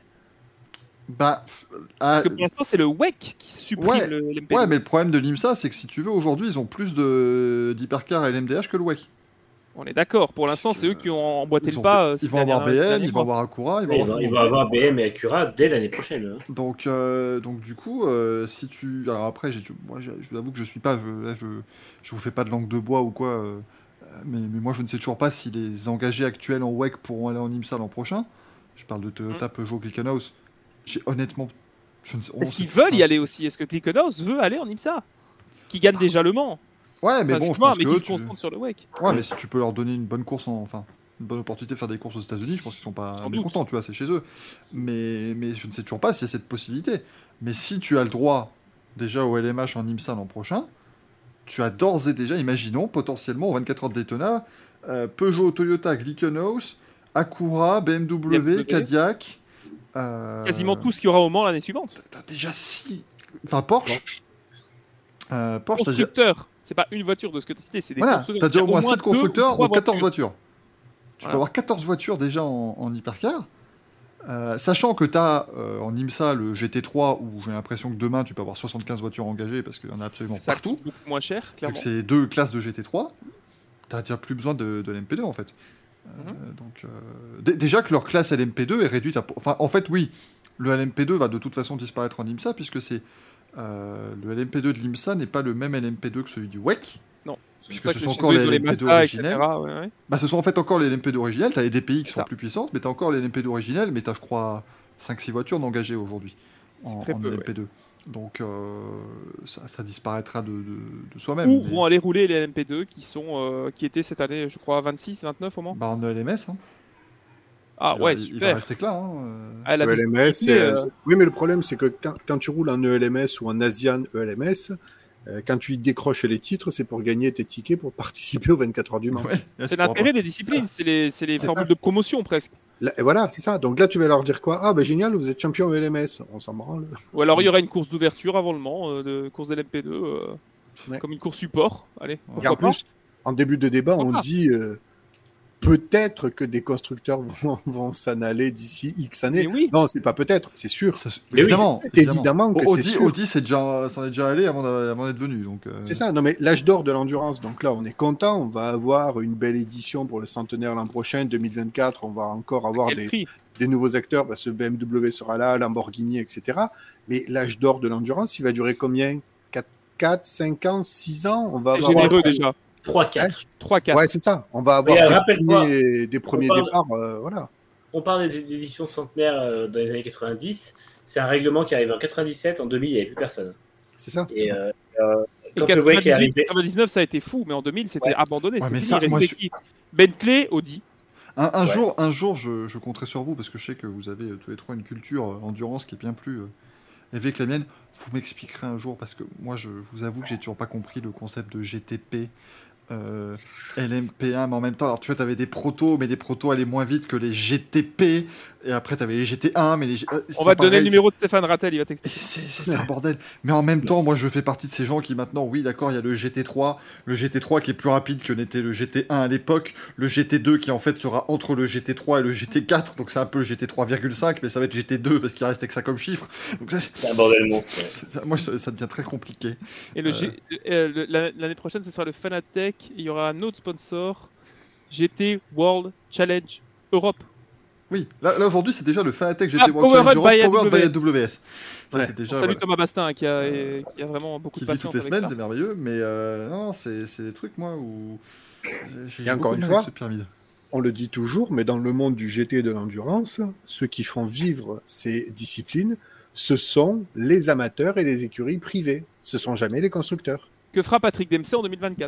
Parce que pour l'instant, c'est le WEC qui supprime le LMP2. Ouais, mais le problème de l'IMSA, c'est que si tu veux, aujourd'hui, ils ont plus d'hypercar et LMDH que le WEC. On est d'accord. Pour l'instant, c'est eux qui ont emboîté le pas. Ils vont avoir BM, ils vont avoir Acura. Ils vont avoir BM et Acura dès l'année prochaine. Donc du coup, si tu... Alors après, moi, je vous avoue que je suis pas... Je vous fais pas de langue de bois ou quoi. Mais moi, je ne sais toujours pas si les engagés actuels en WEC pourront aller en IMSA l'an prochain. Je parle de Toyota, Peugeot, Glickenhaus. Honnêtement, est-ce qu'ils veulent y aller aussi? Est-ce que Glickenhaus veut aller en IMSA? Qui gagne déjà Le Mans? Ouais, mais bon, je pense mais que qui se concentre sur le WEC. Ouais, mais si tu peux leur donner une bonne course enfin, une bonne opportunité de faire des courses aux États-Unis. Je pense qu'ils sont pas Sans mécontents, tu vois, c'est chez eux. Mais je ne sais toujours pas s'il y a cette possibilité. Mais si tu as le droit déjà au LMH en IMSA l'an prochain, tu as d'ores et déjà, imaginons, potentiellement, aux 24 heures de Daytona, Peugeot, Toyota, Glickenhaus, Acura, BMW, Cadillac. Quasiment tout ce qu'il y aura au Mans l'année suivante. T'as déjà 6. Enfin, Porsche. Porsche, t'as déjà... Constructeurs, c'est pas une voiture de ce que tu as cité, c'est des Voilà, constructeurs. t'as déjà au moins 7 2 constructeurs, ou 3 donc 14 voitures. Tu Voilà. peux avoir 14 voitures déjà en hypercar. Sachant que tu as en IMSA le GT3 où j'ai l'impression que demain tu peux avoir 75 voitures engagées parce qu'il y en a absolument Ça partout. coûte beaucoup moins cher, Donc clairement. c'est 2 classes de GT3. Tu n'as déjà plus besoin de l'MP2 en fait. Donc, déjà que leur classe LMP2 est réduite à... Enfin, en fait, oui, le LMP2 va de toute façon disparaître en IMSA puisque c'est le LMP2 de l'IMSA n'est pas le même LMP2 que celui du WEC. Non. Puisque ce sont encore les LMP2 originels. Ouais. Bah, ce sont en fait encore les LMP2 originels. Tu as les DPI qui C'est sont ça. plus puissantes, mais tu as encore les LMP2 originels, mais tu as, je crois, 5-6 voitures d'engagées aujourd'hui en très peu, LMP2. Donc ça disparaîtra de soi-même. Où mais- vont aller rouler les LMP2 qui étaient cette année, je crois, 26, 29 au Mans. Bah, en LMS. Hein. Ah il va, ouais, il va super. rester que là. Hein. Ah, la Le LMS, visibilité, oui, mais le problème, c'est que quand tu roules en ELMS ou en Asian ELMS, quand tu y décroches les titres, c'est pour gagner tes tickets pour participer aux 24 heures du Mans. Ouais, là, c'est tu pourras l'intérêt des disciplines, c'est les C'est formules ça. de promotion presque. Là, et voilà, c'est ça. Donc là, tu vas leur dire quoi? Ah, ben génial, vous êtes champion ELMS. On s'en branle. Ou alors il y aura une course d'ouverture avant le Mans, de course d'LMP2, Ouais. comme une course support. Allez, Et pourquoi en pas. plus, en début de débat, on Pourquoi pas. dit peut-être que des constructeurs vont s'en aller d'ici X années. Mais oui. Non, c'est pas peut-être, c'est sûr. Ça, Mais oui, évidemment que c'est Audi, sûr. Audi s'en est déjà allé avant d'être venu. Donc, C'est ça, non mais l'âge d'or de l'endurance, donc là on est content, on va avoir une belle édition pour le centenaire l'an prochain, 2024, on va encore avoir Quel prix. des nouveaux acteurs, parce que BMW sera là, Lamborghini, etc. Mais l'âge d'or de l'endurance, il va durer combien 4, 5 ans, 6 ans on va C'est avoir... généreux déjà. 3-4. 3-4. Ouais, c'est ça, on va avoir Mais, des rappelle-toi, premiers on parle- départs, voilà. On parle des éditions centenaires dans les années 90. C'est un règlement qui arrive en 97, en 2000, il n'y avait plus personne. C'est ça. Et Et quand le WEC est 98, arrivé, 99, ça a été fou, mais en 2000, c'était Ouais. abandonné. Ouais, c'était mais fini. ça, Il moi, restait qui Bentley, Audi. Un Ouais. jour, je compterai sur vous parce que je sais que vous avez tous les trois une culture endurance qui est bien plus élevée que la mienne. Vous m'expliquerez un jour parce que moi, je vous avoue que j'ai toujours pas compris le concept de GTP, LMP1, mais en même temps, alors tu vois, t'avais des protos, mais des protos allaient moins vite que les GTP, et après t'avais les GT1, mais On va te donner le numéro de Stéphane Rattel, il va t'expliquer. C'est un bordel. Mais en même temps, moi je fais partie de ces gens qui maintenant, oui d'accord, il y a le GT3 qui est plus rapide que n'était le GT1 à l'époque, le GT2 qui en fait sera entre le GT3 et le GT4, donc c'est un peu le GT3,5, mais ça va être GT2 parce qu'il reste avec ça comme chiffre. Donc ça, c'est un bordel monstre. moi ça devient très compliqué. Et l'année prochaine, ce sera le Fanatec. Il y aura un autre sponsor, GT World Challenge Europe. Oui, là aujourd'hui c'est déjà le Fanatec GT World Powered Challenge Europe, by powered by AWS. AWS. Ça Ouais. c'est déjà... Salut voilà. Thomas Bastin qui a vraiment beaucoup Qui de vit patience toutes les avec semaines, ça. c'est merveilleux, mais non, c'est des trucs, moi, où... j'ai Et encore beaucoup une de mal fois, avec cette pyramide. On le dit toujours, mais dans le monde du GT et de l'endurance, ceux qui font vivre ces disciplines, ce sont les amateurs et les écuries privées. Ce sont jamais les constructeurs. Que fera Patrick Dempsey en 2024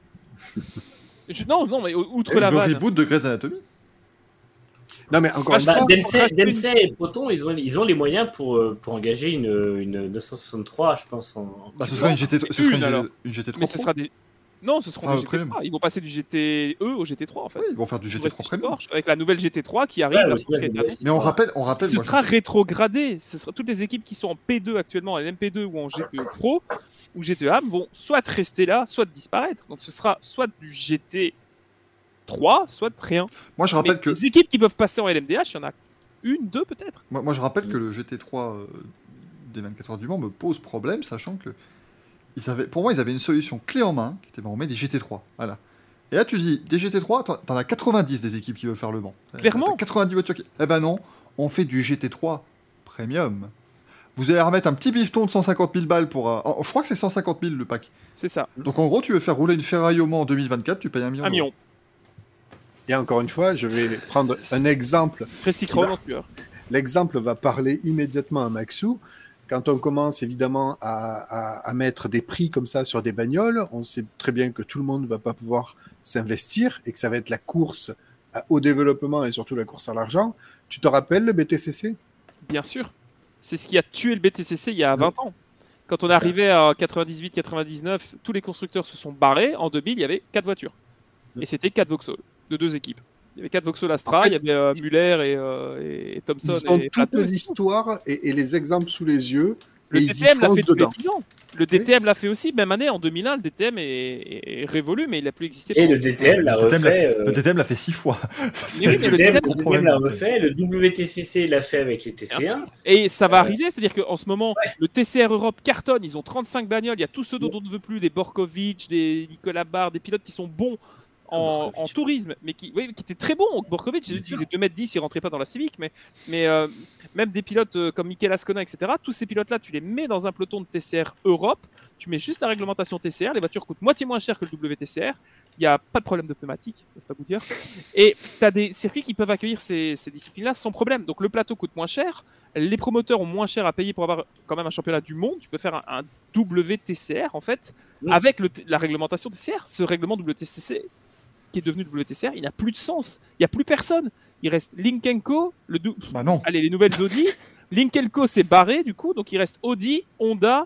Non, mais outre Et la le vanne. reboot de Grey's Anatomy. Non, mais encore une Bah, fois, Dempsey et Proton, ils ont les moyens pour engager une 263, je pense. Bah, ce sera une GT3 alors. une GT3 Mais ce Pro. sera des. Non, ce seront Ah, des premium. GT3. Ils vont passer du GTE au GT3 en fait. Oui, ils vont faire du Ils vont GT3 rester chez Premium. Porsche, avec la nouvelle GT3 qui arrive. Ouais, la aussi, Porsche qui a la été nouvelle annoncée. Mais on rappelle Ce moi, sera rétrogradé. Ce sera toutes les équipes qui sont en P2 actuellement, en MP2 ou en GTE Pro ou GTE AM vont soit rester là, soit disparaître. Donc ce sera soit du GT3, soit rien. moi, je Mais rappelle que les équipes qui peuvent passer en LMDH, il y en a une, deux peut-être. moi, je rappelle que le GT3 des 24 heures du Mans me pose problème, sachant que pour moi, ils avaient une solution clé en main, qui était on met des GT3. Voilà. Et là, tu dis, des GT3, t'en as 90 des équipes qui veulent faire le Mans. Clairement. T'as 90 voitures qui... Eh ben non, on fait du GT3 Premium. Vous allez remettre un petit bifton de 150 000 balles pour... je crois que c'est 150 000 le pack. C'est ça. Donc en gros, tu veux faire rouler une Ferrari au Mans en 2024, tu payes 1 million. Un million. et encore une fois, je vais prendre un exemple. Précis Crown en tueur. L'exemple va parler immédiatement à Maxou. Quand on commence évidemment à mettre des prix comme ça sur des bagnoles, on sait très bien que tout le monde ne va pas pouvoir s'investir et que ça va être la course au développement et surtout la course à l'argent. Tu te rappelles le BTCC? Bien sûr. C'est ce qui a tué le BTCC il y a 20 ans. Quand on est arrivé à 98-99, tous les constructeurs se sont barrés. En 2000, il y avait 4 voitures. Et c'était 4 Vauxhall, de 2 équipes. Il y avait 4 Vauxhall Astra, il y avait Muller et Thompson. Ils ont et toute Plateau, l'histoire et les exemples sous les yeux. Le et DTM l'a fait tous les dedans. 10 ans. Le DTM l'a fait aussi, même année, en 2001, le DTM est révolu, mais il n'a plus existé. Et le DTM l'a refait. Le DTM l'a fait 6 fois. Mais oui, mais le DTM l'a refait, le WTCC l'a fait avec les TC1. Et ça va arriver, c'est-à-dire qu'en ce moment, le TCR Europe cartonne, ils ont 35 bagnoles, il y a tous ceux dont on ne veut plus, des Borkovic, des Nicolas Barr, des pilotes qui sont bons en tourisme, mais qui étaient très bons. Borkovic, il faisait 2m10, il rentrait pas dans la Civic, mais même des pilotes comme Mikel Ascona, etc., tous ces pilotes-là, tu les mets dans un peloton de TCR Europe, tu mets juste la réglementation TCR, les voitures coûtent moitié moins cher que le WTCR, il n'y a pas de problème de pneumatique, n'est-ce pas vous dire, et tu as des circuits qui peuvent accueillir ces disciplines-là sans problème. Donc le plateau coûte moins cher, les promoteurs ont moins cher à payer pour avoir quand même un championnat du monde, tu peux faire un WTCR en fait, avec la réglementation TCR, ce règlement WTCC qui est devenu WTCR, il n'a plus de sens. Il n'y a plus personne. Il reste Linkenko, les nouvelles Audi. Linkenko s'est barré du coup, donc il reste Audi, Honda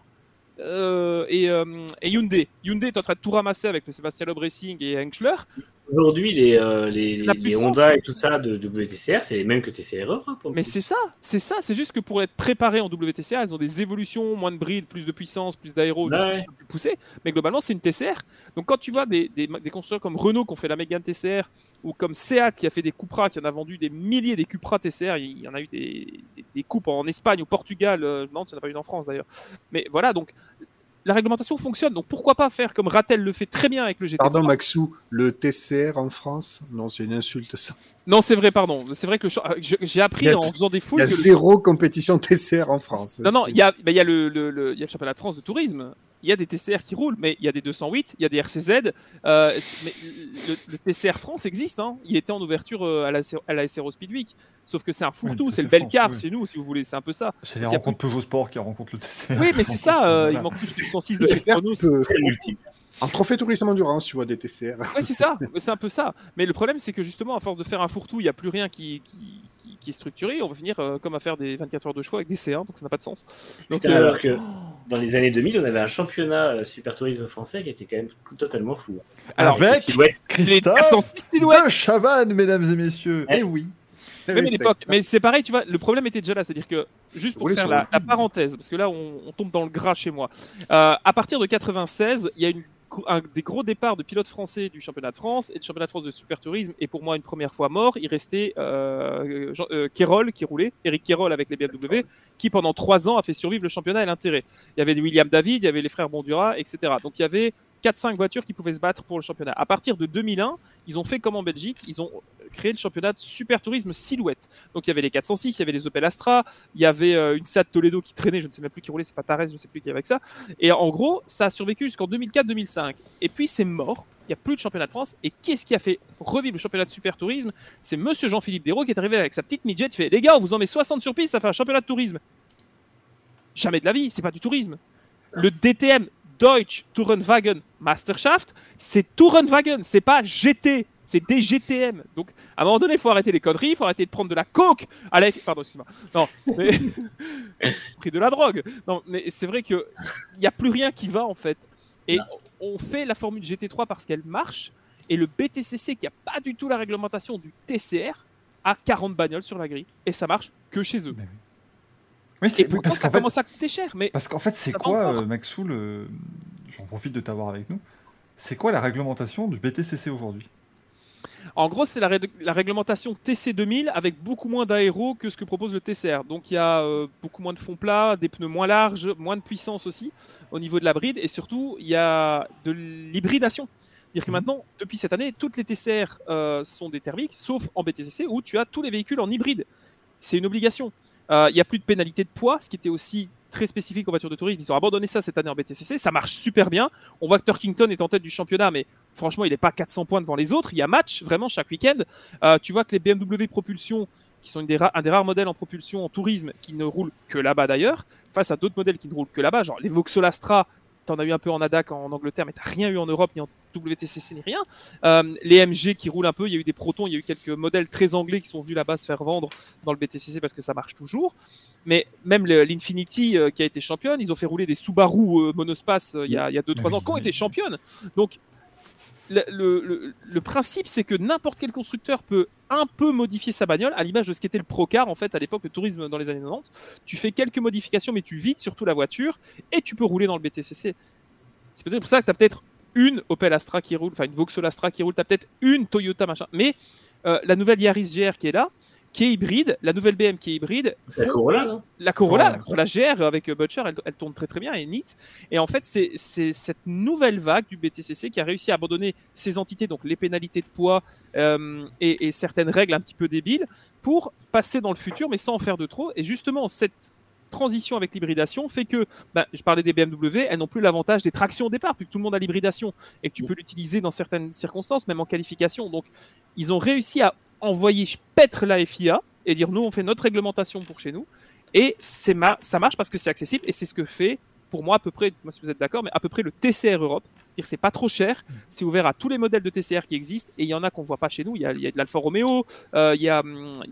et Hyundai. Hyundai est en train de tout ramasser avec le Sébastien Loeb Racing et Henschler. Aujourd'hui, les Honda et tout ça de WTCR, c'est les mêmes que TCR Europe. Mais c'est ça. C'est juste que pour être préparé en WTCR, elles ont des évolutions, moins de bride, plus de puissance, plus d'aéro, plus poussé. Mais globalement, c'est une TCR. Donc quand tu vois des constructeurs comme Renault qui ont fait la Mégane TCR, ou comme Seat qui a fait des Cupra, qui en a vendu des milliers des Cupra TCR, il y en a eu des coupes en Espagne, au Portugal, non, ça n'a pas eu en France d'ailleurs. Mais voilà, donc la réglementation fonctionne, donc pourquoi pas faire comme Rattel le fait très bien avec le GT3. Pardon Maxou, le TCR en France? Non, c'est une insulte ça. Non, c'est vrai, pardon. C'est vrai que j'ai appris en faisant des fouilles. Il y a zéro compétition TCR en France. Non, il y a le championnat de France de tourisme. Il y a des TCR qui roulent, mais il y a des 208, il y a des RCZ. Mais le TCR France existe. Hein. Il était en ouverture à la SRO Speed Week. Sauf que c'est un fourre-tout, c'est le Belcar chez nous, si vous voulez. C'est un peu ça. C'est les rencontres Peugeot Sport qui rencontrent le TCR. Oui, mais c'est ça. Il manque plus que 106 de chez Chronos. En trophée tourisme endurance, tu vois des TCR. Ouais, c'est ça, c'est un peu ça. Mais le problème, c'est que justement, à force de faire un fourre-tout, il n'y a plus rien qui est structuré. On va finir comme à faire des 24 heures de choix avec des C1, donc ça n'a pas de sens. Donc, alors que dans les années 2000, on avait un championnat super tourisme français qui était quand même totalement fou. Alors, avec Christophe de Chavannes, mesdames et messieurs. Eh oui. Mais c'est pareil, tu vois, le problème était déjà là, c'est-à-dire que, juste pour faire la parenthèse, parce que là on tombe dans le gras chez moi, à partir de 96, il y a un des gros départs de pilotes français du championnat de France et du championnat de France de super tourisme, et pour moi une première fois mort, il restait Kerol qui roulait, Eric Kerol avec les BMW, qui pendant 3 ans a fait survivre le championnat et l'intérêt. Il y avait William David, il y avait les frères Bondura, etc. Donc il y avait 4-5 voitures qui pouvaient se battre pour le championnat. À partir de 2001, ils ont fait comme en Belgique, ils ont créé le championnat de super tourisme silhouette. Donc il y avait les 406, il y avait les Opel Astra, il y avait une Seat Toledo qui traînait, je ne sais même plus qui roulait, c'est pas Tarès, je ne sais plus qui avec ça. Et en gros, ça a survécu jusqu'en 2004-2005. Et puis c'est mort, il n'y a plus de championnat de France. Et qu'est-ce qui a fait revivre le championnat de super tourisme? C'est monsieur Jean-Philippe Desraux qui est arrivé avec sa petite midget, qui fait: les gars, on vous en met 60 sur piste, ça fait un championnat de tourisme. Jamais de la vie, c'est pas du tourisme. Le DTM, Deutsche Tourenwagen Meisterschaft, c'est Tourenwagen, c'est pas GT, c'est des GTM. Donc, à un moment donné, il faut arrêter les conneries, il faut arrêter de prendre de la coke. Pardon, excuse-moi. Non, mais pris de la drogue. Non, mais c'est vrai qu'il n'y a plus rien qui va en fait. Et on fait la formule GT3 parce qu'elle marche. Et le BTCC, qui n'a pas du tout la réglementation du TCR, a 40 bagnoles sur la grille. Et ça marche que chez eux. Oui, et pourtant, ça commence à coûter cher. Mais parce qu'en fait, c'est quoi, Maxou, j'en profite de t'avoir avec nous, c'est quoi la réglementation du BTCC aujourd'hui? En gros, c'est la réglementation TC 2000 avec beaucoup moins d'aéro que ce que propose le TCR. Donc, il y a beaucoup moins de fond plat, des pneus moins larges, moins de puissance aussi au niveau de la bride. Et surtout, il y a de l'hybridation. C'est-à-dire que maintenant, depuis cette année, toutes les TCR sont des thermiques, sauf en BTCC où tu as tous les véhicules en hybride. C'est une obligation. Il n'y a plus de pénalité de poids, ce qui était aussi très spécifique en voiture de tourisme. Ils ont abandonné ça cette année en BTCC. Ça marche super bien. On voit que Turkington est en tête du championnat, mais franchement, il n'est pas 400 points devant les autres. Il y a match vraiment chaque week-end. Tu vois que les BMW Propulsion, qui sont un des rares modèles en propulsion en tourisme qui ne roulent que là-bas d'ailleurs, face à d'autres modèles qui ne roulent que là-bas, genre les Vauxhall Astra. T'en as eu un peu en ADAC en Angleterre, mais t'as rien eu en Europe ni en WTCC ni rien. Les MG qui roulent un peu, il y a eu des Protons, il y a eu quelques modèles très anglais qui sont venus là-bas se faire vendre dans le BTCC parce que ça marche toujours. Mais même l'Infinity qui a été championne, ils ont fait rouler des Subaru monospace il y a 2-3 ans, qui ont été championnes. Donc le principe, c'est que n'importe quel constructeur peut un peu modifier sa bagnole, à l'image de ce qu'était le Procar en fait à l'époque, le tourisme dans les années 90. Tu fais quelques modifications, mais tu vides surtout la voiture et tu peux rouler dans le BTCC. C'est peut-être pour ça que tu as peut-être une Opel Astra qui roule, enfin une Vauxhall Astra qui roule, tu as peut-être une Toyota machin. Mais la nouvelle Yaris GR qui est là, qui est hybride, la nouvelle BM qui est hybride. C'est la Corolla, non ? La Corolla GR avec Butcher, elle tourne très très bien, elle est neat. Et en fait, c'est cette nouvelle vague du BTCC qui a réussi à abandonner ces entités, donc les pénalités de poids et certaines règles un petit peu débiles, pour passer dans le futur, mais sans en faire de trop. Et justement, cette transition avec l'hybridation fait que, je parlais des BMW, elles n'ont plus l'avantage des tractions au départ, puisque tout le monde a l'hybridation et que tu peux l'utiliser dans certaines circonstances, même en qualification. Donc, ils ont réussi à envoyer paître la FIA et dire nous on fait notre réglementation pour chez nous et ça marche parce que c'est accessible et c'est ce que fait pour moi à peu près, dites-moi si vous êtes d'accord, mais à peu près le TCR Europe. C'est-à-dire c'est pas trop cher, c'est ouvert à tous les modèles de TCR qui existent et il y en a qu'on voit pas chez nous. Il y a de l'Alfa Romeo, il y a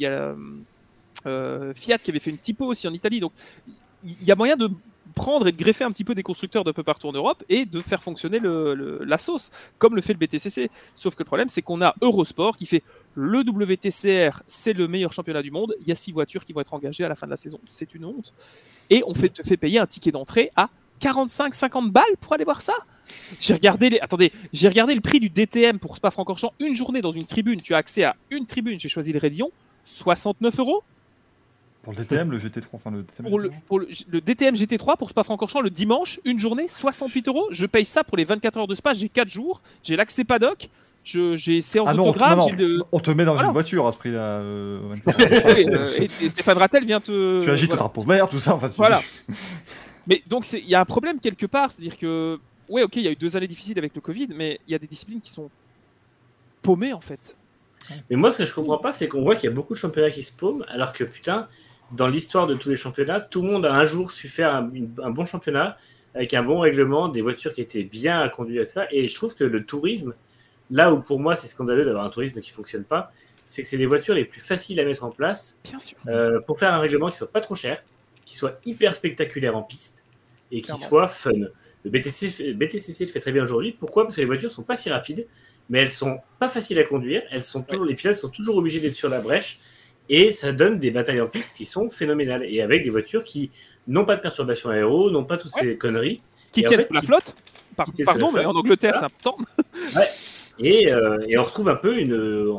Fiat qui avait fait une typo aussi en Italie, donc il y a moyen de prendre et de greffer un petit peu des constructeurs d'un peu partout en Europe et de faire fonctionner la sauce, comme le fait le BTCC. Sauf que le problème, c'est qu'on a Eurosport qui fait le WTCR, c'est le meilleur championnat du monde. Il y a 6 voitures qui vont être engagées à la fin de la saison. C'est une honte. Et on te fait payer un ticket d'entrée à 45-50 balles pour aller voir ça. J'ai regardé le prix du DTM pour Spa-Francorchamps une journée dans une tribune. Tu as accès à une tribune. J'ai choisi le Raidillon, 69 €. Pour le DTM, le GT3, enfin le DTM. Pour le DTM GT3 pour Spa-Francorchamps le dimanche, une journée, 68 €. Je paye ça pour les 24 heures de Spa. J'ai 4 jours. J'ai l'accès paddock. J'ai séance d'autographe. On te met dans une voiture à ce prix-là. Et Stéphane Rattel vient te. Tu agites le drapeau vert, tout ça. En fait, voilà. Mais donc, il y a un problème quelque part. C'est-à-dire que, ouais, ok, il y a eu 2 années difficiles avec le Covid, mais il y a des disciplines qui sont paumées en fait. Mais moi, ce que je comprends pas, c'est qu'on voit qu'il y a beaucoup de championnats qui se paument, alors que putain, dans l'histoire de tous les championnats, tout le monde a un jour su faire un bon championnat avec un bon règlement, des voitures qui étaient bien conduites avec ça. Et je trouve que le tourisme, là où pour moi c'est scandaleux d'avoir un tourisme qui fonctionne pas, c'est que c'est les voitures les plus faciles à mettre en place. Bien sûr. Pour faire un règlement qui soit pas trop cher, qui soit hyper spectaculaire en piste et qui soit fun. Le BTCC le fait très bien aujourd'hui. Pourquoi ? Parce que les voitures sont pas si rapides, mais elles sont pas faciles à conduire. Les pilotes sont toujours obligés d'être sur la brèche. Et ça donne des batailles en piste qui sont phénoménales. Et avec des voitures qui n'ont pas de perturbations aéro, n'ont pas toutes ces conneries. Qui tiennent sous la flotte. Pardon, mais en Angleterre, c'est important. Ouais. Et on retrouve un peu une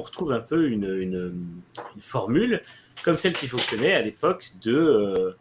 formule comme celle qui fonctionnait à l'époque du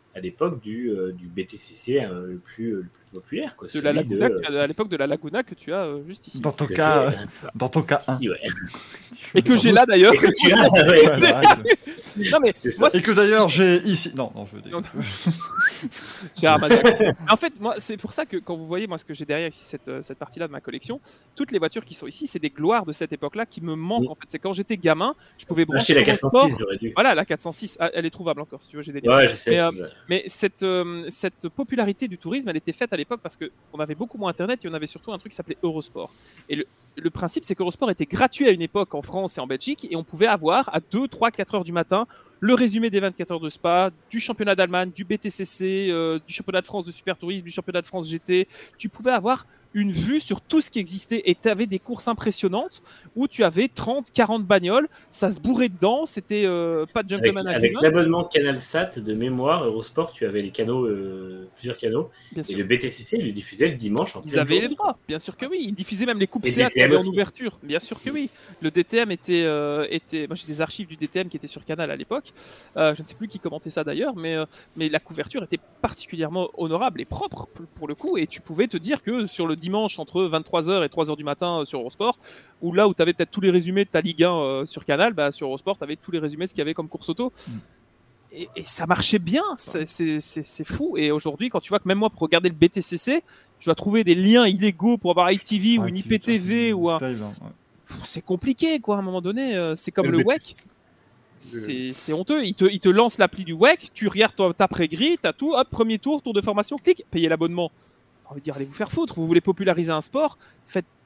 BTCC le plus populaire, quoi. À l'époque de la Laguna que tu as juste ici. Dans ton cas 1. Ouais. Et que j'ai là d'ailleurs. Et que tu as, ouais. Non, mais moi, et que d'ailleurs j'ai ici. Non, je j'ai Armagnac. En fait, moi, c'est pour ça que quand vous voyez moi ce que j'ai derrière ici, cette partie-là de ma collection, toutes les voitures qui sont ici, c'est des gloires de cette époque-là qui me manquent. En fait, c'est quand j'étais gamin, je pouvais brancher la 406, j'aurais dû. Voilà, la 406, elle est trouvable encore si tu veux. J'ai des liens. Ouais, je sais. Mais cette popularité du tourisme, elle était faite à l'époque parce qu'on avait beaucoup moins Internet et on avait surtout un truc qui s'appelait Eurosport. Et le principe, c'est qu'Eurosport était gratuit à une époque en France et en Belgique et on pouvait avoir à 2, 3, 4 heures du matin le résumé des 24 heures de Spa, du championnat d'Allemagne, du BTCC, du championnat de France de Super Tourisme, du championnat de France GT. Tu pouvais avoir une vue sur tout ce qui existait et tu avais des courses impressionnantes où tu avais 30, 40 bagnoles, ça se bourrait dedans, c'était pas de gentleman agreement. Avec l'abonnement CanalSat de mémoire, Eurosport, tu avais les canaux, plusieurs canaux, et le BTCC, il le diffusait le dimanche en Ils avaient les droits, bien sûr que oui, ils diffusaient même les coupes Seat qui avaient en ouverture, bien sûr que oui. Le DTM était moi j'ai des archives du DTM qui étaient sur Canal à l'époque, je ne sais plus qui commentait ça d'ailleurs, mais la couverture était particulièrement honorable et propre pour le coup, et tu pouvais te dire que sur le dimanche entre 23h et 3h du matin sur Eurosport, ou là où tu avais peut-être tous les résumés de ta Ligue 1 sur Canal, sur Eurosport, tu avais tous les résumés de ce qu'il y avait comme course auto. Et ça marchait bien, c'est fou. Et aujourd'hui, quand tu vois que même moi, pour regarder le BTCC, je dois trouver des liens illégaux pour avoir ITV ou une IPTV ou un... C'est compliqué, quoi, à un moment donné. C'est comme le WEC. C'est honteux. Il te lance l'appli du WEC, tu regardes ta pré-grille, t'as tout, hop, premier tour de formation, clic, payez l'abonnement. J'ai envie de dire, allez vous faire foutre. Vous voulez populariser un sport, faites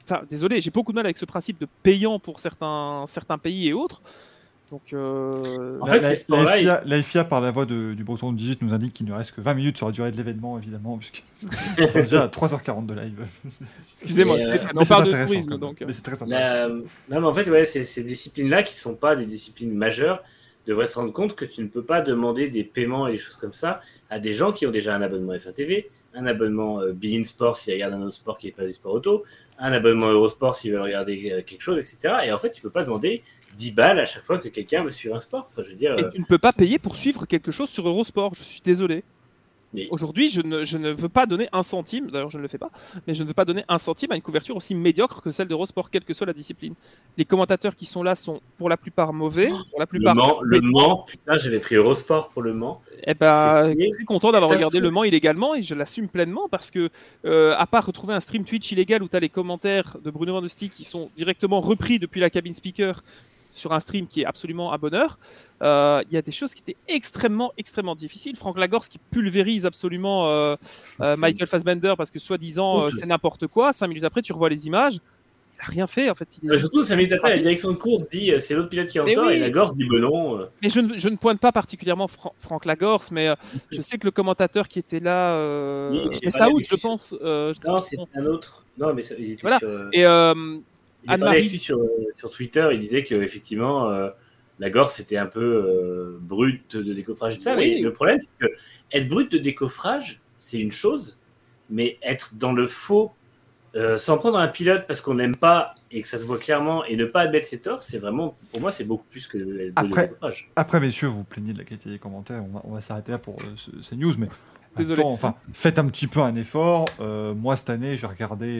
désolé, j'ai beaucoup de mal avec ce principe de payant pour certains pays et autres. Donc, En fait, ces sports-là, la FIA, par la voix du Breton de 18, nous indique qu'il ne reste que 20 minutes sur la durée de l'événement, évidemment, puisque nous sommes déjà à 3h40 de live. excusez-moi, on parle de tourisme. Donc, mais c'est très intéressant. Non, mais en fait, ouais, ces disciplines-là, qui ne sont pas des disciplines majeures, devraient se rendre compte que tu ne peux pas demander des paiements et des choses comme ça à des gens qui ont déjà un abonnement F1 TV, un abonnement Bein Sport s'ils regardent un autre sport qui n'est pas du sport auto, un abonnement Eurosport s'ils veulent regarder quelque chose, etc. Et en fait, tu ne peux pas demander 10 balles à chaque fois que quelqu'un veut suivre un sport. Enfin, je veux dire, Et tu ne peux pas payer pour suivre quelque chose sur Eurosport, je suis désolé. Mais- Aujourd'hui, je ne veux pas donner un centime, d'ailleurs je ne le fais pas, mais je ne veux pas donner un centime à une couverture aussi médiocre que celle d'Eurosport, quelle que soit la discipline. Les commentateurs qui sont là sont pour la plupart mauvais, pour la plupart... Le Mans, putain, j'avais pris Eurosport pour le Mans. Eh ben, je C'était suis content d'avoir regardé catastrophe. Le Mans illégalement et je l'assume pleinement parce que, à part retrouver un stream Twitch illégal où tu as les commentaires de Bruno Van de Stick qui sont directement repris depuis la cabine speaker sur un stream qui est absolument à bonheur, il y a des choses qui étaient extrêmement difficiles. Franck Lagorce qui pulvérise absolument Michael Fassbender parce que soi-disant c'est n'importe quoi. 5 minutes après, tu revois les images. Il n'a rien fait en fait. Surtout, 5 minutes après, la direction de course dit c'est l'autre pilote qui a Mais tort oui. et la Gorse dit non. Mais je ne pointe pas particulièrement Franck Lagorce, mais je sais que le commentateur qui était là, Oui, mais j'ai ça parlé out, avec je lui pense. Non, c'est un autre. Non, mais il était Voilà. sur. Et J'ai parlé Anne-Marie- avec lui sur Twitter, il disait qu'effectivement, la Gorse était un peu brute de décoffrage et tout ça. Oui. Mais le problème, c'est que être brute de décoffrage, c'est une chose, mais être dans le faux, s'en prendre un pilote parce qu'on n'aime pas et que ça se voit clairement et ne pas admettre ses torts, c'est vraiment, pour moi, c'est beaucoup plus que être brute de Après- décoffrage. Après, messieurs, vous plaignez de la qualité des commentaires, on va s'arrêter là pour ces news, mais en même Désolé. temps, enfin, faites un petit peu un effort. Moi, cette année, j'ai regardé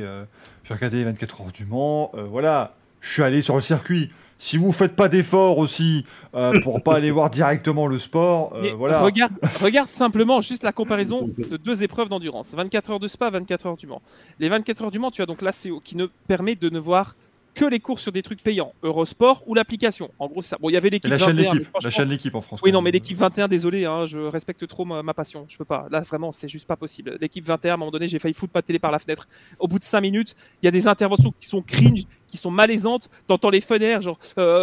les 24 heures du Mans. Voilà, je suis allé sur le circuit. Si vous faites pas d'efforts aussi pour pas aller voir directement le sport, Mais voilà. regarde simplement juste la comparaison de deux épreuves d'endurance. 24 heures de Spa, 24 heures du Mans. Les 24 heures du Mans, tu as donc l'ACO qui ne permet de ne voir que les courses sur des trucs payants. Eurosport ou l'application. En gros, c'est ça. Bon, il y avait Et l'équipe la 21. chaîne mais l'équipe, franchement- la chaîne l'équipe en France. Oui, quand non, mais même. l'équipe 21, désolé, hein, je respecte trop ma passion. Je peux pas. Là, vraiment, c'est juste pas possible. L'équipe 21, à un moment donné, j'ai failli foutre ma télé par la fenêtre. Au bout de 5 minutes, il y a des interventions qui sont cringe, qui sont malaisantes. T'entends les fenêtres, genre,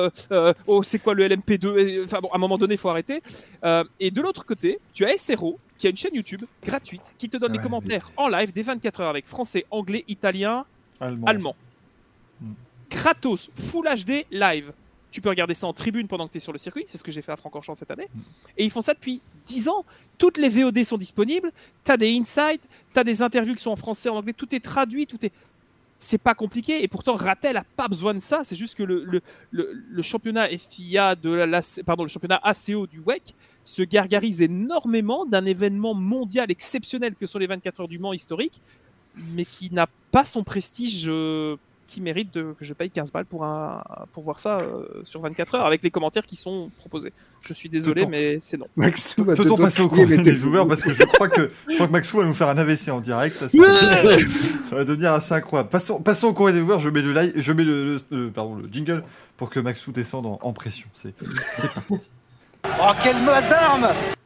oh, c'est quoi le LMP2 Enfin bon, à un moment donné, il faut arrêter. Et de l'autre côté, tu as SRO, qui a une chaîne YouTube gratuite, qui te donne les Ouais, commentaires en live des 24 heures avec français, anglais, italien, Allemand. allemand. Mm. Kratos, Full HD live. Tu peux regarder ça en tribune pendant que tu es sur le circuit. C'est ce que j'ai fait à Francorchamps cette année. Et ils font ça depuis 10 ans. Toutes les VOD sont disponibles. Tu as des insights, tu as des interviews qui sont en français, en anglais. Tout est traduit, tout est... C'est pas compliqué. Et pourtant, Rattel a pas besoin de ça. C'est juste que le championnat FIA le championnat ACO du WEC se gargarise énormément d'un événement mondial exceptionnel que sont les 24 heures du Mans historiques, mais qui n'a pas son prestige qui mérite que je paye 15 balles pour voir ça sur 24 heures avec les commentaires qui sont proposés. Je suis désolé, Peut-on- mais c'est non. Maxou va Peut-on te passer au crier courrier les des dessous. ouverts parce que je crois que Maxou va nous faire un AVC en direct. Ça va devenir assez incroyable. Passons au courrier des ouverts. Je mets le live, je mets le jingle pour que Maxou descende en pression. C'est parti. Oh, quelle masse d'armes!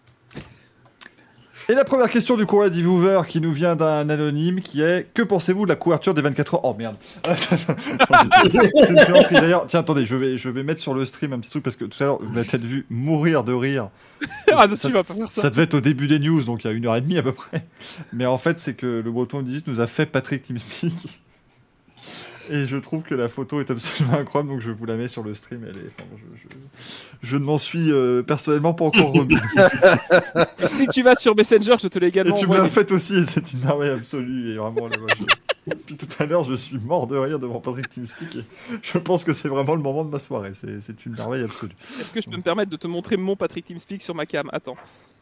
Et la première question du courrier des viewers qui nous vient d'un anonyme qui est: que pensez-vous de la couverture des 24 heures? Oh merde. C'est une plaisanterie. D'ailleurs, tiens, attendez, je vais mettre sur le stream un petit truc parce que tout à l'heure, vous m'avez peut-être vu mourir de rire. Ah non, tu vas pas faire ça. Ça devait être au début des news, donc il y a 1h30 à peu près. Mais en fait, c'est que le Breton 18 nous a fait Patrick TeamSpeak. Et je trouve que la photo est absolument incroyable, donc je vous la mets sur le stream. Je ne m'en suis personnellement pas encore remis. Si tu vas sur Messenger, je te l'ai Et également tu me l'as envoyé. fait aussi, et c'est une merveille absolue. Et vraiment, là, depuis tout à l'heure, je suis mort de rire devant Patrick TeamSpeak. Et je pense que c'est vraiment le moment de ma soirée. C'est une merveille absolue. Est-ce que je peux me permettre de te montrer mon Patrick TeamSpeak sur ma cam? Attends.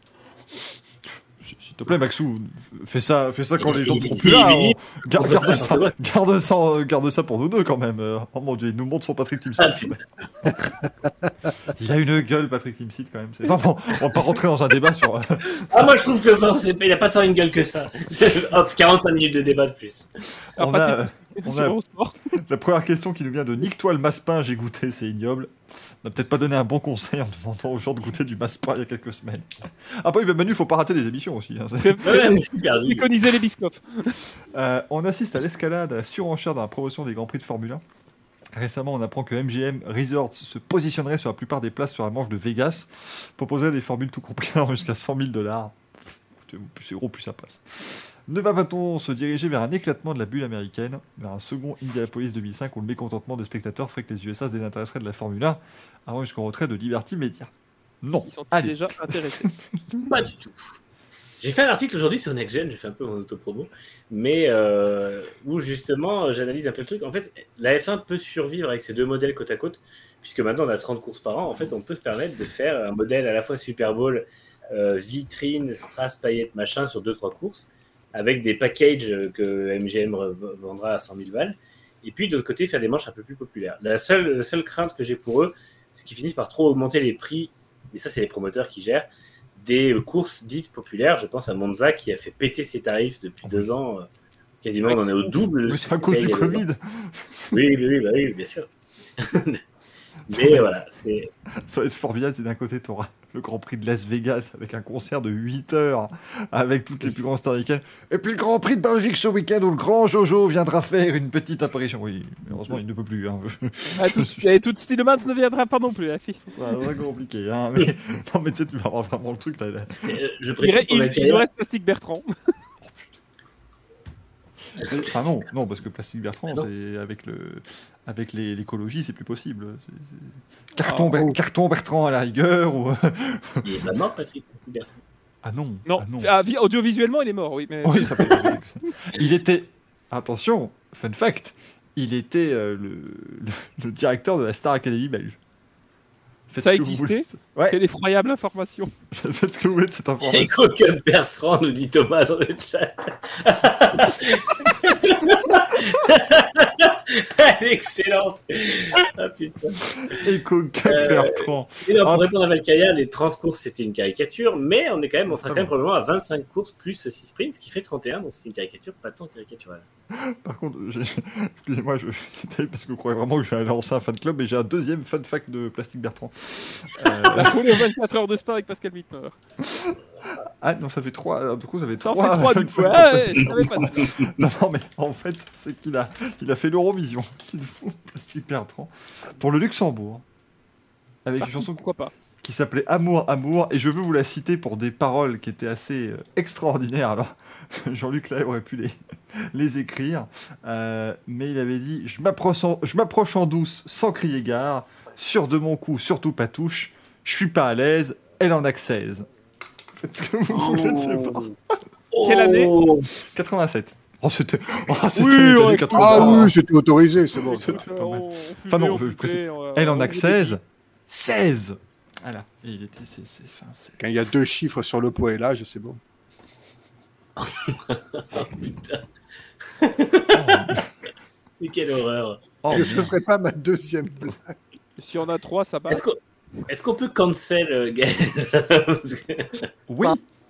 S'il te plaît, Maxou, fais ça quand les gens ne seront plus là. Garde ça pour nous deux quand même. Oh mon dieu, il nous montre son Patrick TeamSpeak. Il a une gueule, Patrick Timsit, quand même. Enfin bon, on va pas rentrer dans un débat sur... Ah, moi je trouve que il n'a pas tant une gueule que ça. Hop, 45 minutes de débat de plus. Alors, On Patrick, a sur Eurosport. la première question qui nous vient de Nique-toi le masse-pain, j'ai goûté, c'est ignoble. On n'a peut-être pas donné un bon conseil en demandant aux gens de goûter du masse-pain il y a quelques semaines. Ah bah oui, Manu, faut pas rater des émissions aussi. Hein, Ouais, mais je suis perdu. Préconiser les biscoffs. on assiste à l'escalade, à la surenchère dans la promotion des Grands Prix de Formule 1. Récemment, on apprend que MGM Resorts se positionnerait sur la plupart des places sur la manche de Vegas, proposerait des formules tout compris allant jusqu'à $100 000. Plus c'est gros, plus ça passe. Ne va-t-on se diriger vers un éclatement de la bulle américaine, vers un second Indianapolis 2005 où le mécontentement des spectateurs ferait que les USA se désintéresseraient de la Formule 1 avant jusqu'au retrait de Liberty Media? Non. Ils sont Allez. déjà intéressés. Pas du tout. J'ai fait un article aujourd'hui sur Next Gen, j'ai fait un peu mon autopromo, mais où justement j'analyse un peu le truc. En fait, la F1 peut survivre avec ces deux modèles côte à côte, puisque maintenant on a 30 courses par an. En fait, on peut se permettre de faire un modèle à la fois Super Bowl, vitrine, strass, paillettes, machin, sur 2-3 courses, avec des packages que MGM vendra à 100 000 balles. Et puis de l'autre côté, faire des manches un peu plus populaires. La seule crainte que j'ai pour eux, c'est qu'ils finissent par trop augmenter les prix, mais ça c'est les promoteurs qui gèrent, des courses dites populaires. Je pense à Monza qui a fait péter ses tarifs depuis 2 ans. Quasiment, on en est au double. Mais c'est à cause du Covid. Oui, bien sûr. Mais voilà, c'est... Ça va être formidable, c'est d'un côté, tu auras le Grand Prix de Las Vegas avec un concert de 8 heures avec toutes les plus grandes stars américaines. Et puis le Grand Prix de Belgique ce week-end où le grand Jojo viendra faire une petite apparition. Oui, mais heureusement, il ne peut plus. Hein. Et tout Stillmans ne viendra pas non plus, la fille. Ça va être compliqué. Hein. Mais... non, mais tu sais, tu vas avoir vraiment le truc là. Je précise pour la Il carrière. reste Plastique Bertrand. Ah non, parce que Plastique Bertrand, c'est avec l'écologie, c'est plus possible. Carton Bertrand à la rigueur. Ou... Il est pas mort, Patrick Bertrand. Ah non. Non, Ah non. audiovisuellement, il est mort, oui. Mais... Oui, ça peut être... Il était... Attention, fun fact, il était le directeur de la Star Academy belge. Faites Ça ce que vous existait voulez. Ouais, Quelle effroyable information. faites ce que vous voulez de cette Et information. Coquin Bertrand, nous dit Thomas dans le chat. Elle est excellente. Ah putain. Et Coquin Bertrand. Et non, Ah, pour répondre à Valkyria, les 30 courses c'était une caricature, mais on sera quand même probablement à 25 courses plus 6 sprints, ce qui fait 31, donc c'est une caricature pas tant caricaturale. Par contre, excusez-moi, c'était parce que vous croyez vraiment que je vais lancer un fan club, mais j'ai un deuxième fun fact de Plastique Bertrand. On est aux 24 heures de sport avec Pascal Wittmer. Ah non, ça fait 3. Du coup, ça fait Ça en 3. fait 3 du coup. Ah, ouais, je savais pas ça. Non, mais en fait, c'est qu'il a fait l'Eurovision, Plastique Bertrand, pour le Luxembourg, avec une chanson Pourquoi pas. qui s'appelait Amour, Amour, et je veux vous la citer pour des paroles qui étaient assez extraordinaires. Alors, Jean-Luc là aurait pu les écrire, mais il avait dit « Je m'approche en douce, sans crier gare, sûr de mon coup, surtout pas touche, je suis pas à l'aise, elle en a que 16. » Faites ce que vous voulez de ces paroles. Quelle année 87. Oh, c'était Oui, les ouais. années 80. Ah oui, c'était autorisé, c'est bon. C'était pas mal. On Enfin non, fumait, je précise. on Elle en a que faisait des 16. 16. Voilà. Et il était... Quand il y a 2 chiffres sur le poids et l'âge, c'est bon. Putain. Mais quelle horreur. Oh, Ce serait pas ma deuxième blague. Si on a 3, ça passe. Est-ce qu'on peut cancel Gaël Parce que- oui.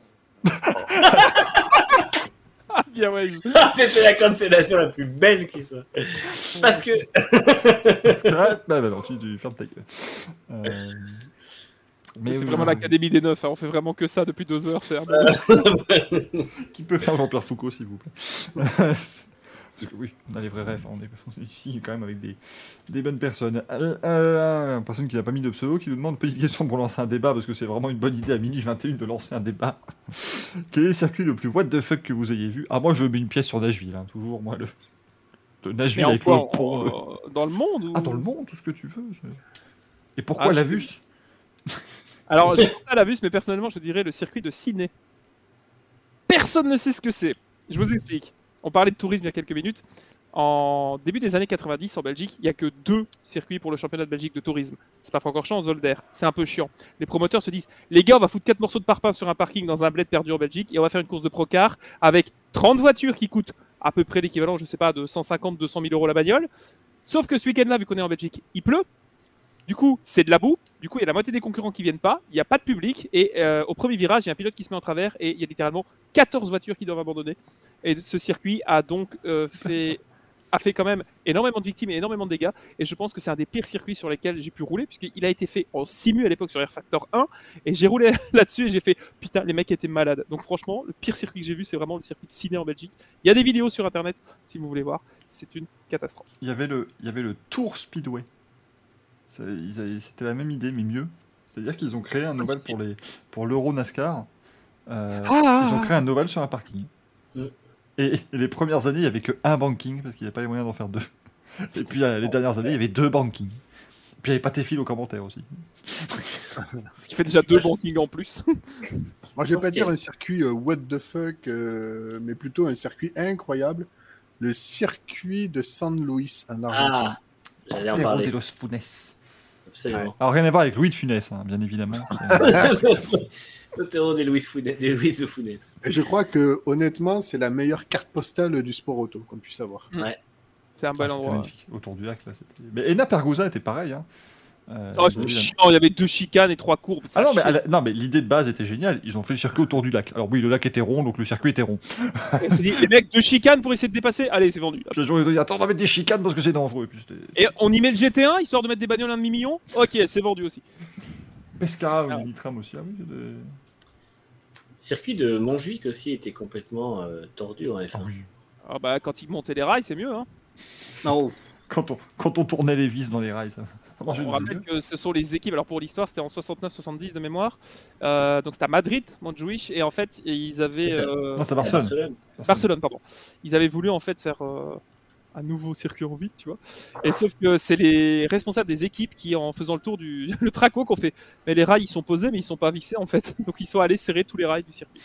Ah, bien, ouais. C'était la cancellation la plus belle qui soit. Parce que... Bah non, tu fermes ta gueule. Mais C'est vraiment l'Académie des Neufs. Hein. On fait vraiment que ça depuis 2 heures. C'est un Qui peut faire Jean-Pierre Foucault, s'il vous plaît. Parce que oui, on a les vrais rêves. On est ici quand même avec des bonnes personnes. Une personne qui n'a pas mis de pseudo qui nous demande petite question pour lancer un débat, parce que c'est vraiment une bonne idée à minuit 21 de lancer un débat. Quel est le circuit le plus what the fuck que vous ayez vu? Ah, moi je mets une pièce sur Nashville, hein, toujours. Moi, de Nashville avec le pont. Dans le monde ou... Ah, dans le monde, tout ce que tu veux. Et pourquoi la vue? Alors, j'ai pensé à la Vus, mais personnellement, je dirais le circuit de Ciné. Personne ne sait ce que c'est. Je vous explique. On parlait de tourisme il y a quelques minutes. En début des années 90, en Belgique, il n'y a que 2 circuits pour le championnat de Belgique de tourisme. Spa-Francorchamps, Zolder. C'est un peu chiant. Les promoteurs se disent, les gars, on va foutre 4 morceaux de parpaing sur un parking dans un bled perdu en Belgique et on va faire une course de procar avec 30 voitures qui coûtent à peu près l'équivalent, je sais pas, de 150-200 000 euros la bagnole. Sauf que ce week-end-là, vu qu'on est en Belgique, il pleut. Du coup, c'est de la boue. Du coup, il y a la moitié des concurrents qui viennent pas. Il n'y a pas de public. Et au premier virage, il y a un pilote qui se met en travers et il y a littéralement 14 voitures qui doivent abandonner. Et ce circuit a donc fait quand même énormément de victimes et énormément de dégâts. Et je pense que c'est un des pires circuits sur lesquels j'ai pu rouler, puisqu'il a été fait en simu à l'époque sur Air Factor 1. Et j'ai roulé là-dessus et j'ai fait putain, les mecs étaient malades. Donc franchement, le pire circuit que j'ai vu, c'est vraiment le circuit de Sydney en Belgique. Il y a des vidéos sur internet si vous voulez voir. C'est une catastrophe. Il y avait le Tour Speedway. C'était la même idée, mais mieux. C'est-à-dire qu'ils ont créé un oval pour l'Euro NASCAR. Ils ont créé un oval sur un parking. Et les premières années, il n'y avait que un banking, parce qu'il n'y avait pas les moyens d'en faire 2. Et puis les dernières années, il y avait 2 bankings. Et puis il n'y avait pas tes fils aux commentaires aussi. Ce qui fait déjà 2 bankings en plus. Moi, je vais pas dire un circuit what the fuck, mais plutôt un circuit incroyable. Le circuit de San Luis en Argentine. J'allais en Portero parler. de los Funes. Absolument. Alors rien à voir avec Louis de Funès, hein, bien évidemment. Portero de Luis de Funes. Et je crois que, honnêtement, c'est la meilleure carte postale du sport auto qu'on puisse avoir. Ouais. C'est un bel C'était endroit. magnifique. Autour du lac, là, c'était... Mais Enna Pergouza était pareil. Hein. Oh, c'est chiant, il y avait 2 chicanes et 3 courbes. Ah non, mais l'idée de base était géniale. Ils ont fait le circuit autour du lac. Alors oui, le lac était rond, donc le circuit était rond. Les mecs, 2 chicanes pour essayer de dépasser. Allez, c'est vendu. Puis les gens ils ont dit attends, on va mettre des chicanes parce que c'est dangereux. Et puis c'était Et on y met le GT1 histoire de mettre des bagnoles à 1,5 million. Ok, c'est vendu aussi. Pescara ou Minitram aussi. Ah oui, Le circuit de Montjuic aussi était complètement tordu en F1. Ah oui. Ah bah, quand ils montaient les rails, c'est mieux. Hein. Non. Quand on tournait les vis dans les rails, ça marchait On de rappelle mieux. que ce sont les équipes. Alors pour l'histoire, c'était en 69-70 de mémoire. Donc c'était à Madrid, Montjuic, et en fait ils avaient Non, c'est Barcelone. Barcelone, pardon. Ils avaient voulu en fait faire un nouveau circuit en ville, tu vois. Et sauf que c'est les responsables des équipes qui, en faisant le tour le track walk, ont fait. Mais les rails ils sont posés, mais ils sont pas vissés en fait. Donc ils sont allés serrer tous les rails du circuit.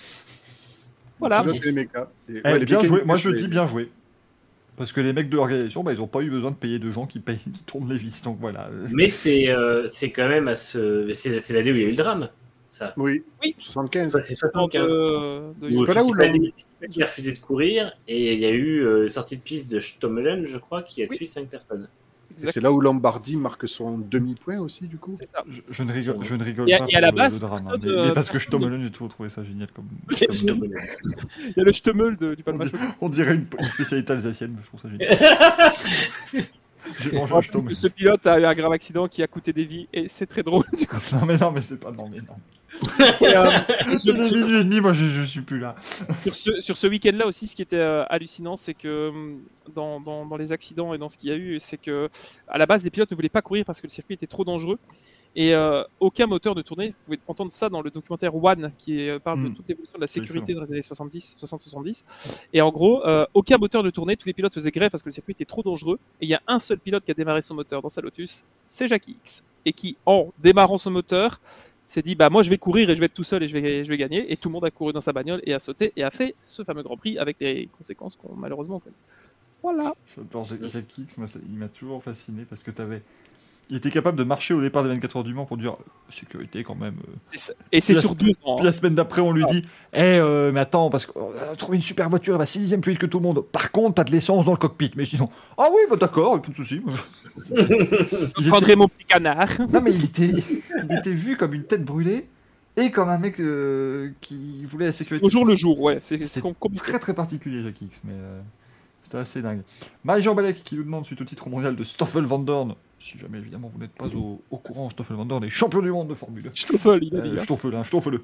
Voilà. Pilote les mécas. Et, Eh, les bien joué. mécaniques, Moi je c'est- dis bien joué. Parce que les mecs de l'organisation, ils n'ont pas eu besoin de payer de gens qui tournent les vis. Donc voilà. Mais c'est quand même c'est l'année où il y a eu le drame, ça. Oui. Oui. 75. Ça, c'est 75. C'est pas là où Fittipaldi qui a refusé de courir et il y a eu sortie de piste de Stommelen, je crois, qui a Oui. tué 5 personnes. Et c'est là où Lombardi marque son demi-point aussi, du coup. C'est ça. Je ne rigole Et pas à la pour base, le drame. personne, Mais parce que personne Stommelen, j'ai toujours trouvé ça génial. Stommelen. Il y a le Stummel du Palmachot. On dirait une spécialité alsacienne, je trouve ça génial. J'ai mangé un Stommelen. Ce pilote a eu un grave accident qui a coûté des vies et c'est très drôle. Du coup. Non mais c'est pas... Non mais non. Et, J'ai des minutes et demie, moi je suis plus là. sur ce week-end-là aussi, ce qui était hallucinant, c'est que dans les accidents et dans ce qu'il y a eu, c'est que à la base, les pilotes ne voulaient pas courir parce que le circuit était trop dangereux. Et aucun moteur ne tournait. Vous pouvez entendre ça dans le documentaire One, qui parle de toute l'évolution de la sécurité dans les années 60-70. Et en gros, aucun moteur ne tournait. Tous les pilotes faisaient grève parce que le circuit était trop dangereux. Et il y a un seul pilote qui a démarré son moteur dans sa Lotus, c'est Jackie X. Et qui, en démarrant son moteur, s'est dit bah moi je vais courir et je vais être tout seul et je vais gagner. Et tout le monde a couru dans sa bagnole et a sauté et a fait ce fameux Grand Prix avec les conséquences qu'on malheureusement connaît. Voilà. J'adore Jackie X, moi, il m'a toujours fasciné parce que il était capable de marcher au départ des 24 heures du Mans pour dire sécurité quand même. Et c'est Puis sur 2 ans. Puis la semaine d'après, on lui dit mais attends, parce qu'on a trouvé une super voiture, elle va 6ème plus vite que tout le monde. Par contre, t'as de l'essence dans le cockpit. Mais sinon, ah oui, bah d'accord, pas de soucis. Je prendrai mon petit canard. Non, mais il était vu comme une tête brûlée et comme un mec qui voulait la sécurité. Au jour le jour, ouais. C'est très très particulier, Jackie X, mais c'était assez dingue. Marie-Jean Balek qui nous demande suite au titre mondial de Stoffel Van Dorn. Si jamais évidemment vous n'êtes pas au courant, Stoffel Van Dorn est champion du monde de Formule 1. Stoffel, il a dit. Stoffel.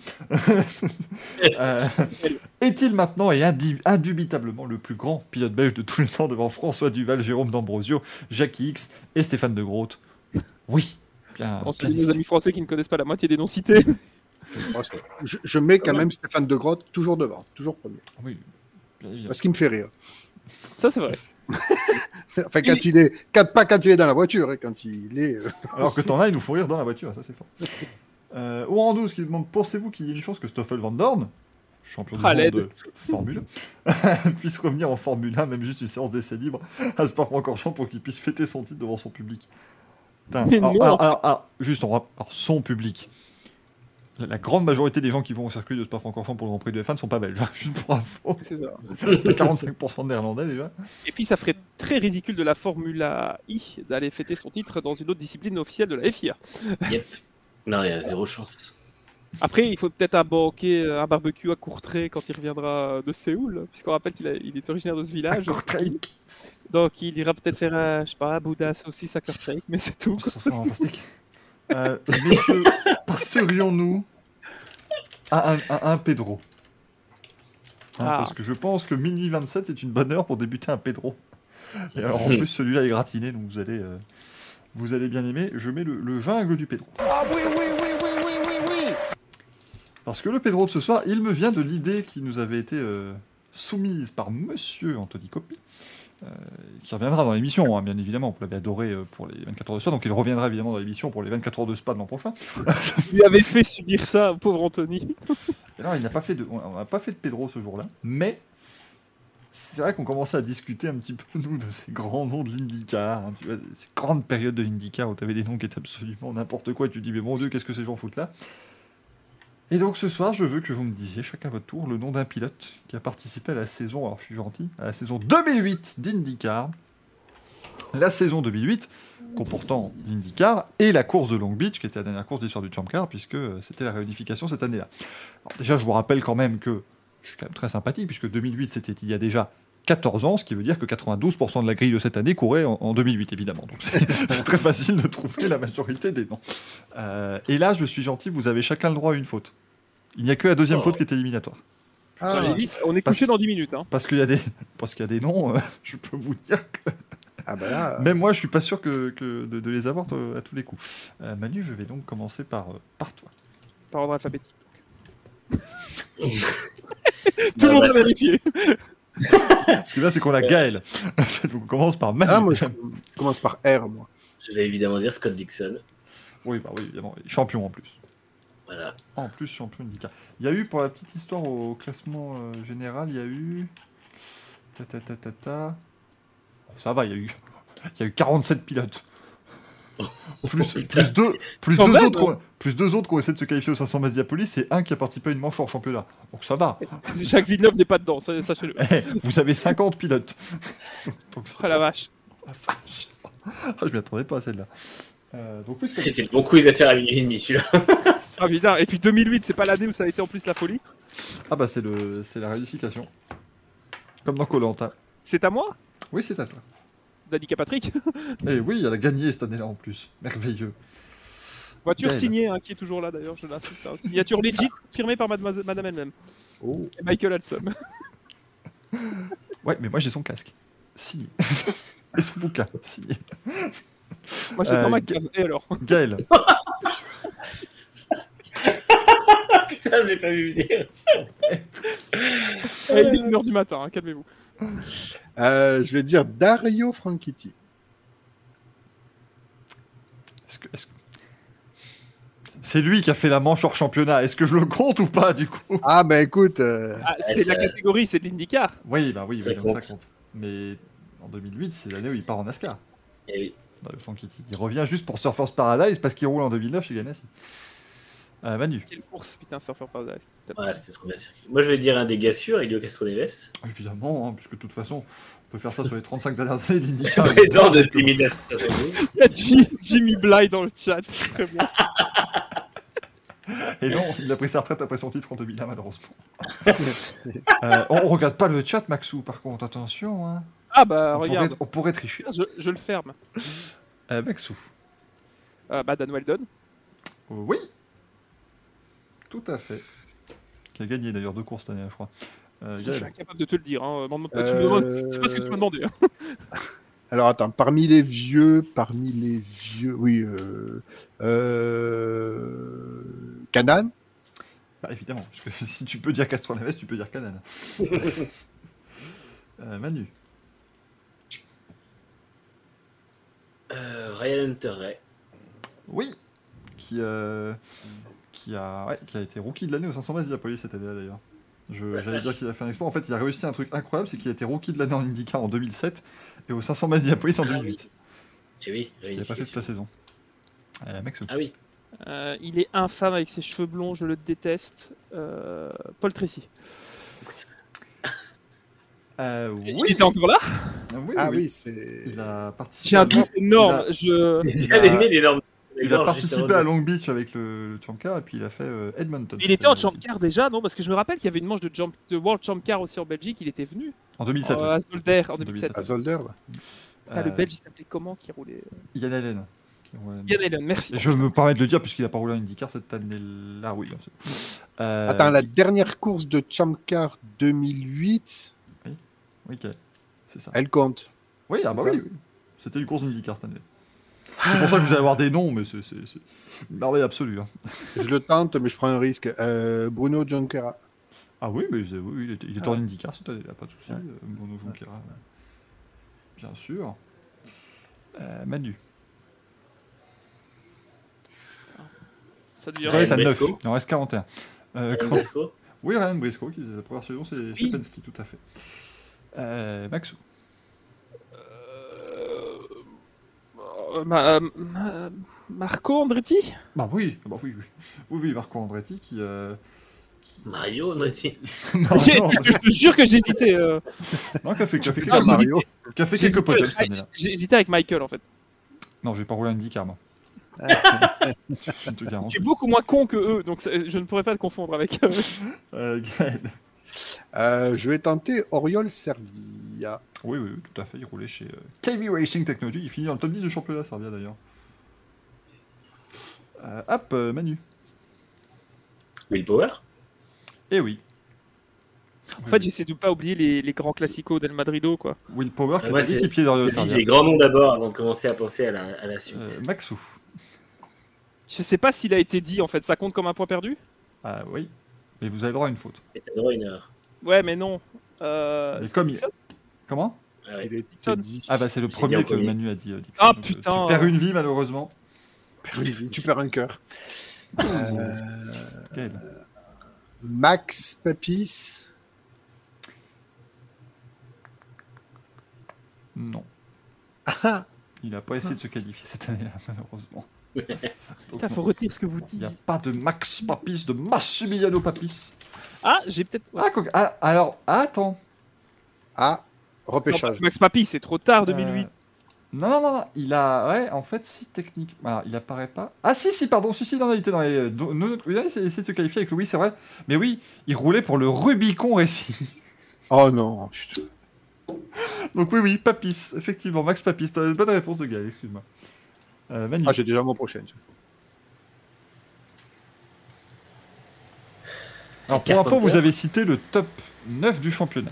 Est-il maintenant et indubitablement le plus grand pilote belge de tous les temps devant François Duval, Jérôme D'Ambrosio, Jackie X et Stéphane de Groot? Oui. Bien, On salue nos amis français qui ne connaissent pas la moitié des noms cités. Je mets quand même Stéphane de Groot toujours devant, toujours premier. Oui, bien évidemment. Parce qu'il me fait rire. Ça, c'est vrai. Enfin, pas quand il est dans la voiture, hein, quand il est. Alors que t'en as, ils nous font rire dans la voiture, ça c'est fort. Oran 12 qui demande pensez-vous qu'il y ait une chance que Stoffel Van Dorn, champion du monde de Formule 1, puisse revenir en Formule 1, même juste une séance d'essai libre à Spa-Francorchamps pour qu'il puisse fêter son titre devant son public? Putain, alors, juste, son public. La grande majorité des gens qui vont au circuit de Spa-Francorchamps pour le Grand Prix de F1 ne sont pas belges, juste pour info. C'est ça. T'as 45% de néerlandais déjà. Et puis ça ferait très ridicule de la Formula I d'aller fêter son titre dans une autre discipline officielle de la FIA. Yep. Non, il y a zéro chance. Après, il faut peut-être un banquet, un barbecue à Courtrai quand il reviendra de Séoul, puisqu'on rappelle qu'il est originaire de ce village. Courtrai. Donc il ira peut-être faire un, je sais pas, un Bouddha saucisse à Courtrai, mais c'est tout. Ça serait fantastique. Messieurs, passerions-nous à un Pedro Parce que je pense que minuit 27, c'est une bonne heure pour débuter un Pedro. Et alors en plus, celui-là est gratiné, donc vous allez bien aimer. Je mets le jungle du Pedro. Ah oui. Parce que le Pedro de ce soir, il me vient de l'idée qui nous avait été soumise par Monsieur Anthony Coppi, qui reviendra dans l'émission, hein, bien évidemment. Vous l'avez adoré pour les 24 heures de Spa, donc il reviendra évidemment dans l'émission pour les 24 heures de Spa de l'an prochain. Il avait fait subir ça, au pauvre Anthony. Et non, on n'a pas fait de Pedro ce jour-là, mais c'est vrai qu'on commençait à discuter un petit peu, nous, de ces grands noms de l'IndyCar, hein, tu vois, ces grandes périodes de l'IndyCar où tu avais des noms qui étaient absolument n'importe quoi, et tu te dis, mais mon Dieu, qu'est-ce que ces gens foutent là? Et donc ce soir, je veux que vous me disiez, chacun votre tour, le nom d'un pilote qui a participé à la saison, alors je suis gentil, à la saison 2008 d'IndyCar. La saison 2008, comportant l'IndyCar et la course de Long Beach, qui était la dernière course d'histoire du Champ Car, puisque c'était la réunification cette année-là. Alors déjà, je vous rappelle quand même que je suis quand même très sympathique, puisque 2008, c'était il y a déjà 14 ans, ce qui veut dire que 92% de la grille de cette année courait en 2008, évidemment. Donc c'est très facile de trouver la majorité des noms. Et là, je suis gentil, vous avez chacun le droit à une faute. Il n'y a que la deuxième faute qui est éliminatoire. Allez, vite, on est couché dans 10 minutes. Hein. Parce qu'il y a des noms, je peux vous dire que... Ah bah là, Même moi, je suis pas sûr que de les avoir à tous les coups. Manu, je vais donc commencer par toi. Par ordre alphabétique. Tout le monde a vérifié. Ce que là, c'est qu'on a Gaël. Donc on commence par Manu. Ah, moi, je commence par R, moi. Je vais évidemment dire Scott Dixon. Oui, évidemment. Champion en plus. Voilà. En plus, champion IndyCar. Il y a eu, pour la petite histoire, au classement général, il y a eu... Ça va, il y a eu 47 pilotes. Plus deux autres qui ont essayé de se qualifier au 500 Mazdiapolis et un qui a participé à une manche hors championnat. Donc ça va. Jacques Villeneuve n'est pas dedans, sachez-le. Vous avez 50 pilotes. Donc Oh la vache. La vache. Je m'y attendais pas à celle-là. Donc oui, C'était le bon quiz à faire à minuit et demi, celui-là. Ah putain, et puis 2008, c'est pas l'année où ça a été en plus la folie. Ah bah c'est la réunification. Comme dans Koh-Lanta. C'est à moi, Oui, c'est à toi. Danica Patrick. Et oui, elle a gagné cette année-là en plus. Merveilleux. Voiture Belle. signée, hein, qui est toujours là d'ailleurs, je l'insiste. Hein. Signature legit, firmée par madame elle-même. Oh. Et Michael Halsom. Ouais, mais moi j'ai son casque. Signé. Et son bouquin. Signé. Moi j'ai dans ma cave, et alors Gaël. Putain, j'ai pas vu venir. Il est 1h du matin, hein, calmez-vous. Je vais dire Dario Franchitti. Est-ce que... C'est lui qui a fait la manche hors championnat. Est-ce que je le compte ou pas, du coup? Ah bah écoute, Ah, c'est ça- la catégorie, c'est de l'IndyCar. Oui, Ça donc compte. ça compte. Mais en 2008, c'est l'année où il part en NASCAR. Eh oui. Dario Franchitti. Il revient juste pour Surfers Paradise parce qu'il roule en 2009 chez Ganassi. Manu. Quelle course, putain, Surfer Paradise. Voilà, c'était trop bien. Moi, je vais dire un des gars sûrs, Elio Castroneves. Évidemment, hein, puisque de toute façon, on peut faire ça sur les 35 dernières années d'IndyCar. Présent depuis 1972. Il y a Jimmy Bly dans le chat, très bien. Et non, il a pris sa retraite après son titre en 2001, malheureusement. On regarde pas le chat, Maxou, par contre, attention. Hein. Ah bah regarde, On pourrait tricher. je le ferme. Maxou. Dan Weldon. Oui. Tout à fait. Qui a gagné d'ailleurs 2 courses cette année, je crois. Je suis incapable de te le dire. Hein. Tu me Euh, demandes... C'est pas ce que tu m'as demandé. Hein. alors attends, parmi les vieux, oui, Canan. Bah, évidemment, parce que si tu peux dire Castroneves, tu peux dire Canan. Manu. Ryan Hunter-Ray. Oui. Qui a été rookie de l'année au 500 Mazdiapolis cette année-là d'ailleurs. J'allais dire qu'il a fait un exploit. En fait, il a réussi un truc incroyable, c'est qu'il a été rookie de l'année en IndyCar en 2007 et au 500 Mazdiapolis en 2008. Eh oui, Ce qu'il n'a pas fait toute la saison. Maxou. Ah oui. Il est infâme avec ses cheveux blonds, je le déteste. Paul Tracy. Oui. Il était encore là? Oui, c'est. Il a participé. J'ai un doute énorme. J'ai bien aimé l'énorme. Il a participé à Long Beach avec le Champ Car et puis il a fait Edmonton. Il était en Champ Car déjà, non? Parce que je me rappelle qu'il y avait une manche de World Champ Car aussi en Belgique, il était venu. En 2007. À Zolder, en 2007. À Zolder, ouais. Putain, le Belge, il s'appelait comment qui roulait? Yann Allen. Yann Allen, merci. Et je me permets de le dire puisqu'il n'a pas roulé en IndyCar cette année-là, oui. Attends, la dernière course de Champ Car 2008, Oui, ok. C'est ça. elle compte. Oui, ah bah C'est ça. oui. C'était une course d'IndyCar cette année. C'est pour ça que vous allez avoir des noms, mais c'est une merveille absolue. Hein. Je le tente, mais je prends un risque. Bruno Junqueira. Ah oui, mais oui, il était en IndyCar cette année-là, pas de souci. Bruno Junqueira, bien sûr. Manu. Ça devient... Vous êtes à 9, Briscoe. il en reste 41. Briscoe. Oui, Ryan Briscoe, qui faisait sa première saison, c'est chez Penske, tout à fait. Maxou. Marco Andretti? Bah oui, oui, Marco Andretti qui... Mario Andretti. non, Je te jure que j'hésitais. non, qui a fait Putain, Mario. quelques podiums cette année-là. J'ai hésité avec Michael en fait. Non, j'ai pas roulé un IndyCar, moi. Je te Je garantis. suis beaucoup moins con que eux, donc je ne pourrais pas te confondre avec eux. Gaël. Je vais tenter Oriol Servia. Oui, tout à fait. Il roulait chez KB Racing Technology. Il finit dans le top 10 du championnat, ça revient d'ailleurs. Manu. Will Power. Eh oui. En fait, j'essaie de pas oublier les grands classicos d'El Madrido, quoi. Will Power, qui Moi, est c'est- équipier d'Oriol Je dis Servia. les grands noms d'abord avant de commencer à penser à la suite. Maxou. Je sais pas s'il a été dit, en fait. Ça compte comme un point perdu? Ah oui. Mais vous avez droit à une faute. Et t'as droit à une heure. Ouais, mais non. Mais Scott comme Dixon? Comment Ah ouais. Il a Dixon. été dit. Ah bah c'est le J'ai dit premier en que premier. Manu a dit. Dixon. Ah, Donc, putain. Tu perds une vie malheureusement. Tu perds un cœur. Gaël. Max Papis. Non. Ah, Il n'a pas essayé de se qualifier cette année-là, malheureusement. Putain, faut retenir ce que vous Il n'y a dites. pas de Max Papis, de Massimiliano Papis. Ah, j'ai peut-être. ouais. Alors, attends. repêchage. Non, Max Papy, c'est trop tard, 2008. Non, il a... Ouais, en fait, si, technique... Alors, il apparaît pas... Ah, si, pardon, si, non, il était dans les... Il a essayé de se qualifier avec Louis, c'est vrai. Mais oui, il roulait pour le Rubicon Racing. Oh non, putain. Donc oui, Papis, effectivement, Max Papis. T'as une bonne réponse de Gaël, excuse-moi. Manu. Ah, j'ai déjà mon prochain. Alors, pour info, Carpenter. vous avez cité le top 9 du championnat.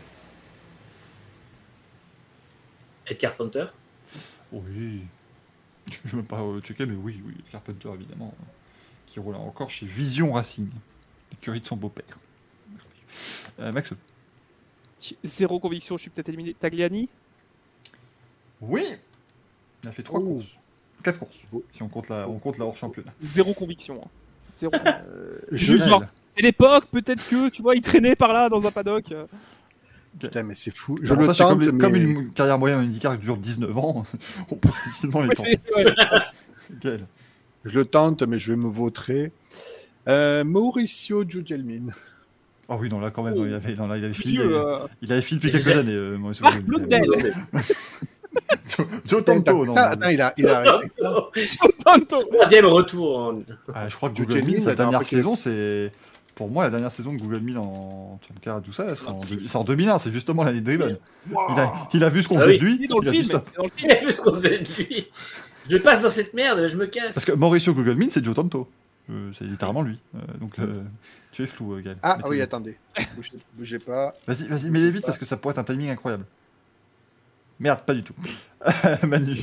Ed Carpenter. Oui. Je ne vais même pas checker, mais oui, Carpenter, évidemment. Qui roule encore chez Vision Racing, l'écurie de son beau-père. Max. Zéro conviction, je suis peut-être éliminé. Tagliani? Oui. Il a fait 3 Oh. courses. 4 courses, si on compte la hors championnat. Zéro conviction. Hein. Zéro. Gaël. C'est l'époque, peut-être que, tu vois, il traînait par là dans un paddock. Putain, mais c'est fou. Je le L'avantage, c'est tente, comme mais... une carrière moyenne en IndyCar qui dure 19 ans, on peut facilement les Ouais, tenter. ouais. Gaël. Je le tente, mais je vais me vautrer. Mauricio Gugelmin. Oh oui, non, là quand même, il avait fini. Dieu, Il avait fini depuis quelques années. Mauricio Marc Gugelmin. Blondel. Joe Tonto, non. Ça, attends, il a arrêté. Tonto. Troisième retour. Je crois que Joe Google Gugelmin, Meet, sa la dernière dernière fois qu'il saison, c'est. Pour moi, la dernière saison de Google Meet en Champ Car et tout ça, c'est en 2001, c'est justement l'année de Driven. Il a vu ce qu'on Ah faisait oui. de lui. Il est dans le il a dit film. stop. il est dans le film. Il a vu ce qu'on faisait de lui. Je passe dans cette merde, je me casse. Parce que Mauricio Google Meet, c'est Joe Tonto. C'est littéralement lui. Donc, tu es flou, Gaël. Ah Mettez-le. oui, attendez. Bougez pas. Vas-y, mets-les vite parce que ça pourrait être un timing incroyable. Merde, pas du tout. Manu.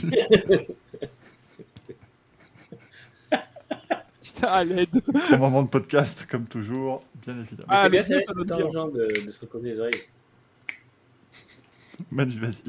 Putain, à l'aide. Au moment de podcast, comme toujours, bien évidemment. Ah, C'est bien, le c'est vieux, vrai, ça c'est donne temps bien. aux gens de se reposer les oreilles. Manu, vas-y.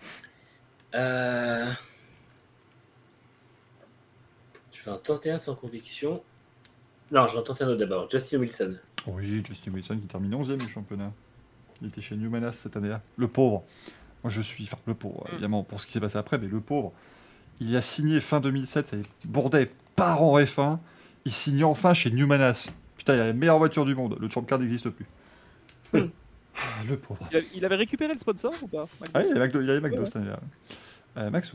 Je vais en tenter un sans conviction. Non, je vais en tenter un autre d'abord. Justin Wilson. Oui, Justin Wilson qui termine 11e du championnat. Il était chez New Manas cette année-là. Le pauvre. Moi, enfin, le pauvre, évidemment, pour ce qui s'est passé après, mais le pauvre. Il a signé fin 2007, ça y est, Bourdet part en F1. il signe enfin chez New Manas. Putain, il a la meilleure voiture du monde. Le Champ Car n'existe plus. Ah, le pauvre. Il avait récupéré le sponsor ou pas? Ah, il y avait McDo cette année-là. Maxou.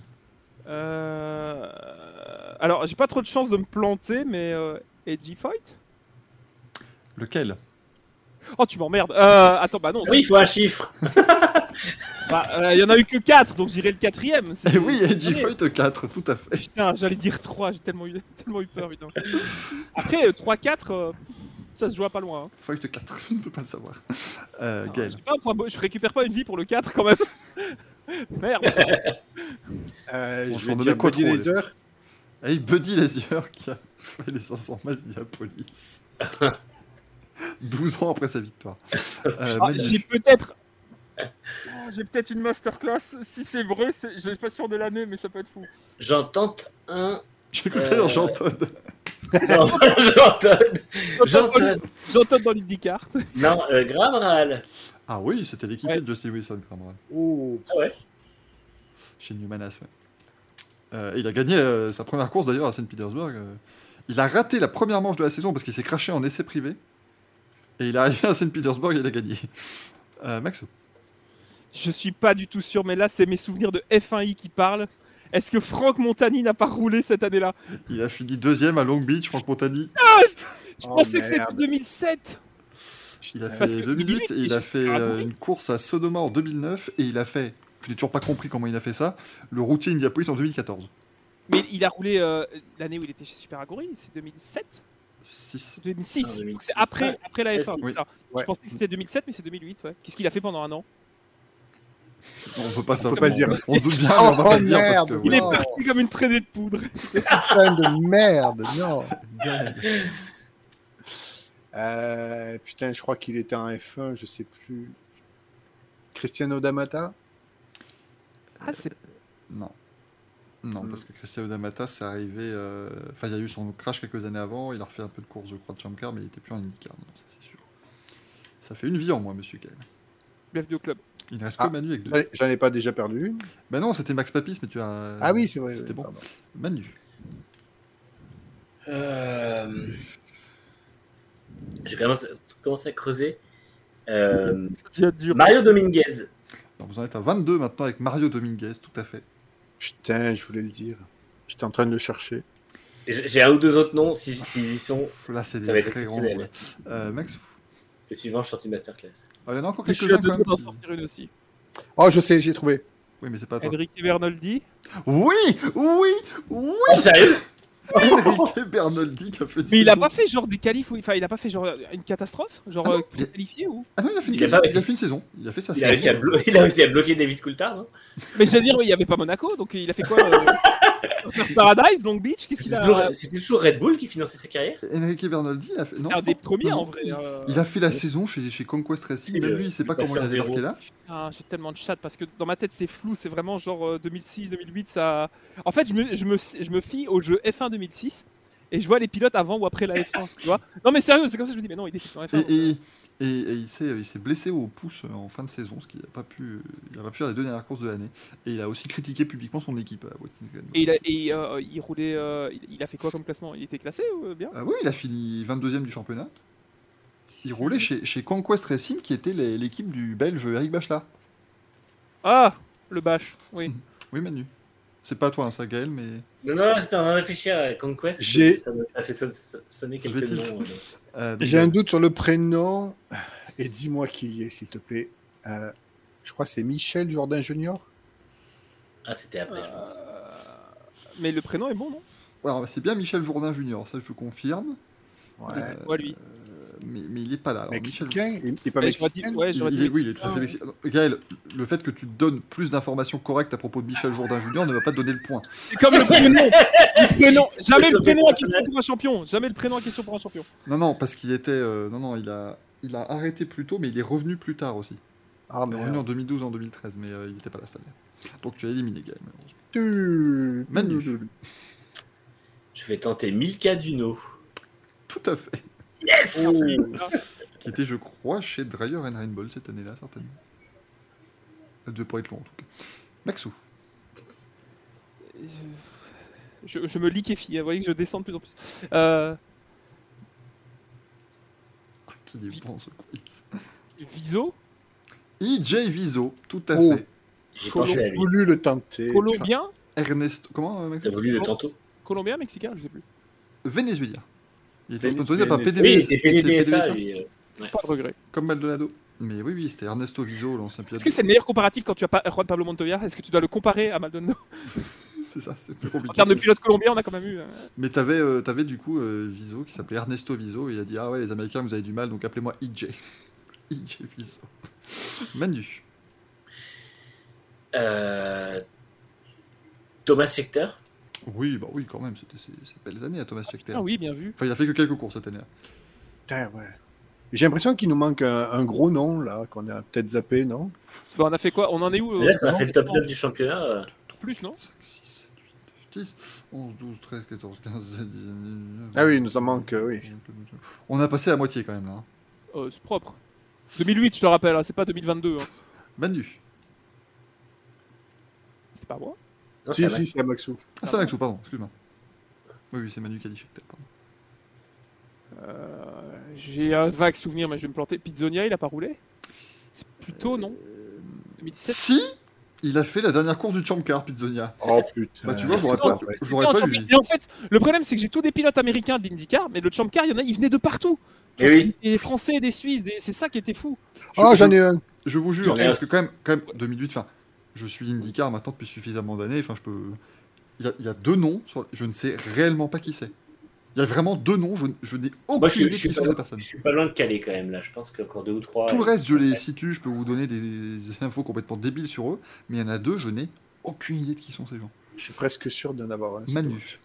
Alors, j'ai pas trop de chance de me planter, mais Edgy Fight? Lequel? Oh, tu m'emmerdes. Attends, bah non. Oui, il faut un chiffre. Il y en a eu que 4, donc j'irai le 4ème. Eh oui, Edgy Fight 4, tout à fait. Putain, j'allais dire 3, j'ai tellement eu peur, putain. Après, 3-4, ça se joue à pas loin. Hein. Fight 4, je ne peux pas le savoir. Gaël. Je récupère pas une vie pour le 4 quand même. Merde. Je vais dire Buddy Laser. Hey, Buddy Laser qui a fait les 500 Mazziapolis. 12 ans après sa victoire. J'ai peut-être une masterclass. Si c'est vrai, je suis pas sûr de l'année, mais ça peut être fou. J'en tente un. J'ai écouté dans Jean-Todd. Non, J'entends dans l'IndyCar. Non, Graham Rahal. Ah oui, c'était l'équipier de Justin Wilson, Graham Rahal. Oh. Ah ouais. Chez New Manas, ouais. Il a gagné sa première course d'ailleurs à Saint-Pétersbourg. Il a raté la première manche de la saison parce qu'il s'est craché en essai privé. Et il est arrivé à Saint-Pétersbourg et il a gagné. Maxo. Je suis pas du tout sûr, mais là, c'est mes souvenirs de F1i qui parlent. Est-ce que Franck Montagny n'a pas roulé cette année-là? Il a fini 2ème à Long Beach, Franck Montagny. Je pensais que c'était 2007. Il a fait 2008 et il a fait une course à Sonoma en 2009 et il a fait, je n'ai toujours pas compris comment il a fait ça, le routier Indianapolis en 2014. Mais il a roulé l'année où il était chez Super Aguri, c'est 2007? 2006. Donc c'est après la F1, c'est ça. Ouais. Je pensais que c'était 2007, mais c'est 2008. Ouais. Qu'est-ce qu'il a fait pendant un an? On peut pas savoir. Pas dire. On se doute bien, mais on va pas le dire parce que. Il est parti comme une traînée de poudre. Putain de merde, non. Putain, je crois qu'il était en F1, je sais plus. Cristiano D'Amata? Non. Non, parce que Cristiano D'Amata, c'est arrivé. Enfin, il y a eu son crash quelques années avant. Il a refait un peu de course, je crois, de Champ Car, mais il était plus en IndyCar. Non, ça c'est sûr. Ça fait une vie en moi, monsieur Kael. Bienvenue au club. Il ne reste que Manu avec 2. J'en ai pas déjà perdu une. Ben non, c'était Max Papis, mais tu as. Ah oui, c'est vrai. C'était bon. Pardon. Manu. Je vais commencer à creuser. Mario Dominguez. Alors, vous en êtes à 22 maintenant avec Mario Dominguez, tout à fait. Putain, je voulais le dire. J'étais en train de le chercher. J'ai un ou deux autres noms, s'ils y sont. Là, c'est ça des va être très grands. exceptionnel. Max. Le suivant, je sorti masterclass. Il y en a encore Je suis quelques-uns à deux quand doigts même. d'en sortir une aussi. Oh, je sais, j'ai trouvé. Oui, mais c'est pas toi. Enrique Bernoldi. Oui. Oh, sérieux? Enrique Bernoldi qui a fait. Mais il a pas fait genre des qualifs, enfin il a pas fait genre une catastrophe, genre qualifié ou? Ah non, il a fait une saison. Il a fait sa saison. Il a réussi à bloquer David Coulthard, non? Mais je veux dire, il y avait pas Monaco, donc il a fait quoi? Surf Paradise, Long Beach, qu'est-ce qu'il a? C'était toujours Red Bull qui finançait sa carrière. Enrique Bernoldi, il a fait. C'est un des premiers en vrai. Il a fait la saison chez Conquest Racing. Même lui, il sait pas comment il a débarqué là. Ah, j'ai tellement de chat parce que dans ma tête c'est flou, c'est vraiment genre 2006, 2008. Ça. En fait, je me fie au jeu F1 2006 et je vois les pilotes avant ou après la F1. Tu vois? Non, mais sérieux, c'est comme ça que je me dis, mais non, il est en F1. Et il s'est blessé au pouce en fin de saison, ce qu'il n'a pas pu faire les 2 dernières courses de l'année. Et il a aussi critiqué publiquement son équipe. Et il roulait. Il a fait quoi comme classement? Il était classé bien? Oui, il a fini 22e du championnat. Il roulait chez Conquest Racing, qui était l'équipe du Belge Eric Bachelard. Ah, le Bach, oui. Oui, Manu. C'est pas toi, hein, ça, Gaël, mais. Non, j'étais en train de réfléchir à Conquest. Ça a fait sonner quelques noms. J'ai un doute sur le prénom. Et dis-moi qui y est, s'il te plaît. Je crois que c'est Michel Jourdain Junior. Ah, c'était après, je pense. Mais le prénom est bon, non? Alors, c'est bien Michel Jourdain Junior, ça je te confirme. Ouais, lui. Mais il est pas là. Alors, Mexicain, il est pas mexicain. Oui, il est tout à fait mexicain. Gaël, le fait que tu donnes plus d'informations correctes à propos de Michel Jourdain Junior ne va pas te donner le point. C'est comme le prénom. Jamais le prénom à question pour un champion. Jamais le prénom à question pour un champion. Non, parce qu'il était. Il a arrêté plus tôt, mais il est revenu plus tard aussi. Ah, il est revenu en 2012, en 2013, mais il n'était pas là cette année. Donc tu as éliminé Gaël, malheureusement. Manu. Je vais tenter Milka Duno. Tout à fait. Yes. Qui était, je crois, chez Dreyer and Rainbow cette année-là, certainement. Elle devait pas être long, en tout cas. Maxou. Je me liquéfie, vous voyez que je descends de plus en plus. qu'il est bon ce quiz. Viso, EJ Viso, tout à Oh. fait. J'ai J'ai pensé à lui. voulu le tenter. Colombien, Ernesto, comment mec T'as voulu le tantôt. Colombien, Mexicain, je sais plus. Vénézuélien. Il était Véné- sponsorisé par Véné- PDVSA. Oui, c'est PDVSA, PDVSA, lui. Pas de regret. comme Maldonado. Mais oui, c'était Ernesto Viso, l'ancien pilote. Est-ce que c'est le meilleur comparatif quand tu as pas Juan Pablo Montoya? Est-ce que tu dois le comparer à Maldonado? C'est ça, c'est plus compliqué. En termes de pilote colombien, on a quand même eu. Mais t'avais du coup Viso qui s'appelait Ernesto Viso et il a dit ah ouais les Américains vous avez du mal donc appelez-moi EJ. EJ Viso. Manu. Thomas Scheckter. Oui bah oui quand même c'était ces belles années à Thomas Scheckter. Ah oui, bien vu. Enfin il a fait que quelques courses cette année. Putain, ouais. J'ai l'impression qu'il nous manque un gros nom, là, qu'on a peut-être zappé, non? Bon, on a fait quoi? On en est où? Là, ça a non, fait le top 9 du championnat. Plus, non? 5, 6, 7, 8, 9, 10, 11, 12, 13, 14, 15, 16, 17, 19. Ah oui, il nous en manque, oui. On a passé la moitié quand même là. Hein. C'est propre. 2008, je te rappelle, hein, c'est pas 2022. Hein. Manu. C'est pas moi. Non, Si, c'est si, c'est à Maxou. Ah c'est Maxou pardon excuse-moi. Oui c'est Manu qui a dit Scheckter pardon. J'ai un vague souvenir, mais je vais me planter. Pizzonia, il a pas roulé? C'est plutôt, non? 2017? Si il a fait la dernière course du Champ Car Pizzonia. Oh putain. Bah tu vois c'est j'aurais pas lui. Et en fait, le problème, c'est que j'ai tous des pilotes américains de l'IndyCar, mais le Champ Car, il y en a, ils venaient de partout. Eh oui. Des Français, des Suisses, c'est ça qui était fou. Oh, j'en ai un. Je vous jure, Putain. parce que quand même 2008, enfin, je suis IndyCar maintenant depuis suffisamment d'années, enfin, je peux... Il y a deux noms, je ne sais réellement pas qui c'est. Il y a vraiment deux noms, je n'ai Moi, aucune idée de qui sont ces personnes. je suis pas loin de caler quand même là. Je pense qu'il y a encore 2 ou 3. Tout le reste, je les situe, je peux vous donner des infos complètement débiles sur eux, mais il y en a deux, je n'ai aucune idée de qui sont ces gens. Je suis presque sûr d'en avoir un. Manu.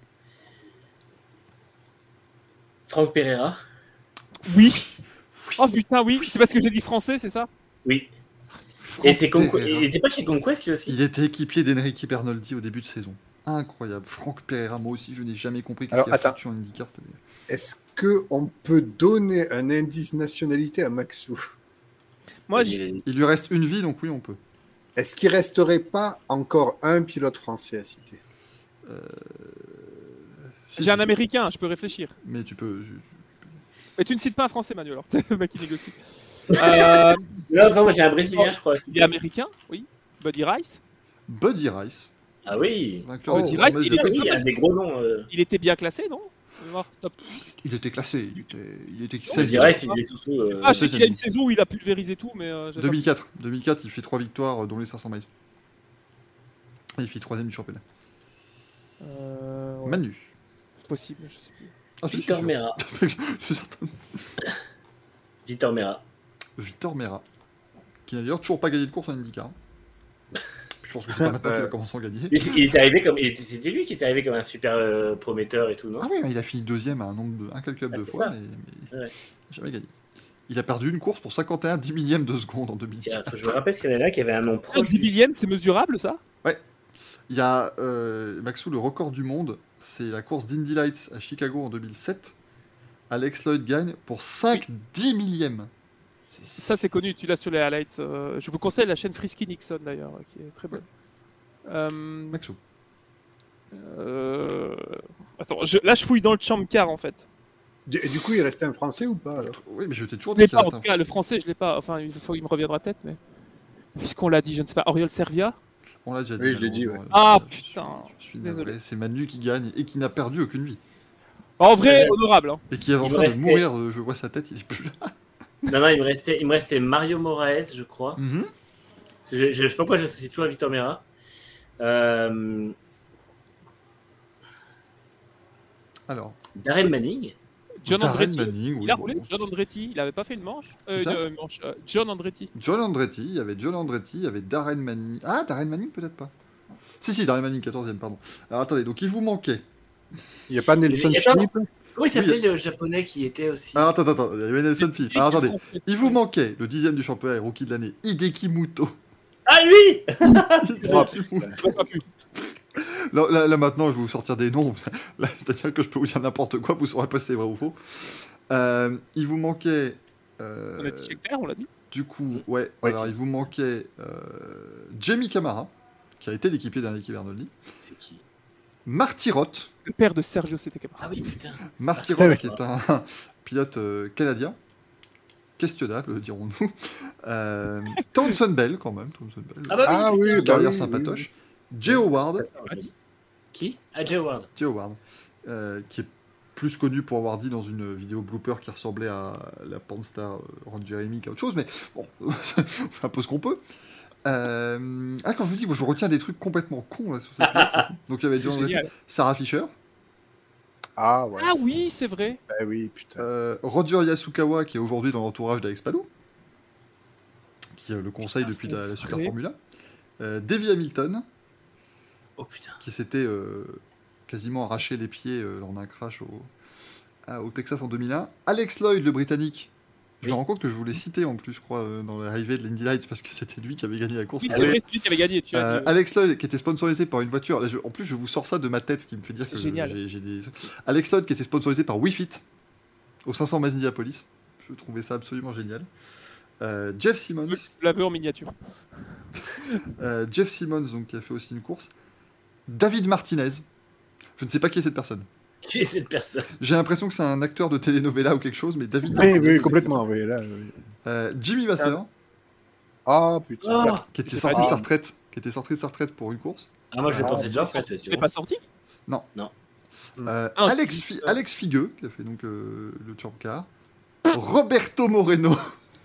Franck Pereira. Oui. Oh putain, oui. C'est parce que j'ai dit français, c'est ça? Oui. Franck Et c'est Pereira. il était pas chez Conquest lui aussi. Il était équipier d'Enrique Bernoldi au début de saison. Incroyable. Franck Pereira, moi aussi, je n'ai jamais compris qu'est-ce Alors, qu'il a attends. foutu en IndyCar. c'est-à-dire. Est-ce qu'on peut donner un indice nationalité à Maxou? Moi, Vas-y, vas-y. Il lui reste une vie, donc oui, on peut. Est-ce qu'il resterait pas encore un pilote français à citer? Si, j'ai un si, américain, je peux réfléchir. mais tu peux... Mais tu ne cites pas un français, Manu, alors. C'est le mec qui négocie. Non, moi j'ai un Brésilien, je crois. Il est américain, oui. Buddy Rice. Buddy Rice, Ah oui. vainqueur Oh, des Rice, Titres il est- Mauvaise Oui, il y a un des gros noms. Il était bien classé, non? Voir, top. Il était classé, il était Je 16e. dirais s'il est sous. Ah, je sais c'est qu'il a bien. une saison où il a pulvérisé tout, mais. j'ai pas- 2004, il fait 3 victoires dont les 500 miles. Et il fait 3ème du championnat. Ouais, Manu. c'est possible, je sais plus. Ah, si, Victor c'est sûr. Mera. C'est certain. Victor Mera. Victor Mera, qui n'a d'ailleurs toujours pas gagné de course en IndyCar. Je pense que c'est pas maintenant qu'il va commencer à en gagner. Il était arrivé comme. C'était lui qui était arrivé comme un super prometteur et tout, non? Ah oui, il a fini 2ème à un nombre incalculable Ah, de c'est fois, ça. mais Ouais. jamais gagné. Il a perdu une course pour 51 10 millièmes de seconde en 2004. Je me rappelle qu'il y en a un qui avait un nom proche. 10 millième, c'est mesurable, ça? Il y a Maxou, le record du monde, c'est la course d'Indy Lights à Chicago en 2007. Alex Lloyd gagne pour 5 10 millièmes. Ça, c'est connu, tu l'as sur les highlights. Je vous conseille la chaîne Frisky Nixon, d'ailleurs, qui est très bonne. Maxou. Attends, là, je fouille dans le Champ Car, en fait. Du coup, il restait un français ou pas alors? Oui, mais je t'ai toujours Je l'ai dit qu'il pas, en reste tout un cas, le français, je l'ai pas. Enfin, il me reviendra tête, mais. Puisqu'on l'a dit, je ne sais pas, Oriol Servia? On l'a déjà dit. Oui, je l'ai dit, malheureusement. Ah, Je suis- putain, Je suis désolé. navré. C'est Manu qui gagne et qui n'a perdu aucune vie. En vrai, Ouais. honorable. Hein. Et qui est en Il train me de restait- mourir. Je vois sa tête, il est plus là. Non, il me restait Mario Moraes, je crois. Je sais pas pourquoi j'associe toujours à Victor Mera. Alors, Darren Manning. John Darren Andretti. Manning, oui, Il a bon. roulé, John Andretti. Il avait pas fait une manche. C'est ça John Andretti. John Andretti, il y avait John Andretti, il y avait Darren Manning. Ah, Darren Manning peut-être pas. Si, Darren Manning, 14ème, pardon. Alors attendez, donc il vous manquait. Il n'y a pas Nelson Mais attends. Philippe? Comment il s'appelait le japonais qui était aussi? Alors attends, il y avait Nelson Philippe. Alors attendez, il vous manquait le 10ème du championnat et rookie de l'année, Hideki Muto. Ah, lui! Hideki Muto. J'aurais pas pu. Là, maintenant, je vais vous sortir des noms. Là, c'est-à-dire que je peux vous dire n'importe quoi, vous saurez pas si c'est vrai ou faux. Il vous manquait. On a dit Scheckter, on l'a dit. Du coup, ouais. Ouais. Alors, il vous manquait Jamie Camara, qui a été l'équipier d'Enrique Bernoldi. C'est qui? Marty Roth. Le père de Sergio, c'était Ah oui, putain. Marty Ah, Roth, ouais. qui est un pilote canadien. questionnable, dirons-nous. Townsend Bell, quand même. Townsend Bell. Ah bah oui, Ah oui, putain. bah Carrière oui, sympatoche. Jay Howard, Attends, j'ai dit. Qui? Ah, Jay Howard. Jay Howard, qui est plus connu pour avoir dit dans une vidéo blooper qui ressemblait à la pornstar Ron Jeremy qu'à autre chose, mais bon, on fait un peu ce qu'on peut. Quand je vous dis, moi, je retiens des trucs complètement cons là, sur cette pilote. Donc il y avait C'est John génial. Sarah Fisher, Ah ouais. Ah oui, c'est vrai. Bah oui, putain. Roger Yasukawa, qui est aujourd'hui dans l'entourage d'Alex Palou, qui le conseille Ah, depuis c'est la Super vrai. Formula. Davy Hamilton, Oh putain. qui s'était quasiment arraché les pieds lors d'un crash au Texas en 2001. Alex Lloyd, le Britannique. Je me Oui. rends compte que je voulais citer en plus, je crois, dans l'arrivée de l'Indy Lights, parce que c'était lui qui avait gagné la course. Oui, Ah c'est oui. vrai, c'est lui qui avait gagné. Tu as dit. Alex Lloyd, qui était sponsorisé par une voiture. Là, en plus, je vous sors ça de ma tête, ce qui me fait dire C'est que génial. j'ai des. Alex Lloyd, qui était sponsorisé par Wii Fit au 500 miles d'Indianapolis. Je trouvais ça absolument génial. Jeff Simmons, Je l'avais en miniature. Jeff Simmons, donc, qui a fait aussi une course. David Martinez. Je ne sais pas qui est cette personne. Qui est cette personne? J'ai l'impression que c'est un acteur de telenovela ou quelque chose, mais David Oui, Martinez. oui, complètement. Oui, là, oui. Jimmy Vasseur, Ah putain. Oh. qui était J'ai sorti pas de dit. sa retrite, pour une course. Ah, moi je Ah, pensais déjà en Tu fait. tu l'es vois. pas sorti? Ah, Alex Figueux, qui a fait donc le Champ Car. Roberto Moreno.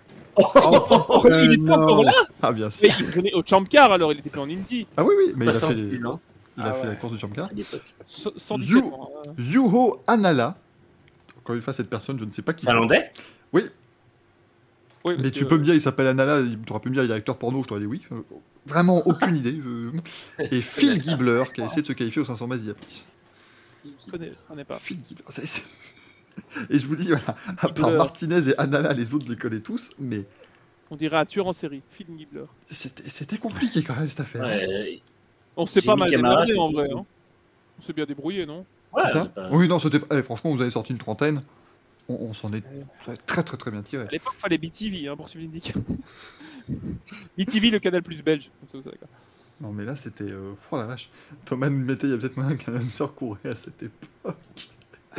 Il est pas encore là. Ah bien sûr. Mais il prenait au Champ Car alors, il était plus en Indy. Ah oui, oui, mais il a fait, 66 ans la course du Champ Car. à l'époque. 117 You. ans. Yuho Anala. Encore une fois, cette personne, je ne sais pas qui c'est. Finlandais? Oui, Mais parce tu que- peux me dire, il s'appelle Anala, tu aurais pu me dire, il est acteur porno, je t'aurais dit oui. Vraiment aucune idée. Et Phil Gibbler, qui a essayé de se qualifier au 500 miles d'Indianapolis. Je connais pas. Phil Gibbler. Et je vous dis, voilà, à part Gibbler. Martinez et Anala, les autres, je les connais tous, mais On dirait un tueur en série, Phil Gibbler. c'était compliqué quand même cette affaire. Ouais. On s'est pas Jimmy mal Camara, démerdé en c'est vrai. tout. Hein. On s'est bien débrouillé, non? Ouais, C'est ça c'est pas- Oui, non, c'était. Franchement, vous avez sorti une trentaine. On s'en est très très très bien tiré. À l'époque, il fallait BTV hein, pour suivre l'IndyCar. BTV, le canal plus belge. Comme ça, vous savez quoi. Non, mais là, c'était. Oh la vache. Thomas nous mettait, il y a peut-être moyen qu'un lanceur courait à cette époque.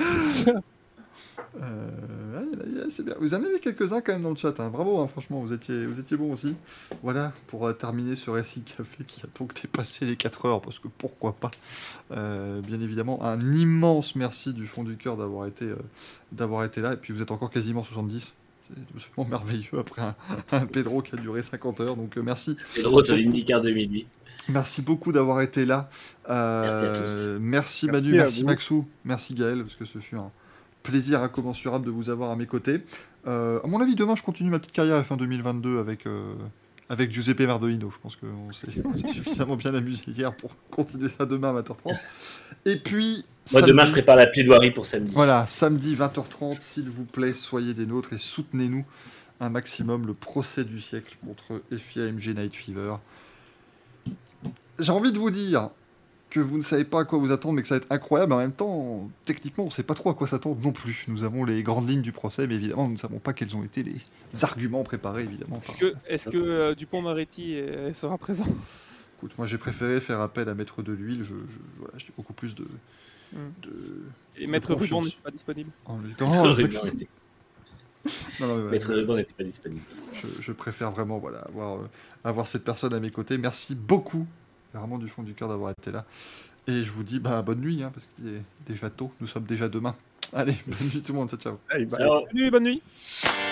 C'est bien. Vous en avez quelques-uns quand même dans le chat. Hein. Bravo, hein, franchement, vous étiez bons aussi. Voilà, pour terminer ce Racing Café qui a donc dépassé les 4 heures, parce que pourquoi pas. Bien évidemment, un immense merci du fond du cœur d'avoir été là. Et puis vous êtes encore quasiment 70. C'est absolument merveilleux après un Pedro qui a duré 50 heures. Donc merci. Pedro sur l'IndyCar 2008. Merci beaucoup d'avoir été là. Merci à tous. Merci Merci Manu, à merci vous. Maxou, merci Gaël, parce que ce fut un plaisir incommensurable de vous avoir à mes côtés. À mon avis, demain, je continue ma petite carrière à fin 2022 avec Giuseppe Mardolino. Je pense qu'on s'est suffisamment bien amusé hier pour continuer ça demain à 20h30. Et puis... Moi, samedi- demain, je prépare la plaidoirie pour samedi. Voilà, samedi 20h30, s'il vous plaît, soyez des nôtres et soutenez-nous un maximum le procès du siècle contre FIA AMG Night Fever. J'ai envie de vous dire que vous ne savez pas à quoi vous attendre, mais que ça va être incroyable. En même temps, techniquement, on ne sait pas trop à quoi s'attendre non plus. Nous avons les grandes lignes du procès, mais évidemment, nous ne savons pas quels ont été les arguments préparés, évidemment. Est-ce que Dupont-Moretti sera présent? Écoute, moi, j'ai préféré faire appel à Maître de l'Huile. Voilà, j'ai beaucoup plus de... Et Maître confiance. Ruban n'est pas disponible. en lui. Maître Non, Ruban était- non, non, mais Maître voilà. Ruban n'était pas disponible. Je préfère vraiment voilà, avoir cette personne à mes côtés. Merci beaucoup, vraiment du fond du cœur d'avoir été là. Et je vous dis bonne nuit, hein, parce qu'il est déjà tôt. Nous sommes déjà demain. Allez, bonne nuit tout le monde, ciao. Hey, bah, Alors, Salut, bonne nuit.